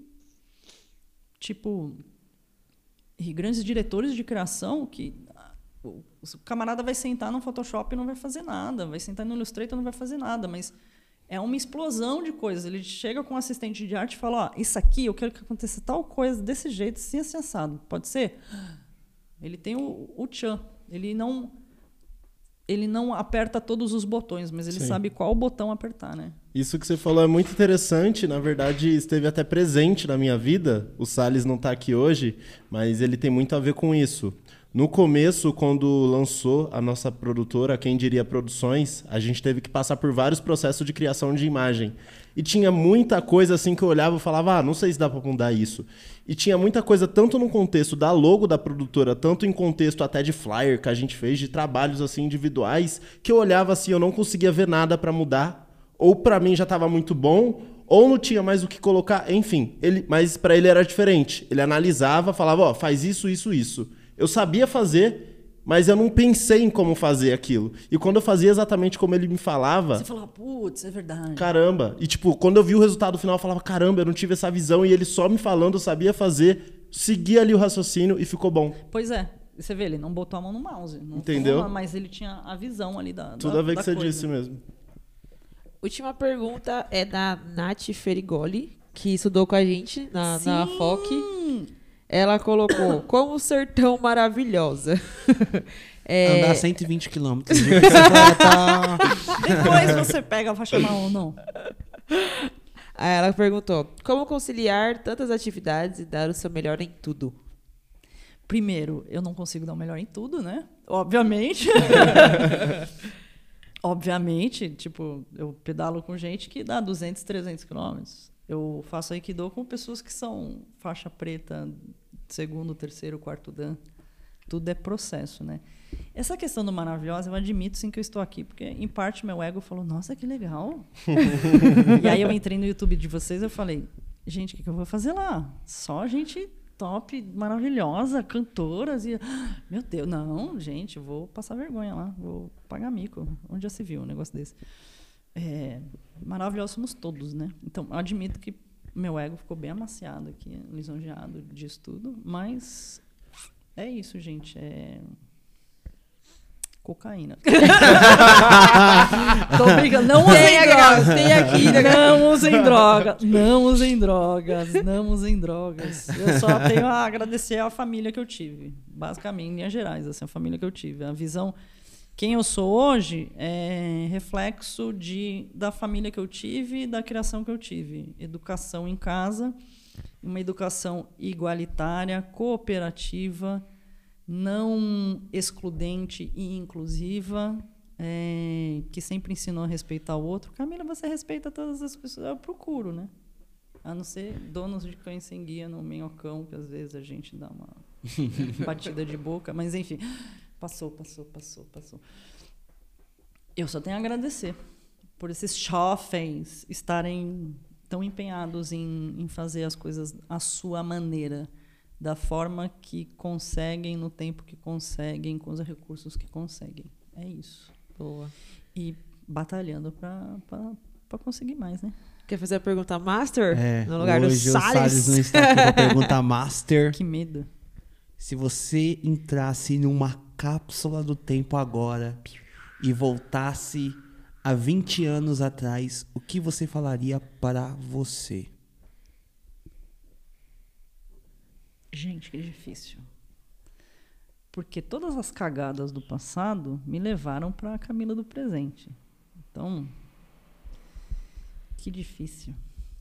tipo... E grandes diretores de criação que o camarada vai sentar no Photoshop e não vai fazer nada, vai sentar no Illustrator e não vai fazer nada, mas é uma explosão de coisas. Ele chega com um assistente de arte e fala, ó, isso aqui eu quero que aconteça tal coisa desse jeito, assim, assim, assado. Pode ser? Ele tem o, o tchan. Ele não, ele não aperta todos os botões, mas ele Sim. sabe qual botão apertar, né? Isso que você falou é muito interessante, na verdade esteve até presente na minha vida. O Salles não está aqui hoje, mas ele tem muito a ver com isso. No começo, quando lançou a nossa produtora, Quem Diria Produções, a gente teve que passar por vários processos de criação de imagem. E tinha muita coisa assim que eu olhava e falava, ah, não sei se dá para mudar isso. E tinha muita coisa tanto no contexto da logo da produtora, tanto em contexto até de flyer que a gente fez, de trabalhos assim individuais, que eu olhava assim, eu não conseguia ver nada para mudar. Ou para mim já estava muito bom, ou não tinha mais o que colocar, enfim. Ele, mas para ele era diferente. Ele analisava, falava, ó, oh, faz isso, isso, isso. Eu sabia fazer, mas eu não pensei em como fazer aquilo. E quando eu fazia exatamente como ele me falava... Você falava, putz, é verdade. Caramba. E tipo, quando eu vi o resultado final, eu falava, caramba, eu não tive essa visão. E ele só me falando, eu sabia fazer, seguia ali o raciocínio e ficou bom. Pois é. Você vê, ele não botou a mão no mouse. Não Entendeu? Falou, mas ele tinha a visão ali da Tudo da, a ver com da você coisa. disse mesmo. Última pergunta é da Nath Ferigoli, que estudou com a gente na, na Sim. F O C. Ela colocou, como ser tão maravilhosa? É, Andar cento e vinte quilômetros de bicicleta. Depois você pega a faixa marrom, não. Aí ela perguntou, como conciliar tantas atividades e dar o seu melhor em tudo? Primeiro, eu não consigo dar o melhor em tudo, né? Obviamente. Obviamente, tipo, eu pedalo com gente que dá duzentos, trezentos quilômetros. Eu faço Aikido com pessoas que são faixa preta, segundo, terceiro, quarto dan. Tudo é processo, né? Essa questão do maravilhosa, eu admito sim que eu estou aqui, porque em parte meu ego falou, nossa, que legal. E aí eu entrei no YouTube de vocês e eu falei, gente, o que, que eu vou fazer lá? Só gente top, maravilhosa, cantoras e... Meu Deus, não, gente, eu vou passar vergonha lá, vou pagar mico. Onde já se viu um negócio desse? É, maravilhosos somos todos, né? Então, eu admito que Meu ego ficou bem amaciado aqui, lisonjeado disso tudo. Mas é isso, gente. É... cocaína. Tô brincando. Não usem drogas. Tem aqui. Não usem drogas. Não usem drogas. Não usem drogas. Eu só tenho a agradecer à família que eu tive. Basicamente, em linhas gerais, assim, a família que eu tive. A visão... Quem eu sou hoje é reflexo de, da família que eu tive e da criação que eu tive. Educação em casa, uma educação igualitária, cooperativa, não excludente e inclusiva, é, que sempre ensinou a respeitar o outro. Camila, você respeita todas as pessoas? Eu procuro, né? A não ser donos de cães sem guia no minhocão, que às vezes a gente dá uma batida de boca, mas enfim... Passou, passou, passou, passou. Eu só tenho a agradecer por esses jovens estarem tão empenhados em, em fazer as coisas à sua maneira, da forma que conseguem, no tempo que conseguem, com os recursos que conseguem. É isso. Boa. E batalhando para conseguir mais, né? Quer fazer a pergunta master? É, no lugar do hoje Salles? o Salles não está aqui pra pergunta master. Que medo. Se você entrasse numa cápsula do tempo agora e voltasse há vinte anos atrás, o que você falaria para você? Gente, que difícil. Porque todas as cagadas do passado me levaram para a Camila do presente. Então, que difícil.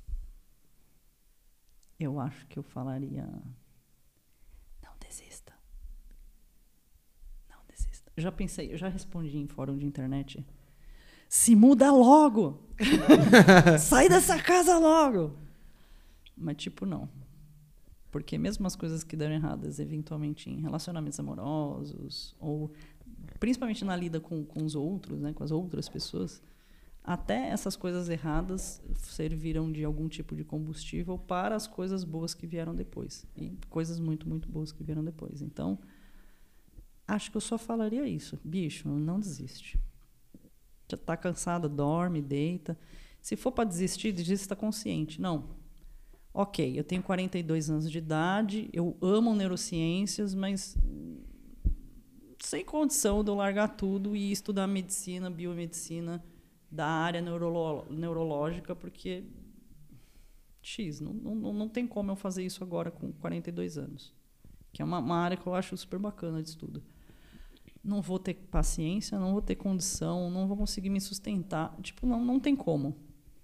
Eu acho que eu falaria... Não desista. Não desista. Eu já pensei, eu já respondi em fórum de internet. Se muda logo! Sai dessa casa logo! Mas, tipo, não. Porque mesmo as coisas que deram erradas, eventualmente, em relacionamentos amorosos, ou principalmente na lida com, com os outros, né, com as outras pessoas, até essas coisas erradas serviram de algum tipo de combustível para as coisas boas que vieram depois. E coisas muito, muito boas que vieram depois. Então, acho que eu só falaria isso. Bicho, não desiste. Já está cansada, dorme, deita. Se for para desistir, desista consciente. Não. Ok, eu tenho quarenta e dois anos de idade, eu amo neurociências, mas sem condição de eu largar tudo e estudar medicina, biomedicina da área neurolo- neurológica, porque X, não, não, não tem como eu fazer isso agora com quarenta e dois anos, que é uma, uma área que eu acho super bacana de estudo. Não vou ter paciência, não vou ter condição, não vou conseguir me sustentar. Tipo, não, não tem como.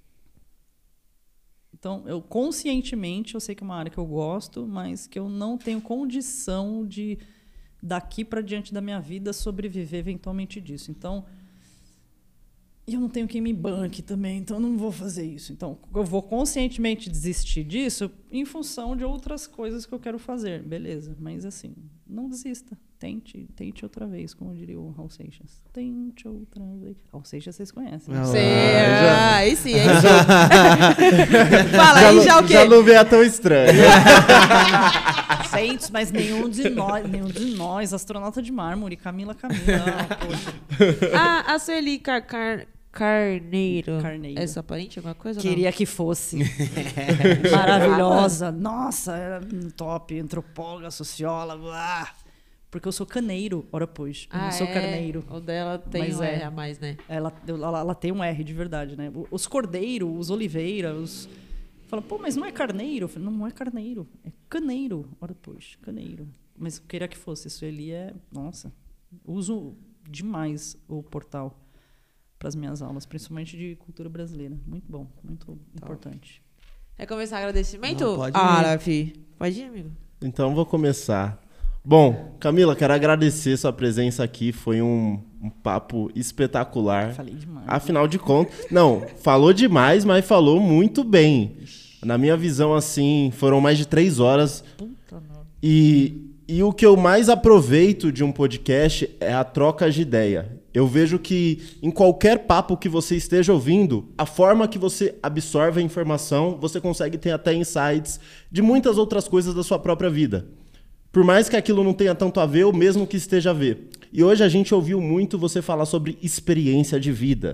Então, eu conscientemente, eu sei que é uma área que eu gosto, mas que eu não tenho condição de, daqui para diante da minha vida, sobreviver eventualmente disso. Então, eu não tenho quem me banque também, então eu não vou fazer isso. Então, eu vou conscientemente desistir disso em função de outras coisas que eu quero fazer. Beleza, mas assim, não desista. Tente, tente outra vez, como diria o Raul Seixas. Tente outra vez. Raul Seixas vocês conhecem. Ah, Sim, já- ah, aí sim, aí sim. Fala aí, já o quê? Já não veio tão estranho. Gente, mas nenhum de nós, nenhum de nós, astronauta de mármore, Camila Camila. Ah, poxa. Ah, a Sueli Car Car Carneiro. Carneiro. É sua parente, alguma coisa? ou não? Queria que fosse. Maravilhosa. Nossa, era top. Antropóloga, socióloga. Ah, porque eu sou caneiro, ora pois. Eu Ah, não sou é? carneiro. O dela tem Mas um é. R a mais, né? Ela, ela, ela tem um R de verdade, né? Os Cordeiro, os Oliveira, os... Fala, pô, mas não é carneiro? Eu falei, não, não é carneiro, é caneiro. Ora, pois, caneiro. Mas eu queria que fosse. Isso ali é... Nossa, uso demais o portal para as minhas aulas, principalmente de cultura brasileira. Muito bom, muito importante. Quer começar agradecimento? Não, pode ir. Ah, Fi. Pode ir, amigo. Então, vou começar. Bom, Camila, quero agradecer sua presença aqui. Foi um, um papo espetacular. Falei demais. Afinal de contas... Não, falou demais, mas falou muito bem. Na minha visão, assim, foram mais de três horas. Puta merda. E, e o que eu mais aproveito de um podcast é a troca de ideia. Eu vejo que em qualquer papo que você esteja ouvindo, a forma que você absorve a informação, você consegue ter até insights de muitas outras coisas da sua própria vida. Por mais que aquilo não tenha tanto a ver, ou mesmo que esteja a ver. E hoje a gente ouviu muito você falar sobre experiência de vida,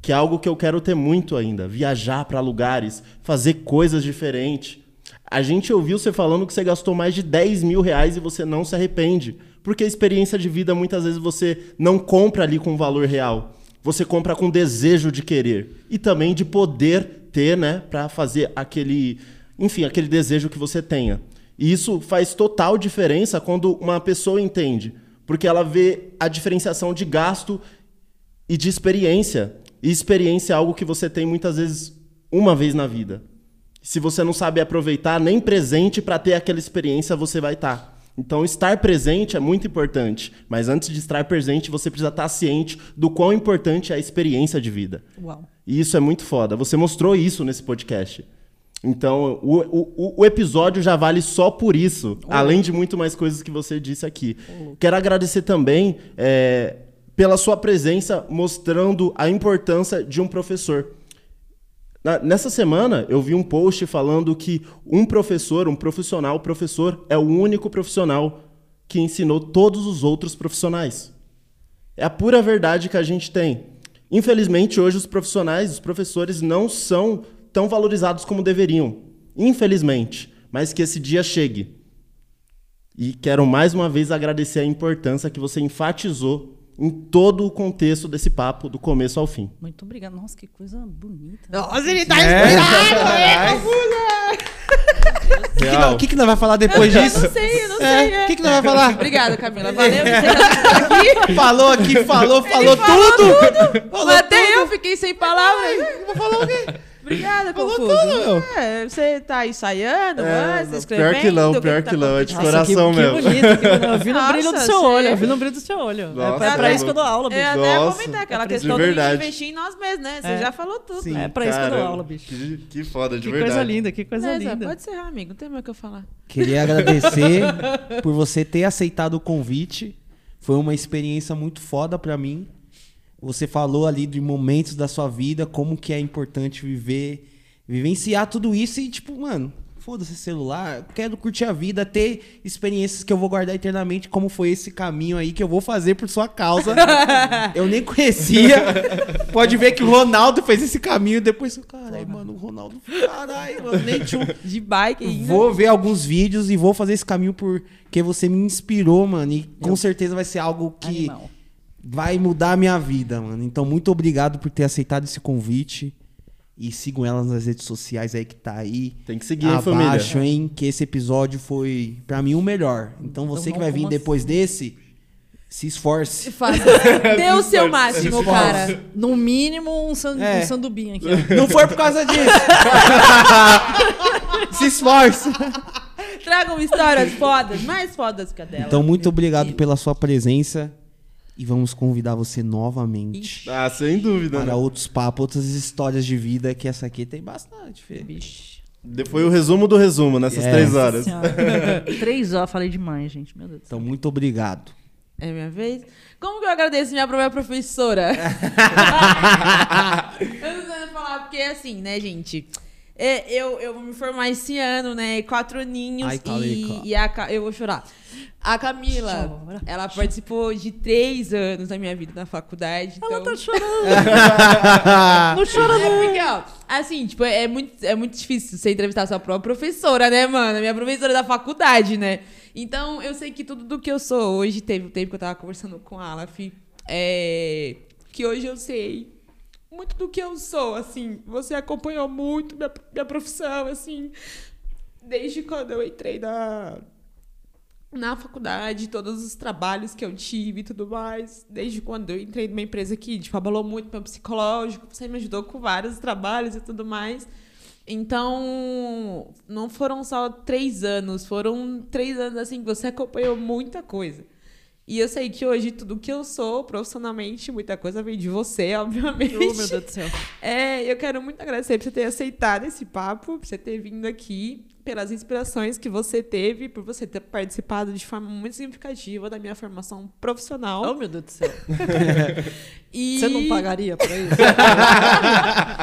que é algo que eu quero ter muito ainda. Viajar para lugares, fazer coisas diferentes. A gente ouviu você falando que você gastou mais de dez mil reais e você não se arrepende. Porque a experiência de vida, muitas vezes, você não compra ali com valor real. Você compra com desejo de querer. E também de poder ter, né? Para fazer aquele... Enfim, aquele desejo que você tenha. E isso faz total diferença quando uma pessoa entende. Porque ela vê a diferenciação de gasto e de experiência. E experiência é algo que você tem muitas vezes uma vez na vida. Se você não sabe aproveitar nem presente para ter aquela experiência, você vai estar. Então, estar presente é muito importante. Mas antes de estar presente, você precisa estar ciente do quão importante é a experiência de vida. Uau. E isso é muito foda. Você mostrou isso nesse podcast. Então, o, o, o episódio já vale só por isso. Oh. Além de muito mais coisas que você disse aqui. Oh. Quero agradecer também é, pela sua presença, mostrando a importância de um professor. Nessa semana, eu vi um post falando que um professor, um profissional, professor, é o único profissional que ensinou todos os outros profissionais. É a pura verdade que a gente tem. Infelizmente, hoje, os profissionais, os professores, não são tão valorizados como deveriam. Infelizmente. Mas que esse dia chegue. E quero mais uma vez agradecer a importância que você enfatizou em todo o contexto desse papo, do começo ao fim. Muito obrigada. Nossa, que coisa bonita. Nossa, ele tá inspirado! O que, que nós vai falar depois eu, disso? Eu não sei, eu não sei. O é. que, que nós vai falar? Obrigada, Camila. Valeu. Você já tá aqui. Falou aqui, falou, falou, falou tudo. tudo. Falou Até tudo. eu fiquei sem palavras. Vou falar o quê? Obrigada, Falou Confuso. tudo, meu. É, você tá ensaiando, É, antes, escrevendo? pior que não, o pior tá que não, é de acontecendo? coração que, mesmo. Que bonito, que bonito. Eu vi no Nossa, brilho do seu você- olho, eu vi no brilho do seu olho. Nossa, é pra é isso que eu dou aula, bicho. Eu até ia Nossa, comentar aquela é questão de da gente verdade. investir em nós mesmos, né? Você É. já falou tudo. Sim. É pra isso que eu dou Cara, aula, bicho. Que, que foda, de Que verdade. coisa linda, que coisa Beleza, linda. pode encerrar, amigo. Não tem mais o que eu falar. Queria agradecer por você ter aceitado o convite. Foi uma experiência muito foda pra mim. Você falou ali de momentos da sua vida, como que é importante viver, vivenciar tudo isso e tipo, mano, foda-se celular, quero curtir a vida, ter experiências que eu vou guardar eternamente, como foi esse caminho aí que eu vou fazer por sua causa. Eu nem conhecia. Pode ver que o Ronaldo fez esse caminho, depois, caralho, mano, o Ronaldo, caralho, mano, nem tinha um... De bike ainda. Vou ver alguns vídeos e vou fazer esse caminho porque você me inspirou, mano. E com certeza vai ser algo que Animal. vai mudar a minha vida, mano. Então, muito obrigado por ter aceitado esse convite. E sigam elas nas redes sociais aí que tá aí. Tem que seguir, hein, família? Abaixo, hein? Que esse episódio foi, pra mim, o melhor. Então, você que vai vir depois desse, se esforce. Faça. Dê o seu máximo, cara. No mínimo, um, san É. um sandubinho aqui, ó. Não foi por causa disso. Se esforce. Tragam histórias fodas, mais fodas que a dela. Então, muito Meu obrigado Deus. pela sua presença. E vamos convidar você novamente Ah, sem dúvida, né? para outros papos, outras histórias de vida, que essa aqui tem bastante, Fê. Bicho. Foi o resumo do resumo nessas É. três horas. Senhora. Três horas, falei demais, gente. Meu Deus do céu. Então, muito obrigado. É minha vez? Como que eu agradeço minha própria professora? Eu não sei falar, porque assim, né, gente? É, eu, eu vou me formar esse ano, né? Quatro aninhos. Ai, Calica. e, e a, Ca- eu vou chorar. A Camila, Chora. ela participou de três anos da minha vida na faculdade. Ela então... tá chorando. Não chora, É não. porque, ó, assim, tipo, é muito, é muito difícil você entrevistar sua própria professora, né, mano? Minha professora da faculdade, né? Então, eu sei que tudo do que eu sou hoje, teve um tempo que eu tava conversando com a Alaf, é, que hoje eu sei muito do que eu sou, assim. Você acompanhou muito minha, minha profissão, assim, desde quando eu entrei na... na faculdade, todos os trabalhos que eu tive e tudo mais, desde quando eu entrei numa empresa que tipo, abalou muito meu psicológico, você me ajudou com vários trabalhos e tudo mais. Então, não foram só três anos, foram três anos assim que você acompanhou muita coisa. E eu sei que hoje tudo que eu sou profissionalmente, muita coisa vem de você, obviamente. Oh, meu Deus do céu. É, eu quero muito agradecer por você ter aceitado esse papo, por você ter vindo aqui, pelas inspirações que você teve, por você ter participado de forma muito significativa da minha formação profissional. Oh, meu Deus do céu. E... Você não pagaria pra isso? Pra que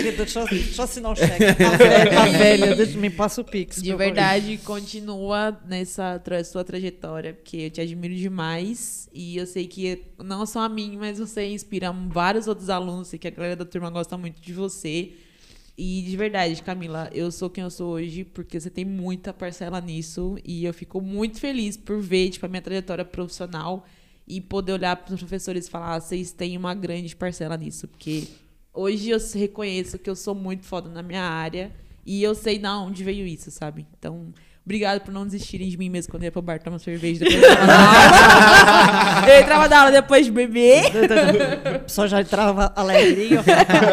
deixa, eu- deixa eu assinar o cheque. A velha, a velha deixa, me passa o Pix. De verdade, continua nessa tra sua trajetória, porque eu te admiro demais. E eu sei que não só a mim, mas você inspira vários outros alunos. Sei que a galera da turma gosta muito de você. E de verdade, Camila, eu sou quem eu sou hoje porque você tem muita parcela nisso. E eu fico muito feliz por ver, tipo, a minha trajetória profissional e poder olhar para os professores e falar, ah, vocês têm uma grande parcela nisso. Porque hoje eu reconheço que eu sou muito foda na minha área e eu sei de onde veio isso, sabe? Então, obrigado por não desistirem de mim mesmo quando eu ia pro bar tomar cerveja depois de da aula. Eu entrava da aula depois de beber. Só já entrava alegrinha.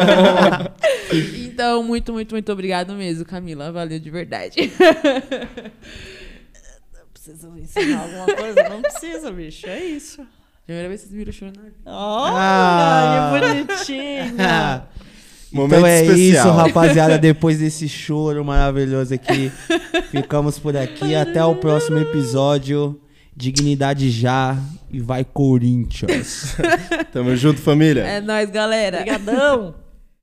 Então, muito, muito, muito obrigado mesmo, Camila. Valeu de verdade. Precisa me ensinar alguma coisa? Não precisa, bicho. É isso. Primeira vez que vocês viram chorar. Olha, Ah. que bonitinha. Momento Então é especial. isso, rapaziada. Depois desse choro maravilhoso aqui, ficamos por aqui. Até o próximo episódio. Dignidade já e vai Corinthians. Tamo junto, família. É nóis, galera. Obrigadão.